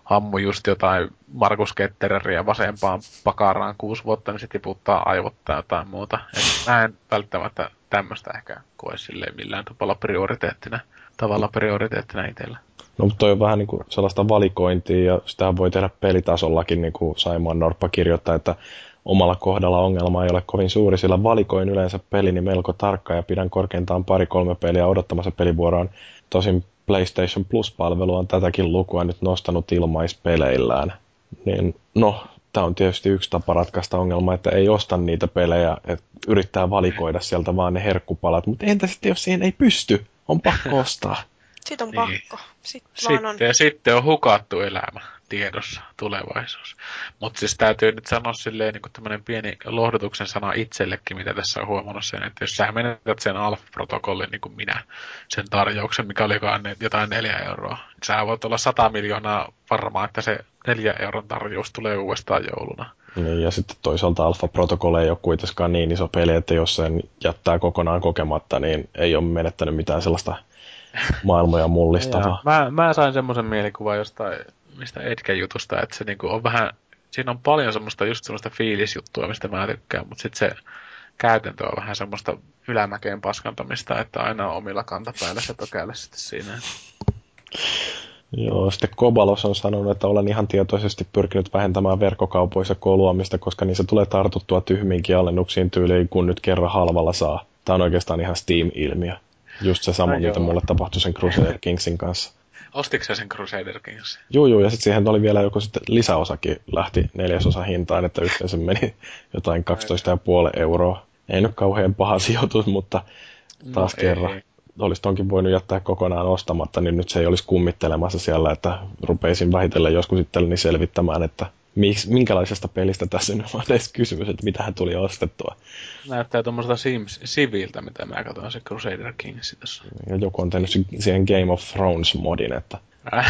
ammu just jotain Markus Kettereriä vasempaan pakaraan kuusi vuotta, niin se tiputtaa aivot tai jotain muuta. Et mä en välttämättä tämmöistä ehkä koe silleen millään tavalla prioriteettina, tavalla prioriteettina itsellä. No, mutta toi on vähän niin kuin sellaista valikointia, ja sitä voi tehdä pelitasollakin, niin kuin Saimaan Norppa kirjoittaa, että omalla kohdalla ongelma ei ole kovin suuri, sillä valikoin yleensä pelini melko tarkka ja pidän korkeintaan pari-kolme peliä odottamassa pelivuoroon. Tosin PlayStation Plus-palvelu on tätäkin lukua nyt nostanut ilmaispeleillään. Niin, no, tämä on tietysti yksi tapa ratkaista ongelmaa, että ei osta niitä pelejä, että yrittää valikoida sieltä vaan ne herkkupalat. Mutta entä sitten, jos siihen ei pysty? On pakko ostaa. Sitten on Niin. pakko. Sitten, Sitten, vaan on. ja sitten on hukattu elämä tiedossa, tulevaisuus. Mutta siis täytyy nyt sanoa silleen niin tämmöinen pieni lohdutuksen sana itsellekin, mitä tässä on huomannut sen, että jos sä menetät sen Alpha-protokollin niin kuin minä, sen tarjouksen, mikä oli jotain neljä euroa, niin sä voit olla sata miljoonaa varmaa, että se neljä euron tarjous tulee uudestaan jouluna. Niin, ja sitten toisaalta Alpha-protokolle ei ole kuitenkaan niin iso peli, että jos sen jättää kokonaan kokematta, niin ei ole menettänyt mitään sellaista maailmoja mullistavaa. Mä, mä sain semmoisen mielikuvan jostain, mistä Edgen jutusta, että se niinku on vähän, siinä on paljon semmoista just semmoista fiilisjuttua, mistä mä tykkään, mutta sitten se käytäntö on vähän semmoista ylämäkeen paskantamista, että aina on omilla kantapäillä se tokäillä sitten siinä. Joo, sitten Kobalos on sanonut, että olen ihan tietoisesti pyrkinyt vähentämään verkkokaupoissa koluamista, koska niissä tulee tartuttua tyhmiinkin alennuksiin tyyliin, kun nyt kerran halvalla saa. Tämä on oikeastaan ihan Steam-ilmiö. Just se sama, no mitä mulle tapahtui sen Crusader Kingsin kanssa. Ostitko sä sen Crusader Kingsin? Juu, juu, ja sitten siihen oli vielä joku sitten lisäosakin lähti neljäsosa hintaan, että yhteensä meni jotain kaksitoista pilkku viisi euroa. Ei nyt kauhean paha sijoitus, mutta taas no, kerran. Ei. Olisi tonkin voinut jättää kokonaan ostamatta, niin nyt se ei olisi kummittelemassa siellä, että rupeisin vähitellen joskus itselleni selvittämään, että minkälaisesta pelistä tässä nyt on edes kysymys, että mitähän tuli ostettua. Näyttää tuommoiselta Sims Civiltä, mitä mä katsoin se Crusader Kings tässä. Ja joku on tehnyt siihen Game of Thrones-modin, että...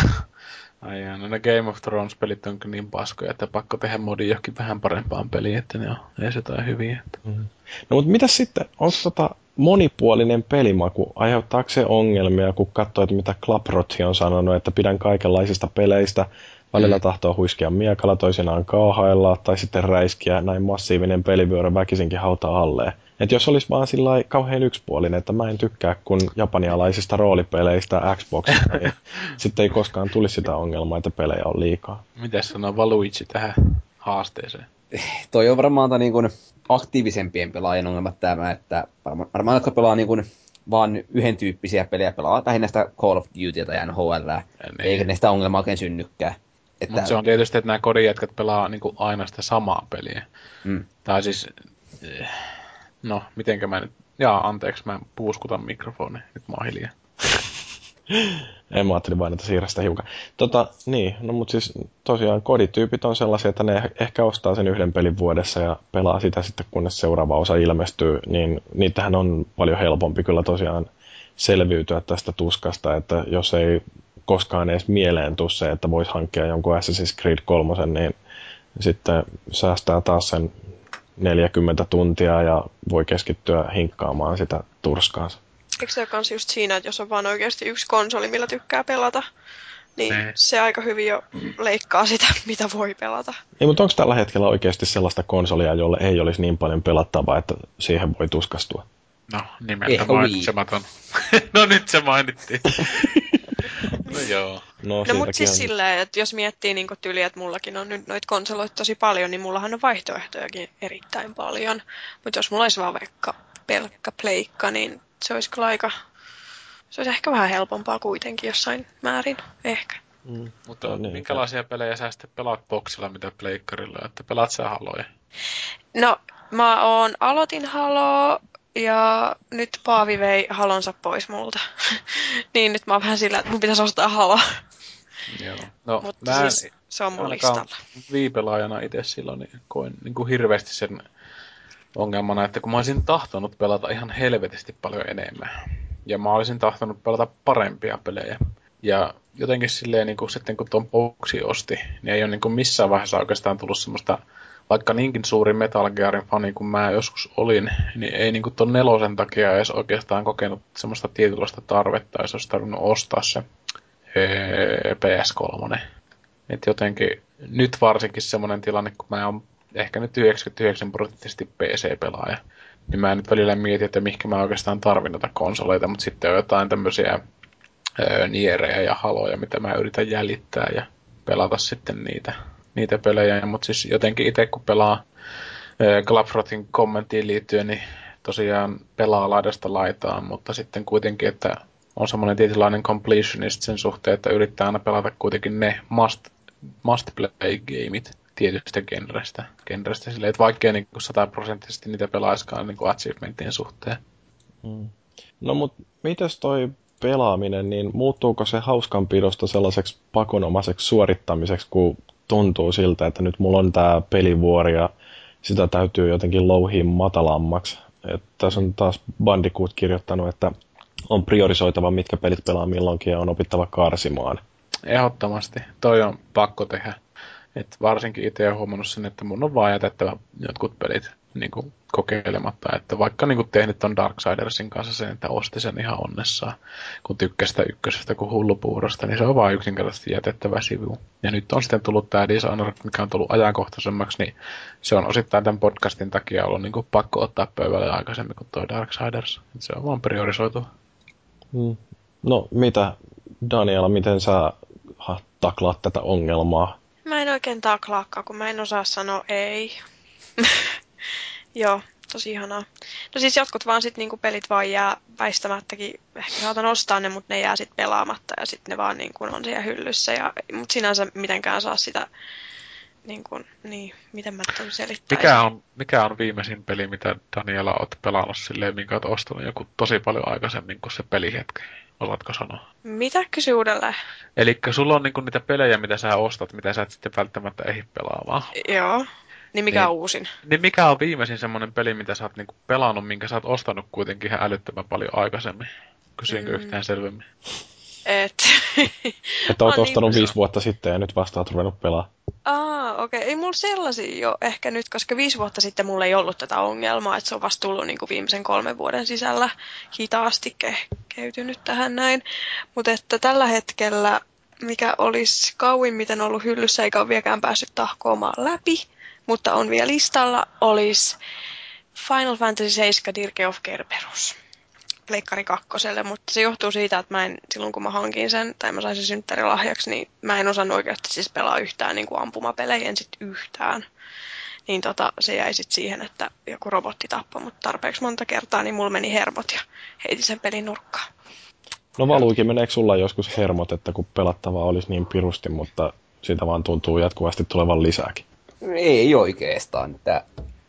Ai jaa, no ne Game of Thrones-pelit on niin paskoja, että pakko tehdä modi johonkin vähän parempaan peliin, että ne on edes jotain hyviä. Että... Mm. No mutta mitäs sitten, onko tota monipuolinen pelimaku, aiheuttaako se ongelmia, kun katsoo, että mitä Klaprothi on sanonut, että pidän kaikenlaisista peleistä, välillä mm. tahtoo huiskia miekalla, toisinaan kaahailla, tai sitten räiskiä, näin massiivinen pelivyörä väkisinkin hautaa alleen. Että jos olisi vaan sillai kauhean yksipuolinen, että mä en tykkää kun japanialaisista roolipeleistä Xboxista, niin sitten ei koskaan tulisi sitä ongelmaa, että pelejä on liikaa. Mitäs sanoo Valuigi tähän haasteeseen? Toi on varmaan tämä niin kuin aktiivisempien pelaajien ongelma tämä, että varmaan, varmaan jotka pelaa niin kuin vaan yhden tyyppisiä pelejä, pelaa lähinnä sitä Call of Dutyä tai N H L, eikä ne sitä ongelmaa oikein synnykään. Että... Mutta se on tietysti, että nämä kodinjätkät pelaa niin kuin aina sitä samaa peliä. Mm. Tai siis, no, mitenkä mä nyt, jaa, anteeksi, mä puuskutan mikrofonin, nyt mä oon hiljaa. En mä ajattelin vain, että siirrä sitä hiukan. Tota, niin, no mut siis tosiaan kodityypit on sellaisia, että ne ehkä ostaa sen yhden pelin vuodessa ja pelaa sitä sitten, kunnes seuraava osa ilmestyy, niin niitähän on paljon helpompi kyllä tosiaan selviytyä tästä tuskasta, että jos ei koskaan edes mieleen tule se, että voisi hankkia jonkun Assassin's Creed kolme, niin sitten säästää taas sen neljäkymmentä tuntia ja voi keskittyä hinkkaamaan sitä turskaansa. Eikö se ole kans just siinä, että jos on vaan oikeasti yksi konsoli, millä tykkää pelata, niin ne. Se aika hyvin jo leikkaa sitä, mitä voi pelata. Ei, mutta onko tällä hetkellä oikeasti sellaista konsolia, jolle ei olisi niin paljon pelattavaa, että siihen voi tuskastua? No, nimeltä mainitsematon. No nyt se mainittiin. No joo. No, no mutta siis on... silleen, että jos miettii niin tyliä, että mullakin on nyt noita konsoloita tosi paljon, niin mullahan on vaihtoehtojakin erittäin paljon. Mutta jos mulla olisi vaan vaikka pelkkä pleikka, niin se olisi kyllä aika... Se olisi ehkä vähän helpompaa kuitenkin jossain määrin, ehkä. Mm. Mutta no, niin, minkälaisia tai... pelejä sä sitten pelaat boksilla, mitä pleikkarilla? Että pelaat sä Haloja? No, mä oon aloitin Haloa ja nyt Paavi vei Halonsa pois multa. Niin nyt mä oon vähän sillä, että mun pitäisi ostaa Halo. Joo. No, mutta mä siis se on mun listalla. Viipelaajana itse silloin niin koin niin kuin hirveästi sen ongelmana, että kun mä olisin tahtonut pelata ihan helvetisti paljon enemmän. Ja mä olisin tahtonut pelata parempia pelejä. Ja jotenkin silleen, niin kuin sitten kun ton boxi osti, niin ei ole niin kuin missään vaiheessa oikeastaan tullut semmoista, vaikka niinkin suuri Metal Gearin fani kuin mä joskus olin, niin ei niin kuin ton nelosen takia edes oikeastaan kokenut semmoista tietynlaista tarvetta, jos olisi tarvinnut ostaa se P S kolme. että jotenkin nyt varsinkin semmoinen tilanne, kun mä oon ehkä nyt yhdeksänkymmentäyhdeksän prosenttisesti P C-pelaaja, niin mä en nyt välillä mieti, että mihinkä mä oikeastaan tarvin noita konsoleita, mutta sitten on jotain tämmöisiä öö, nierejä ja haloja, mitä mä yritän jäljittää ja pelata sitten niitä, niitä pelejä. Mutta siis jotenkin itse kun pelaa öö, Glapfrotin kommenttiin liittyen, niin tosiaan pelaa laidasta laitaan, mutta sitten kuitenkin, että on semmoinen tietynlainen completionist sen suhteen, että yrittää aina pelata kuitenkin ne must, must play gameit tietystä genrestä, genrestä silleen, että vaikkei niin sataprosenttisesti niitä pelaiskaan niin achievementien suhteen. Hmm. No mut mites toi pelaaminen, niin muuttuuko se hauskanpidosta sellaiseksi pakonomaiseksi suorittamiseksi, kun tuntuu siltä, että nyt mulla on tää pelivuori ja sitä täytyy jotenkin louhia matalammaksi. Että tässä on taas Bandicoot kirjoittanut, että on priorisoitava, mitkä pelit pelaa milloinkin ja on opittava karsimaan. Ehdottomasti. Toi on pakko tehdä. Et varsinkin itse olen huomannut sen, että mun on vaan jätettävä jotkut pelit niin kuin kokeilematta. Että vaikka niin kuin tehnyt ton Darksidersin kanssa sen, että osti sen ihan onnessaan, kun tykkäsi sitä ykkösestä kuin hullupuurosta, niin se on vaan yksinkertaisesti jätettävä sivu. Ja nyt on sitten tullut tämä Dishonored, mikä on tullut ajankohtaisemmaksi, niin se on osittain tämän podcastin takia ollut niin kuin pakko ottaa pöydälle aikaisemmin kuin tuo Darksiders. Et se on vaan priorisoitu. Hmm. No mitä, Daniela, miten sä taklaat tätä ongelmaa? Mä en oikein taklaakaan, kun mä en osaa sanoa ei. Joo, tosi ihanaa. No siis jotkut vaan sit niinku pelit vaan jää väistämättäkin, ehkä saatan ostaa ne, mutta ne jää sit pelaamatta ja sitten ne vaan niinku on siellä hyllyssä. Ja, mut sinänsä mitenkään saa sitä, niinku, niin, miten mä nyt selittäisin. Mikä on, mikä on viimeisin peli, mitä Daniela oot pelannut silleen, minkä oot ostanut joku tosi paljon aikaisemmin kuin se pelihetki? Osaatko sanoa? Mitä kysy uudelleen? Elikkä sulla on niinku niitä pelejä, mitä sä ostat, mitä sä et sitten välttämättä ehdi pelaamaan. Joo. Niin mikä niin, on uusin? Niin mikä on viimeisin semmoinen peli, mitä sä oot niinku pelannut, minkä sä oot ostanut kuitenkin ihan älyttömän paljon aikaisemmin? Kysyinkö mm. yhtään selvemmin? Et. Että oot ostanut niin viisi vuotta sitten ja nyt vasta oot ruvennut pelaa. Aa, okei. Okay. Ei mulla sellaisia jo ehkä nyt, koska viisi vuotta sitten mulla ei ollut tätä ongelmaa, että se on vasta tullut niin kuin viimeisen kolmen vuoden sisällä hitaasti ke- keheytynyt tähän näin. Mutta että tällä hetkellä, mikä olisi kauin miten ollut hyllyssä, eikä ole vieläkään päässyt tahkoamaan läpi, mutta on vielä listalla, olisi Final Fantasy seitsemän Dirge of Kerberos. Pleikkari kakkoselle, mutta se johtuu siitä, että mä en, silloin kun mä hankin sen, tai mä sain sen synttärilahjaksi, niin mä en osannut oikeasti siis pelaa yhtään niin kuin ampumapelejä, en sit yhtään. Niin tota, se jäi sit siihen, että joku robotti tappoi mut tarpeeksi monta kertaa, niin mulla meni hermot ja heitin sen pelin nurkkaan. No Valuikin, meneekö sulla joskus hermot, että kun pelattavaa olisi niin pirusti, mutta siitä vaan tuntuu jatkuvasti tulevan lisääkin? Ei oikeastaan, että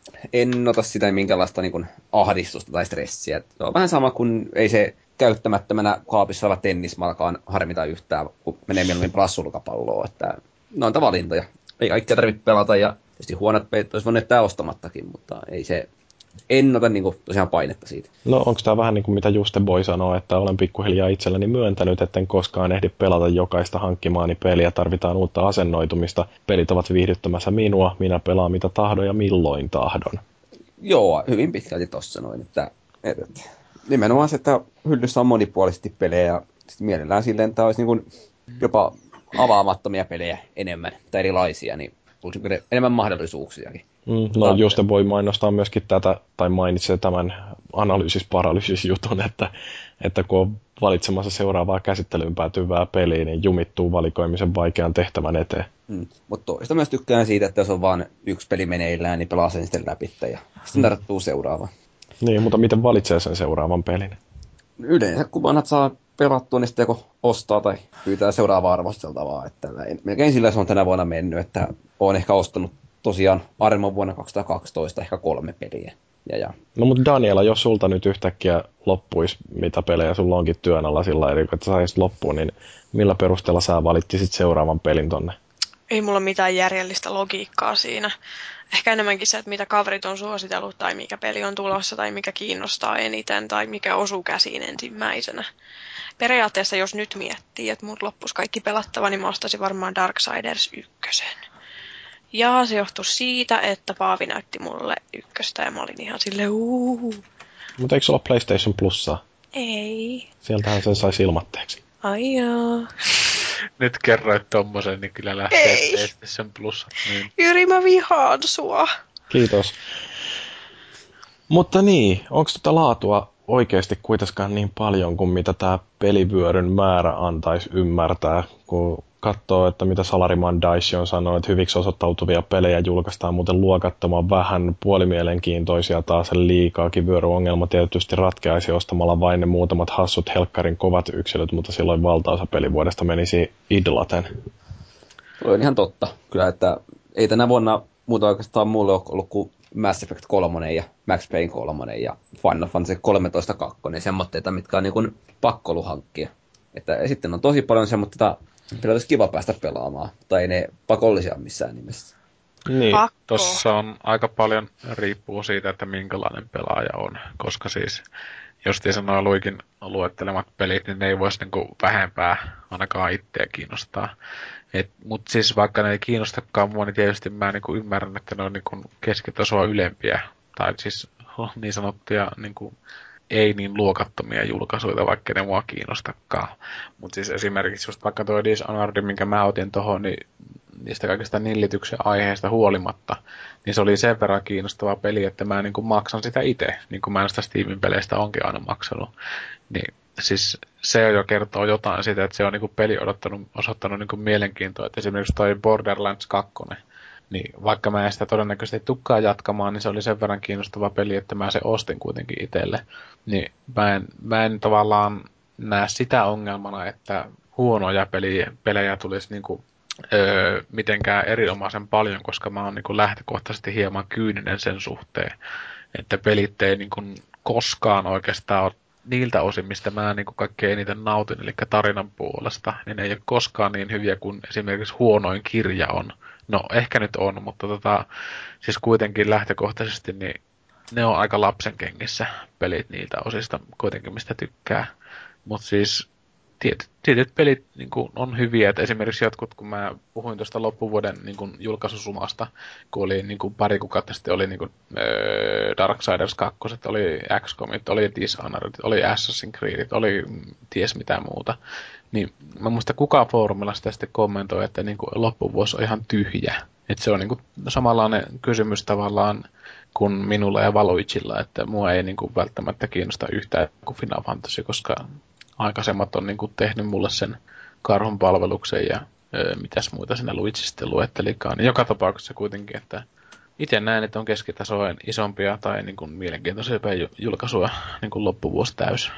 en ota sitä minkälaista niin kuin ahdistusta tai stressiä. Se on vähän sama kuin ei se käyttämättömänä kaapissa oleva tennismalkaan harmita yhtään, kun menee mieluummin pelaa sulkapalloa. Että ne on valintoja. Ei kaikkea tarvitse pelata ja tietysti huonot pelit olisi voinut jättää ostamattakin, mutta ei se, en ota niin kuin tosiaan painetta siitä. No onko tämä vähän niin kuin mitä Juste Boy sanoo, että olen pikkuhiljaa itselleni myöntänyt, etten koskaan ehdi pelata jokaista hankkimaani peliä, tarvitaan uutta asennoitumista. Pelit ovat viihdyttämässä minua, minä pelaan mitä tahdon ja milloin tahdon. Joo, hyvin pitkälti tossa noin, että, että nimenomaan se, että hyllyssä on monipuolisesti pelejä ja mielellään silleen, että olisi niin kuin jopa avaamattomia pelejä enemmän tai erilaisia, niin olisi enemmän mahdollisuuksiakin. Mm, no Juste voi mainostaa myöskin tätä, tai mainitsee tämän analyysis-paralyysis-jutun, että, että kun on valitsemassa seuraavaa käsittelyyn päätyvää peliä, niin jumittuu valikoimisen vaikean tehtävän eteen. Mm. Mutta toista myös tykkään siitä, että jos on vain yksi peli meneillään, niin pelaa sen sitten läpi ja sitten tarttuu seuraavaan. Niin, mutta miten valitsee sen seuraavan pelin? Yleensä kun vanhat saa pelattua, niin sitten joko ostaa tai pyytää seuraavaa arvosteltavaa. Että melkein sillä se on tänä vuonna mennyt, että olen ehkä ostanut tosiaan armon vuonna kaksituhattakaksitoista ehkä kolme peliä. Ja, ja. No mutta Daniela, jos sulta nyt yhtäkkiä loppuisi, mitä pelejä sulla onkin työn alla sillä eri, että saisit loppuun, niin millä perusteella sä valittisit seuraavan pelin tonne? Ei mulla mitään järjellistä logiikkaa siinä. Ehkä enemmänkin se, että mitä kaverit on suositellut, tai mikä peli on tulossa, tai mikä kiinnostaa eniten, tai mikä osuu käsiin ensimmäisenä. Periaatteessa jos nyt miettii, että mut loppuisi kaikki pelattava, niin mä ostaisin varmaan Darksiders ykkösen. Ja se johtui siitä, että Paavi näytti mulle ykköstä ja mä olin ihan silleen uuu. Mutta eikö sulla PlayStation Plussaa? Ei. Sieltähän sen saisi ilmatteeksi. Ai jaa. nyt kerroit tommosen, niin kyllä lähtee Ei. PlayStation Plus. Niin. Jyri, mä vihaan sua. Kiitos. Mutta niin, onko tätä laatua oikeasti kuitenkaan niin paljon kuin mitä tämä pelivyöryn määrä antaisi ymmärtää, kun katsoo, että mitä Salariman Dice on sanonut, että hyviksi osoittautuvia pelejä julkaistaan muuten luokattoman vähän, puolimielenkiintoisia taas liikaakin. Vyöryongelma tietysti ratkeaisi ostamalla vain ne muutamat hassut helkkarin kovat yksilöt, mutta silloin valtaosa pelivuodesta menisi idlaten. Tuo on ihan totta. Kyllä, että ei tänä vuonna muuta oikeastaan mulle ole ollut kuin Mass Effect kolme ja Max Payne kolme ja Final Fantasy kolmetoista kaksi, semmoitteita, mitkä on niin kuin pakko ollut hankkia. Että sitten on tosi paljon semmoitteita, mitä olisi kiva päästä pelaamaan, tai ei ne pakollisia missään nimessä. Niin. Pakko. Tossa on aika paljon riippuu siitä, että minkälainen pelaaja on, koska siis jos te sanoo Luikin luettelemat pelit, niin ne ei voisi niinku vähempää ainakaan itseä kiinnostaa. Mutta siis vaikka ne ei kiinnostakaan mua, niin tietysti mä niinku ymmärrän, että ne on niinku keskitasoa ylempiä. Tai siis niin sanottuja niinku ei niin luokattomia julkaisuja, vaikka ne mua kiinnostakaan. Mutta siis esimerkiksi just vaikka tuo Dishonored, minkä mä otin tohon, niin niistä kaikista nillityksen aiheesta huolimatta, niin se oli sen verran kiinnostava peli, että mä niin kuin maksan sitä itse, niin kuin mä sitä Steamin peleistä onkin aina maksanut. Niin siis se jo kertoo jotain siitä, että se on niin kuin peli odottanut, osoittanut niin kuin mielenkiintoa, että esimerkiksi toi Borderlands kaksi, niin vaikka mä en sitä todennäköisesti tukkaa jatkamaan, niin se oli sen verran kiinnostava peli, että mä se ostin kuitenkin itselle. Niin mä en, mä en tavallaan näe sitä ongelmana, että huonoja pelejä, pelejä tulisi niinku Öö, mitenkään erinomaisen paljon, koska mä oon niin kuin lähtökohtaisesti hieman kyyninen sen suhteen, että pelit ei niin kuin koskaan oikeastaan ole niiltä osin, mistä mä niin kuin kaikkein eniten nautin, eli tarinan puolesta, niin ei ole koskaan niin hyviä kuin esimerkiksi huonoin kirja on. No, ehkä nyt on, mutta tota, siis kuitenkin lähtökohtaisesti niin ne on aika lapsenkengissä pelit niiltä osista kuitenkin, mistä tykkää. Mutta siis Tietyt, tietyt pelit niin kuin, on hyviä, että esimerkiksi jotkut, kun mä puhuin tuosta loppuvuoden niin kuin, julkaisusumasta, kun oli niin kuin, pari kuukautta sitten oli niin kuin, äh, Darksiders kaksi, oli X COMit, oli Dishonored, oli Assassin's Creed, oli ties mitä muuta, niin mä muista kuka foorumilla sitä sitten kommentoi, että niin kuin, loppuvuosi on ihan tyhjä. Että se on niin kuin, samanlainen kysymys tavallaan kuin minulla ja Valuicilla, että mua ei niin kuin, välttämättä kiinnosta yhtään kuin Final Fantasy, koska aikaisemmat on niin kuin tehnyt mulle sen karhun palveluksen ja öö, mitäs muita sinne Luigi sitten luettelikaan. Niin joka tapauksessa kuitenkin, että itse näen, että on keskitasoen isompia tai niin kuin mielenkiintoisempia julkaisuja niin kuin loppuvuosi täys.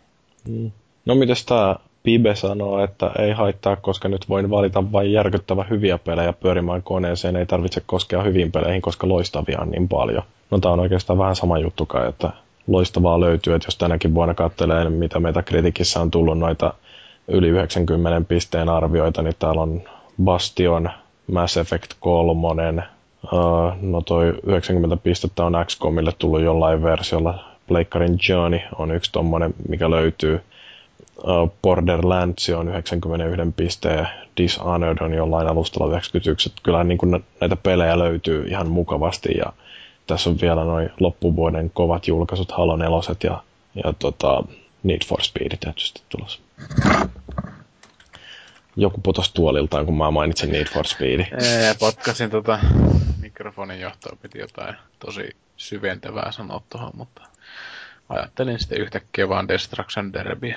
Mm. No mites tää Pibe sanoo, että ei haittaa, koska nyt voin valita vain järkyttävä hyviä pelejä pyörimään koneeseen, ei tarvitse koskea hyviin peleihin, koska loistavia on niin paljon. No tää on oikeastaan vähän sama juttu kai, että loistavaa löytyy, että jos tänäkin vuonna katselee, mitä Metacriticissa on tullut noita yli yhdeksänkymmentä pisteen arvioita, niin täällä on Bastion, Mass Effect kolme, uh, no toi yhdeksänkymmentä pistettä on X COMille tullut jollain versiolla, Pleikkarin Journey on yksi tommonen, mikä löytyy, uh, Borderlands on yhdeksänkymmentäyksi pisteen, Dishonored on jollain alustalla yhdeksänkymmentäyksi, että kyllähän niin kuin näitä pelejä löytyy ihan mukavasti ja tässä on vielä noin loppuvuoden kovat julkaisut, Halo neloset ja, ja tota, Need for Speed tietysti tulossa. Joku putosi tuoliltaan, kun mä mainitsin Need for Speed. Ee, potkasin tota mikrofonin johtoa, piti jotain tosi syventävää sanoa tuohon, mutta ajattelin sitten yhtäkkiä vaan Destruction Derbyä.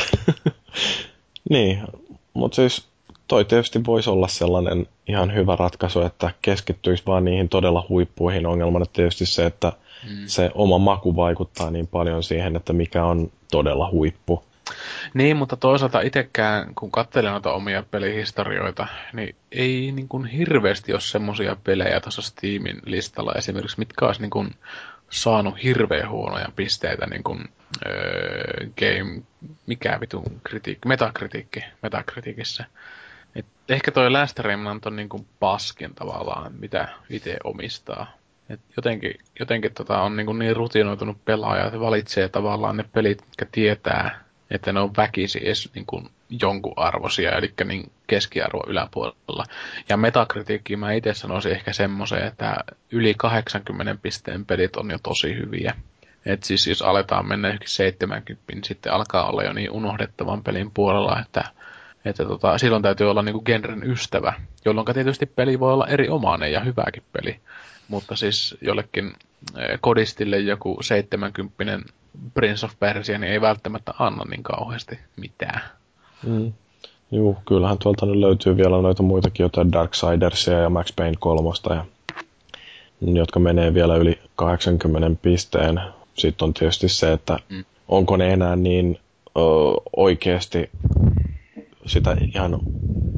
Niin, mutta siis toi tietysti voisi olla sellainen ihan hyvä ratkaisu, että keskittyisi vaan niihin todella huippuihin. Ongelmana tietysti se, että mm. se oma maku vaikuttaa niin paljon siihen, että mikä on todella huippu. Niin, mutta toisaalta itsekään, kun katselen noita omia pelihistorioita, niin ei niin kuin hirveästi ole semmoisia pelejä tuossa Steamin listalla esimerkiksi, mitkä olisi niin kuin saanut hirveän huonoja pisteitä niin kuin, öö, game, mikä vitun kritiikki, metakritiikki, metakritiikissä. Et ehkä toi Last Remnant on niin kuin paskin tavallaan, mitä itse omistaa. Et jotenkin jotenkin tota on niin, kuin niin rutinoitunut pelaaja, että valitsee tavallaan ne pelit, mitkä tietää, että ne on väkisi edes niin kuin jonkun arvoisia, eli niin keskiarvo yläpuolella. Ja metakritiikkiin mä itse sanoisin ehkä semmoisen, että yli kahdeksankymmentä pisteen pelit on jo tosi hyviä. Et siis jos aletaan mennä johonkin seitsemänkymmentä, niin sitten alkaa olla jo niin unohdettavan pelin puolella, että Että tota, silloin täytyy olla niinku genren ystävä, jolloin tietysti peli voi olla eri omainen ja hyväkin peli. Mutta siis jollekin kodistille joku seitsemänkymppinen Prince of Persia niin ei välttämättä anna niin kauheasti mitään. Mm. Juu, kyllähän tuolta nyt löytyy vielä noita muitakin, jotain Darksidersia ja Max Payne kolmosta, ja, jotka menee vielä yli kahdeksankymmentä pisteen. Sitten on tietysti se, että mm. onko ne enää niin ö, oikeasti sitä ihan ö,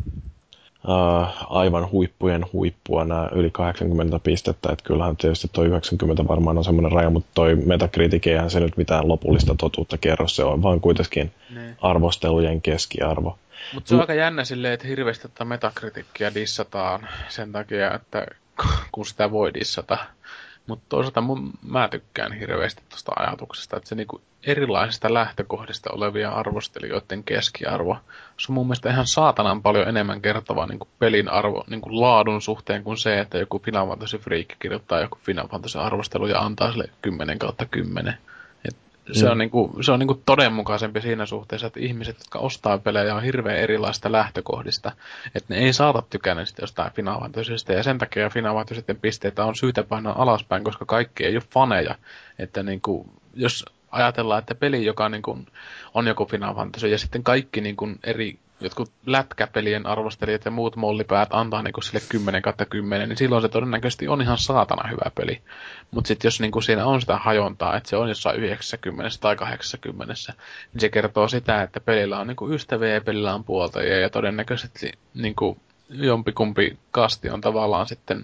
aivan huippujen huippua nämä yli kahdeksankymmentä pistettä, että kyllähän tietysti tuo yhdeksänkymmentä varmaan on semmoinen raja, mutta toi Metacritic eihän se nyt mitään lopullista totuutta kerro, se on vaan kuitenkin ne. Arvostelujen keskiarvo. Mutta se on aika jännä silleen, että hirveästi tätä Metacriticia dissataan sen takia, että kun sitä voi dissata. Mutta toisaalta mun, mä tykkään hirveästi tuosta ajatuksesta, että se niinku erilaisista lähtökohdista olevia arvostelijoiden keskiarvo, se on mun mielestä ihan saatanan paljon enemmän kertovaa niinku pelin arvo, niinku laadun suhteen kuin se, että joku Final Fantasy Freak kirjoittaa joku Final Fantasy arvostelu ja antaa sille kymmenen kautta kymmenen. Se mm. on, niinku, se on niinku todenmukaisempi siinä suhteessa, että ihmiset, jotka ostaa pelejä, on hirveän erilaista lähtökohdista. Että ne ei saata tykänä sitten jostain Final Fantasystä, ja sen takia Final Fantasyiden pisteitä on syytä painaa alaspäin, koska kaikki ei ole faneja. Että niinku, jos ajatellaan, että peli, joka niinku on joku Final Fantasy, ja sitten kaikki niinku eri jotkut lätkäpelien arvostelijat ja muut mollipäät antaa niinku sille kymmenen kautta kymmenen, niin silloin se todennäköisesti on ihan saatana hyvä peli. Mutta sitten jos niinku siinä on sitä hajontaa, että se on jossain yhdeksänkymmentä tai kahdeksankymmentä, niin se kertoo sitä, että pelillä on niinku ystäviä ja pelillä on puoltajia, ja todennäköisesti niinku jompikumpi kasti on tavallaan sitten...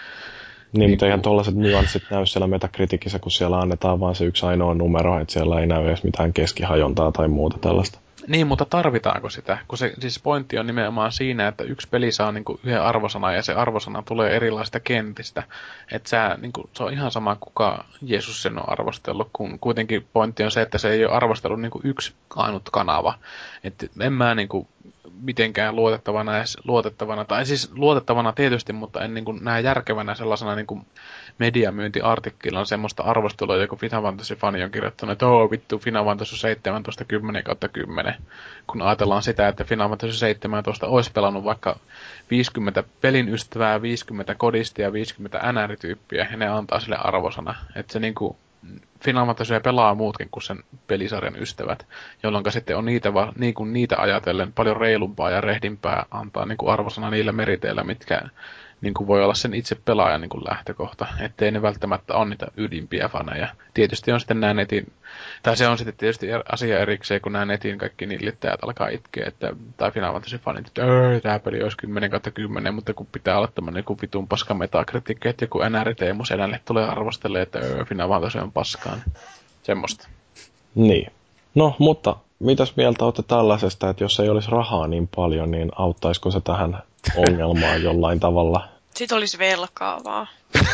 Niin, niin mutta eihän tollaiset nyanssit näy siellä Metacriticissa, kun siellä annetaan vaan se yksi ainoa numero, että siellä ei näy edes mitään keskihajontaa tai muuta tällaista. Niin, mutta tarvitaanko sitä? Kun se siis pointti on nimenomaan siinä, että yksi peli saa niinku yhden arvosanan ja se arvosana tulee erilaisista kentistä. Että sä, niinku, se on ihan sama, kuka Jeesus sen on arvostellut, kun kuitenkin pointti on se, että se ei ole arvostellut niinku yksi ainut kanava. Että en mä niinku mitenkään luotettavana, luotettavana, tai siis luotettavana tietysti, mutta en niinku näe järkevänä sellaisena niinku mediamyyntiartikkelilla semmoista arvostelua, joku Final Fantasy-fani on kirjoittanut, että oo vittu, Final Fantasy seitsemäntoista kymmenen kautta kymmenen. Kun ajatellaan sitä, että Final Fantasy seitsemäntoista olisi pelannut vaikka viisikymmentä pelin ystävää, viisikymmentä kodistia ja viisikymmentä N R-tyyppiä, ja ne antaa sille arvosana. Että se niinku Final Fantasy pelaa muutkin kuin sen pelisarjan ystävät, jolloin sitten on niitä, va, niin kuin niitä ajatellen paljon reilumpaa ja rehdimpää antaa niin kuin arvosana niillä meriteillä, mitkä niin kuin voi olla sen itse pelaajan niin kuin lähtökohta, ettei ne välttämättä ole niitä ydimpiä faneja. Tietysti on sitten nämä netin, tai se on sitten tietysti asia erikseen, kun nämä netin kaikki nillittäjät alkaa itkeä, että, tai Final Fantasy fanit, että tämä peli olisi kymmenen kautta kymmenen, mutta kun pitää olla tämmöinen joku vitun paska metakritiikki, että joku N R T Musenälle tulee arvostelemaan, että Final Fantasy on paskaa, niin semmoista. Niin. No, mutta mitäs mieltä olette tällaisesta, että jos ei olisi rahaa niin paljon, niin auttaisiko se tähän ongelmaan jollain tavalla? Sitten olisi velkaa vaan.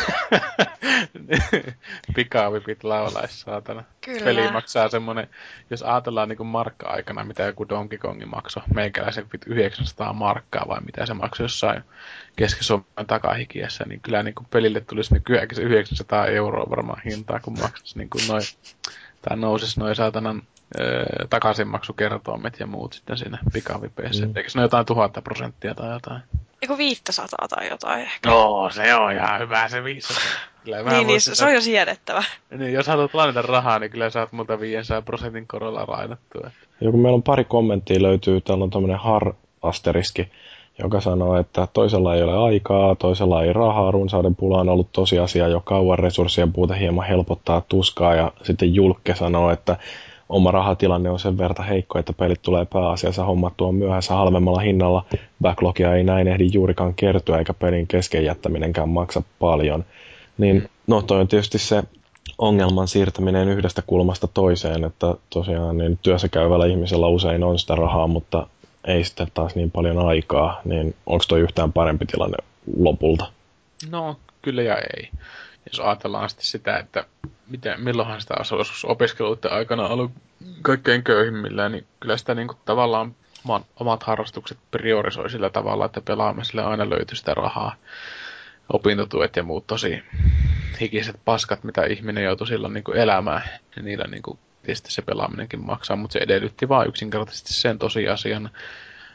Pikavipit laulaisi, saatana. Kyllä. Peli maksaa semmonen, jos ajatellaan niinku markka-aikana, mitä joku Donkey Kongi maksoi, meikäläisen yhdeksänsataa markkaa vai mitä se maksoi jossain Keski-Suomen takahikiessä, niin kyllä niinku pelille tulisi nykyäänkin se yhdeksänsataa euroa varmaan hintaa, kun maksaisi niinku noin, tai nousisi noin saatanan öö, takaisinmaksukertoimet ja muut sitten siinä pikavipeissä. Mm. Eikö se ole jotain tuhatta prosenttia tai jotain? Eiku viisisataa tai jotain ehkä. No, se on ihan hyvä se viisisataa. Niin, niin sitä... se on jo siedettävä. Niin, jos haluat lainata rahaa, niin kyllä saat multa viisisataa prosentin korolla lainattua. Ja kun meillä on pari kommenttia löytyy, täällä on tämmöinen har-asteriski, joka sanoo, että toisella ei ole aikaa, toisella ei rahaa, runsauden pula on ollut tosiasia jo kauan, resurssien puute hieman helpottaa tuskaa, ja sitten Julkke sanoo, että oma rahatilanne on sen verta heikko, että pelit tulee pääasiassa hommattua myöhässä halvemmalla hinnalla. Backlogia ei näin ehdi juurikaan kertyä, eikä pelin kesken jättäminenkään maksa paljon. Niin, no toi on tietysti se ongelman siirtäminen yhdestä kulmasta toiseen, että tosiaan niin työssä käyvällä ihmisellä usein on sitä rahaa, mutta ei sitten taas niin paljon aikaa. Niin onko toi yhtään parempi tilanne lopulta? No, kyllä ja ei. Jos ajatellaan sitten sitä, että miten, milloinhan sitä asuus opiskeluiden aikana ollut kaikkein köyhimmillään, niin kyllä sitä niin kuin tavallaan oman, omat harrastukset priorisoi sillä tavalla, että pelaamiselle aina löytyy sitä rahaa. Opintotuet ja muut tosi hikiset paskat, mitä ihminen joutui silloin niin kuin elämään. Ja niillä niin kuin, tietysti se pelaaminenkin maksaa, mutta se edellytti vaan yksinkertaisesti sen tosiasian,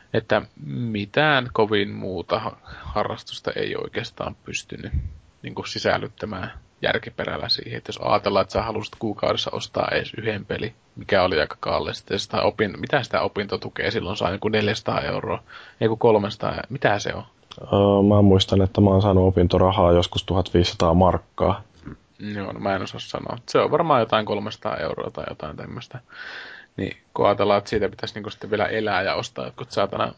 että mitään kovin muuta harrastusta ei oikeastaan pystynyt niin kuin sisällyttämään järkiperällä siihen. Että jos ajatellaan, että sä halusit kuukaudessa ostaa edes yhden peli, mikä oli aika kallista. Sitä opin, mitä sitä opintotukea silloin saa? Joku neljäsataa euroa, ei kun kolmesataa, mitä se on? Öö, mä muistan, että mä oon saanut opintorahaa joskus tuhatviisisataa markkaa. Joo, no mä en osaa sanoa. Se on varmaan jotain kolmesataa euroa tai jotain tämmöistä. Niin kun ajatellaan, että siitä pitäisi niinku sitten vielä elää ja ostaa jotkut saatana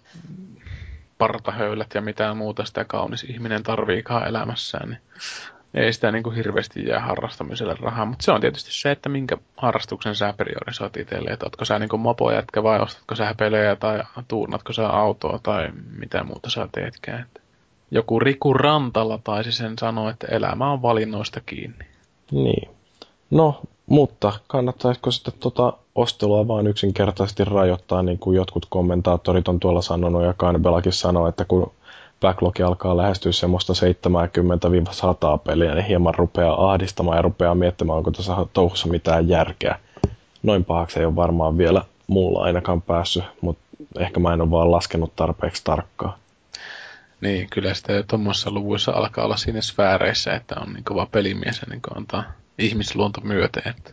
partahöylät ja mitään muuta sitä kaunis ihminen tarviikaan elämässään, niin ei sitä niinku hirveästi jää harrastamiselle rahaa. Mutta se on tietysti se, että minkä harrastuksen sä priorisoit itselle. Että ootko sä niinku mopojätkä vai ostatko sä pelejä tai tuurnatko sä autoa tai mitä muuta sä teetkään. Että joku Riku Rantala taisi sen sanoa, että elämä on valinnoista kiinni. Niin. No, mutta kannattaisiko sitten tota ostelua vaan yksinkertaisesti rajoittaa, niin kuin jotkut kommentaattorit on tuolla sanonut ja Kanbelakin sanoo, että kun backlogi alkaa lähestyä semmoista seitsemänkymmentä sata peliä, niin hieman rupeaa ahdistamaan ja rupeaa miettimään, onko tässä touhussa mitään järkeä. Noin pahaksi ei ole varmaan vielä mulla ainakaan päässyt, mutta ehkä mä en ole vaan laskenut tarpeeksi tarkkaan. Niin, kyllä sitä jo tuommoissa luvuissa alkaa olla siinä sfääreissä, että on niin kova pelimies ja niin antaa ihmisluonto myöten, että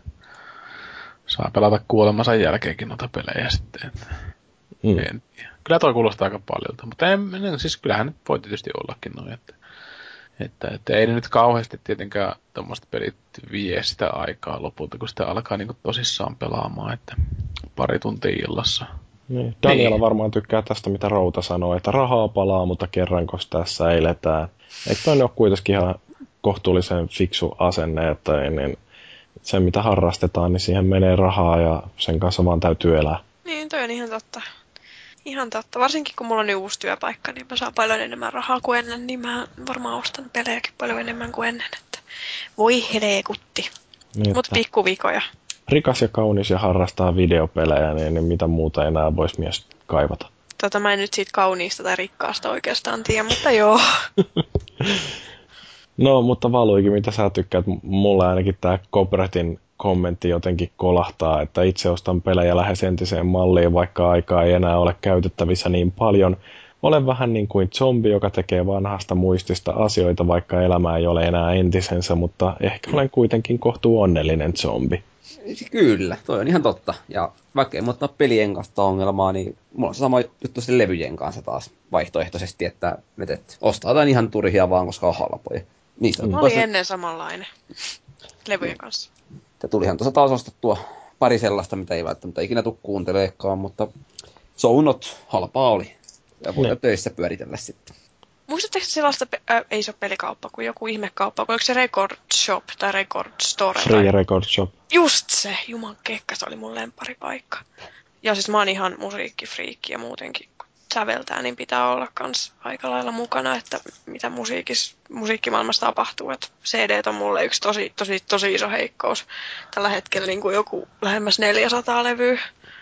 saa pelata kuolemansa jälkeenkin noita pelejä sitten. Että mm. en, kyllä toi kuulostaa aika paljolta, mutta en, siis kyllähän voi tietysti ollakin noin, että, että, että ei ne nyt kauheasti tietenkään tuommoista pelit vie sitä aikaa lopulta, kun sitä alkaa niin tosissaan pelaamaan, että pari tuntia illassa. Niin. Daniela niin. Varmaan tykkää tästä, mitä Routa sanoo, että rahaa palaa, mutta kerranko tässä eletään. Eikö toi ole kuitenkin ihan kohtuullisen fiksu asenne, että niin se mitä harrastetaan, niin siihen menee rahaa ja sen kanssa vaan täytyy elää. Niin, toi on ihan totta. Ihan totta. Varsinkin kun mulla on nyt uusi työpaikka, niin mä saan paljon enemmän rahaa kuin ennen, niin mä varmaan ostan pelejäkin paljon enemmän kuin ennen. Että voi helekutti. Niin, mut pikkuvikoja. Rikas ja kaunis ja harrastaa videopelejä, niin, niin mitä muuta enää voisi mies kaivata? Tota mä en nyt siitä kauniista tai rikkaasta oikeastaan tiedä, mutta joo. No, mutta Valuikin, mitä sä tykkäät? Mulla ainakin tää Cobretin kommentti jotenkin kolahtaa, että itse ostan pelejä lähes entiseen malliin, vaikka aikaa ei enää ole käytettävissä niin paljon. Olen vähän niin kuin zombi, joka tekee vanhasta muistista asioita, vaikka elämä ei ole enää entisensä, mutta ehkä olen kuitenkin kohtuu onnellinen zombi. Kyllä, toi on ihan totta. Ja vaikka ei ottaa pelien kanssa ongelmaa, niin mulla on sama juttu sen levyjen kanssa taas vaihtoehtoisesti, että, että ostaa jotain ihan turhia vaan, koska on halpoja. Niistä mm. oli ennen samanlainen levyjen kanssa. Ja tulihan tuossa taas ostettua pari sellaista, mitä ei välttämättä ikinä tule kuunteleekaan, mutta so not, halpaa oli. Ja voi mm. töissä pyöritellä sitten. Muistatteko sellaista, äh, ei se ole pelikauppa, kuin joku ihmekauppa, kun oliko se Record Shop tai Record Store? Free tai... Record Shop. Just se, juman kekka, se oli mun lempparipaikka. Ja siis mä oon ihan musiikkifriikki ja muutenkin, kun säveltää, niin pitää olla kans aika lailla mukana, että mitä musiikis, musiikkimaailmassa tapahtuu. Että C D:t on mulle yksi tosi, tosi, tosi iso heikkous. Tällä hetkellä niin kuin joku lähemmäs neljäsataa levyä.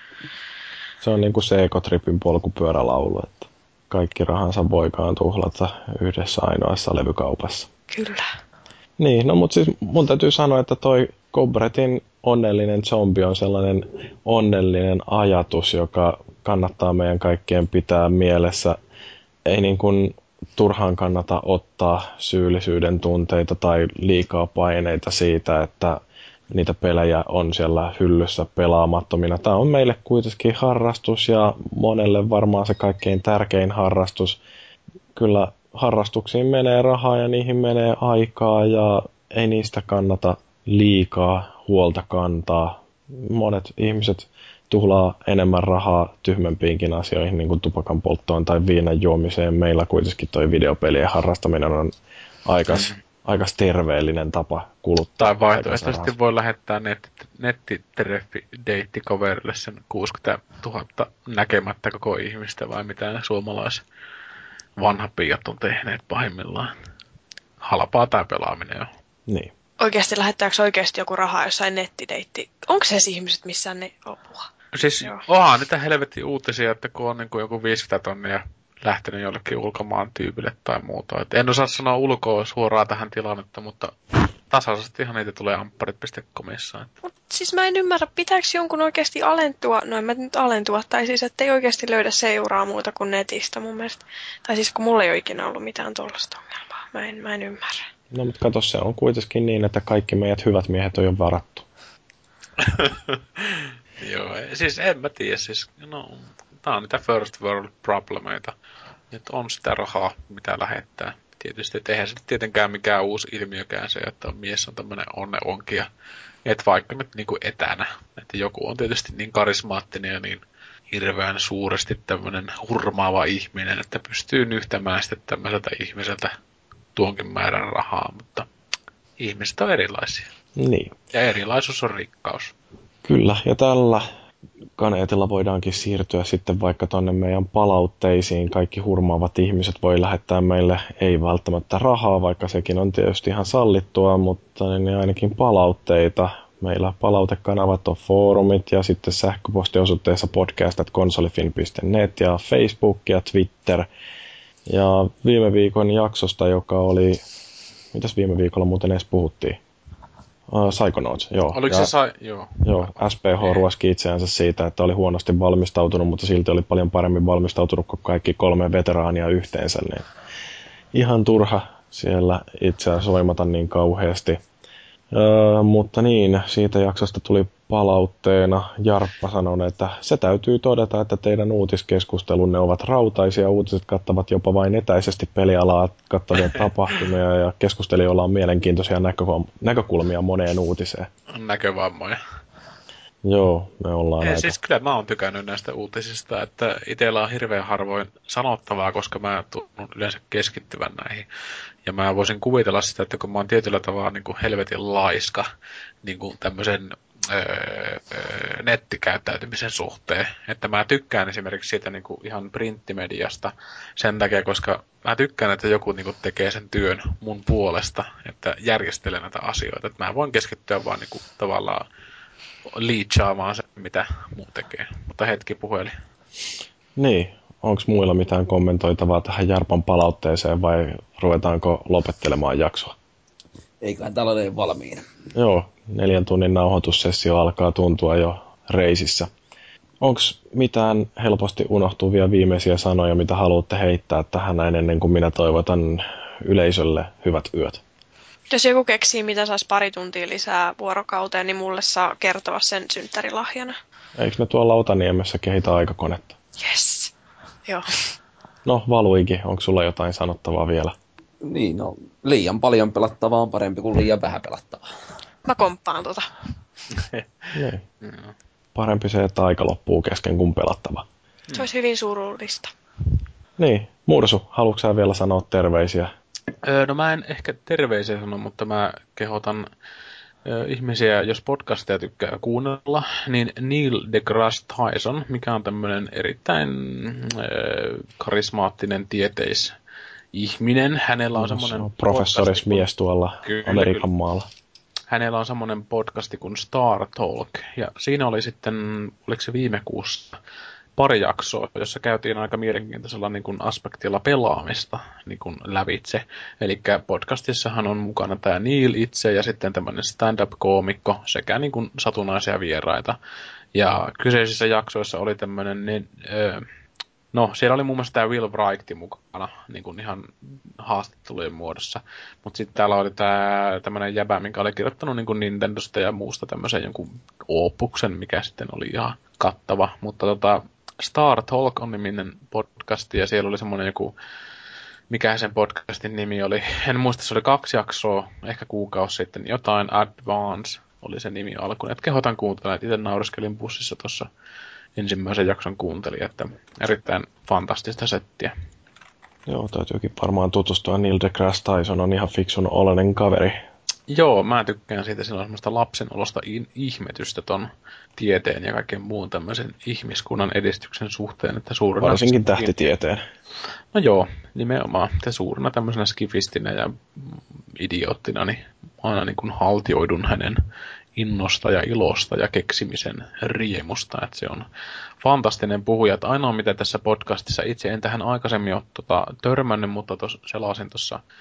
Se on niin kuin Seekotripin polkupyörälaulu, että kaikki rahansa voikaan tuhlata yhdessä ainoassa levykaupassa. Kyllä. Niin, no mutta siis mun täytyy sanoa, että toi Cobretin onnellinen zombi on sellainen onnellinen ajatus, joka kannattaa meidän kaikkien pitää mielessä. Ei niin kuin turhaan kannata ottaa syyllisyyden tunteita tai liikaa paineita siitä, että niitä pelejä on siellä hyllyssä pelaamattomina. Tämä on meille kuitenkin harrastus ja monelle varmaan se kaikkein tärkein harrastus. Kyllä harrastuksiin menee rahaa ja niihin menee aikaa ja ei niistä kannata liikaa huolta kantaa. Monet ihmiset tuhlaa enemmän rahaa tyhmempiinkin asioihin, niin kuin tupakan polttoon tai viinan juomiseen. Meillä kuitenkin toi videopelien harrastaminen on aikas, mm. aikas terveellinen tapa kuluttaa. Tai vaihtoehtoisesti voi lähettää net, nettitereffi-deittikaverille sen kuusikymmentätuhatta näkemättä koko ihmistä, vai mitä suomalais vanha piiat on tehneet pahimmillaan. Halpaa tää pelaaminen on. Niin. Oikeasti lähettääkö oikeasti joku rahaa jossain nettideitti? Onko se ihmiset missään ne apua? Siis Joo. onhan niitä helvetin uutisia, että kun on niin kuin joku viisikymmentä tonnia lähtenyt jollekin ulkomaan tyypille tai muuta. Et en osaa sanoa ulkoa suoraan tähän tilannetta, mutta tasaisesti ihan niitä tulee ampparit piste comissa. siis mä en ymmärrä, pitääkö jonkun oikeasti alentua, no en mä nyt alentua, tai siis ettei oikeasti löydä seuraa muuta kuin netistä mun mielestä. Tai siis kun mulla ei ole ikinä ollut mitään tollaista ongelmaa, mä en, mä en ymmärrä. No mutta kato, se on kuitenkin niin, että kaikki meidät hyvät miehet on jo varattu. Joo, siis en mä tiedä, siis no, tää on niitä first world problemeita. Että on sitä rahaa, mitä lähettää. Tietysti, että eihän se tietenkään mikään uusi ilmiökään se, että mies on tämmönen onneonkija. Että vaikka nyt niinku etänä. Että joku on tietysti niin karismaattinen ja niin hirveän suuresti tämmönen hurmaava ihminen, että pystyy nyhtämään sitten tämmöiseltä ihmiseltä tuonkin määrän rahaa, mutta ihmiset on erilaisia. Niin. Ja erilaisuus on rikkaus. Kyllä, ja tällä kaneetilla voidaankin siirtyä sitten vaikka tonne meidän palautteisiin. Kaikki hurmaavat ihmiset voi lähettää meille ei välttämättä rahaa, vaikka sekin on tietysti ihan sallittua, mutta niin ainakin palautteita. Meillä palautekanavat on foorumit ja sitten sähköpostiosoitteessa podcast at konsolifin piste net ja Facebook ja Twitter. Ja viime viikon jaksosta, joka oli, mitäs viime viikolla muuten edes puhuttiin? Uh, Psychonauts, joo. Oliko ja, se sai... Joo. Joo, S P H ruoski itseänsä siitä, että oli huonosti valmistautunut, mutta silti oli paljon paremmin valmistautunut kuin kaikki kolme veteraania yhteensä. Niin ihan turha siellä itseä soimata niin kauheasti. Öö, mutta niin, siitä jaksosta tuli palautteena Jarppa sanoi, että se täytyy todeta, että teidän uutiskeskustelunne ovat rautaisia. Uutiset kattavat jopa vain etäisesti pelialaa kattavia tapahtumia ja keskustelijoilla on mielenkiintoisia näkökulmia moneen uutiseen. Näkövammoja. Joo, me ollaan Ei, aika... siis kyllä mä oon tykännyt näistä uutisista, että itsellä on hirveän harvoin sanottavaa, koska mä tuun yleensä keskittyvän näihin. Ja mä voisin kuvitella sitä, että kun mä oon tietyllä tavalla niin kuin helvetin laiska niin kuin tämmöisen öö, nettikäyttäytymisen suhteen, että mä tykkään esimerkiksi siitä niin kuin ihan printtimediasta sen takia, koska mä tykkään, että joku niin kuin tekee sen työn mun puolesta, että järjestelee näitä asioita, että mä voin keskittyä vaan niin kuin tavallaan liitsaamaan se, mitä muu tekee. Mutta hetki puhelin. Niin, onko muilla mitään kommentoitavaa tähän Jarpan palautteeseen vai ruvetaanko lopettelemaan jaksoa? Eiköhän täällä ole valmiina. Joo, neljän tunnin nauhoitussessio alkaa tuntua jo reisissä. Onko mitään helposti unohtuvia viimeisiä sanoja, mitä haluatte heittää tähän näin ennen kuin minä toivotan yleisölle hyvät yöt? Jos joku keksii, mitä saisi pari tuntia lisää vuorokauteen, niin mulle saa kertoa sen synttärilahjana. Eikö me tuolla Otaniemessä kehitä aikakonetta? Yes. Joo. No, Valuigi, onko sulla jotain sanottavaa vielä? Niin, no liian paljon pelattavaa on parempi kuin liian vähän pelattavaa. Mä komppaan tota. Niin. Parempi se, että aika loppuu kesken kuin pelattava. Se olisi hyvin surullista. Niin. Mursu, haluatko sä vielä sanoa terveisiä? Öö, no mä en ehkä terveisiä sano, mutta mä kehotan öö, ihmisiä, jos podcastia tykkää kuunnella, niin Neil deGrasse Tyson, mikä on tämmöinen erittäin öö, karismaattinen tieteisihminen. Hänellä on No, semmoinen se on professorismies tuolla Kyllä, Amerikan kyllä. maalla. Hänellä on semmoinen podcasti kuin Star Talk, ja siinä oli sitten, oliko se viime kuussa, pari jaksoa, jossa käytiin aika mielenkiintoisella niin kuin aspektilla pelaamista niin kuin lävitse. Eli podcastissahan on mukana tämä Neil itse ja sitten tämmöinen stand-up-koomikko sekä niin kuin satunnaisia vieraita. Ja kyseisissä jaksoissa oli tämmöinen, niin, öö, no siellä oli muun muassa tämä Will Wright mukana niin kuin ihan haastattelujen muodossa. Mutta sitten täällä oli tämä tämmöinen jäbä, mikä oli kirjoittanut niin kuin Nintendosta ja muusta tämmöisen jonkun opuksen, mikä sitten oli ihan kattava. Mutta tota, Star Talk on niminen podcasti ja siellä oli semmoinen joku, mikä sen podcastin nimi oli, en muista, se oli kaksi jaksoa, ehkä kuukausi sitten, jotain Advance oli se nimi alkuun. Et kehotan kuuntelemaan, itse nauriskelin bussissa tuossa ensimmäisen jakson kuuntelin, että erittäin fantastista settiä. Joo, täytyykin varmaan tutustua. Neil deGrasse Tyson on ihan fiksun olainen kaveri. Joo, mä tykkään siitä, sillä on semmoista lapsen olosta ihmetystä ton tieteen ja kaiken muun tämmöisen ihmiskunnan edistyksen suhteen, että suurena... Varsinkin tähtitieteen. No joo, nimenomaan. Te suurena tämmöisenä skifistinä ja idioottina, niin aina niin kuin haltioidun hänen innosta ja ilosta ja keksimisen riemusta, että se on fantastinen puhuja. Että ainoa, mitä tässä podcastissa itse en tähän aikaisemmin ole tota, törmännyt, mutta tos, selasin tuossa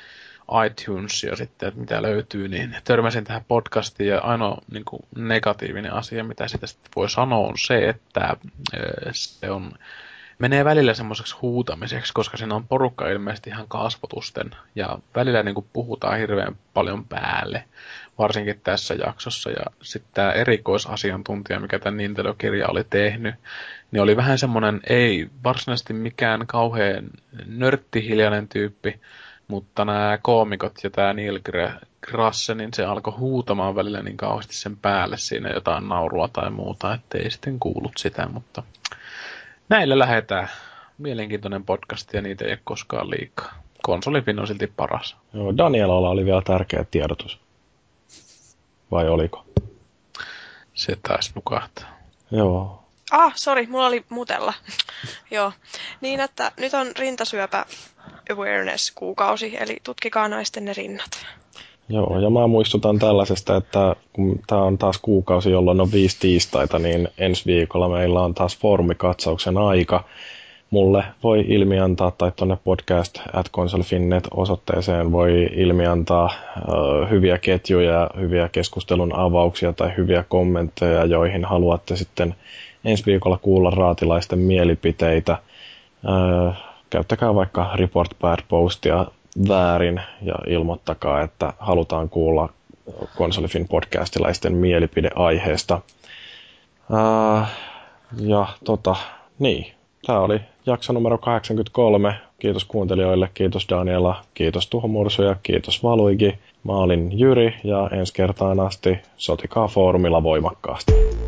iTunesia sitten, että mitä löytyy, niin törmäsin tähän podcastiin ja ainoa niin kuin negatiivinen asia, mitä sitä sitten voi sanoa, on se, että se on, menee välillä semmoiseksi huutamiseksi, koska siinä on porukka ilmeisesti ihan kasvotusten ja välillä niin kuin puhutaan hirveän paljon päälle, varsinkin tässä jaksossa. Ja sitten tämä erikoisasiantuntija, mikä tämän Nintendo-kirja oli tehnyt, niin oli vähän semmoinen, ei varsinaisesti mikään kauhean nörttihiljainen tyyppi, mutta nämä koomikot ja tämä Neil Grasse, niin se alkoi huutamaan välillä niin kauheasti sen päälle siinä jotain naurua tai muuta, ettei sitten kuullut sitä, mutta näillä lähdetään. Mielenkiintoinen podcast ja niitä ei ole koskaan liikaa. Konsolifin on silti paras. Joo, Danielalla oli vielä tärkeä tiedotus. Vai oliko? Se taisi nukahtaa. Joo. Ah, sori, mulla oli mutella. Joo. Niin, että nyt on rintasyöpä awareness-kuukausi, eli tutkikaa naisten ne rinnat. Joo, ja mä muistutan tällaisesta, että kun tää on taas kuukausi, jolloin on viisi tiistaita, niin ensi viikolla meillä on taas foorumikatsauksen aika. Mulle voi ilmiantaa, tai tuonne podcast at consolefinnet osoitteeseen voi ilmiantaa ö, hyviä ketjuja, hyviä keskustelun avauksia tai hyviä kommentteja, joihin haluatte sitten ensi viikolla kuulla raatilaisten mielipiteitä. Ö, käyttäkää vaikka report bad postia väärin ja ilmoittakaa, että halutaan kuulla Konsolifin podcastilaisten mielipide aiheesta. Ää, ja tota, niin, tämä oli jakso numero kahdeksankymmentäkolme. Kiitos kuuntelijoille, kiitos Daniela, kiitos Tuho Mursu ja kiitos Valuigi. Mä olin Jyri ja ensi kertaan asti sotikaa foorumilla voimakkaasti.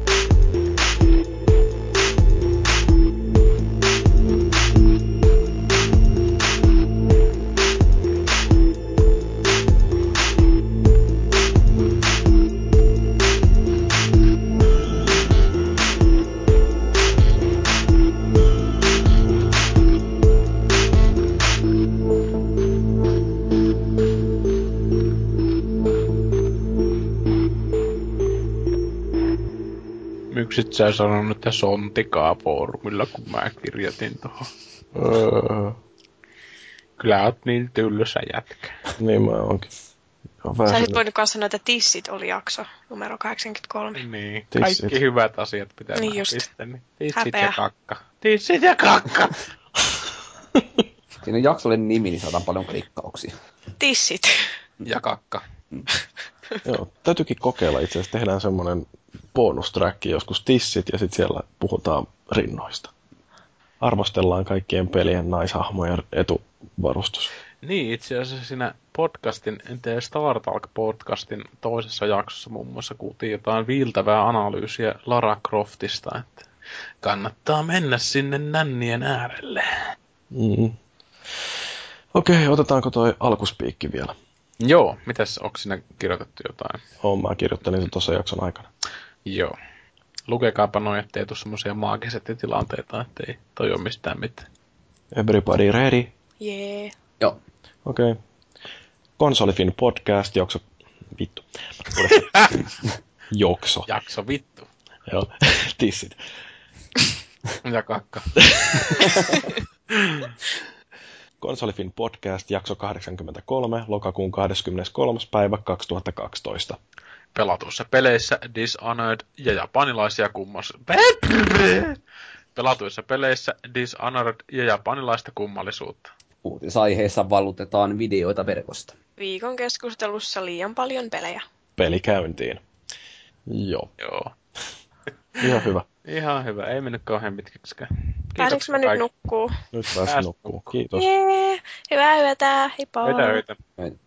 Miksi sä sanonut, että sontikaa foorumilla, kun mä kirjoitin tuohon? Öö, Kyllä oot niin tylsä jätkä. niin mä oonkin. Sä olisit voinut kanssa sanoa, että Tissit oli jakso numero kahdeksankymmentäkolme. Niin, Tissit. kaikki hyvät asiat pitää Niin vähän just. pistää. Niin. Tissit Häpeä. ja kakka. Tissit ja kakka! Siinä on jaksolle nimi, niin saadaan paljon klikkauksia. Tissit. Ja kakka. Joo, täytyykin kokeilla itse asiassa. Tehdään semmoinen bonustrack, joskus tissit, ja sitten siellä puhutaan rinnoista. Arvostellaan kaikkien pelien naishahmojen etuvarustus. Niin, itse asiassa siinä podcastin, entä Star Talk-podcastin toisessa jaksossa muun muassa kuultiin jotain viiltävää analyysiä Lara Croftista, että kannattaa mennä sinne nännien äärelle. Mm. Okei, otetaanko toi alkuspiikki vielä? Joo, mitäs, onko siinä kirjoitettu jotain? Oon mä kirjoittanut sen tuossa jakson aikana. Joo. Lukekaapa noin, ettei tule semmosia maagiset-tilanteita, ettei toi ole mistään mitään. Everybody ready? Jee. Yeah. Joo. Okei. Okay. Konsolifin podcast, jakso... Vittu. Jokso. Jakso vittu. Joo, tissit. Ja kakka. Konsolifin podcast, jakso kahdeksankymmentäkolme, lokakuun kahdeskymmeneskolmas päivä kaksituhattakaksitoista. Pelatuissa peleissä Dishonored ja japanilaisia kummas... Pelatuissa peleissä Dishonored ja japanilaista kummallisuutta. Uutisaiheessa vallutetaan videoita verkosta. Viikon keskustelussa liian paljon pelejä. Peli käyntiin. Joo. Joo. Ihan hyvä. Ihan hyvä. Ei mennyt kauhean pitkiksikään. Pääsenkö mä nyt nukkuu? Nyt pääs Pääs nukkuu. nukkuu. Kiitos. Jee. Hyvää yötä. Heippa. Vetä yötä. Näin.